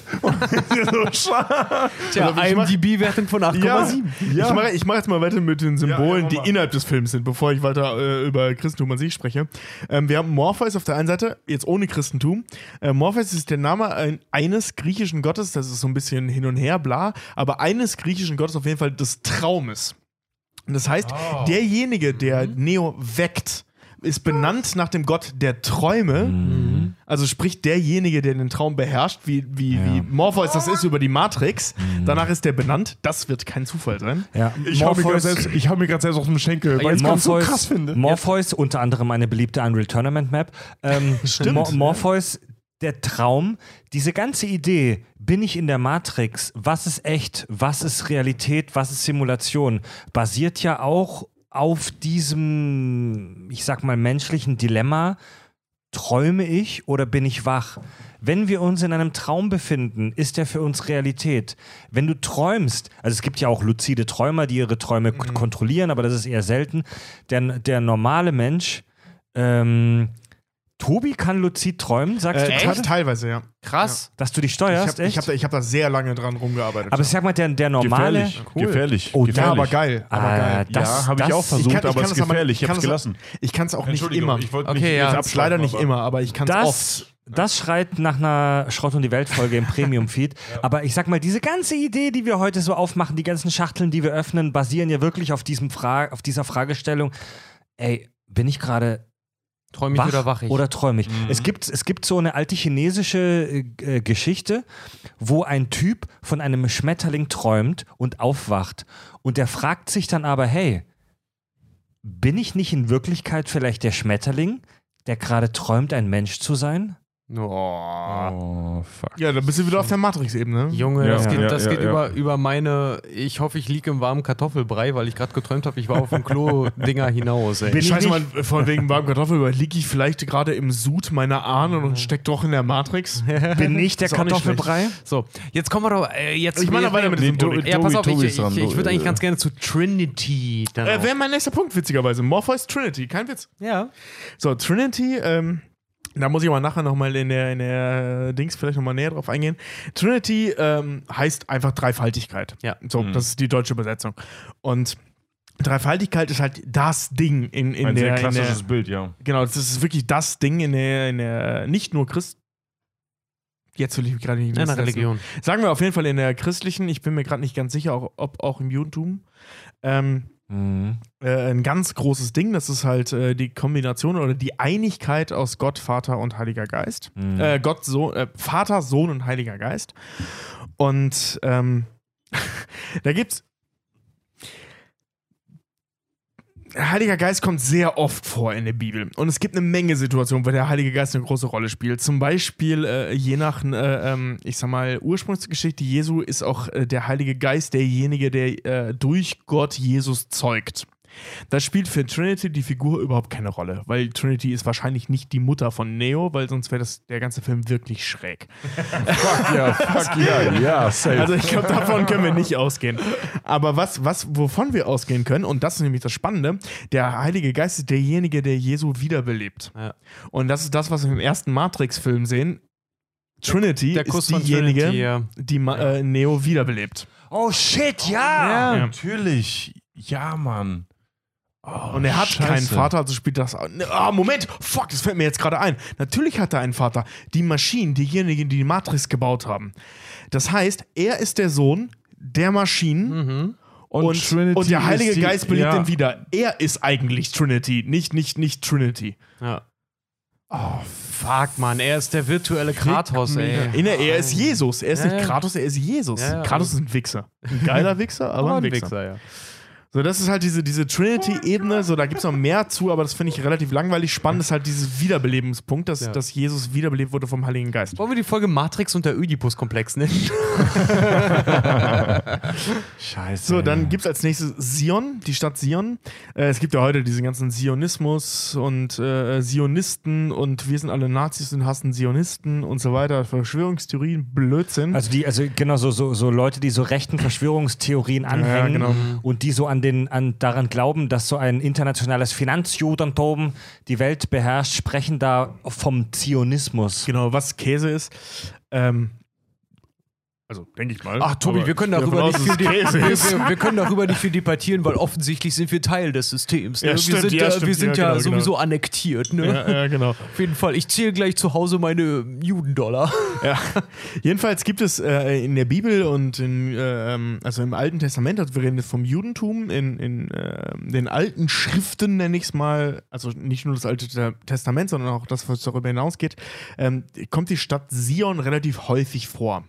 Tja, IMDb-Wertung von 8,7. Ja. Ich mach jetzt mal weiter mit den Symbolen, Ja, die mach mal. innerhalb des Films sind, bevor ich weiter über Christentum an sich spreche. Wir haben Morpheus auf der einen Seite, jetzt ohne Christentum. Morpheus ist der Name eines griechischen Gottes, das ist so ein bisschen hin und her, bla, aber eines griechischen Gottes auf jeden Fall des Traumes. Und das heißt, derjenige, der Neo weckt, ist benannt nach dem Gott der Träume. Also sprich derjenige, der den Traum beherrscht, wie Morpheus das ist über die Matrix. Danach ist der benannt. Das wird kein Zufall sein. Ja. Ich hau mir gerade selbst auf den Schenkel, weil ich es so krass finde. Morpheus, unter anderem eine beliebte Unreal Tournament Map. Stimmt. Morpheus, der Traum, diese ganze Idee, bin ich in der Matrix, was ist echt, was ist Realität, was ist Simulation, basiert ja auch auf diesem, ich sag mal, menschlichen Dilemma, träume ich oder bin ich wach? Wenn wir uns in einem Traum befinden, ist der für uns Realität. Wenn du träumst, also es gibt ja auch luzide Träumer, die ihre Träume kontrollieren, aber das ist eher selten. Der normale Mensch, Tobi kann luzid träumen, sagst du gerade? Teilweise, ja. Krass. Dass du dich steuerst, Ich hab da sehr lange dran rumgearbeitet. Aber sag mal, der normale... Gefährlich. Oh, gefährlich. ja, aber geil. das habe ich auch versucht, aber es ist gefährlich. Ich habe es gelassen. Ich kann es auch nicht immer. Ich wollte Okay, nicht ja. jetzt Ich hab's leider nicht immer, aber ich kann es oft. Das schreit nach einer Schrott- und die Welt-Folge im Premium-Feed. Aber ich sag mal, diese ganze Idee, die wir heute so aufmachen, die ganzen Schachteln, die wir öffnen, basieren ja wirklich auf dieser Fragestellung, ey, bin ich gerade Träum ich oder wach ich? Oder träume ich? Es gibt so eine alte chinesische Geschichte, wo ein Typ von einem Schmetterling träumt und aufwacht. Und der fragt sich dann aber, hey, bin ich nicht in Wirklichkeit vielleicht der Schmetterling, der gerade träumt, ein Mensch zu sein? Oh, fuck. Ja, dann bist du wieder auf der Matrix-Ebene. Junge, Ja, das geht ja. über meine, ich hoffe, ich liege im warmen Kartoffelbrei, weil ich gerade geträumt habe, ich war auf dem Klo-Dinger hinaus, ey. Scheiße mal, von wegen warmen Kartoffelbrei, liege ich vielleicht gerade im Sud meiner Ahnen und steck doch in der Matrix? Bin ich der Ist auch nicht Kartoffelbrei? So, jetzt kommen wir doch, jetzt... Ich mache weiter mit dem Symbolik. Ja, pass auf, Tobi ich ist dran. würde eigentlich ganz gerne zu Trinity dann auch. Wäre mein nächster Punkt, witzigerweise. Morpheus Trinity, kein Witz. Ja. So, Trinity, da muss ich aber nachher nochmal in der Dings vielleicht nochmal näher drauf eingehen. Trinity heißt einfach Dreifaltigkeit. Ja. So, das ist die deutsche Übersetzung. Und Dreifaltigkeit ist halt das Ding in Ein sehr der... klassisches Bild, ja. Genau, das ist wirklich das Ding in der nicht nur Jetzt will ich mich gerade nicht In einer setzen. Religion. Sagen wir auf jeden Fall in der christlichen, ich bin mir gerade nicht ganz sicher, ob auch im Judentum. Ein ganz großes Ding, das ist halt die Kombination oder die Einigkeit aus Gott, Vater und Heiliger Geist. Gott, Vater, Sohn und Heiliger Geist. Und da gibt's Heiliger Geist kommt sehr oft vor in der Bibel. Und es gibt eine Menge Situationen, wo der Heilige Geist eine große Rolle spielt. Zum Beispiel, je nach, ich sag mal, Ursprungsgeschichte Jesu ist auch der Heilige Geist derjenige, der durch Gott Jesus zeugt. Das spielt für Trinity die Figur überhaupt keine Rolle, weil Trinity ist wahrscheinlich nicht die Mutter von Neo, weil sonst wäre der ganze Film wirklich schräg. Fuck ja, safe. Also ich glaube, davon können wir nicht ausgehen. Aber wovon wir ausgehen können, und das ist nämlich das Spannende, der Heilige Geist ist derjenige, der Jesu wiederbelebt. Ja. Und das ist das, was wir im ersten Matrix-Film sehen. Trinity Der Kuss ist von diejenige, Trinity, ja. die Neo wiederbelebt. Oh shit, ja! Natürlich. Ja, Mann. Oh, Und er hat Scheiße. keinen Vater, also spielt das. Moment! Fuck, das fällt mir jetzt gerade ein. Natürlich hat er einen Vater. Die Maschinen, diejenigen, die die Matrix gebaut haben. Das heißt, er ist der Sohn der Maschinen Trinity und der Heilige ist die- Geist belebt ja. ihn wieder. Er ist eigentlich Trinity, nicht Trinity. Ja. Oh, fuck, Mann. Er ist der virtuelle Kratos, ey. Er ist Jesus. Er ist Ja, nicht ja. Kratos, er ist Jesus. Ja, ja. Kratos ist ein Wichser. Ein geiler Wichser, aber ein Wichser. ja. So, das ist halt diese Trinity-Ebene, so, da gibt es noch mehr zu, aber das finde ich relativ langweilig. Spannend ist halt dieses Wiederbelebungspunkt, dass Jesus wiederbelebt wurde vom Heiligen Geist. Wollen wir die Folge Matrix und der Oedipus-Komplex nennen? Scheiße. So, dann gibt es als nächstes Sion, die Stadt Sion. Es gibt ja heute diesen ganzen Zionismus und Zionisten und wir sind alle Nazis und hassen Zionisten und so weiter. Verschwörungstheorien, Blödsinn. Also genau so Leute, die so rechten Verschwörungstheorien anhängen genau. und die so daran glauben, dass so ein internationales Finanzjudentum die Welt beherrscht, sprechen da vom Zionismus. Genau, was Käse ist. Also, denke ich mal. Ach, Tobi, Aber wir können ich gehe darüber davon nicht aus, viel dass es Käse ist. wir können darüber nicht viel debattieren, weil offensichtlich sind wir Teil des Systems. Ne? Ja, stimmt, wir stimmt, sind ja, ja genau, sowieso annektiert. Ne? Ja, genau. Auf jeden Fall. Ich zähle gleich zu Hause meine Judendollar. Ja. Jedenfalls gibt es in der Bibel und also im Alten Testament, also wir reden jetzt vom Judentum, in den alten Schriften nenne ich es mal, also nicht nur das Alte Testament, sondern auch das, was darüber hinausgeht, kommt die Stadt Sion relativ häufig vor.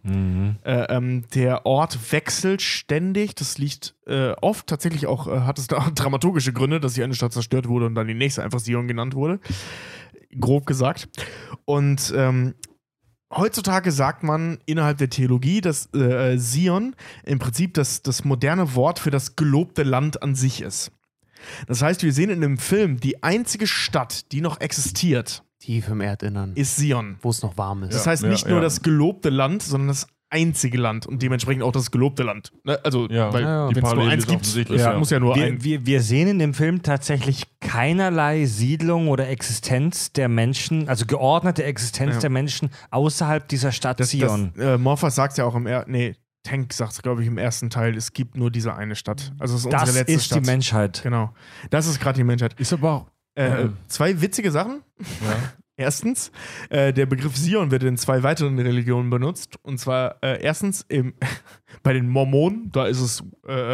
Der Ort wechselt ständig, das liegt oft tatsächlich auch, hat es da dramaturgische Gründe, dass die eine Stadt zerstört wurde und dann die nächste einfach Sion genannt wurde. Grob gesagt. Und heutzutage sagt man innerhalb der Theologie, dass Sion im Prinzip das moderne Wort für das gelobte Land an sich ist. Das heißt, wir sehen in dem Film, die einzige Stadt, die noch existiert, Tief im Erdinnern, ist Sion. wo es noch warm ist. Das heißt nicht nur das gelobte Land, sondern das einzige Land und dementsprechend auch das gelobte Land. Ne? Also, Ja, weil ja, wenn es nur Parallele eins ist gibt, offensichtlich, es ja. muss ja nur ein. Wir sehen in dem Film tatsächlich keinerlei Siedlung oder Existenz der Menschen, also geordnete Existenz der Menschen außerhalb dieser Stadt Sion. Morphas sagt ja auch Tank sagt es, glaube ich, im ersten Teil, es gibt nur diese eine Stadt. Also es ist Das unsere letzte ist Stadt. die Menschheit. Genau. Das ist gerade die Menschheit. Ist aber auch. Zwei witzige Sachen. Erstens, der Begriff Sion wird in zwei weiteren Religionen benutzt. Und zwar erstens bei den Mormonen, da ist es,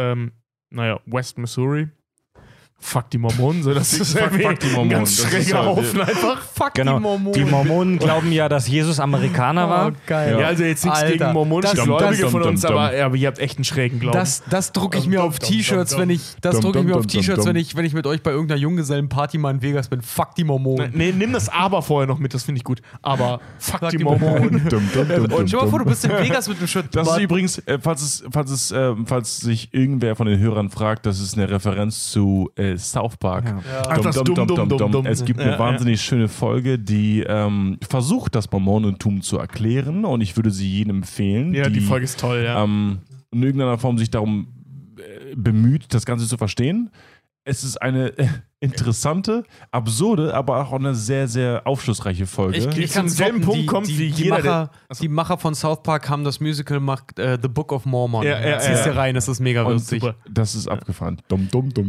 West Missouri. Fuck die Mormonen, so das ist Fuck die ein Mormonen. ganz Das ist schräger halt- Haufen einfach. Fuck Genau. Die Mormonen glauben ja, dass Jesus Amerikaner war. geil. Ja, also jetzt nichts Alter, gegen mormonische das- Gläubige das- von uns, dum, dum, aber ihr habt echt einen schrägen Glauben. Das drucke ich mir auf T-Shirts, wenn ich mit euch bei irgendeiner Junggesellenparty mal in Vegas bin. Fuck die Mormonen. Nee, nimm das Aber vorher noch mit, das finde ich gut. Aber fuck die Mormonen. Und stell mal vor, du bist in Vegas mit einem Shirt. Das ist übrigens, falls sich irgendwer von den Hörern fragt, das ist eine Referenz zu South Park. Ach, das dumm. Es gibt eine wahnsinnig schöne Folge, die versucht, das Mormonentum zu erklären, und ich würde sie jedem empfehlen. Ja, die Folge ist toll, ja. in irgendeiner Form sich darum bemüht, das Ganze zu verstehen. Es ist eine interessante, absurde, aber auch eine sehr, sehr aufschlussreiche Folge. Ich zum selben Punkt kommt wie jeder, der- Die Macher von South Park haben das Musical gemacht, The Book of Mormon. Ja, Ziehst dir rein, das ist mega Und lustig. das ist abgefahren. Dumm.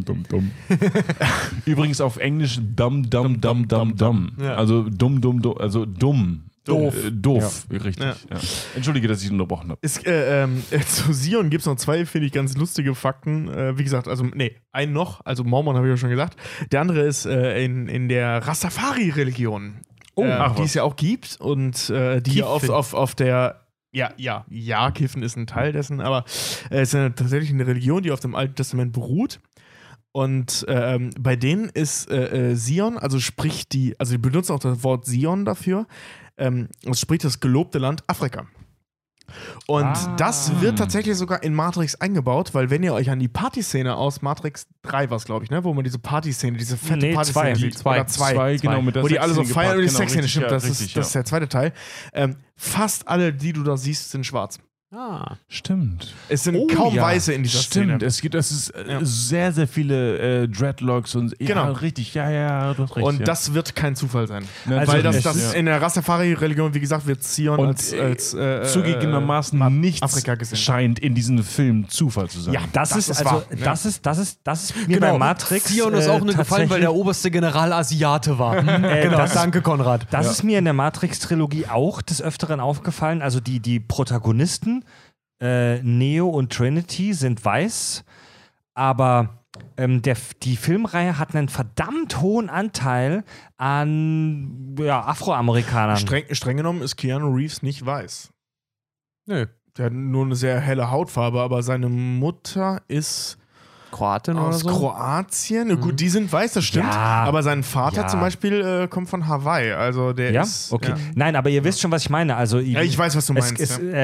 Übrigens auf Englisch dumb. Ja. Also dumm, also dumm. Doof. Doof, richtig. Ja. Ja. Entschuldige, dass ich unterbrochen habe. Zu Sion gibt es noch zwei, finde ich, ganz lustige Fakten. Wie gesagt, einen noch, also Mormon habe ich ja schon gesagt. Der andere ist in der Rastafari-Religion, die es ja auch gibt und die ja oft auf der Kiffen ist ein Teil dessen, aber es ist ja tatsächlich eine Religion, die auf dem Alten Testament beruht. Und bei denen ist Sion, die benutzen auch das Wort Sion dafür, es spricht das gelobte Land Afrika. Und das wird tatsächlich sogar in Matrix eingebaut, weil wenn ihr euch an die Partyszene aus Matrix 3 war es, glaube ich, ne? Wo man diese Partyszene, diese fette Partyszene sieht. Oder zwei, genau, mit der wo die alle so Sexszene feiern und die gepaart, Sexszene, richtig, stimmt, ja, das richtig, ist der zweite Teil. Fast alle, die du da siehst, sind schwarz. Stimmt. Es sind kaum Weiße in dieser Szene. Stimmt, es ist sehr, sehr viele Dreadlocks und Genau. richtig, ja, du hast recht. Und das wird kein Zufall sein. Also weil das echt, in der Rastafari-Religion, wie gesagt, wird Zion Und als zugegebenermaßen nichts Afrika gesehen. scheint in diesem Film Zufall zu sein. Ja, Das ist wahr. das ist mir bei Matrix Zion ist auch nur gefallen, weil der tatsächlich- oberste General Asiate war. Genau, danke Konrad. Das ist mir in der Matrix-Trilogie auch des Öfteren aufgefallen. Also die Protagonisten, Neo und Trinity, sind weiß, aber die Filmreihe hat einen verdammt hohen Anteil an Afroamerikanern. Streng genommen ist Keanu Reeves nicht weiß. Nö. Der hat nur eine sehr helle Hautfarbe, aber seine Mutter ist Kroatin oder aus so? Kroatien. Gut, die sind weiß, das stimmt. Ja. Aber sein Vater Ja. zum Beispiel kommt von Hawaii. Also der Ja? ist. Okay. Ja. Nein, aber ihr wisst schon, was ich meine. Also, Ja, ich weiß, was du meinst.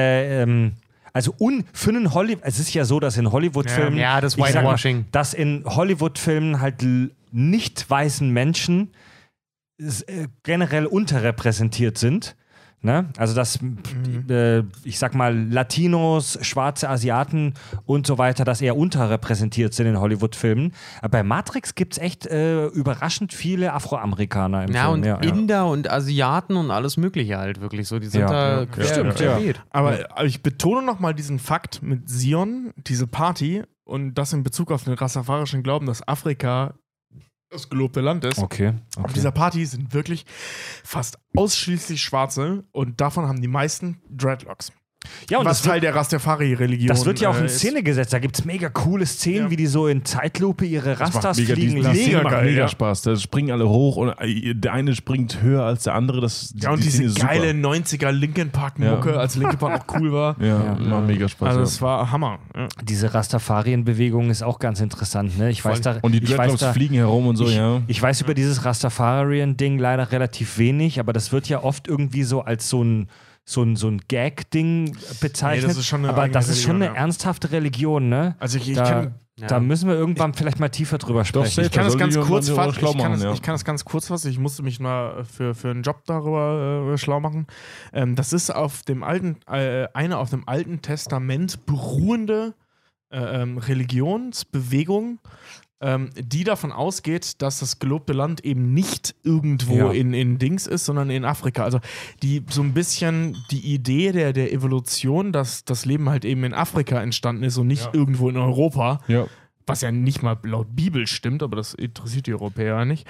für einen Hollywood, es ist ja so, dass in Hollywood-Filmen, Ja, das ich sag mal, Whitewashing. dass in Hollywood-Filmen halt nicht weißen Menschen generell unterrepräsentiert sind. Ne? Also dass, ich sag mal, Latinos, schwarze Asiaten und so weiter, dass eher unterrepräsentiert sind in Hollywood-Filmen. Aber bei Matrix gibt es echt überraschend viele Afroamerikaner im Ja, Film. und Inder und Asiaten und alles Mögliche halt wirklich so. Die sind Ja. da quer, Stimmt, querbeet. Aber ich betone nochmal diesen Fakt mit Sion, diese Party und das in Bezug auf den rastafarischen Glauben, dass Afrika das gelobte Land ist. Okay. Auf dieser Party sind wirklich fast ausschließlich Schwarze und davon haben die meisten Dreadlocks. Ja, und was das wird, Teil der Rastafari-Religion das wird ja auch in ist. Szene gesetzt. Da gibt es mega coole Szenen, Ja. wie die so in Zeitlupe ihre Rastas mega, fliegen die lassen. Szene macht geil, mega ja. Spaß. Da springen alle hoch und der eine springt höher als der andere. Ja, und die diese Szene ist super. geile 90er Linkin Park-Mucke, als Linkin Park noch cool war. Ja, macht mega Spaß. Also ja. es war Hammer. Ja. Diese Rastafarien-Bewegung ist auch ganz interessant. Ne? Ich weiß Und die ich weiß Dreadlocks da, fliegen herum und so, ja. Ich weiß über dieses Rastafarian-Ding leider relativ wenig, aber das wird ja oft irgendwie so als so ein Gag-Ding bezeichnet. Nee, das ist schon eine aber eigene das ist schon eine Religion, ja. ernsthafte Religion, ne? Also ich Da, kann, da müssen wir irgendwann vielleicht mal tiefer drüber sprechen. ich kann das ganz soll die kurz man fassen. schlau machen, ja. Ich kann das ganz kurz fassen. Ich musste mich mal für einen Job darüber schlau machen. Das ist auf dem eine auf dem Alten Testament beruhende Religionsbewegung, die davon ausgeht, dass das gelobte Land eben nicht irgendwo in Dings ist, sondern in Afrika. Also die so ein bisschen die Idee der Evolution, dass das Leben halt eben in Afrika entstanden ist und nicht irgendwo in Europa. Ja. Was ja nicht mal laut Bibel stimmt, aber das interessiert die Europäer nicht.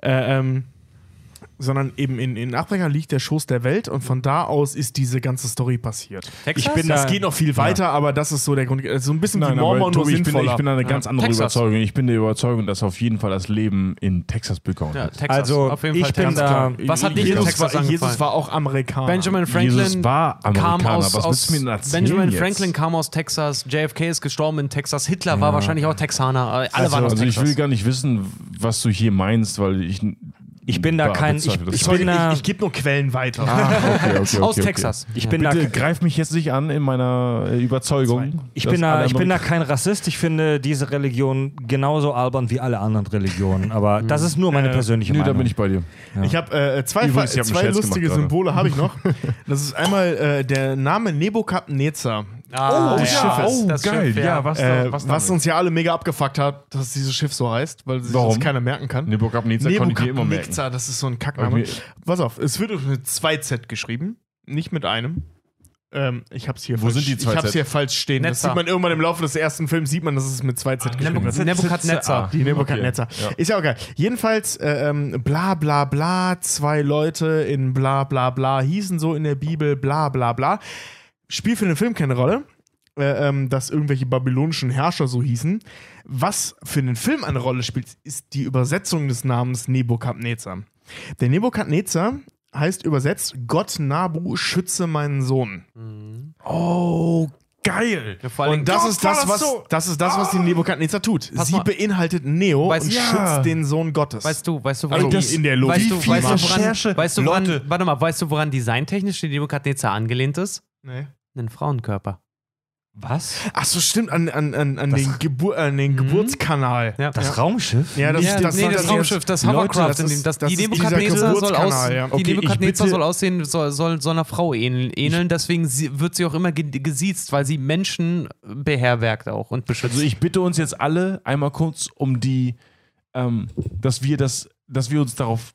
Sondern eben in Afrika liegt der Schoß der Welt und von da aus ist diese ganze Story passiert. Texas? Das geht noch viel weiter, aber das ist so der Grund. So ein bisschen wie Mormon, nur Tobi, ich sinnvoller. bin eine ganz andere Texas. Überzeugung. Ich bin der Überzeugung, dass auf jeden Fall das Leben in Texas begonnen Ja, hat. Texas. Also, auf jeden ich Fall bin Texas. da- Was hat dich in Jesus Texas war, angefallen? Jesus war auch Amerikaner. Benjamin Franklin Jesus war kam Amerikaner. aus, Was willst du mir denn erzählen Benjamin jetzt? Franklin kam aus Texas, JFK ist gestorben in Texas, Hitler war wahrscheinlich auch Texaner, alle waren aus Also ich Texas. will gar nicht wissen, was du hier meinst, weil Ich bin da kein. Ich gebe nur Quellen weiter. aus Texas. Ich bin da. Bitte greif mich jetzt nicht an in meiner Überzeugung. Ich dass bin da alle kein Rassist. Ich finde diese Religion genauso albern wie alle anderen Religionen. Aber das ist nur meine persönliche Nee, Meinung. da bin ich bei dir. Ich habe zwei Übrigens, ich hab einen zwei Scherz lustige gemacht Symbole habe ich noch. Das ist einmal der Name Nebukadnezar. Das Schiffes. das Schiff, ja. Was uns ja alle mega abgefuckt hat, dass dieses Schiff so heißt, weil sich das keiner merken kann. Nebukadnezar konnte ich dir immer merken. Nebukadnezar, das ist so ein Kackname. Okay. Pass auf, es wird mit 2 Z geschrieben, nicht mit einem. Ich hab's hier Wo sind die 2 Ich hab's Z? hier falsch stehen. Das Netzer. sieht man irgendwann im Laufe des ersten Films, sieht man, dass es mit 2 Z geschrieben ist. Nebukadnezar. Die Nebukadnezar. Okay, ja. Ist ja auch geil. Jedenfalls, bla bla bla, 2 Leute in bla bla bla hießen so in der Bibel, bla bla bla. Spielt für den Film keine Rolle, dass irgendwelche babylonischen Herrscher so hießen. Was für den Film eine Rolle spielt, ist die Übersetzung des Namens Nebukadnezar. Der Nebukadnezar heißt übersetzt: Gott Nabu, schütze meinen Sohn. Oh, geil. Ja, vor allem- Und das ist das, was die Nebukadnezar tut. Pass Sie mal. beinhaltet Neo Weißt- und Ja. schützt den Sohn Gottes. Weißt du, Also woran die, in der Logik. weißt du, woran designtechnisch die Nebukadnezar angelehnt ist? Nee. Einen Frauenkörper. Was? Ach so, stimmt, an den Geburtskanal. Ja. Das Raumschiff? Ja, das das Raumschiff, das Hovercraft, Leute, das ist die dieser Nebukadnezar Geburtskanal, ja. die Okay, Nebukadnezar ich soll aussehen, soll einer Frau ähneln, deswegen wird sie auch immer gesiezt, weil sie Menschen beherbergt auch und beschützt. Also ich bitte uns jetzt alle einmal kurz um die, dass wir uns darauf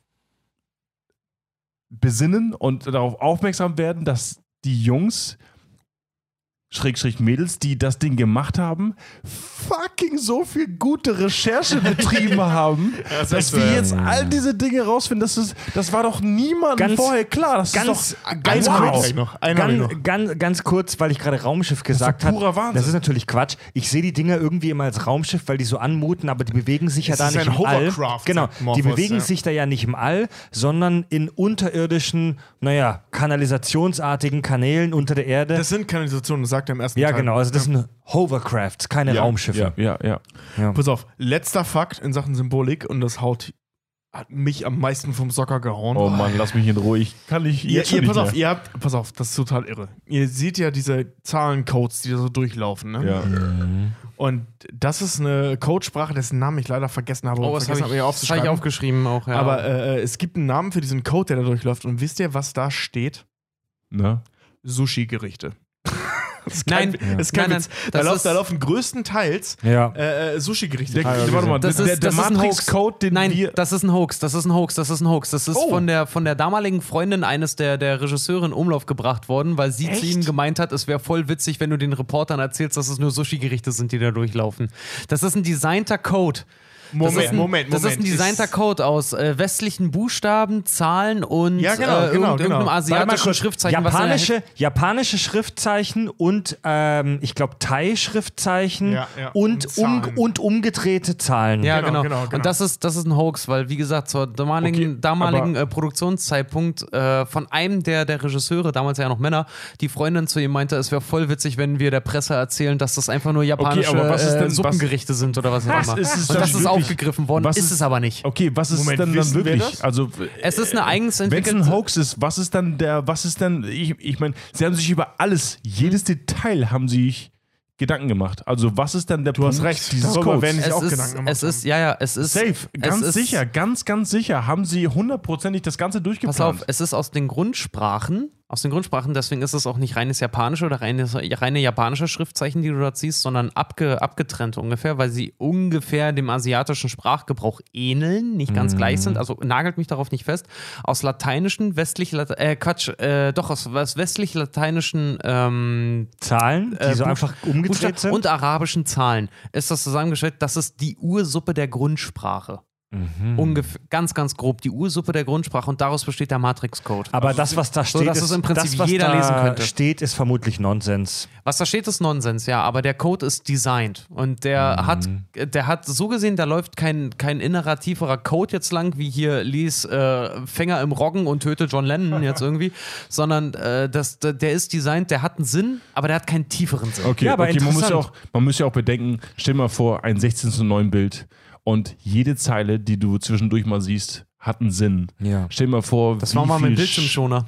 besinnen und darauf aufmerksam werden, dass die Jungs Mädels, die das Ding gemacht haben, fucking so viel gute Recherche betrieben haben, dass wir jetzt all diese Dinge rausfinden. Das war doch niemandem vorher klar. Das ist doch ganz kurz, weil ich gerade Raumschiff gesagt habe. purer Wahnsinn. Das ist natürlich Quatsch. Ich sehe die Dinger irgendwie immer als Raumschiff, weil die so anmuten, aber die bewegen sich ja da nicht im All. Genau, die bewegen sich da ja nicht im All, sondern in unterirdischen, kanalisationsartigen Kanälen unter der Erde. Das sind Kanalisationen, das sagt er im ersten Ja, Teil. genau. Also das sind Hovercrafts, keine Raumschiffe. Ja. Pass auf, letzter Fakt in Sachen Symbolik und das hat mich am meisten vom Socker gehauen. Oh Mann, lass mich in Ruhe. Ich kann nicht. Pass auf, das ist total irre. Ihr seht ja diese Zahlencodes, die da so durchlaufen, ne? Ja. Und das ist eine Codesprache, dessen Namen ich leider vergessen habe. Das habe ich aufgeschrieben auch, ja. Aber es gibt einen Namen für diesen Code, der da durchläuft. Und wisst ihr, was da steht? Na? Sushi-Gerichte. Nein, da laufen größtenteils Sushi-Gerichte. Warte mal, das ist der Matrix-Code, den wir... das ist ein Hoax. Das ist von der damaligen Freundin eines der Regisseure in Umlauf gebracht worden, weil sie zu ihm gemeint hat, es wäre voll witzig, wenn du den Reportern erzählst, dass es nur Sushi-Gerichte sind, die da durchlaufen. Das ist ein designter Code. Moment. Das ist ein designter Code aus westlichen Buchstaben, Zahlen und irgendeinem asiatischen Schriftzeichen. Japanische Schriftzeichen und ich glaube Thai-Schriftzeichen und umgedrehte Zahlen. Ja, genau. Und das ist ein Hoax, weil wie gesagt, zur damaligen Produktionszeitpunkt von einem der Regisseure, damals ja noch Männer, die Freundin zu ihm meinte, es wäre voll witzig, wenn wir der Presse erzählen, dass das einfach nur japanische Suppengerichte sind oder was auch immer. Und das ist aufgegriffen worden, ist es aber nicht. Okay, was ist denn dann wirklich? Also, es ist eine eigens entwickelte... Wenn es ein Hoax ist, was ist dann, ich meine, sie haben sich über alles, jedes Detail haben sich Gedanken gemacht. Also was ist dann der Punkt? Du hast recht, darüber werden sich auch Gedanken gemacht. Es ist safe, ganz sicher, haben sie hundertprozentig das Ganze durchgeplant. Pass auf, es ist aus den Grundsprachen, deswegen ist es auch nicht reines Japanische oder reine japanische Schriftzeichen, die du dort siehst, sondern abgetrennt ungefähr, weil sie ungefähr dem asiatischen Sprachgebrauch ähneln, nicht ganz gleich sind, also nagelt mich darauf nicht fest, aus lateinischen, aus westlich-lateinischen Zahlen, die so einfach umgedreht sind? Und arabischen Zahlen ist das zusammengestellt, das ist die Ursuppe der Grundsprache. Ungefähr, ganz, ganz grob die Ursuppe der Grundsprache und daraus besteht der Matrix-Code. Aber das, was da steht, dass es im Prinzip jeder lesen könnte. Steht, ist vermutlich Nonsens. Was da steht, ist Nonsens, ja, aber der Code ist designed und der hat so gesehen, da läuft kein innerer, tieferer Code jetzt lang, wie hier lies Fänger im Roggen und töte John Lennon jetzt irgendwie, sondern der ist designt, der hat einen Sinn, aber der hat keinen tieferen Sinn. Okay, aber man muss ja auch bedenken, stell mal vor, ein 16:9 Bild. Und jede Zeile, die du zwischendurch mal siehst, hat einen Sinn. Ja. Stell dir mal vor, das war mal mein Bildschirmschoner.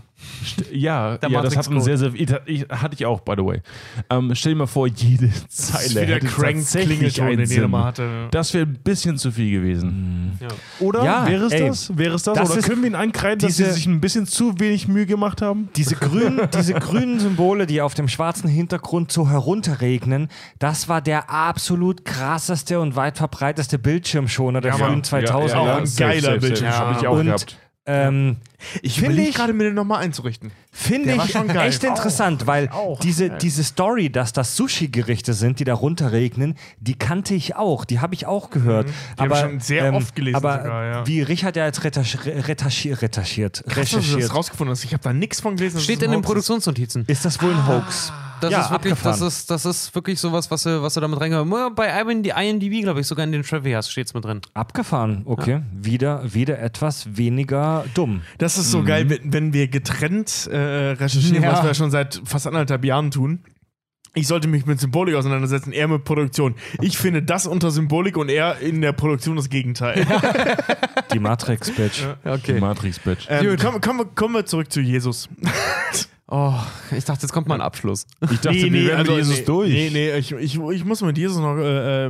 Das hat einen hatte ich auch, by the way. Stell dir mal vor, jede Zeile hätte tatsächlich einen Sinn. Das wäre ein bisschen zu viel gewesen. Ja. Oder? Wäre es das? Oder können wir ihn ankreiden, dass sie sich ein bisschen zu wenig Mühe gemacht haben? Diese grünen Symbole, die auf dem schwarzen Hintergrund so herunterregnen, das war der absolut krasseste und weit verbreiteste Bildschirmschoner der frühen 2000er. Auch ein geiler Bildschirm. Habe ich auch gehabt. Ich überlege gerade, mir den nochmal einzurichten. Finde ich echt interessant, weil diese Story, dass das Sushi-Gerichte sind, die da runterregnen, die kannte ich auch, die habe ich auch gehört. Die habe ich schon sehr oft gelesen aber sogar, ja. Wie Richard ja jetzt recherchiert. Krass, dass du das rausgefunden hast. Ich habe da nichts von gelesen. Steht in den Produktionsnotizen. Ist das wohl ein Hoax? Das ist wirklich sowas, was du damit reingehört. Bei IMDb, glaube ich, sogar in den Travias steht es mit drin. Abgefahren, okay. Ja. Wieder etwas weniger dumm. Das ist so geil, wenn wir getrennt recherchieren, was wir schon seit fast 1,5 Jahren tun. Ich sollte mich mit Symbolik auseinandersetzen, er mit Produktion. Ich finde das unter Symbolik und er in der Produktion das Gegenteil. Die Matrix-Bitch. Ja, okay. Die Matrix-Bitch. Kommen wir zurück zu Jesus. Oh, ich dachte, jetzt kommt mal ein Abschluss. Ich dachte, wir werden mit Jesus durch. Ich muss mit Jesus noch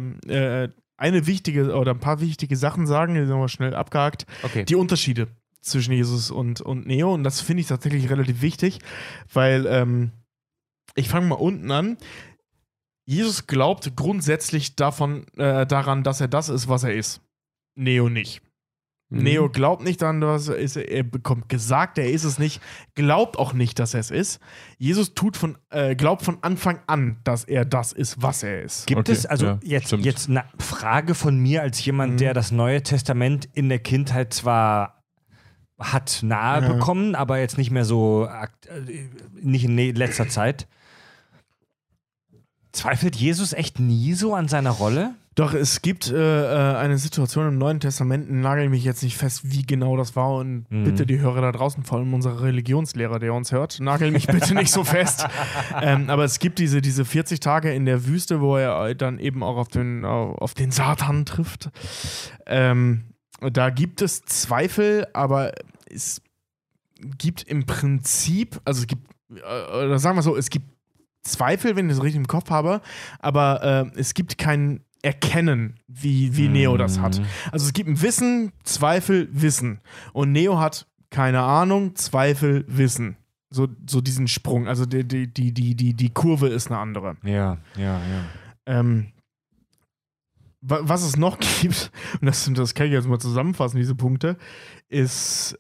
eine wichtige oder ein paar wichtige Sachen sagen, die sind aber schnell abgehakt. Okay. Die Unterschiede zwischen Jesus und Neo, und das finde ich tatsächlich relativ wichtig, weil ich fange mal unten an. Jesus glaubt grundsätzlich daran, dass er das ist, was er ist. Neo nicht. Neo glaubt nicht daran, dass er ist. Er bekommt gesagt, er ist es nicht. Glaubt auch nicht, dass er es ist. Jesus glaubt von Anfang an, dass er das ist, was er ist. Gibt Okay, es, also ja, jetzt stimmt. eine Frage von mir als jemand, der das Neue Testament in der Kindheit zwar hat nahe bekommen, aber jetzt nicht mehr so, nicht in letzter Zeit. Zweifelt Jesus echt nie so an seiner Rolle? Doch, es gibt eine Situation im Neuen Testament, nagel mich jetzt nicht fest, wie genau das war und bitte die Hörer da draußen, vor allem unser Religionslehrer, der uns hört, nagel mich bitte nicht so fest. Aber es gibt diese 40 Tage in der Wüste, wo er dann eben auch auf den Satan trifft. Da gibt es Zweifel, aber es gibt im Prinzip, also es gibt, oder sagen wir so, es gibt Zweifel, wenn ich das richtig im Kopf habe, aber es gibt kein Erkennen, wie Neo das hat. Also es gibt ein Wissen, Zweifel, Wissen. Und Neo hat keine Ahnung, Zweifel, Wissen. So diesen Sprung. Also die Kurve ist eine andere. Ja. Was es noch gibt, und das kann ich jetzt mal zusammenfassen, diese Punkte, ist,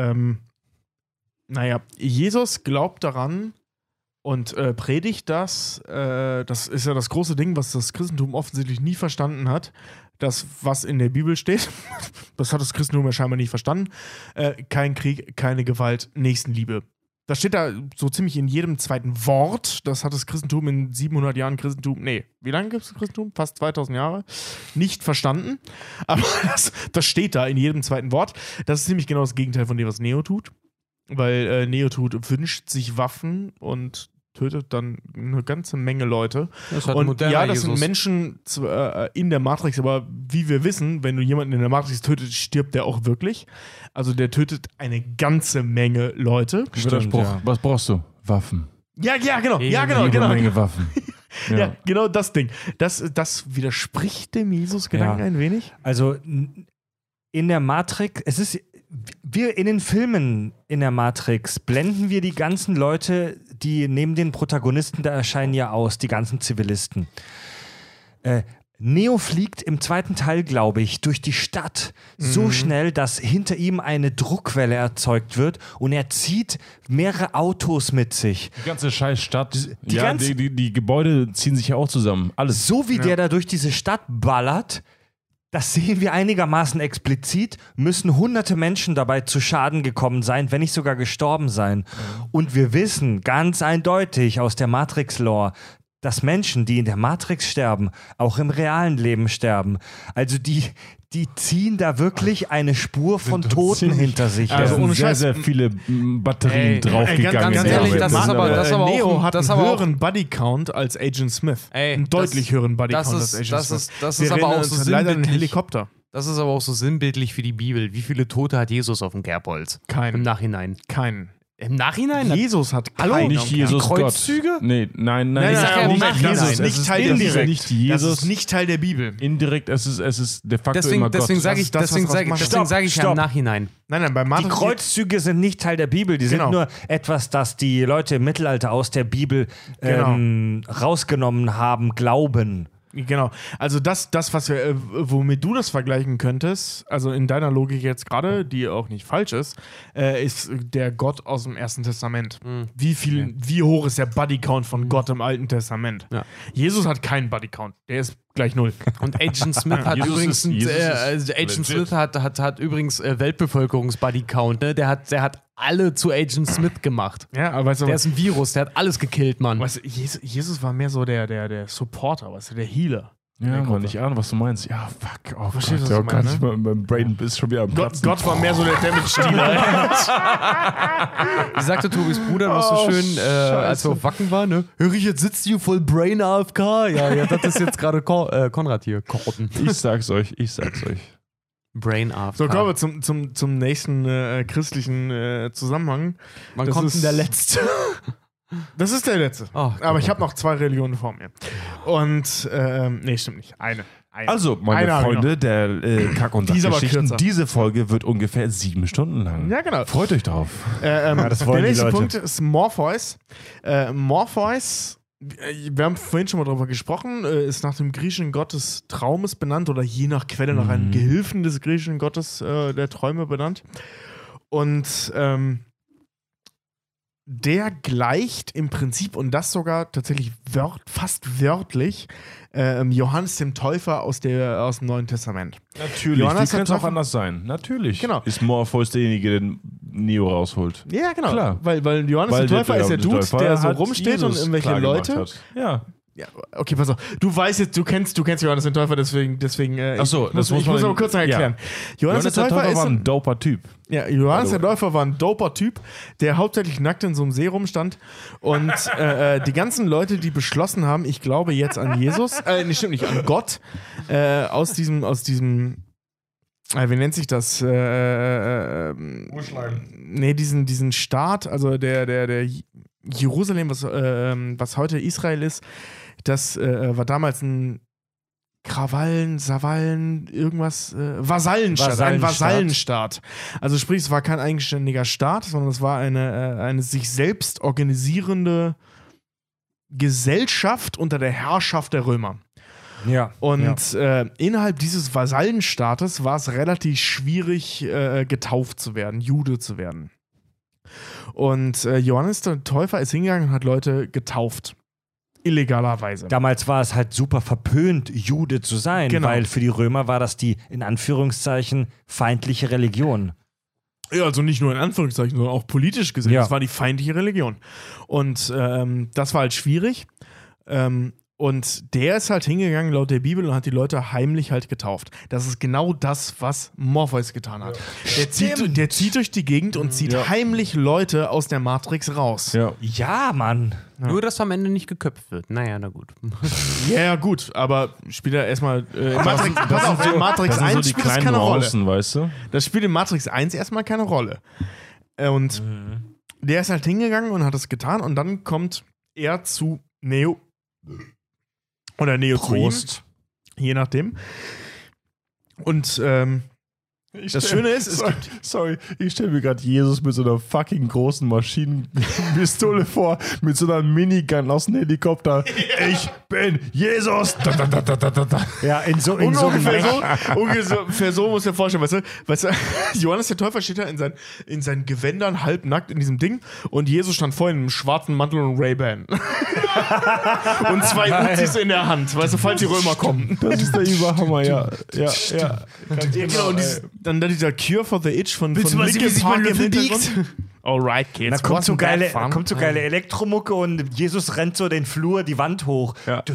Jesus glaubt daran und predigt das. Das ist ja das große Ding, was das Christentum offensichtlich nie verstanden hat. Das, was in der Bibel steht, das hat das Christentum ja scheinbar nicht verstanden. Kein Krieg, keine Gewalt, Nächstenliebe. Das steht da so ziemlich in jedem zweiten Wort. Das hat das Christentum in 700 Jahren wie lange gibt es das Christentum? Fast 2000 Jahre. Nicht verstanden. Aber das steht da in jedem zweiten Wort. Das ist ziemlich genau das Gegenteil von dem, was Neo tut. Weil Neo wünscht sich Waffen und tötet dann eine ganze Menge Leute. Das hat Und ja, das Jesus. sind Menschen in der Matrix, aber wie wir wissen, wenn du jemanden in der Matrix tötet, stirbt der auch wirklich. Also der tötet eine ganze Menge Leute. Widerspruch. ja. Was brauchst du? Waffen. Ja, genau. Jede Menge Waffen. Ja, genau das Ding. Das widerspricht dem Jesus-Gedanken Ja. ein wenig. Also in der Matrix, wir in den Filmen in der Matrix blenden wir die ganzen Leute, die neben den Protagonisten da erscheinen, ja aus, die ganzen Zivilisten. Neo fliegt im zweiten Teil, glaube ich, durch die Stadt so schnell, dass hinter ihm eine Druckwelle erzeugt wird und er zieht mehrere Autos mit sich. Die ganze scheiß Stadt. Die ganze- die Gebäude ziehen sich ja auch zusammen. Alles. So wie der da durch diese Stadt ballert, das sehen wir einigermaßen explizit, müssen hunderte Menschen dabei zu Schaden gekommen sein, wenn nicht sogar gestorben sein. Und wir wissen ganz eindeutig aus der Matrix-Lore, dass Menschen, die in der Matrix sterben, auch im realen Leben sterben. Also die ziehen da wirklich eine Spur von Toten hinter sich. Also her. ohne sehr, Scheiß. sehr viele Batterien draufgegangen. ganz ehrlich, das ist aber Neo auch- hat das einen aber auch- höheren Bodycount als Agent Smith. Ey, einen deutlich höheren Bodycount als Agent Smith. Das Wir ist aber reden auch so uns leider einen sinnbildlich. Helikopter. Das ist aber auch so sinnbildlich für die Bibel. Wie viele Tote hat Jesus auf dem Kerbholz? Keinen. Im Nachhinein. Keinen. Im Nachhinein? Jesus hat Hallo? keinen. Nicht Jesus Kreuzzüge? Gott. Nee, nein. Nein, Moment, das nein. ist nicht Teil der indirekt. Bibel. Nicht Jesus. Das ist nicht Teil der Bibel. Indirekt, es ist de facto immer Deswegen Gott. sage ich, Das ist das, was deswegen Stopp, sage ich ja stopp. im Nachhinein. Nein, bei Die Matrix. Kreuzzüge sind nicht Teil der Bibel, die Genau. sind nur etwas, das die Leute im Mittelalter aus der Bibel rausgenommen haben, glauben. Genau. Also das was wir, womit du das vergleichen könntest, also in deiner Logik jetzt gerade, die auch nicht falsch ist der Gott aus dem Ersten Testament. Wie hoch ist der Bodycount von Gott im Alten Testament? Ja. Jesus hat keinen Bodycount. Der ist gleich 0. Und Agent Smith hat Jesus übrigens ist Agent legit. Smith hat übrigens Weltbevölkerungsbodycount, ne? Der hat alle zu Agent Smith gemacht. Ja, aber weißt du, Der ist ein Virus, der hat alles gekillt, Mann. weißt du, Jesus war mehr so der Supporter, weißt du, der Healer. Ja, Mann, ich ahne, was du meinst. Ja, fuck. Oh Verstehst Gott, du, was oh ich Gott, meine, ich mein, mein Brain ist schon wieder am Platzen. Gott war mehr so der Damage-Dealer. Wie sagte Tobis Bruder noch so schön, als wir auf Wacken waren, ne? Hör ich, jetzt sitzt du voll Brain AFK? Ja, das ist jetzt gerade Konrad hier. Korten. Ich sag's euch. Brain AFK. So, kommen wir zum nächsten christlichen Zusammenhang. Wann das kommt ist- denn der letzte? Das ist der letzte. Oh, Aber ich habe noch 2 Religionen vor mir. Und, nee, stimmt nicht. Eine. Also, meine Eine habe ich Freunde der Kack- und Die ist aber Sachgeschichten, kürzer. diese Folge wird ungefähr 7 Stunden lang. Ja, genau. Freut euch drauf. das Der wollen die nächste Leute. Punkt ist Morpheus. Morpheus, Wir haben vorhin schon mal darüber gesprochen, ist nach dem griechischen Gott des Traumes benannt oder je nach Quelle nach einem Gehilfen des griechischen Gottes der Träume benannt. Und der gleicht im Prinzip, und das sogar tatsächlich fast wörtlich, Johannes dem Täufer aus dem Neuen Testament. Natürlich, Johannes wie kann es der auch Täufer- anders sein? Natürlich Genau. ist Morpheus derjenige, der Neo rausholt. Ja, genau. Klar. Weil Johannes der Täufer ist der Dude, der so rumsteht und irgendwelche Leute. Ja. Ja, okay, pass auf. Du weißt jetzt, du kennst Johannes den Täufer, deswegen Ach so, ich muss aber kurz noch erklären. Johannes der Täufer war ist ein doper Typ. Ja, Johannes der Täufer war ein doper Typ, der hauptsächlich nackt in so einem See rumstand. Und die ganzen Leute, die beschlossen haben, ich glaube jetzt an Jesus, nee, stimmt nicht, an Gott, aus diesem wie nennt sich das? Nee, diesen Staat, also der Jerusalem, was heute Israel ist, das war damals ein irgendwas, Vasallenstaat, ein Vasallenstaat. Also sprich, es war kein eigenständiger Staat, sondern es war eine sich selbst organisierende Gesellschaft unter der Herrschaft der Römer. Ja. Und innerhalb dieses Vasallenstaates war es relativ schwierig, getauft zu werden, Jude zu werden. Und Johannes der Täufer ist hingegangen und hat Leute getauft. Illegalerweise. Damals war es halt super verpönt, Jude zu sein, Genau. weil für die Römer war das die, in Anführungszeichen, feindliche Religion. Ja, also nicht nur in Anführungszeichen, sondern auch politisch gesehen. Ja. Das war die feindliche Religion. Und das war halt schwierig. Und der ist halt hingegangen laut der Bibel und hat die Leute heimlich halt getauft. Das ist genau das, was Morpheus getan hat. Der zieht durch die Gegend und zieht heimlich Leute aus der Matrix raus. Ja. Ja, Mann. Nur, dass am Ende nicht geköpft wird. Naja, na gut. Ja, gut, aber spielt er erstmal. Matrix, pass auf, in Matrix Das sind so 1 die spielt das kleinen keine Rolle. Nuancen, weißt du? Das spielt in Matrix 1 erstmal keine Rolle. Und der ist halt hingegangen und hat das getan und dann kommt er zu Neo. Oder Neo zu ihm. Je nachdem. Und das Schöne ist, es gibt. Sorry, ich stelle mir gerade Jesus mit so einer fucking großen Maschinenpistole vor, mit so einer Minigun aus dem Helikopter. Ich bin Jesus! Da, da, da, da, da, da. Ja, in so Ungefähr so muss ich mir vorstellen, weißt du, Johannes der Täufer steht da in seinen Gewändern halbnackt in diesem Ding und Jesus stand vor ihm in einem schwarzen Mantel und Ray-Ban. Und zwei Uzis in der Hand, weißt du, falls die Römer kommen. Das ist der Überhammer, ja. Ja. Genau, und dann dieser Cure for the Itch von Willst du mal sehen, wie Linkin sich mein Park im Löffel Hintergrund. Alright, kids. Da kommt so wasn't geile Elektromucke und Jesus rennt so den Flur, die Wand hoch. Ja.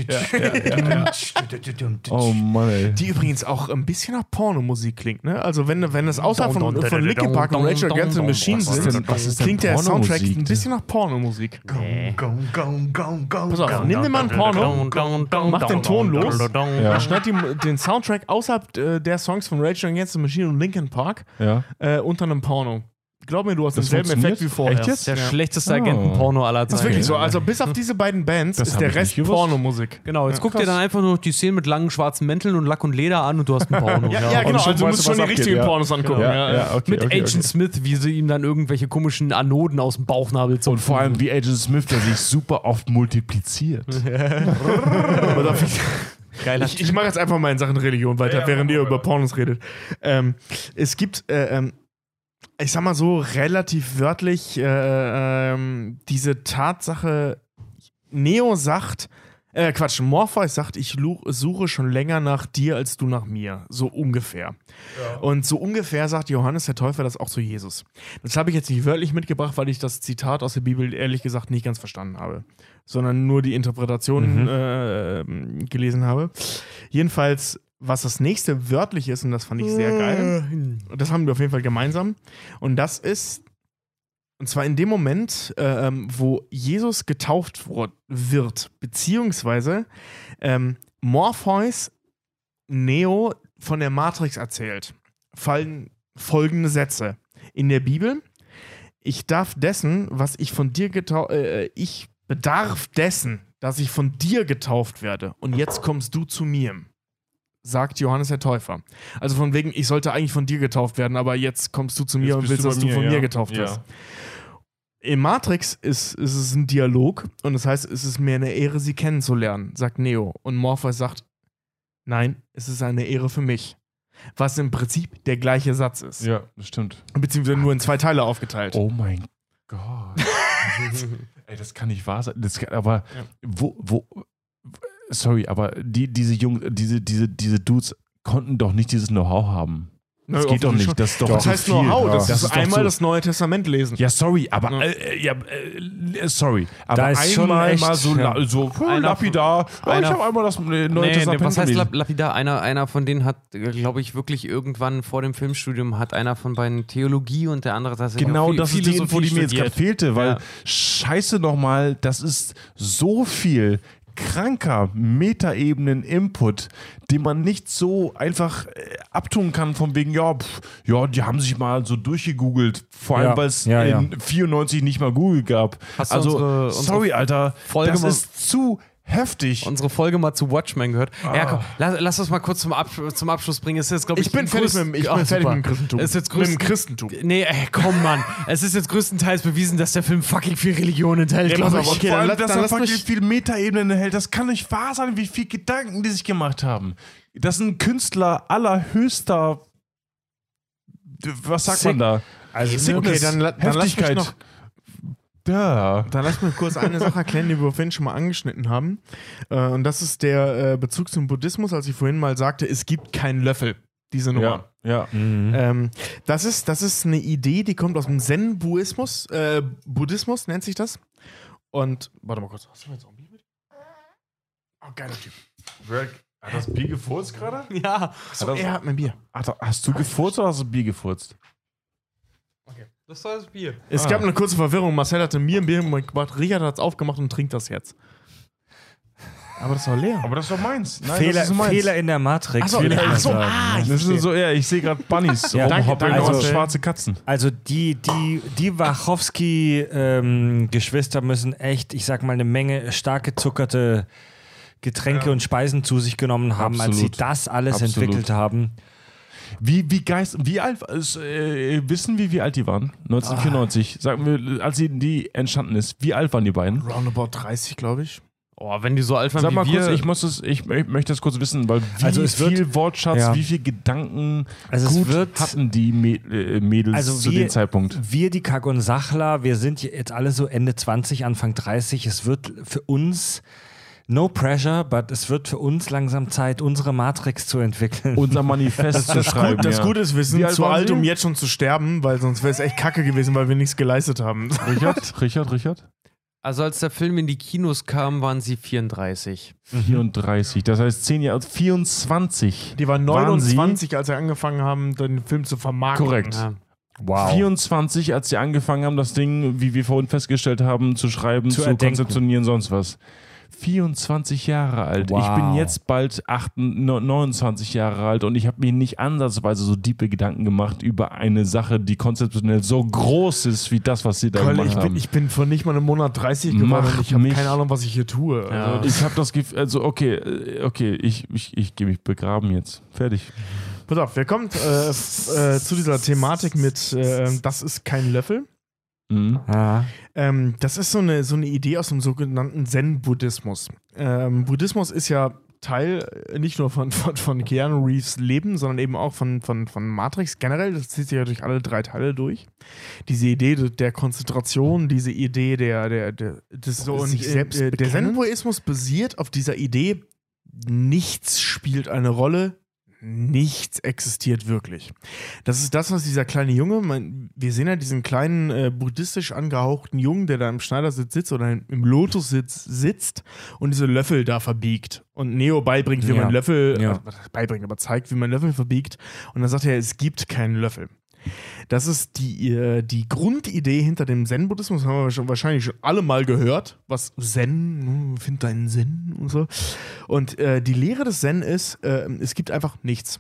Oh Mann, ey. Die übrigens auch ein bisschen nach Pornomusik klingt, ne? Also wenn es außerhalb von Linkin Park und Rage Against the Machine sind, klingt der Soundtrack ein bisschen nach Pornomusik. Pass auf, nimm dir mal ein Porno, mach den Ton los, schneid den Soundtrack außerhalb der Songs von Rage Against the Machine und Linkin Park unter einem Porno. Glaub mir, du hast Das denselben Effekt wie funktioniert? vorher. Echt jetzt? Der schlechteste Agentenporno aller Zeiten. Das ist wirklich so. Also bis auf diese beiden Bands Das ist hab der ich Rest nicht gewusst. Pornomusik. Genau, jetzt guck dir dann einfach nur die Szenen mit langen schwarzen Mänteln und Lack und Leder an und du hast ein Porno. Ja, genau. schon Also du weißt musst du, schon was die abgeht, richtigen ja. Pornos angucken. Ja, okay, Mit okay, Agent Smith, wie sie ihm dann irgendwelche komischen Anoden aus dem Bauchnabel zum Und vor allem wie Agent Smith, der sich super oft multipliziert. Ich mache jetzt einfach mal in Sachen Religion weiter, während ihr über Pornos redet. Es gibt, ich sag mal so, relativ wörtlich diese Tatsache, Neo sagt, Morpheus sagt, ich suche schon länger nach dir als du nach mir. So ungefähr. Ja. Und so ungefähr sagt Johannes der Täufer das auch zu Jesus. Das habe ich jetzt nicht wörtlich mitgebracht, weil ich das Zitat aus der Bibel ehrlich gesagt nicht ganz verstanden habe, sondern nur die Interpretation gelesen habe. Jedenfalls, was das nächste wörtlich ist, und das fand ich sehr geil, das haben wir auf jeden Fall gemeinsam, und das ist, und zwar in dem Moment, wo Jesus getauft wird, beziehungsweise Morpheus Neo von der Matrix erzählt, fallen folgende Sätze. In der Bibel: Ich bedarf dessen, dass ich von dir getauft werde. Und jetzt kommst du zu mir, sagt Johannes der Täufer. Also von wegen, ich sollte eigentlich von dir getauft werden, aber jetzt kommst du zu mir und willst, dass du von mir getauft wirst. In Matrix ist es ein Dialog und das heißt, es ist mir eine Ehre, sie kennenzulernen, sagt Neo. Und Morpheus sagt, nein, es ist eine Ehre für mich. Was im Prinzip der gleiche Satz ist. Ja, das stimmt. Beziehungsweise nur in 2 Teile aufgeteilt. Oh mein Gott. Ey, das kann nicht wahr sein. Aber sorry, aber diese Dudes konnten doch nicht dieses Know-how haben. Das geht doch nicht. Das ist doch das zu heißt viel. Know-how, das Das ist ist doch einmal so- das Neue Testament lesen. Ja, sorry, aber sorry, aber Da ist schon einmal echt, mal so, ja. lapidar. Ich habe einmal das Neue Testament was heißt gelesen. lapidar? Einer von denen hat, glaube ich, wirklich irgendwann vor dem Filmstudium hat einer von beiden Theologie und der andere tatsächlich Genau, auch das ist die Info, die mir jetzt gerade studiert. fehlte, weil Ja. scheiße nochmal, das ist so viel kranker Metaebenen-Input, den man nicht so einfach abtun kann, von wegen, die haben sich mal so durchgegoogelt, vor allem, Ja, weil es ja. in 94 nicht mal Google gab. Hast du Also, unsere sorry, Alter, Folge das mal- ist zu heftig. Unsere Folge mal zu Watchmen gehört. Ja, komm, lass uns mal kurz zum Abschluss bringen. Es ist jetzt, glaube ich, Ich bin fertig mit dem Christentum. Es ist jetzt mit dem Christentum. Nee, komm, Mann. Es ist jetzt größtenteils bewiesen, dass der Film fucking viel Religion enthält, Ja, glaube pass ich. auf, okay, Vor allem, dann dass lass er fucking mich- viel Metaebenen enthält, das kann nicht wahr sein, wie viel Gedanken die sich gemacht haben. Das sind Künstler allerhöchster, was sagt man da? Also, Okay, dann lass mich Heftigkeit. noch Da. Dann lass mich kurz eine Sache erklären, die wir vorhin schon mal angeschnitten haben. Und das ist der Bezug zum Buddhismus, als ich vorhin mal sagte, es gibt keinen Löffel, diese Nummer. Ja. Das ist eine Idee, die kommt aus dem Zen-Buddhismus. Buddhismus nennt sich das. Und, warte mal kurz, hast du jetzt auch ein Bier mit? Oh, geiler Typ. Hat das Bier gefurzt gerade? Ja, So, er hat mein Bier. Hast du gefurzt oder hast du Bier gefurzt? das war das Bier. Es gab eine kurze Verwirrung. Marcel hatte mir ein Bier gemacht, Richard hat es aufgemacht und trinkt das jetzt. Aber das war leer. Aber das ist doch meins. Nein, Fehler, das ist meins. Fehler in der Matrix. Ach so, will ich ach mal so, sagen. Das ist so, ich sehe gerade Bunnies Ja, rumhoppeln danke, und Marcel. schwarze Katzen. Also die Wachowski-Geschwister müssen echt, ich sag mal, eine Menge stark gezuckerte Getränke und Speisen zu sich genommen haben, als sie Absolut. das alles Absolut. entwickelt haben. Wie alt, wissen wir, wie alt die waren? 1994. Sagen wir, als die entstanden ist. Wie alt waren die beiden? Roundabout 30, glaube ich. Oh, wenn die so alt waren Sag wie mal wir. kurz, ich möchte das kurz wissen, weil wie Also es wird- viel Wortschatz, ja. wie viel Gedanken Also es wird- hatten die Mädels Also zu dem Zeitpunkt? Wir, die Kack und Sachler, wir sind jetzt alle so Ende 20, Anfang 30. Es wird für uns, no pressure, but es wird für uns langsam Zeit, unsere Matrix zu entwickeln. Unser Manifest zu schreiben. Das Gute ist, wir Wie sind alt zu waren alt, Sie? um jetzt schon zu sterben, weil sonst wäre es echt kacke gewesen, weil wir nichts geleistet haben. Richard? Also als der Film in die Kinos kam, waren sie 34. 34. Das heißt 10 Jahre, 24. Die waren Waren 29, als sie angefangen haben, den Film zu vermarkten. Korrekt. Ja. Wow. 24, als sie angefangen haben, das Ding, wie wir vorhin festgestellt haben, zu schreiben, Zu zu erdenken. konzeptionieren, sonst was. 24 Jahre alt. Wow. Ich bin jetzt bald 29 Jahre alt und ich habe mir nicht ansatzweise so tiefe Gedanken gemacht über eine Sache, die konzeptionell so groß ist, wie das, was sie da Keule, gemacht haben. ich bin vor nicht mal einem Monat 30 geworden Mach und ich habe mich- keine Ahnung, was ich hier tue. Ja. Also, Ich habe das Gefühl, also okay, ich gehe mich begraben jetzt. Fertig. pass auf, wir kommen zu dieser Thematik mit das ist kein Löffel. Mhm. Ja. Das ist so eine Idee aus dem sogenannten Zen-Buddhismus. Buddhismus ist ja Teil nicht nur von Keanu Reeves Leben, sondern eben auch von Matrix generell. Das zieht sich ja durch alle 3 Teile durch. Diese Idee der Konzentration, diese Idee des sich selbst der bekennen? Zen-Buddhismus basiert auf dieser Idee, nichts spielt eine Rolle, nichts existiert wirklich. Das ist das, was dieser kleine Junge, wir sehen ja diesen kleinen buddhistisch angehauchten Jungen, der da im Schneidersitz sitzt oder im Lotussitz sitzt und diese Löffel da verbiegt. Und Neo beibringt, wie Ja. man Löffel, Ja. beibringt, aber zeigt, wie man Löffel verbiegt. Und dann sagt er, es gibt keinen Löffel. Das ist die Grundidee hinter dem Zen-Buddhismus, haben wir wahrscheinlich schon alle mal gehört, was Zen, find deinen Zen und so. Und die Lehre des Zen ist, es gibt einfach nichts.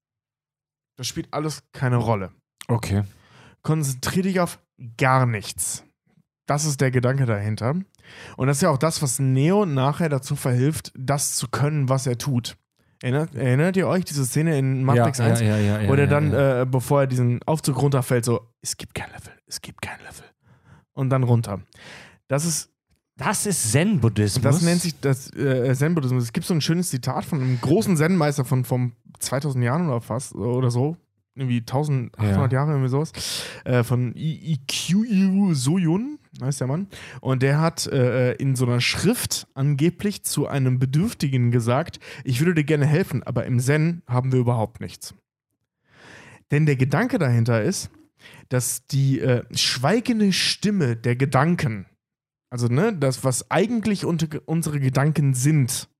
Das spielt alles keine Rolle. Okay. Konzentrier dich auf gar nichts. Das ist der Gedanke dahinter. Und das ist ja auch das, was Neo nachher dazu verhilft, das zu können, was er tut. Erinnert ihr euch diese Szene in Matrix 1? Wo der dann, bevor er diesen Aufzug runterfällt, so, es gibt keinen Löffel, es gibt keinen Löffel. und dann runter. Das ist Zen-Buddhismus. Das nennt sich das Zen-Buddhismus. Es gibt so ein schönes Zitat von einem großen Zen-Meister von 2000 Jahren oder fast oder so. Irgendwie 1800 Jahre, irgendwie sowas. Von Ikkyu Soyun, heißt der Mann. Und der hat in so einer Schrift angeblich zu einem Bedürftigen gesagt, ich würde dir gerne helfen, aber im Zen haben wir überhaupt nichts. Denn der Gedanke dahinter ist, dass die schweigende Stimme der Gedanken, also das, was eigentlich unsere Gedanken sind,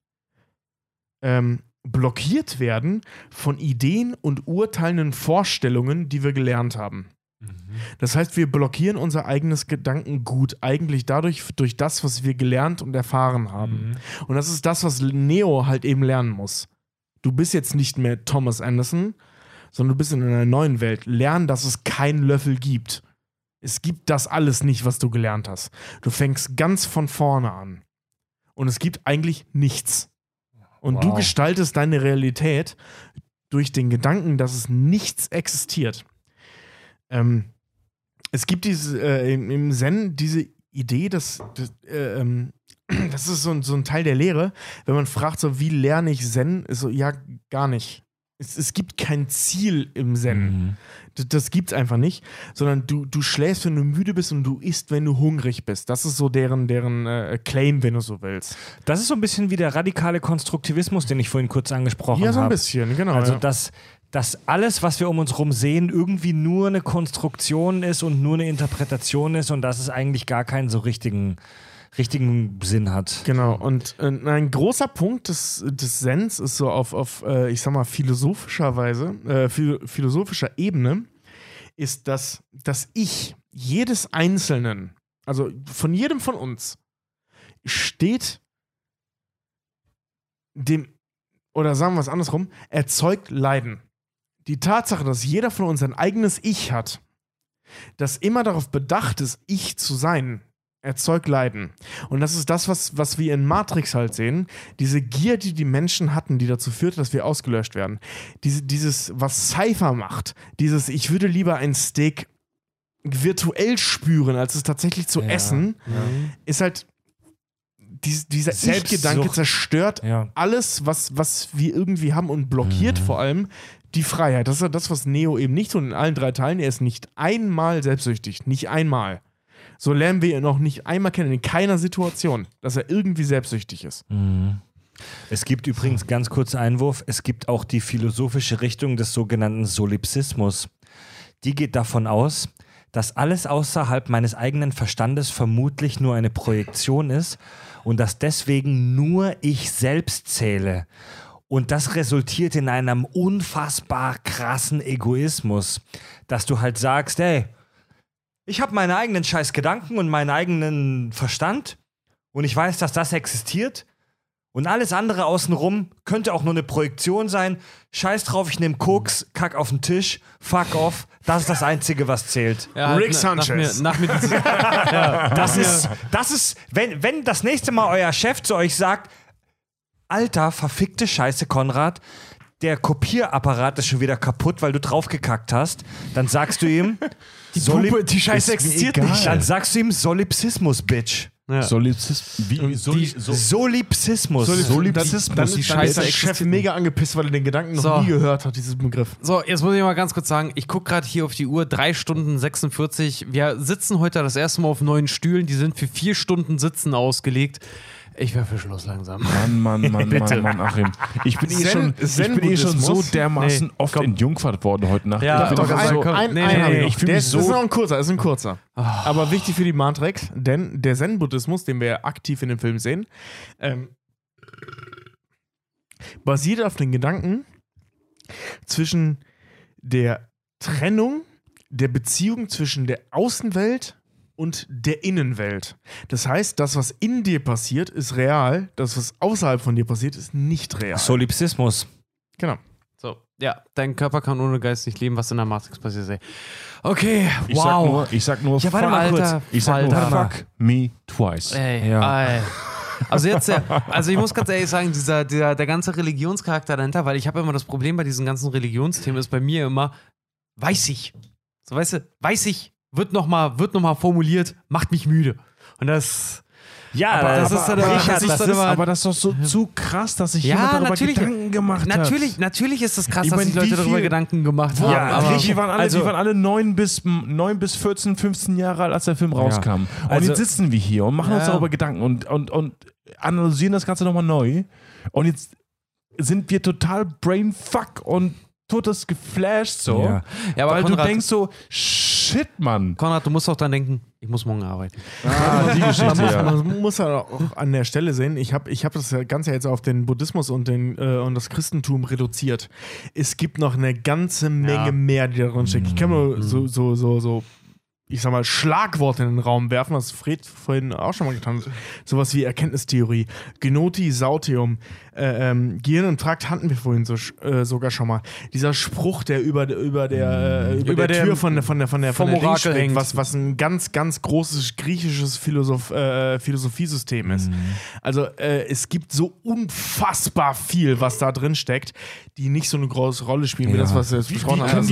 blockiert werden von Ideen und urteilenden Vorstellungen, die wir gelernt haben. Das heißt, wir blockieren unser eigenes Gedankengut eigentlich durch das, was wir gelernt und erfahren haben. Und das ist das, was Neo halt eben lernen muss. Du bist jetzt nicht mehr Thomas Anderson, sondern du bist in einer neuen Welt. Lern, dass es keinen Löffel gibt. Es gibt das alles nicht, was du gelernt hast. Du fängst ganz von vorne an. Und es gibt eigentlich nichts. Und du gestaltest deine Realität durch den Gedanken, dass es nichts existiert. Es gibt im Zen diese Idee, das ist so ein Teil der Lehre, wenn man fragt, so, wie lerne ich Zen, ist so, ja, gar nicht. Es gibt kein Ziel im Zen. Das gibt's einfach nicht, sondern du schläfst, wenn du müde bist und du isst, wenn du hungrig bist. Das ist so deren Claim, wenn du so willst. Das ist so ein bisschen wie der radikale Konstruktivismus, den ich vorhin kurz angesprochen habe. Ja, so ein bisschen, genau. Also, dass alles, was wir um uns herum sehen, irgendwie nur eine Konstruktion ist und nur eine Interpretation ist und dass es eigentlich gar keinen so richtigen Sinn hat. Genau, und ein großer Punkt des Zens ist so auf ich sag mal, philosophischer Ebene, ist, dass das Ich jedes Einzelnen, also von jedem von uns, steht dem, oder sagen wir es andersrum, erzeugt Leiden. Die Tatsache, dass jeder von uns ein eigenes Ich hat, das immer darauf bedacht ist, Ich zu sein, erzeugt Leiden. Und das ist das, was wir in Matrix halt sehen. Diese Gier, die Menschen hatten, die dazu führt, dass wir ausgelöscht werden. Dieses, was Cypher macht, ich würde lieber ein Steak virtuell spüren, als es tatsächlich zu essen, ist halt dieser Ich-Gedanke zerstört alles, was wir irgendwie haben und blockiert vor allem die Freiheit. Das ist das, was Neo eben nicht tut in allen 3 Teilen. Er ist nicht einmal selbstsüchtig. Nicht einmal. So lernen wir ihn noch nicht einmal kennen, in keiner Situation, dass er irgendwie selbstsüchtig ist. Es gibt übrigens, ganz kurzer Einwurf, es gibt auch die philosophische Richtung des sogenannten Solipsismus. Die geht davon aus, dass alles außerhalb meines eigenen Verstandes vermutlich nur eine Projektion ist und dass deswegen nur ich selbst zähle. Und das resultiert in einem unfassbar krassen Egoismus, dass du halt sagst, ey, ich habe meine eigenen scheiß Gedanken und meinen eigenen Verstand und ich weiß, dass das existiert und alles andere außenrum könnte auch nur eine Projektion sein. Scheiß drauf, ich nehme Koks, kack auf den Tisch, fuck off. Das ist das Einzige, was zählt. Ja, Rick Sanchez. Das ist, wenn das nächste Mal euer Chef zu euch sagt, Alter, verfickte Scheiße, Konrad, der Kopierapparat ist schon wieder kaputt, weil du draufgekackt hast, dann sagst du ihm, die Scheiße existiert nicht. Dann sagst du ihm Solipsismus, Bitch. Ja. Solipsismus. Dann ist der Chef mega angepisst, weil er den Gedanken noch nie gehört hat, dieses Begriff. So, jetzt muss ich mal ganz kurz sagen, ich gucke gerade hier auf die Uhr, 3 Stunden 46. Wir sitzen heute das erste Mal auf 9 Stühlen, die sind für 4 Stunden Sitzen ausgelegt. Ich wäre für Schluss langsam. Mann, Achim. Ich bin schon so dermaßen oft entjungfert worden heute Nacht. Ja, das ist noch ein kurzer. Aber wichtig für die Matrix, denn der Zen-Buddhismus, den wir aktiv in dem Film sehen, basiert auf den Gedanken zwischen der Trennung der Beziehung zwischen der Außenwelt und der Innenwelt. Das heißt, das, was in dir passiert, ist real. Das, was außerhalb von dir passiert, ist nicht real. Solipsismus. Genau. So, ja, dein Körper kann ohne Geist nicht leben, was in der Matrix passiert ist. Okay, Ich sag nur, ja, warte mal kurz. Ich sag nur, fuck me twice. Ey, also jetzt, also ich muss ganz ehrlich sagen, der ganze Religionscharakter dahinter, weil ich habe immer das Problem bei diesen ganzen Religionsthemen, ist bei mir immer, weiß ich. So, weißt du, weiß ich. wird noch mal formuliert, macht mich müde. Und das... Ja, Aber das ist dann immer- Richard, das ist dann immer- aber das ist doch so zu krass, dass sich Ja, jemand darüber natürlich. Gedanken gemacht hat. Natürlich ist es krass, Ich dass meine, sich Leute wie darüber viel- Gedanken gemacht haben. Ja, aber richtig. Die waren alle 9 bis 14, 15 Jahre alt, als der Film rauskam. Und Also- jetzt sitzen wir hier und machen uns Ja. darüber Gedanken und analysieren das Ganze nochmal neu. Und jetzt sind wir total brainfuck und totes geflasht so. Ja. Ja, aber weil Konrad, du denkst so, shit, Mann. Konrad, du musst auch dann denken, ich muss morgen arbeiten. Die Geschichte, Man muss ja auch an der Stelle sehen, ich hab das Ganze jetzt auf den Buddhismus und das Christentum reduziert. Es gibt noch eine ganze Menge mehr, die da drin steckt. Ich kann nur so, ich sag mal, Schlagworte in den Raum werfen, was Fred vorhin auch schon mal getan hat. Sowas wie Erkenntnistheorie, Gnoti, Sautium, Gehirn und Trakt hatten wir vorhin sogar schon mal. Dieser Spruch, der über der Tür von der vom Dings Orakel steckt, hängt. was ein ganz, ganz großes griechisches Philosophiesystem ist. Also es gibt so unfassbar viel, was da drin steckt, die nicht so eine große Rolle spielen, wie das, was wir jetzt besprochen haben.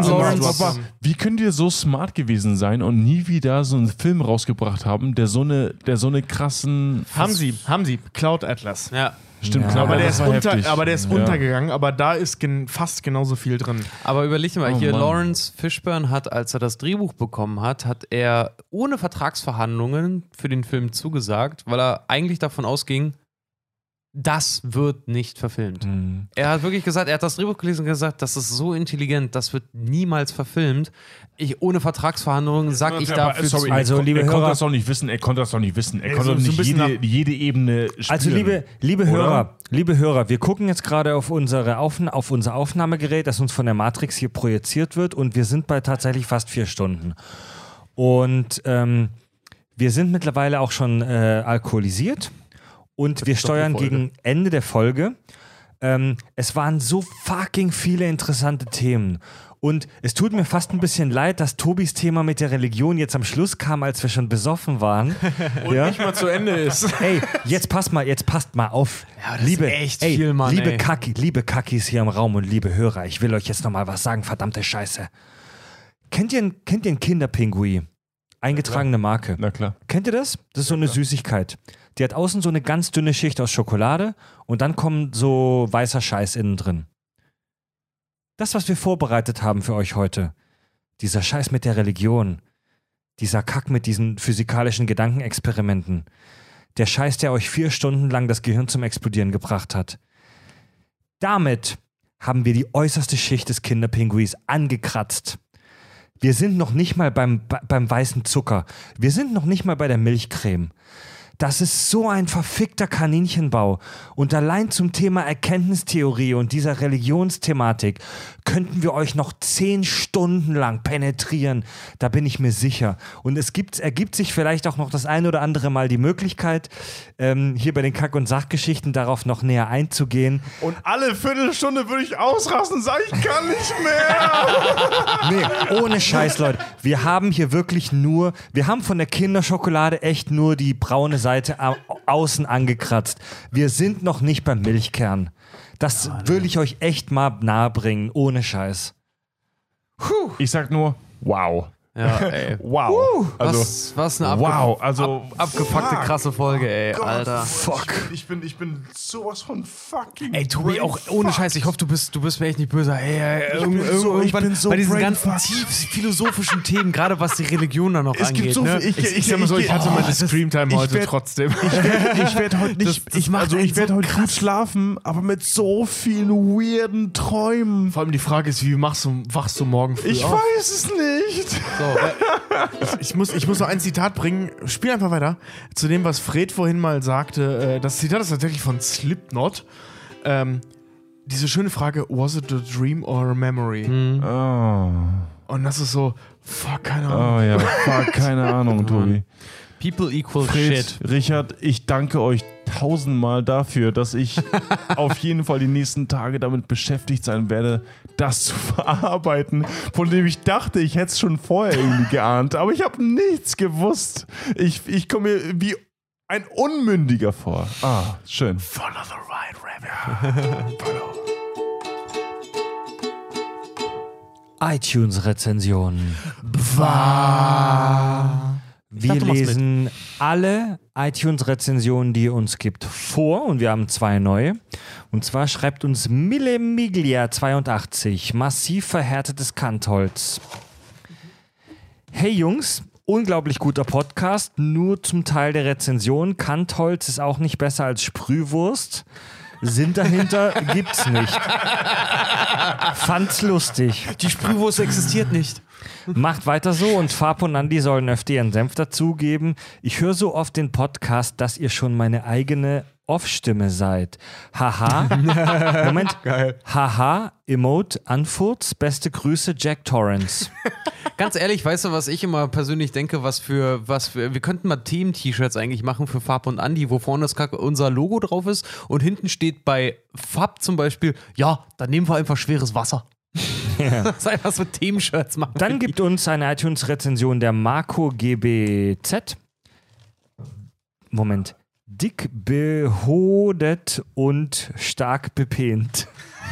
Wie können die so smart gewesen sein und nie wieder so einen Film rausgebracht haben, der so eine krassen... Haben sie. Cloud Atlas. Ja. Stimmt, Ja, Aber der das ist, war heftig. ja. untergegangen, aber da ist fast genauso viel drin. Aber überleg dir mal, hier Mann. Lawrence Fishburne hat, als er das Drehbuch bekommen hat er ohne Vertragsverhandlungen für den Film zugesagt, weil er eigentlich davon ausging, das wird nicht verfilmt. Er hat wirklich gesagt, er hat das Drehbuch gelesen und gesagt, das ist so intelligent, das wird niemals verfilmt. Ohne Vertragsverhandlungen sag ich dafür zu. Also, liebe er konnte Hörer- das doch nicht wissen. Er konnte so nicht ein bisschen jede Ebene spielen. Also liebe Hörer, wir gucken jetzt gerade auf unser Aufnahmegerät, das uns von der Matrix hier projiziert wird und wir sind bei tatsächlich fast 4 Stunden. Und wir sind mittlerweile auch schon alkoholisiert und wir steuern gegen Ende der Folge. Es waren so fucking viele interessante Themen. Und es tut mir fast ein bisschen leid, dass Tobis Thema mit der Religion jetzt am Schluss kam, als wir schon besoffen waren. Und nicht mal zu Ende ist. Ey, jetzt passt mal auf. Ja, das ist echt viel, Mann, liebe ey. liebe Kackis hier im Raum und liebe Hörer, ich will euch jetzt noch mal was sagen, verdammte Scheiße. Kennt ihr einen Kinderpingui? Eingetragene Marke. Na klar. Kennt ihr das? Das ist so eine Süßigkeit. Die hat außen so eine ganz dünne Schicht aus Schokolade und dann kommt so weißer Scheiß innen drin. Das, was wir vorbereitet haben für euch heute, dieser Scheiß mit der Religion, dieser Kack mit diesen physikalischen Gedankenexperimenten, der Scheiß, der euch 4 Stunden lang das Gehirn zum Explodieren gebracht hat. Damit haben wir die äußerste Schicht des Kinderpinguis angekratzt. Wir sind noch nicht mal beim weißen Zucker. Wir sind noch nicht mal bei der Milchcreme. Das ist so ein verfickter Kaninchenbau. Und allein zum Thema Erkenntnistheorie und dieser Religionsthematik könnten wir euch noch 10 Stunden lang penetrieren. Da bin ich mir sicher. Und es ergibt sich vielleicht auch noch das ein oder andere Mal die Möglichkeit, hier bei den Kack- und Sachgeschichten darauf noch näher einzugehen. Und alle Viertelstunde würde ich ausrasten und sagen, ich kann nicht mehr. Nee, ohne Scheiß, Leute. Wir haben hier wirklich wir haben von der Kinderschokolade echt nur die braune Seite außen angekratzt. Wir sind noch nicht beim Milchkern. Das will ich euch echt mal nahebringen, ohne Scheiß. Ich sag nur, wow. Ja, ey. Wow. Also, Was eine wow. Also, abgefuckte, fuck. krasse Folge, ey, Gott, Alter. Fuck. Ich bin sowas von fucking. Ey, Tobi, auch ohne Scheiß, ich hoffe, du bist mir echt nicht böse. Ey, ich bin so bei diesen ganzen brainfucked. tief philosophischen Themen, gerade was die Religion da noch Es angeht. gibt so ne? viel. Ich sag mal so, ich hatte meine Screamtime heute werd- trotzdem. Ich werde heute nicht. Das macht einen ich werde so heute gut schlafen, aber mit so vielen weirden Träumen. Vor allem die Frage ist, wie wachst du morgen früh Ich auf? weiß es nicht. Ich muss noch ein Zitat bringen. Spiel einfach weiter. Zu dem, was Fred vorhin mal sagte. Das Zitat ist tatsächlich von Slipknot. Diese schöne Frage, was it a dream or a memory? Oh. Und das ist so, fuck, keine Ahnung. Oh ja, fuck, keine Ahnung, Tobi. People equal Fred, shit. Richard, ich danke euch 1000-mal dafür, dass ich auf jeden Fall die nächsten Tage damit beschäftigt sein werde, das zu verarbeiten, von dem ich dachte, ich hätte es schon vorher irgendwie geahnt, aber ich habe nichts gewusst. Ich komme mir wie ein Unmündiger vor. Ah, schön. Follow the right rabbit. iTunes-Rezensionen. Wir dachte, du machst lesen alle iTunes-Rezensionen, die ihr uns gibt, vor und wir haben 2 neue. Und zwar schreibt uns Mille Miglia 82, massiv verhärtetes Kantholz. Hey Jungs, unglaublich guter Podcast, nur zum Teil der Rezension. Kantholz ist auch nicht besser als Sprühwurst. Sinn dahinter gibt's nicht. Fand's lustig. Die Sprühwurst existiert nicht. Macht weiter so und Fab und Andi sollen öfter ihren Senf dazugeben. Ich höre so oft den Podcast, dass ihr schon meine eigene Off-Stimme seid. Haha. Moment. Geil. Haha. Emote. Anfurz. Beste Grüße, Jack Torrance. Ganz ehrlich, weißt du, was ich immer persönlich denke, wir könnten mal Themen-T-Shirts eigentlich machen für Fab und Andi, wo vorne unser Logo drauf ist und hinten steht bei Fab zum Beispiel, ja, dann nehmen wir einfach schweres Wasser. Ja. Das ist einfach so Themenshirts machen. Dann gibt uns eine iTunes-Rezension der Marco GBZ. Moment. Dick behodet und stark bepehnt.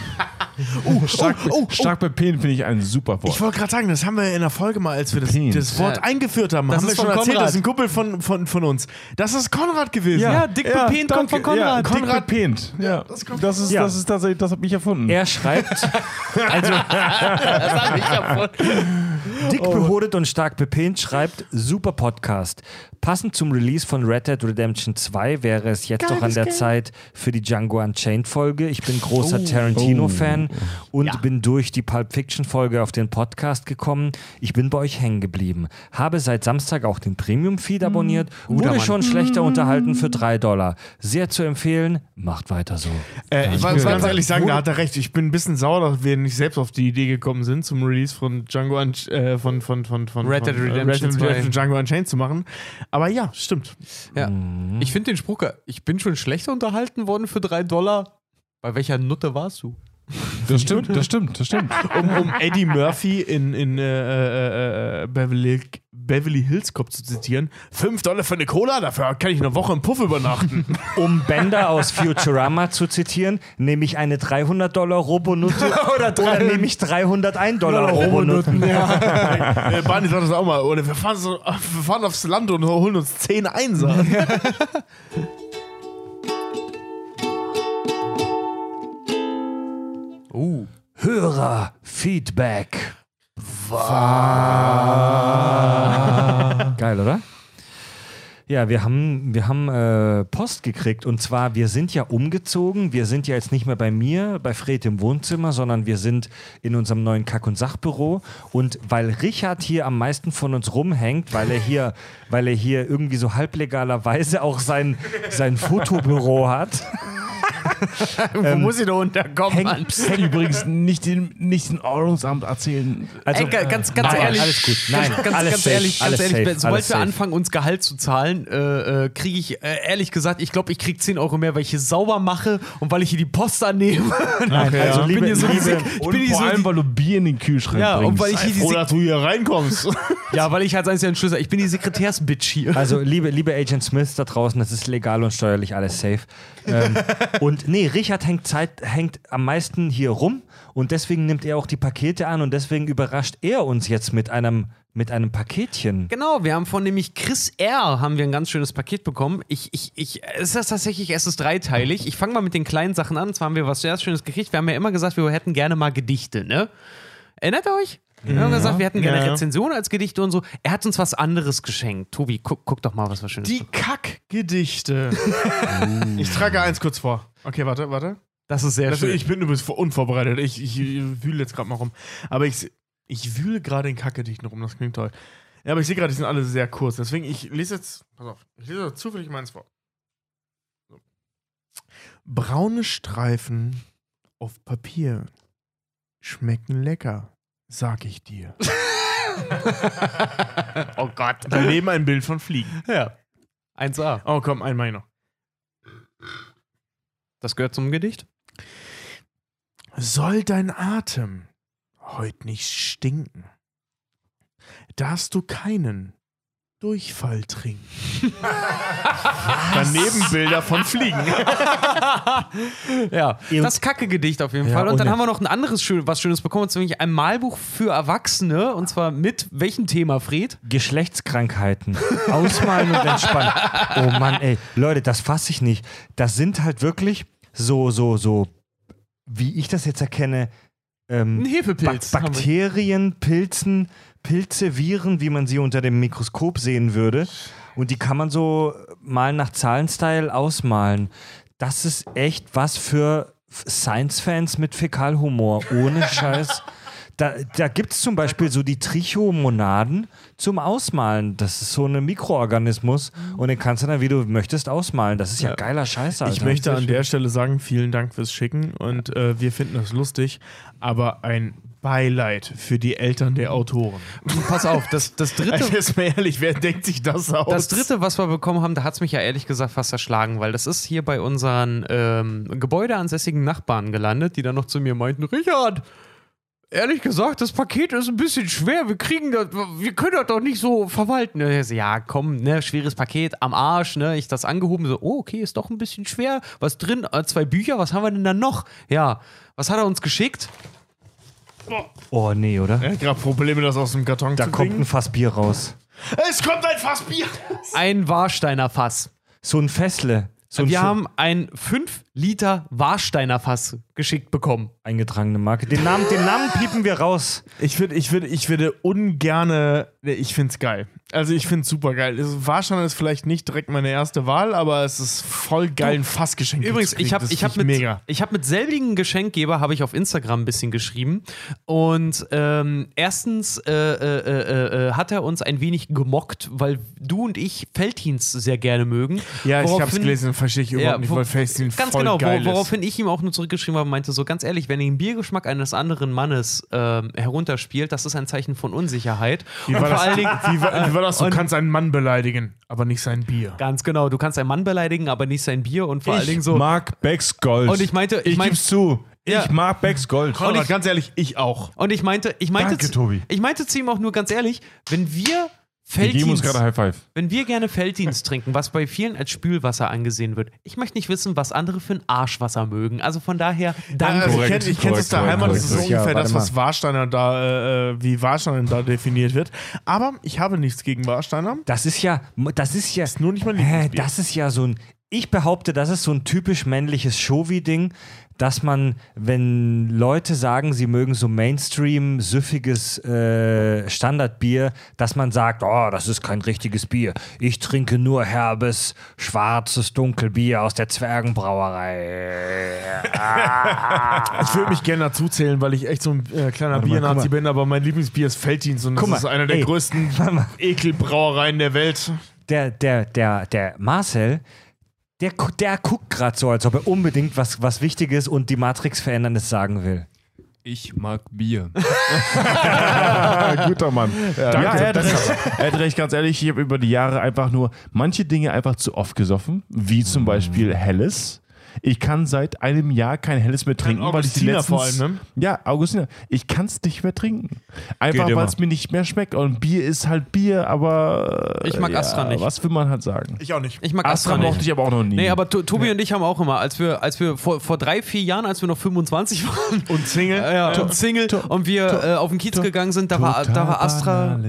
Stark bepehnt finde ich ein super Wort. Ich wollte gerade sagen, das haben wir in der Folge mal, als wir das Wort eingeführt haben, das haben wir ist schon von erzählt, Konrad. das ist ein Kumpel von uns. Das ist Konrad gewesen. Ja, Dick bepehnt kommt von Konrad. Dick bepehnt. Ja, das ist tatsächlich, das habe ich erfunden. Er schreibt, also Dick behodet und stark bepehnt schreibt, super Podcast. Passend zum Release von Red Dead Redemption 2 wäre es jetzt doch an der Zeit für die Django Unchained Folge. Ich bin großer Tarantino-Fan und bin durch die Pulp Fiction Folge auf den Podcast gekommen. Ich bin bei euch hängen geblieben. Habe seit Samstag auch den Premium-Feed abonniert. Wurde schon schlechter unterhalten für $3. Sehr zu empfehlen. Macht weiter so. Ich muss ganz ehrlich sagen, da hat er recht. Ich bin ein bisschen sauer, dass wir nicht selbst auf die Idee gekommen sind, zum Release von Django von Red Dead Redemption 2 Django Unchained zu machen. Aber ja, stimmt. Ja. Ich finde den Spruch, ich bin schon schlechter unterhalten worden für $3. Bei welcher Nutte warst du? Das stimmt. Um Eddie Murphy in Beverly Hills Cop zu zitieren, $5 für eine Cola, dafür kann ich eine Woche im Puff übernachten. Um Bender aus Futurama zu zitieren, nehme ich eine $300 Robonutte oder nehme ich $301 Robonutten. Ja. Barney sagt das auch mal. Oder wir fahren aufs Land und holen uns 10 Einser. Hörer-Feedback. Geil, oder? Ja, wir haben Post gekriegt und zwar, wir sind ja umgezogen, wir sind ja jetzt nicht mehr bei mir, bei Fred im Wohnzimmer, sondern wir sind in unserem neuen Kack- und Sachbüro und weil Richard hier am meisten von uns rumhängt, weil er hier irgendwie so halblegalerweise auch sein Fotobüro hat. Wo muss ich da unterkommen? Übrigens nicht dem Ordnungsamt erzählen. Also, ganz ehrlich. Alles gut. Nein, ganz ehrlich, sobald alles wir safe. anfangen, uns Gehalt zu zahlen, kriege ich, ehrlich gesagt, ich glaube, ich kriege 10 Euro mehr, weil ich hier sauber mache und weil ich hier die Post annehme. Nein, also ich bin hier so vor allem, weil du Bier in den Kühlschrank ja, bringst. und weil ich hier dass du hier reinkommst. ja, weil ich als einziger Schlüssel, ich bin die Sekretärsbitch hier. Also liebe Agent Smith da draußen, das ist legal und steuerlich alles safe. Und nee, Richard hängt am meisten hier rum und deswegen nimmt er auch die Pakete an und deswegen überrascht er uns jetzt mit einem Paketchen. Genau, wir haben von nämlich Chris R. haben wir ein ganz schönes Paket bekommen. Es ist tatsächlich, es ist dreiteilig. Ich fange mal mit den kleinen Sachen an. Zwar haben wir was sehr Schönes gekriegt. Wir haben ja immer gesagt, wir hätten gerne mal Gedichte, ne? Erinnert ihr euch? Wir haben gesagt, wir hätten gerne Rezensionen als Gedichte und so. Er hat uns was anderes geschenkt. Tobi, guck doch mal, was Schönes. Die Kackgedichte. Ich trage eins kurz vor. Okay, warte. Das ist sehr schön. Ich bin übrigens unvorbereitet. Ich wühle jetzt gerade mal rum. Aber ich wühle gerade in Kackgedichten rum. Das klingt toll. Ja, aber ich sehe gerade, die sind alle sehr kurz. Deswegen, ich lese jetzt zufällig meins vor. So. Braune Streifen auf Papier schmecken lecker, sag ich dir. Oh Gott. Daneben ein Bild von Fliegen. Ja. 1A. Oh komm, einmal noch. Das gehört zum Gedicht? Soll dein Atem heut nicht stinken, darfst du keinen Durchfall trinken. Daneben Bilder von Fliegen. Ja, das Kacke-Gedicht auf jeden Fall. Und dann haben wir noch ein anderes was Schönes bekommen, und zwar nämlich ein Malbuch für Erwachsene. Und zwar mit welchem Thema, Fred? Geschlechtskrankheiten. Ausmalen und entspannen. Oh Mann, ey. Leute, das fasse ich nicht. Das sind halt wirklich so, wie ich das jetzt erkenne, Ein Hefepilz. Bakterien, Pilze, Viren, wie man sie unter dem Mikroskop sehen würde. Und die kann man so mal nach Zahlenstyle ausmalen. Das ist echt was für Science-Fans mit Fäkalhumor. Ohne Scheiß. Da gibt es zum Beispiel so die Trichomonaden zum Ausmalen. Das ist so ein Mikroorganismus und den kannst du dann, wie du möchtest, ausmalen. Das ist ja geiler Scheiß, Alter. Ich möchte an der Stelle sagen, vielen Dank fürs Schicken und wir finden das lustig, aber ein Beileid für die Eltern der Autoren. Pass auf, das dritte... Also jetzt mal ehrlich, wer denkt sich das aus? Das dritte, was wir bekommen haben, da hat es mich ja ehrlich gesagt fast erschlagen, weil das ist hier bei unseren gebäudeansässigen Nachbarn gelandet, die dann noch zu mir meinten, Richard, ehrlich gesagt, das Paket ist ein bisschen schwer, wir können das doch nicht so verwalten. Ja, komm, ne, schweres Paket am Arsch, ne, ich das angehoben, so, oh, okay, ist doch ein bisschen schwer, was drin, 2 Bücher, was haben wir denn dann noch? Ja, was hat er uns geschickt? Oh, nee, oder? Er hat gerade Probleme, das aus dem Karton Da zu kommt kriegen. ein Fass Bier raus. Es kommt ein Fass Bier! Ein Warsteiner Fass. So ein Fässle. Wir haben ein 5 Liter Warsteiner Fass geschickt bekommen. eingetragene Marke. Den Namen piepen wir raus. Ich würde ungerne, ich find's geil. Also ich find's super geil. Warsteiner ist vielleicht nicht direkt meine erste Wahl, aber es ist voll geil, ein Fassgeschenk. Übrigens, ich hab mit selbigen Geschenkgeber habe ich auf Instagram ein bisschen geschrieben und erstens hat er uns ein wenig gemockt, weil du und ich Feldhins sehr gerne mögen. Ja, ich hab's gelesen, verstehe ich überhaupt nicht, weil Feldhins ganz voll genau, geil ist. woraufhin ich ihm auch nur zurückgeschrieben habe, meinte so, ganz ehrlich, wenn ihr den Biergeschmack eines anderen Mannes herunterspielt, das ist ein Zeichen von Unsicherheit. Wie war das? Wie war das? Du und- kannst einen Mann beleidigen, aber nicht sein Bier. Ganz genau, du kannst einen Mann beleidigen, aber nicht sein Bier und vor allen Dingen so. Ich mag Becks Gold. Und ich meinte, gib's zu. Ja. Ich mag Becks Gold. Konrad, ganz ehrlich, ich auch. Und ich meinte Danke, Tobi. Ich meinte zu ihm auch nur ganz ehrlich, wenn wir Wir geben uns gerade High Five. Wenn wir gerne Felddienst trinken, was bei vielen als Spülwasser angesehen wird, ich möchte nicht wissen, was andere für ein Arschwasser mögen. Also von daher, danke. Also Korrekt, ich kenne es aus der korrekt, Heimat, das ist korrekt. ungefähr Ja, das, warte was Warsteiner da, wie Warsteiner da definiert wird. Aber ich habe nichts gegen Warsteiner. Das ist ja Ist nur nicht mein Lieblingsbier. das ist ja so ein, ich behaupte, das ist so ein typisch männliches Showy-Ding, dass man, wenn Leute sagen, sie mögen so Mainstream, süffiges Standardbier, dass man sagt, oh, das ist kein richtiges Bier. Ich trinke nur herbes, schwarzes Dunkelbier aus der Zwergenbrauerei. Ich würde mich gerne dazu zählen, weil ich echt so ein kleiner Warte mal, Biernazi guck mal. bin, aber mein Lieblingsbier ist Felddienst und das Guck mal, ist einer der ey, größten warte mal. Ekelbrauereien der Welt. Der Marcel, der guckt gerade so, als ob er unbedingt was Wichtiges und die Matrix veränderndes sagen will. Ich mag Bier. Guter Mann. Danke. Ja, Er hat recht, ganz ehrlich, ich habe über die Jahre einfach nur manche Dinge einfach zu oft gesoffen, wie zum Beispiel Helles. Ich kann seit einem Jahr kein Helles mehr trinken, weil ich die Augustiner letzten... vor allem, ne? Ja, Augustiner. Ich kann es nicht mehr trinken. Einfach, Geht weil immer. es mir nicht mehr schmeckt. Und Bier ist halt Bier, aber... Ich mag Astra nicht. Was will man halt sagen? Ich auch nicht. Ich mag Astra Astra mochte nicht. ich aber auch noch nie. Nee, aber Tobi und ich haben auch immer, als wir vor 3-4 Jahren, als wir noch 25 waren Und Single. und Single und wir auf den Kiez gegangen sind, da war Astra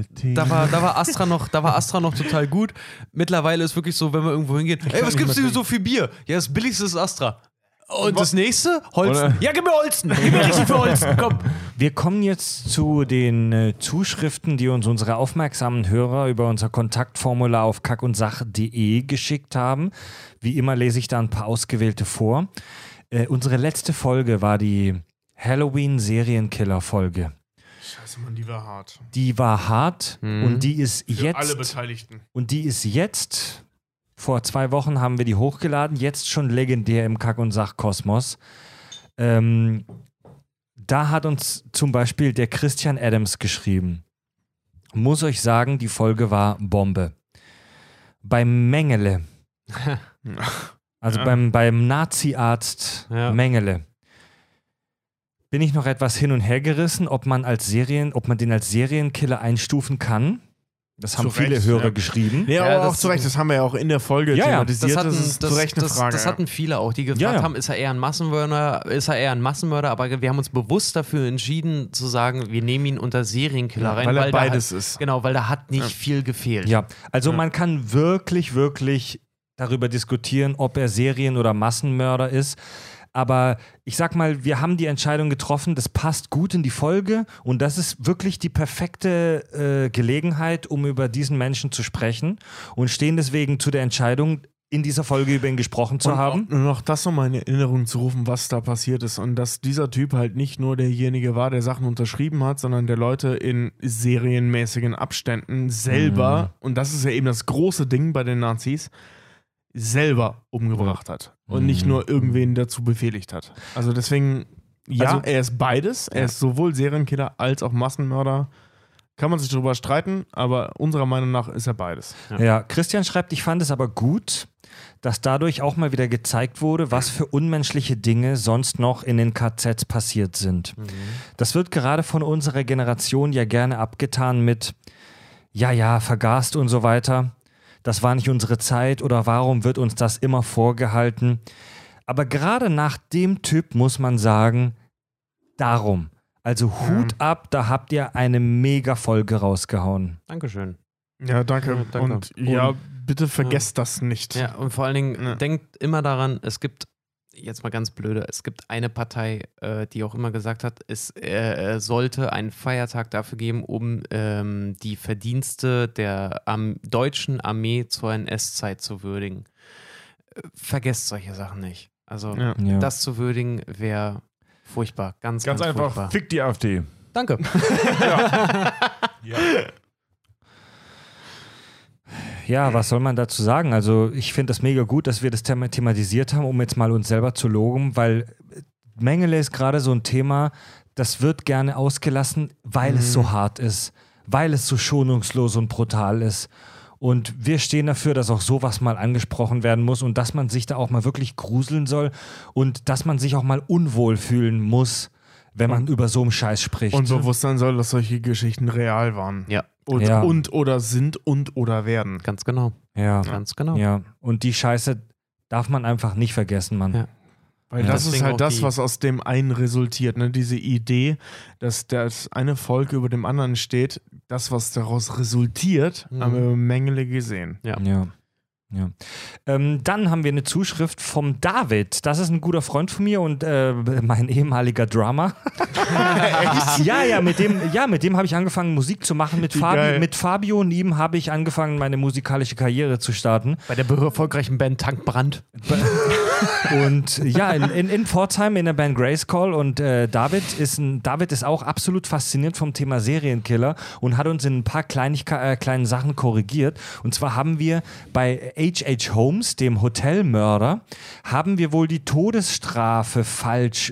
noch total gut. Mittlerweile ist wirklich so, wenn wir irgendwo hingehen, ey, was gibt's denn so viel Bier? Ja, das billigste ist Astra. Und das nächste? Holsten. Oder? Ja, gib mir Holsten. Gib mir richtig für Holsten. Komm. Wir kommen jetzt zu den Zuschriften, die uns unsere aufmerksamen Hörer über unser Kontaktformular auf kackundsach.de geschickt haben. Wie immer lese ich da ein paar ausgewählte vor. Unsere letzte Folge war die Halloween-Serienkiller-Folge. Scheiße, Mann, die war hart. Die war hart und die ist Für alle jetzt Beteiligten. vor 2 Wochen haben wir die hochgeladen, jetzt schon legendär im Kack- und Sach-Kosmos. Da hat uns zum Beispiel der Christian Adams geschrieben. Muss euch sagen, die Folge war Bombe. Beim Mengele, also beim Nazi-Arzt Ja. Mengele, bin ich noch etwas hin und her gerissen, ob man den als Serienkiller einstufen kann. Das haben Zu viele Recht, Hörer ja. geschrieben. Ja, Ja, aber auch das- zu Recht, das haben wir ja auch in der Folge Ja, ja. thematisiert. Das ist zu Recht eine Frage. Das hatten viele auch, die gefragt Ja, ja. haben, ist er eher ein Massenmörder, aber wir haben uns bewusst dafür entschieden zu sagen, wir nehmen ihn unter Serienkiller rein, weil er da beides hat, ist. Genau, weil da hat nicht viel gefehlt. Ja, also man kann wirklich, wirklich darüber diskutieren, ob er Serien- oder Massenmörder ist. Aber ich sag mal, wir haben die Entscheidung getroffen, das passt gut in die Folge und das ist wirklich die perfekte Gelegenheit, um über diesen Menschen zu sprechen und stehen deswegen zu der Entscheidung, in dieser Folge über ihn gesprochen zu haben. Und noch das nochmal in Erinnerung zu rufen, was da passiert ist und dass dieser Typ halt nicht nur derjenige war, der Sachen unterschrieben hat, sondern der Leute in serienmäßigen Abständen selber, und das ist ja eben das große Ding bei den Nazis, selber umgebracht hat und nicht nur irgendwen dazu befehligt hat. Also deswegen, ja, Also- er ist beides. Er ist sowohl Serienkiller als auch Massenmörder. Kann man sich darüber streiten, aber unserer Meinung nach ist er beides. Ja, Christian schreibt, ich fand es aber gut, dass dadurch auch mal wieder gezeigt wurde, was für unmenschliche Dinge sonst noch in den KZs passiert sind. Das wird gerade von unserer Generation ja gerne abgetan mit ja, vergast und so weiter. Das war nicht unsere Zeit oder warum wird uns das immer vorgehalten? Aber gerade nach dem Typ muss man sagen, darum. Also Hut ab, da habt ihr eine mega Folge rausgehauen. Dankeschön. Ja, danke. Ja, danke. Und ja, bitte vergesst das nicht. Ja, und vor allen Dingen Ja. denkt immer daran, es gibt, jetzt mal ganz blöde, es gibt eine Partei, die auch immer gesagt hat, es sollte einen Feiertag dafür geben, um die Verdienste der deutschen Armee zur NS-Zeit zu würdigen. Vergesst solche Sachen nicht. Also Ja. Ja. das zu würdigen wäre furchtbar. Ganz Ganz einfach, furchtbar. fick die AfD. Danke. Ja, was soll man dazu sagen? Also ich finde das mega gut, dass wir das thematisiert haben, um jetzt mal uns selber zu loben, weil Mengele ist gerade so ein Thema, das wird gerne ausgelassen, weil es so hart ist, weil es so schonungslos und brutal ist. Und wir stehen dafür, dass auch sowas mal angesprochen werden muss und dass man sich da auch mal wirklich gruseln soll und dass man sich auch mal unwohl fühlen muss, wenn man über so einen Scheiß spricht. Und bewusst sein soll, dass solche Geschichten real waren. Ja, Und, Ja. und oder sind und oder werden. ganz genau. ja, Ganz genau. ja. Und die Scheiße darf man einfach nicht vergessen, Mann. Ja. Weil Ja. das ist Deswegen halt auch das, die- was aus dem einen resultiert. Ne? Diese Idee, dass das eine Volk über dem anderen steht, das, was daraus resultiert, haben wir Mengele gesehen. Ja. Ja. Dann haben wir eine Zuschrift vom David. Das ist ein guter Freund von mir und mein ehemaliger Drummer. Ja, mit dem habe ich angefangen, Musik zu machen. Wie geil. Mit Fabio und ihm habe ich angefangen, meine musikalische Karriere zu starten. Bei der erfolgreichen Band Tankbrand. Und ja, in Pforzheim in der Band Grayskull und David ist auch absolut fasziniert vom Thema Serienkiller und hat uns in ein paar kleinen Sachen korrigiert. Und zwar haben wir bei H.H. Holmes, dem Hotelmörder, haben wir wohl die Todesstrafe falsch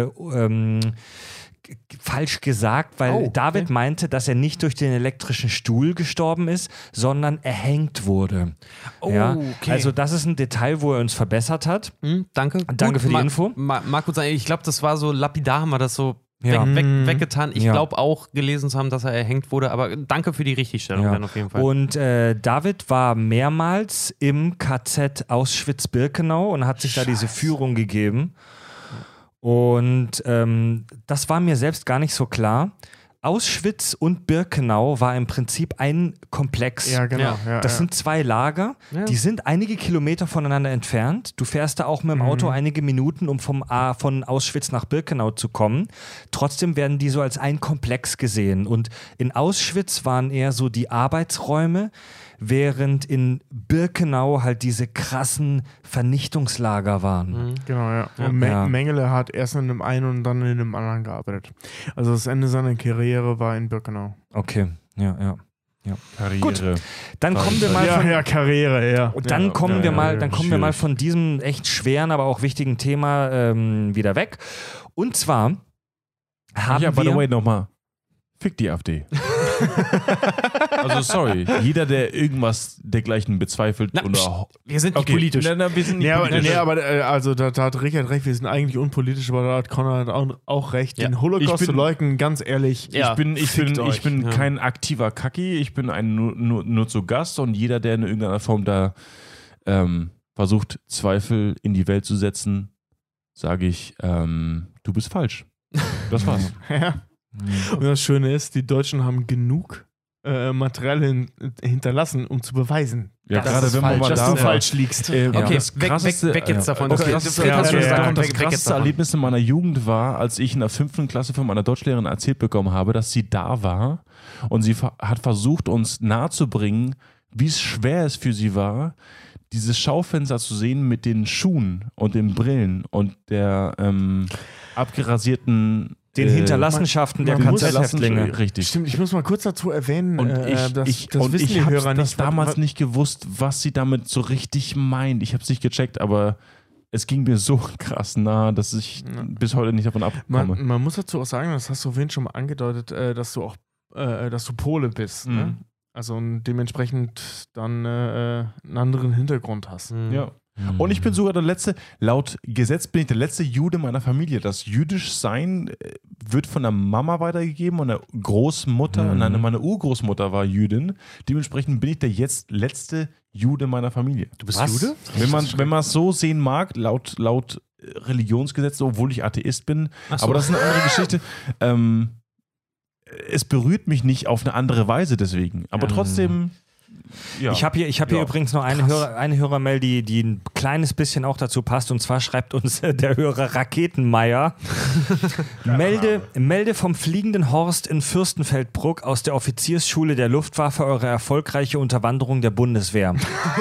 gesagt, weil David meinte, dass er nicht durch den elektrischen Stuhl gestorben ist, sondern erhängt wurde. Ja? okay. Also das ist ein Detail, wo er uns verbessert hat. Danke. Danke für die Info. Mag gut sein. Ich glaube, das war so lapidar, haben wir das so Ja. weggetan. Ich Ja. glaube auch gelesen zu haben, dass er erhängt wurde, aber danke für die Richtigstellung Ja. dann auf jeden Fall. Und David war mehrmals im KZ Auschwitz-Birkenau und hat sich da diese Führung gegeben. Und das war mir selbst gar nicht so klar. Auschwitz und Birkenau war im Prinzip ein Komplex. Ja, genau. Ja. Ja, Das ja. sind zwei Lager, Ja. die sind einige Kilometer voneinander entfernt. Du fährst da auch mit dem Auto einige Minuten, um von Auschwitz nach Birkenau zu kommen. Trotzdem werden die so als ein Komplex gesehen. Und in Auschwitz waren eher so die Arbeitsräume, während in Birkenau halt diese krassen Vernichtungslager waren. Genau, ja. Ja. Und Ja. Mengele hat erst in dem einen und dann in dem anderen gearbeitet. Also das Ende seiner Karriere war in Birkenau. Okay, ja. Karriere. Gut. Dann kommen wir mal Ja, von... ja, Karriere, ja. Und dann kommen wir mal schwierig. von diesem echt schweren, aber auch wichtigen Thema wieder weg. Und zwar haben Ja, by the wir... way, nochmal. Fick die AfD. Also sorry, jeder, der irgendwas dergleichen bezweifelt oder... Wir sind nicht politisch. Wir sind nicht politisch. Also da hat Richard recht, wir sind eigentlich unpolitisch, aber da hat Konrad auch recht. Den Holocaust zu leugnen, ganz ehrlich. Ja. Ich bin kein aktiver Kacki, ich bin nur zu Gast und jeder, der in irgendeiner Form da versucht, Zweifel in die Welt zu setzen, sage ich, du bist falsch. Das war's. Ja. Und das Schöne ist, die Deutschen haben genug Material hinterlassen, um zu beweisen, Ja, gerade wenn man mal dass da du war. falsch liegst. Okay, das krasseste, weg jetzt davon. Das Okay, krasseste, Fred hat schon gesagt, das weg jetzt krasseste davon. Erlebnis in meiner Jugend war, als ich in der 5. Klasse von meiner Deutschlehrerin erzählt bekommen habe, dass sie da war und sie hat versucht, uns nahezubringen, wie es schwer es für sie war, dieses Schaufenster zu sehen mit den Schuhen und den Brillen und der abgerasierten Den Hinterlassenschaften der man muss- KZ-Häftlinge. Richtig. Stimmt, ich muss mal kurz dazu erwähnen, Und das ich wissen die habe Hörer das nicht. damals nicht gewusst, was sie damit so richtig meint. Ich habe es nicht gecheckt, aber es ging mir so krass nah, dass ich bis heute nicht davon abkomme. Man muss dazu auch sagen, das hast du vorhin schon mal angedeutet, dass du Pole bist. Ne? Also und dementsprechend dann einen anderen Hintergrund hast. Ja. Und ich bin sogar der Letzte, laut Gesetz bin ich der letzte Jude meiner Familie. Das Jüdischsein wird von der Mama weitergegeben und der Großmutter. Nein, meine Urgroßmutter war Jüdin. Dementsprechend bin ich der jetzt letzte Jude meiner Familie. Du bist Jude? Wenn man es so sehen mag, laut Religionsgesetz, obwohl ich Atheist bin. Ach so. Aber das ist eine andere Geschichte. Es berührt mich nicht auf eine andere Weise deswegen. Aber trotzdem... Ja. Ich habe hier übrigens noch eine Hörermail, die ein kleines bisschen auch dazu passt. Und zwar schreibt uns der Hörer Raketenmeier. Melde vom fliegenden Horst in Fürstenfeldbruck aus der Offiziersschule der Luftwaffe eure erfolgreiche Unterwanderung der Bundeswehr.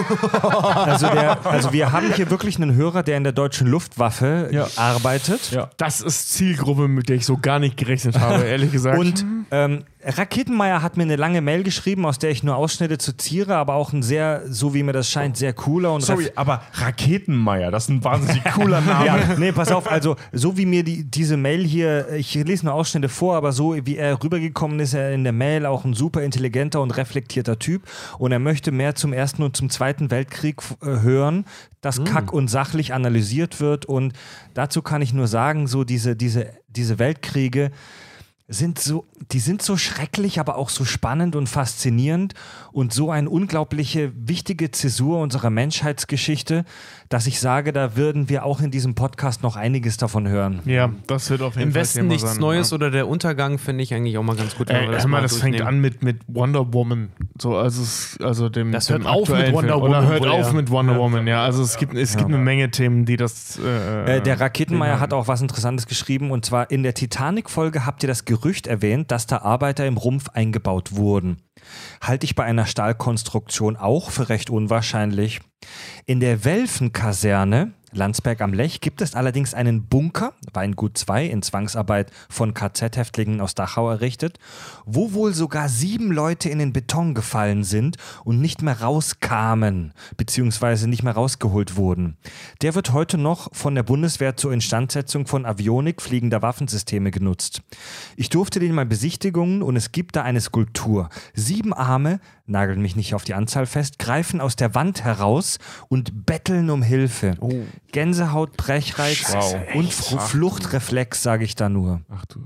Also wir haben hier wirklich einen Hörer, der in der deutschen Luftwaffe arbeitet. Ja. Das ist Zielgruppe, mit der ich so gar nicht gerechnet habe, ehrlich gesagt. Und Raketenmeier hat mir eine lange Mail geschrieben, aus der ich nur Ausschnitte zitiere, aber auch ein sehr, so wie mir das scheint, sehr cooler und Sorry, aber Raketenmeier, das ist ein wahnsinnig cooler Name. Ja, nee, pass auf, also so wie mir diese Mail hier, ich lese nur Ausschnitte vor, aber so wie er rübergekommen ist, er in der Mail auch ein super intelligenter und reflektierter Typ und er möchte mehr zum Ersten und zum Zweiten Weltkrieg hören, dass kack- und sachlich analysiert wird und dazu kann ich nur sagen, so diese Weltkriege sind so schrecklich, aber auch so spannend und faszinierend und so eine unglaubliche, wichtige Zäsur unserer Menschheitsgeschichte, dass ich sage, da würden wir auch in diesem Podcast noch einiges davon hören. ja, das wird auf jeden Im Fall Westen Thema nichts sein, Neues ja. oder der Untergang finde ich eigentlich auch mal ganz gut. wenn wir Das fängt durchnehmen. an mit Wonder Woman. So, also dem Das hört dem auf mit aktuellen Wonder Film. Woman Oder hört wohl auf eher. mit Wonder Woman, ja. Also es gibt eine Menge Themen, die das. Der Raketenmeier hat auch was Interessantes geschrieben und zwar in der Titanic-Folge habt ihr das Gerücht erwähnt, dass da Arbeiter im Rumpf eingebaut wurden. Halte ich bei einer Stahlkonstruktion auch für recht unwahrscheinlich. In der Welfenkaserne Landsberg am Lech gibt es allerdings einen Bunker, Weingut 2, in Zwangsarbeit von KZ-Häftlingen aus Dachau errichtet, wo wohl sogar 7 Leute in den Beton gefallen sind und nicht mehr rauskamen, beziehungsweise nicht mehr rausgeholt wurden. Der wird heute noch von der Bundeswehr zur Instandsetzung von Avionik fliegender Waffensysteme genutzt. Ich durfte den mal besichtigen und es gibt da eine Skulptur. 7 Arme, nageln mich nicht auf die Anzahl fest, greifen aus der Wand heraus und betteln um Hilfe. Gänsehaut, Brechreiz und Fluchtreflex, sage ich da nur. Ach du.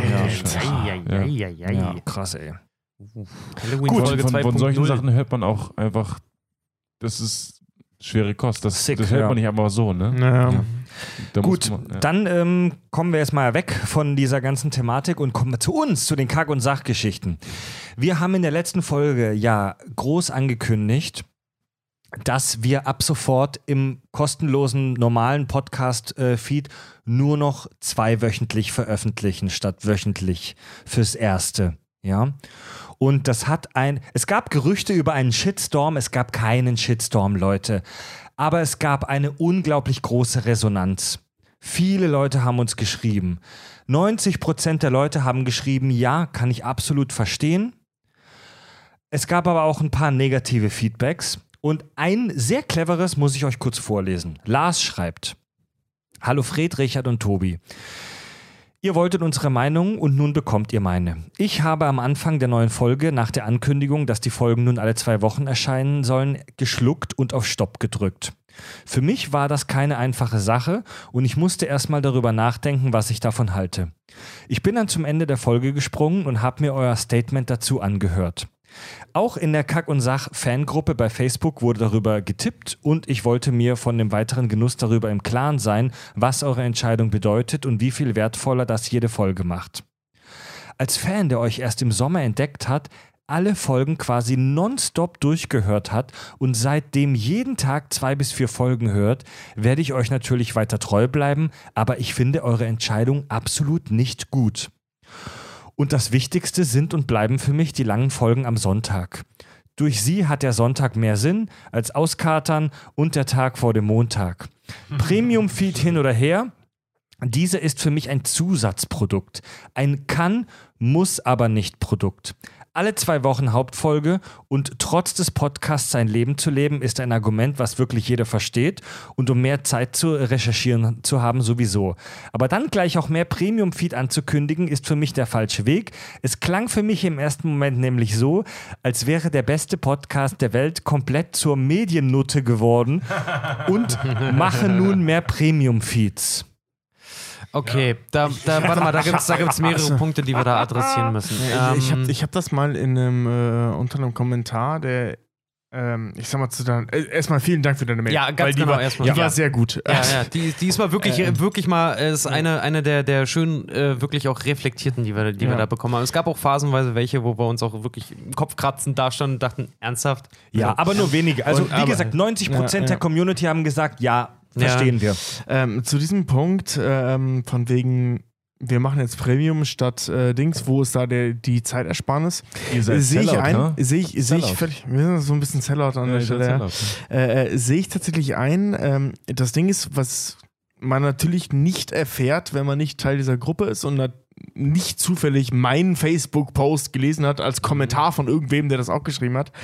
Ja, krass, ey. Halloween Gut, Folge von solchen 2.0. Sachen hört man auch einfach, das ist schwere Kost. Das Sick, hört ja. man nicht einfach so, ne? Ja. Da Gut, muss man, ja. dann kommen wir jetzt mal weg von dieser ganzen Thematik und kommen zu uns, zu den Kack- und Sachgeschichten. Wir haben in der letzten Folge ja groß angekündigt, dass wir ab sofort im kostenlosen normalen Podcast-Feed nur noch 2-wöchentlich veröffentlichen statt wöchentlich fürs Erste. Ja. Und es gab Gerüchte über einen Shitstorm, es gab keinen Shitstorm, Leute. Aber es gab eine unglaublich große Resonanz. Viele Leute haben uns geschrieben. 90% der Leute haben geschrieben, ja, kann ich absolut verstehen. Es gab aber auch ein paar negative Feedbacks. Und ein sehr cleveres muss ich euch kurz vorlesen. Lars schreibt: Hallo Fred, Richard und Tobi. Ihr wolltet unsere Meinung und nun bekommt ihr meine. Ich habe am Anfang der neuen Folge nach der Ankündigung, dass die Folgen nun alle 2 Wochen erscheinen sollen, geschluckt und auf Stopp gedrückt. Für mich war das keine einfache Sache und ich musste erstmal darüber nachdenken, was ich davon halte. Ich bin dann zum Ende der Folge gesprungen und habe mir euer Statement dazu angehört. Auch in der Kack- und Sach-Fangruppe bei Facebook wurde darüber getippt und ich wollte mir von dem weiteren Genuss darüber im Klaren sein, was eure Entscheidung bedeutet und wie viel wertvoller das jede Folge macht. Als Fan, der euch erst im Sommer entdeckt hat, alle Folgen quasi nonstop durchgehört hat und seitdem jeden Tag 2 bis 4 Folgen hört, werde ich euch natürlich weiter treu bleiben, aber ich finde eure Entscheidung absolut nicht gut. Und das Wichtigste sind und bleiben für mich die langen Folgen am Sonntag. Durch sie hat der Sonntag mehr Sinn als Auskatern und der Tag vor dem Montag. Premium-Feed hin oder her, diese ist für mich ein Zusatzprodukt. Ein kann, muss aber nicht Produkt. Alle 2 Wochen Hauptfolge und trotz des Podcasts sein Leben zu leben, ist ein Argument, was wirklich jeder versteht und um mehr Zeit zu recherchieren zu haben sowieso. Aber dann gleich auch mehr Premium-Feed anzukündigen, ist für mich der falsche Weg. Es klang für mich im ersten Moment nämlich so, als wäre der beste Podcast der Welt komplett zur Mediennutte geworden und mache nun mehr Premium-Feeds. Okay, warte mal, da gibt's mehrere Punkte, die wir da adressieren müssen. Ich hab das mal in einem, unter einem Kommentar, der, ich sag mal erstmal vielen Dank für deine Mail. Ja, ganz genau, erstmal. Die war sehr gut. Ja, die ist mal wirklich mal, ist eine der schön, wirklich auch reflektierten, die wir da bekommen haben. Es gab auch phasenweise welche, wo wir uns auch wirklich kopfkratzend dastanden und dachten, ernsthaft? Ja, aber nur wenige. Also wie gesagt, 90% der Community haben gesagt, ja, verstehen wir. Zu diesem Punkt, von wegen, wir machen jetzt Premium statt Dings, wo ist da die Zeitersparnis? Sehe ich ein, sehe ich völlig, wir sind so ein bisschen Sellout an der Stelle. Sehe ich tatsächlich ein. Das Ding ist, was man natürlich nicht erfährt, wenn man nicht Teil dieser Gruppe ist und nicht zufällig meinen Facebook-Post gelesen hat, als Kommentar von irgendwem, der das auch geschrieben hat,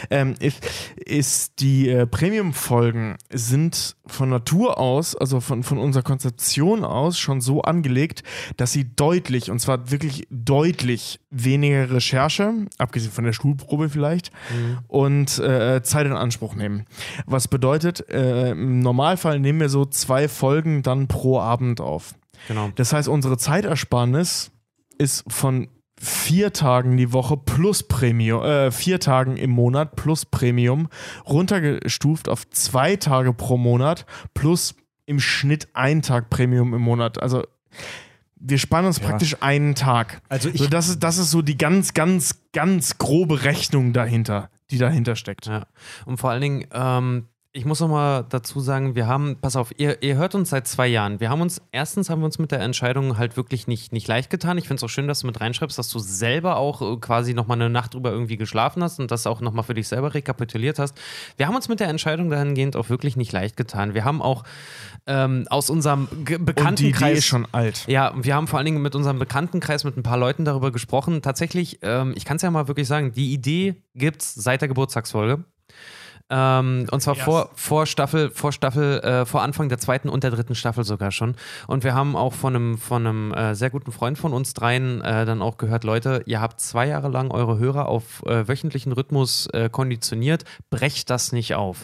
ist die Premium-Folgen sind von Natur aus, also von unserer Konzeption aus schon so angelegt, dass sie deutlich, und zwar wirklich deutlich weniger Recherche, abgesehen von der Schulprobe vielleicht, und Zeit in Anspruch nehmen. Was bedeutet, im Normalfall nehmen wir so 2 Folgen dann pro Abend auf. Genau. Das heißt, unsere Zeitersparnis ist von 4 Tagen die Woche plus Premium, 4 Tagen im Monat plus Premium runtergestuft auf 2 Tage pro Monat plus im Schnitt 1 Tag Premium im Monat. Also wir sparen uns praktisch einen Tag. Also das ist so die ganz, ganz, ganz grobe Rechnung dahinter, die dahinter steckt. Ja. Und vor allen Dingen, ich muss noch mal dazu sagen, pass auf, ihr hört uns seit 2 Jahren. Erstens haben wir uns mit der Entscheidung halt wirklich nicht leicht getan. Ich finde es auch schön, dass du mit reinschreibst, dass du selber auch quasi noch mal eine Nacht drüber irgendwie geschlafen hast und das auch noch mal für dich selber rekapituliert hast. Wir haben uns mit der Entscheidung dahingehend auch wirklich nicht leicht getan. Wir haben auch aus unserem Bekanntenkreis... Und die Idee ist schon alt. Ja, wir haben vor allen Dingen mit unserem Bekanntenkreis mit ein paar Leuten darüber gesprochen. Tatsächlich, ich kann es ja mal wirklich sagen, die Idee gibt's seit der Geburtstagsfolge. Und zwar vor Anfang der 2. und der 3. Staffel sogar schon. Und wir haben auch von einem sehr guten Freund von uns dreien dann auch gehört, Leute, ihr habt 2 Jahre lang eure Hörer auf wöchentlichen Rhythmus konditioniert, brecht das nicht auf.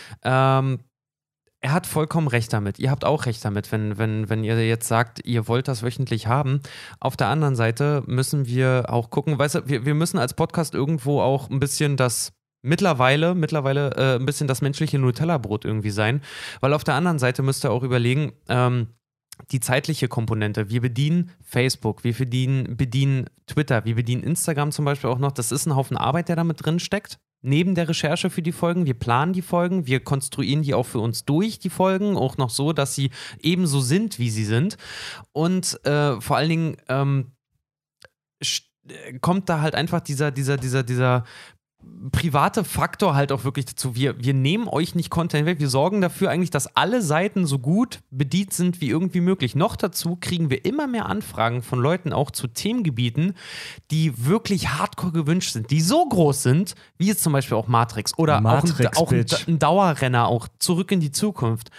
Er hat vollkommen recht damit. Ihr habt auch recht damit, wenn ihr jetzt sagt, ihr wollt das wöchentlich haben. Auf der anderen Seite müssen wir auch gucken, weißt du, wir müssen als Podcast irgendwo auch ein bisschen mittlerweile ein bisschen das menschliche Nutella-Brot irgendwie sein, weil auf der anderen Seite müsst ihr auch überlegen, die zeitliche Komponente. Wir bedienen Facebook, wir bedienen Twitter, wir bedienen Instagram zum Beispiel auch noch. Das ist ein Haufen Arbeit, der da mit drin steckt. Neben der Recherche für die Folgen, wir planen die Folgen, wir konstruieren die auch für uns durch, die Folgen, auch noch so, dass sie ebenso sind, wie sie sind. Und vor allen Dingen kommt da halt einfach dieser private Faktor halt auch wirklich dazu. Wir nehmen euch nicht Content weg, wir sorgen dafür eigentlich, dass alle Seiten so gut bedient sind wie irgendwie möglich. Noch dazu kriegen wir immer mehr Anfragen von Leuten auch zu Themengebieten, die wirklich hardcore gewünscht sind, die so groß sind, wie jetzt zum Beispiel auch Matrix oder auch ein Dauerrenner, auch Zurück in die Zukunft.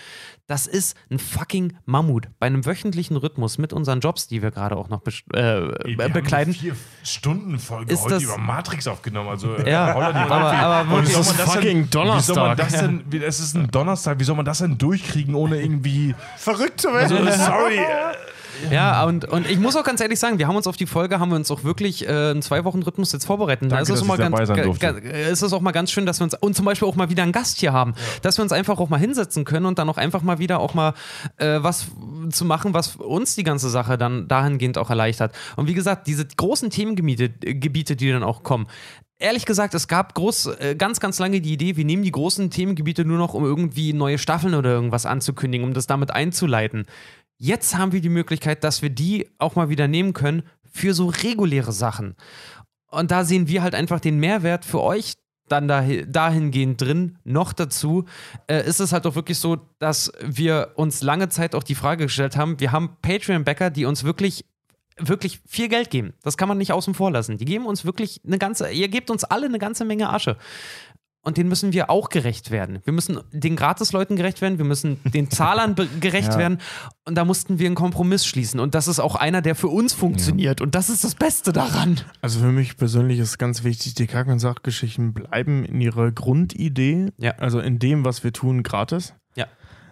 Das ist ein fucking Mammut. Bei einem wöchentlichen Rhythmus mit unseren Jobs, die wir gerade auch noch bekleiden. 4 Stunden Folge Ist heute das- über Matrix aufgenommen. Also, Ja, holla die aber Waldfee. wirklich, Wie soll man das fucking denn, Wie soll man Donnerstag. das denn, es ist ein Donnerstag, wie soll man das denn durchkriegen, ohne irgendwie Verrückt zu werden. Also, sorry. Ja, und ich muss auch ganz ehrlich sagen, wir haben uns auf die Folge, haben wir uns auch wirklich einen 2-Wochen-Rhythmus jetzt vorbereitet. Da Danke, ist es dass auch mal ich dabei sein durfte. ist es auch mal ganz schön, dass wir uns, und zum Beispiel auch mal wieder einen Gast hier haben, dass wir uns einfach auch mal hinsetzen können und dann auch einfach mal wieder auch mal was zu machen, was uns die ganze Sache dann dahingehend auch erleichtert. Und wie gesagt, diese großen Themengebiete, die dann auch kommen, ehrlich gesagt, es gab ganz, ganz lange die Idee, wir nehmen die großen Themengebiete nur noch, um irgendwie neue Staffeln oder irgendwas anzukündigen, um das damit einzuleiten. Jetzt haben wir die Möglichkeit, dass wir die auch mal wieder nehmen können für so reguläre Sachen. Und da sehen wir halt einfach den Mehrwert für euch dann dahingehend drin. Noch dazu ist es halt auch wirklich so, dass wir uns lange Zeit auch die Frage gestellt haben, wir haben Patreon-Backer, die uns wirklich viel Geld geben. Das kann man nicht außen vor lassen. Die geben uns wirklich ihr gebt uns alle eine ganze Menge Asche. Und denen müssen wir auch gerecht werden. Wir müssen den Gratisleuten gerecht werden, wir müssen den Zahlern gerecht werden. Und da mussten wir einen Kompromiss schließen. Und das ist auch einer, der für uns funktioniert. Und das ist das Beste daran. Also für mich persönlich ist ganz wichtig, die Kack- und Sachgeschichten bleiben in ihrer Grundidee, Ja. also in dem, was wir tun, gratis. Ja.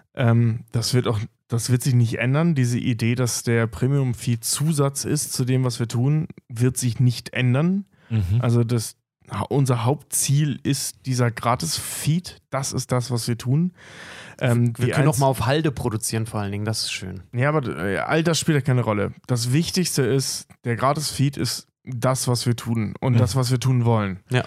Das wird sich nicht ändern. Diese Idee, dass der Premium-Feed Zusatz ist zu dem, was wir tun, wird sich nicht ändern. Also unser Hauptziel ist dieser Gratis-Feed. Das ist das, was wir tun. Wir können auch mal auf Halde produzieren, vor allen Dingen. Das ist schön. Ja, aber all das spielt ja keine Rolle. Das Wichtigste ist, der Gratis-Feed ist das, was wir tun und das, was wir tun wollen. Ja.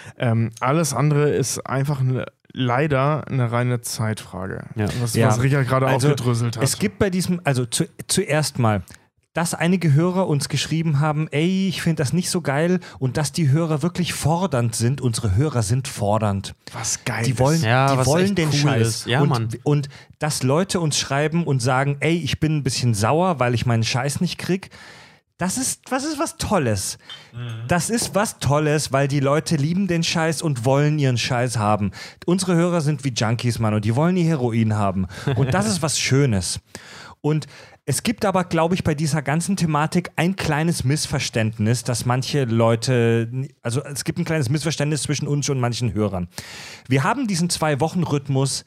Alles andere ist einfach leider eine reine Zeitfrage. Ja. Was Richard gerade aufgedröselt hat. Es gibt bei diesem, also zuerst mal, dass einige Hörer uns geschrieben haben, ey, ich finde das nicht so geil und dass die Hörer wirklich fordernd sind. Unsere Hörer sind fordernd. was geil Die wollen, Ja, die was wollen echt den cool Scheiß. ist. Ja, Mann. Und dass Leute uns schreiben und sagen, ey, ich bin ein bisschen sauer, weil ich meinen Scheiß nicht krieg. Das ist was Tolles. Das ist was Tolles, weil die Leute lieben den Scheiß und wollen ihren Scheiß haben. Unsere Hörer sind wie Junkies, Mann, und die wollen ihr Heroin haben. Und das ist was Schönes. Und es gibt aber, glaube ich, bei dieser ganzen Thematik ein kleines Missverständnis, dass manche Leute, also es gibt ein kleines Missverständnis zwischen uns und manchen Hörern. Wir haben diesen 2-Wochen-Rhythmus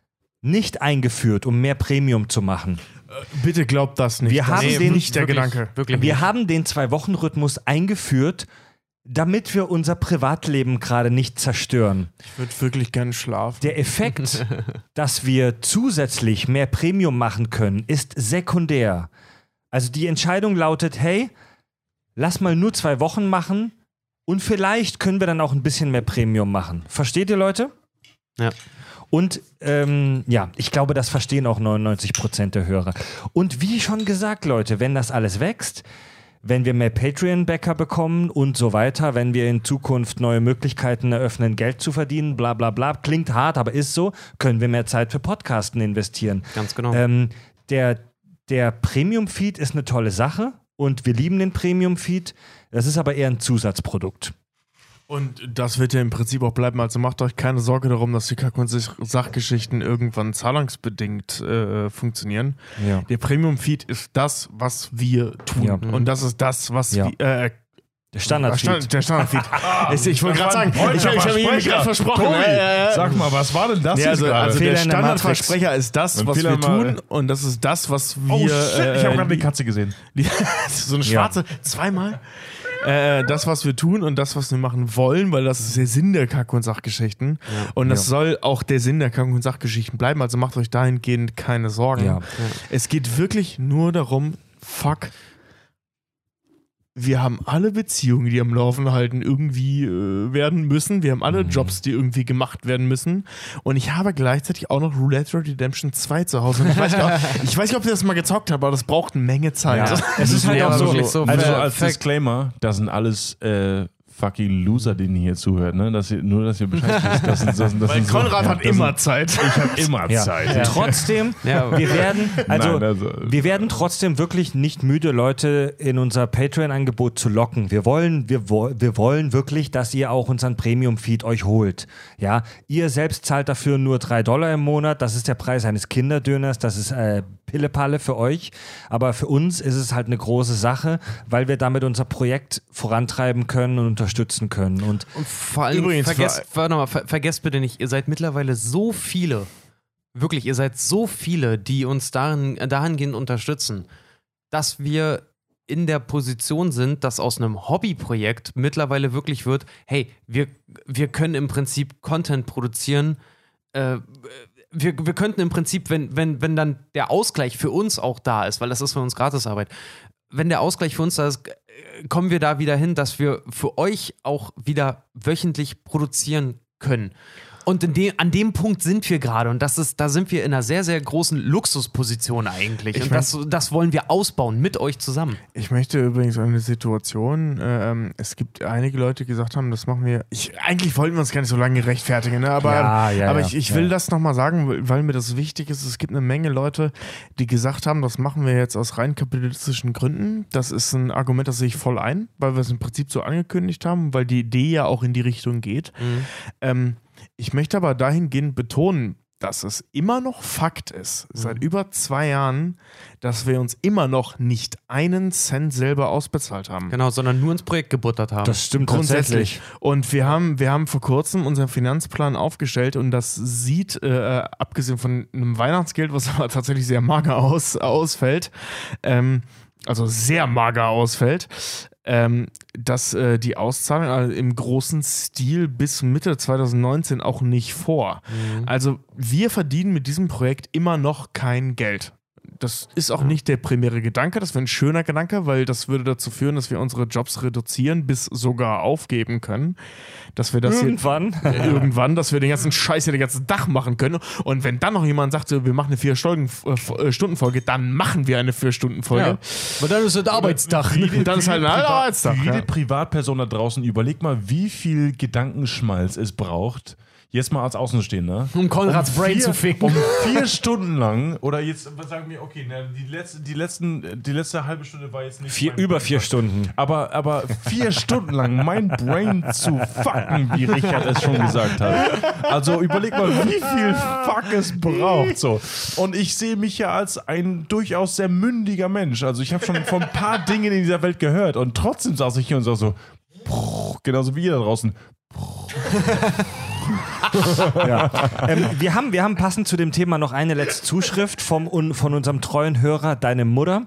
nicht eingeführt, um mehr Premium zu machen. Bitte glaubt das nicht. Wir das haben ist den- nicht der wirklich, Gedanke. Wirklich Wir nicht. haben den 2-Wochen-Rhythmus eingeführt, damit wir unser Privatleben gerade nicht zerstören. Ich würde wirklich gerne schlafen. Der Effekt, dass wir zusätzlich mehr Premium machen können, ist sekundär. Also die Entscheidung lautet, hey, lass mal nur 2 Wochen machen und vielleicht können wir dann auch ein bisschen mehr Premium machen. Versteht ihr, Leute? Ja. Und ja, ich glaube, das verstehen auch 99% der Hörer. Und wie schon gesagt, Leute, wenn das alles wächst, wenn wir mehr Patreon-Backer bekommen und so weiter, wenn wir in Zukunft neue Möglichkeiten eröffnen, Geld zu verdienen, bla bla bla, klingt hart, aber ist so, können wir mehr Zeit für Podcasten investieren. Ganz genau. Der Premium-Feed ist eine tolle Sache und wir lieben den Premium-Feed. Das ist aber eher ein Zusatzprodukt. Und das wird ja im Prinzip auch bleiben. Also macht euch keine Sorge darum, dass die Kack- und Sachgeschichten irgendwann zahlungsbedingt funktionieren. Ja. Der Premium-Feed ist das, was wir tun. Ja. Und das ist das, was Ja. wir. Der Standard-Feed. Der Standard-Feed. Ich wollte gerade sagen, ich habe ihm gerade versprochen. Sag mal, was war denn das Ja, jetzt also gerade? der Fehler in der Standardversprecher ist das, was wir Empfehle mal. tun. Und das ist das, was wir. Oh shit, ich habe gerade die Katze gesehen. So eine schwarze, zweimal. Das, was wir tun und das, was wir machen wollen, weil das ist der Sinn der Kack- und Sachgeschichten. Und das soll auch der Sinn der Kack- und Sachgeschichten bleiben. Also macht euch dahingehend keine Sorgen. Ja. Es geht wirklich nur darum, fuck, wir haben alle Beziehungen, die am Laufen halten, irgendwie werden müssen. Wir haben alle Jobs, die irgendwie gemacht werden müssen. Und ich habe gleichzeitig auch noch Roulette Redemption 2 zu Hause. Und ich weiß nicht, ob ihr das mal gezockt habt, aber das braucht eine Menge Zeit. Ja. Es ist halt Ja, auch so, wirklich so. Also als Perfekt. Disclaimer, das sind alles fucking Loser, den hier zuhört, ne? Dass ihr Bescheid wisst. Weil Konrad hat immer Zeit. Ich habe immer Zeit. Ja. Trotzdem, wir werden trotzdem wirklich nicht müde, Leute in unser Patreon-Angebot zu locken. Wir wollen wirklich, dass ihr auch unseren Premium-Feed euch holt. Ja, ihr selbst zahlt dafür nur $3 im Monat. Das ist der Preis eines Kinderdöners. Das ist Pillepalle für euch. Aber für uns ist es halt eine große Sache, weil wir damit unser Projekt vorantreiben können und unterstützen können. Und vor allem, vergesst bitte nicht, ihr seid mittlerweile so viele, wirklich, ihr seid so viele, die uns dahingehend unterstützen, dass wir in der Position sind, dass aus einem Hobbyprojekt mittlerweile wirklich wird, hey, wir können im Prinzip Content produzieren, wir könnten im Prinzip, wenn dann der Ausgleich für uns auch da ist, weil das ist für uns Gratisarbeit, wenn der Ausgleich für uns da ist, kommen wir da wieder hin, dass wir für euch auch wieder wöchentlich produzieren können. Und an dem Punkt sind wir gerade und da sind wir in einer sehr, sehr großen Luxusposition eigentlich. Und das wollen wir ausbauen mit euch zusammen. Ich möchte übrigens eine Situation, es gibt einige Leute, die gesagt haben, das machen wir, eigentlich wollten wir uns gar nicht so lange rechtfertigen, ne? aber ich will das nochmal sagen, weil mir das wichtig ist. Es gibt eine Menge Leute, die gesagt haben, das machen wir jetzt aus rein kapitalistischen Gründen. Das ist ein Argument, das sehe ich voll ein, weil wir es im Prinzip so angekündigt haben, weil die Idee ja auch in die Richtung geht. Ich möchte aber dahingehend betonen, dass es immer noch Fakt ist, seit über 2 Jahren, dass wir uns immer noch nicht einen Cent selber ausbezahlt haben. Genau, sondern nur ins Projekt gebuttert haben. das stimmt Grundsätzlich. Und wir haben vor kurzem unseren Finanzplan aufgestellt und das sieht, abgesehen von einem Weihnachtsgeld, was aber tatsächlich sehr mager ausfällt, also sehr mager ausfällt, dass die Auszahlung im großen Stil bis Mitte 2019 auch nicht vor. Also wir verdienen mit diesem Projekt immer noch kein Geld. Das ist auch nicht der primäre Gedanke, das wäre ein schöner Gedanke, weil das würde dazu führen, dass wir unsere Jobs reduzieren, bis sogar aufgeben können. Dass wir das irgendwann, dass wir den ganzen Scheiß hier den ganzen Tag machen können. Und wenn dann noch jemand sagt, so, wir machen eine 4-Stunden-Folge, dann machen wir eine 4-Stunden-Folge. Ja. Aber dann ist es Arbeitstag. Dann ist halt ein Arbeitstag. Jede Privatperson da draußen, überleg mal, wie viel Gedankenschmalz es braucht, jetzt mal als Außenstehender. Um Konrads Brain zu ficken. 4 Stunden lang, oder jetzt sagen wir, okay, die letzte halbe Stunde war jetzt nicht. Über 4 Stunden. Aber 4 Stunden lang mein Brain zu fucken, wie Richard es schon gesagt hat. Also überleg mal, wie viel Fuck es braucht. So. Und ich sehe mich ja als ein durchaus sehr mündiger Mensch. Also ich habe schon von ein paar Dingen in dieser Welt gehört und trotzdem saß ich hier und sag so, genauso wie ihr da draußen. Ja. Wir haben passend zu dem Thema noch eine letzte Zuschrift von unserem treuen Hörer, deine Mutter.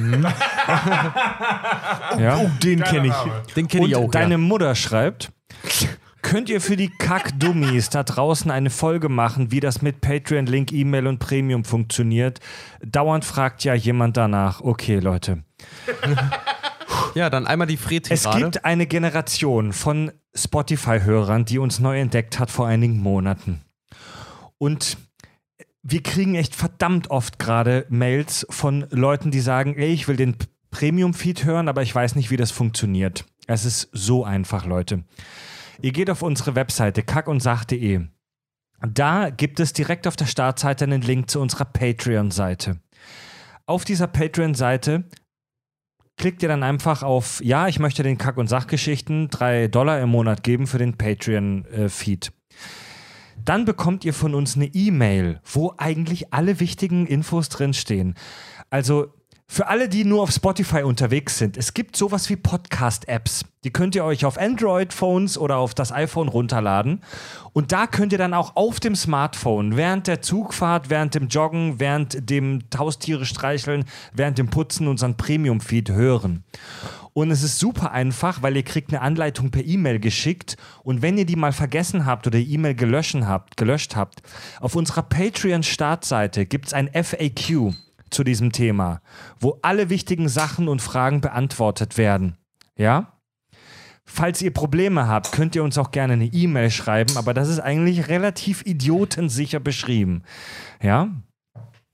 Den kenne ich. Den kenne ich auch. Deine Mutter schreibt: Könnt ihr für die Kack-Dummies da draußen eine Folge machen, wie das mit Patreon, Link, E-Mail und Premium funktioniert? Dauernd fragt ja jemand danach. Okay, Leute. Ja, dann einmal die Fred-Tirade. Es gibt eine Generation von Spotify-Hörern, die uns neu entdeckt hat vor einigen Monaten. Und wir kriegen echt verdammt oft gerade Mails von Leuten, die sagen, ey, ich will den Premium-Feed hören, aber ich weiß nicht, wie das funktioniert. Es ist so einfach, Leute. Ihr geht auf unsere Webseite kackundsach.de. Da gibt es direkt auf der Startseite einen Link zu unserer Patreon-Seite. Auf dieser Patreon-Seite klickt ihr dann einfach auf, ja, ich möchte den Kack- und Sachgeschichten $3 im Monat geben für den Patreon-Feed. Dann bekommt ihr von uns eine E-Mail, wo eigentlich alle wichtigen Infos drinstehen. Also für alle, die nur auf Spotify unterwegs sind, es gibt sowas wie Podcast-Apps. Die könnt ihr euch auf Android-Phones oder auf das iPhone runterladen. Und da könnt ihr dann auch auf dem Smartphone während der Zugfahrt, während dem Joggen, während dem Haustiere streicheln, während dem Putzen unseren Premium-Feed hören. Und es ist super einfach, weil ihr kriegt eine Anleitung per E-Mail geschickt. Und wenn ihr die mal vergessen habt oder die E-Mail gelöscht habt, auf unserer Patreon-Startseite gibt es ein FAQ zu diesem Thema, wo alle wichtigen Sachen und Fragen beantwortet werden. Ja? Falls ihr Probleme habt, könnt ihr uns auch gerne eine E-Mail schreiben, aber das ist eigentlich relativ idiotensicher beschrieben. Ja?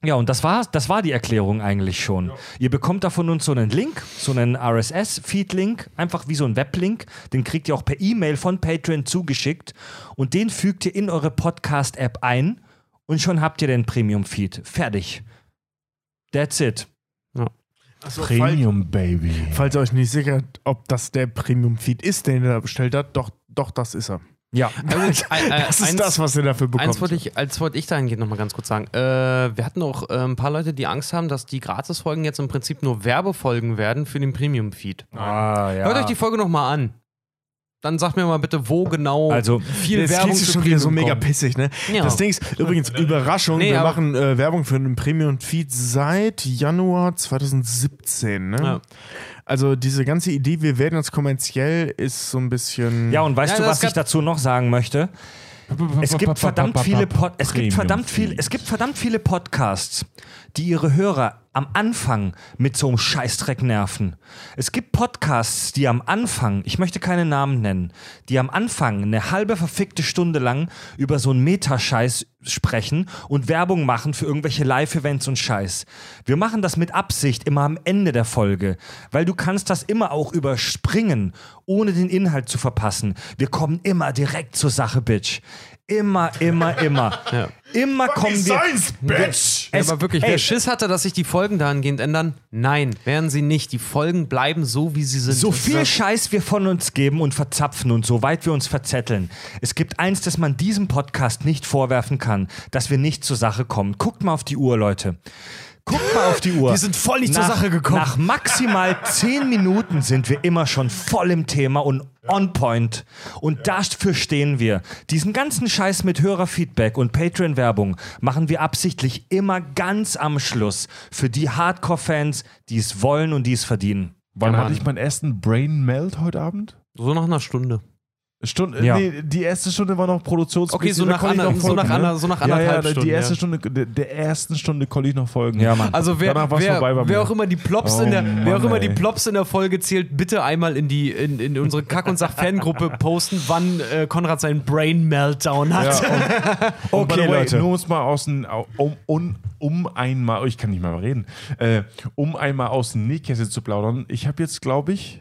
Ja, und das war die Erklärung eigentlich schon. Ja. Ihr bekommt da von uns so einen Link, so einen RSS-Feed-Link, einfach wie so ein Weblink. Den kriegt ihr auch per E-Mail von Patreon zugeschickt und den fügt ihr in eure Podcast-App ein und schon habt ihr den Premium-Feed. Fertig. That's it. Ja. Also, Premium, Baby. Falls ihr euch nicht sicher, ob das der Premium-Feed ist, den ihr da bestellt habt, doch, das ist er. Ja, das ist das, was ihr dafür bekommt. Eins wollte ich dahingehend nochmal ganz kurz sagen. Wir hatten auch ein paar Leute, die Angst haben, dass die Gratis-Folgen jetzt im Prinzip nur Werbefolgen werden für den Premium-Feed. Hört euch die Folge nochmal an. Dann sagt mir mal bitte, wo genau viel Werbung ist schon wieder so mega pissig, ne? Ja. Das Ding ist, übrigens, Überraschung, wir machen Werbung für einen Premium-Feed seit Januar 2017, ne? Ja. Also diese ganze Idee, wir werden jetzt kommerziell, ist so ein bisschen... Ja, und weißt du, was ich dazu noch sagen möchte? Es gibt verdammt viele Podcasts, die ihre Hörer am Anfang mit so einem Scheißdreck nerven. Es gibt Podcasts, die am Anfang, ich möchte keine Namen nennen, die am Anfang eine halbe verfickte Stunde lang über so einen Metascheiß sprechen und Werbung machen für irgendwelche Live-Events und Scheiß. Wir machen das mit Absicht immer am Ende der Folge, weil du kannst das immer auch überspringen, ohne den Inhalt zu verpassen. Wir kommen immer direkt zur Sache, Bitch. Immer. Ja. Immer kommen wir... Bitch! Aber wirklich, wer Schiss hatte, dass sich die Folgen dahingehend ändern? Nein, werden sie nicht. Die Folgen bleiben so, wie sie sind. So viel Scheiß wir von uns geben und verzapfen und so weit wir uns verzetteln. Es gibt eins, das man diesem Podcast nicht vorwerfen kann, dass wir nicht zur Sache kommen. Guckt mal auf die Uhr, Leute. Guckt mal auf die Uhr. Wir sind voll nicht zur Sache gekommen. Nach maximal 10 Minuten sind wir immer schon voll im Thema und on point. Und dafür stehen wir. Diesen ganzen Scheiß mit Hörerfeedback und Patreon-Werbung machen wir absichtlich immer ganz am Schluss. Für die Hardcore-Fans, die es wollen und die es verdienen. Wann hatte ich meinen ersten Brain Melt heute Abend? So nach einer Stunde. Ja. Nee, die erste Stunde war noch Produktionsmäßig. Okay, so nach anderthalb Stunden. Die erste Stunde, der ersten Stunde konnte ich noch folgen. Ja, Mann. Also wer auch immer die Plops in der Folge zählt, bitte einmal in unsere Kack- und Sach-Fangruppe posten, wann Konrad seinen Brain Meltdown hat. Ja, okay, Leute. Nur uns mal einmal, ich kann nicht mal reden, um einmal aus dem Nähkästchen zu plaudern. Ich habe jetzt, glaube ich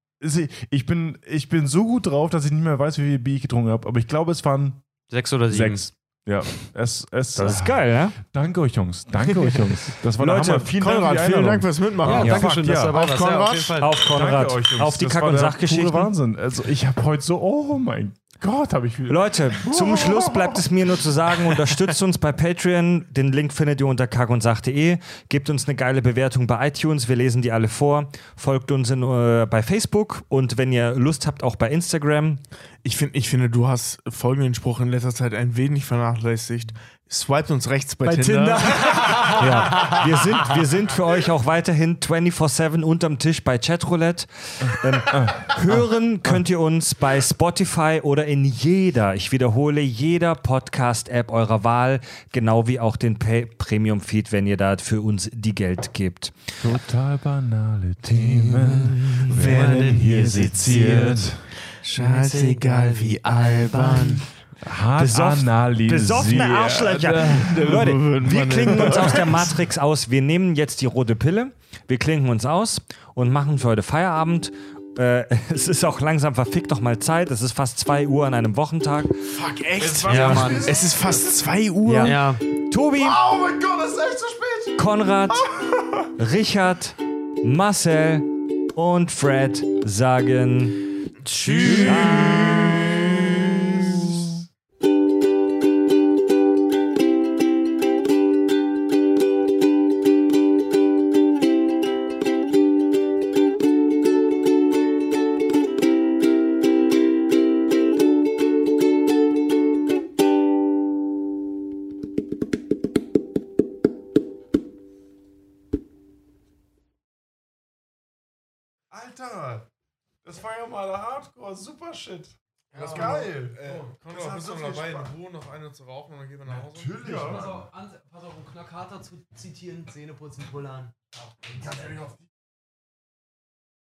bin so gut drauf, dass ich nicht mehr weiß, wie viel Bier ich getrunken habe. Aber ich glaube, es waren 6 oder 7. 6. Ja, das ist geil, ja? Danke euch, Jungs. Das war Leute, Hammer. Vielen Dank fürs Mitmachen. Ja, danke schön, dass du dabei warst. Auf Konrad. Danke euch, Jungs. Auf die Kack- und Sachgeschichten. Wahnsinn. Also ich habe heute so, oh mein Gott, habe ich viel. Leute, zum Schluss bleibt es mir nur zu sagen, unterstützt uns bei Patreon. Den Link findet ihr unter kackundsach.de. Gebt uns eine geile Bewertung bei iTunes. Wir lesen die alle vor. Folgt uns bei Facebook und wenn ihr Lust habt, auch bei Instagram. Ich finde, du hast folgenden Spruch in letzter Zeit ein wenig vernachlässigt. Swiped uns rechts bei Tinder. Ja, wir sind für euch auch weiterhin 24/7 unterm Tisch bei Chatroulette. Hören könnt ihr uns bei Spotify oder in ich wiederhole, jeder Podcast-App eurer Wahl, genau wie auch den Premium-Feed, wenn ihr da für uns die Geld gebt. Total banale Themen werden hier seziert. Scheißegal wie albern. Besoffene Arschlöcher. Leute, wir klingen uns aus der Matrix aus. Wir nehmen jetzt die rote Pille, wir klingen uns aus und machen für heute Feierabend. Es ist auch langsam verfickt noch mal Zeit. Es ist fast 2 Uhr an einem Wochentag. Fuck, echt? Ja, Mann. Es ist fast 2 Uhr? Ja. Tobi. Oh mein Gott, das ist echt zu spät. Konrad, Richard, Marcel und Fred sagen Tschüss. Alter, das war ja mal Hardcore, super Shit. Das ist geil. Komm doch, bist du dabei, in Ruhe noch eine zu rauchen und dann gehen wir nach Hause? Natürlich. Ja. Pass auf, um Knackhart zu zitieren, Zähne putzen, pullern. Ganz ehrlich auf die.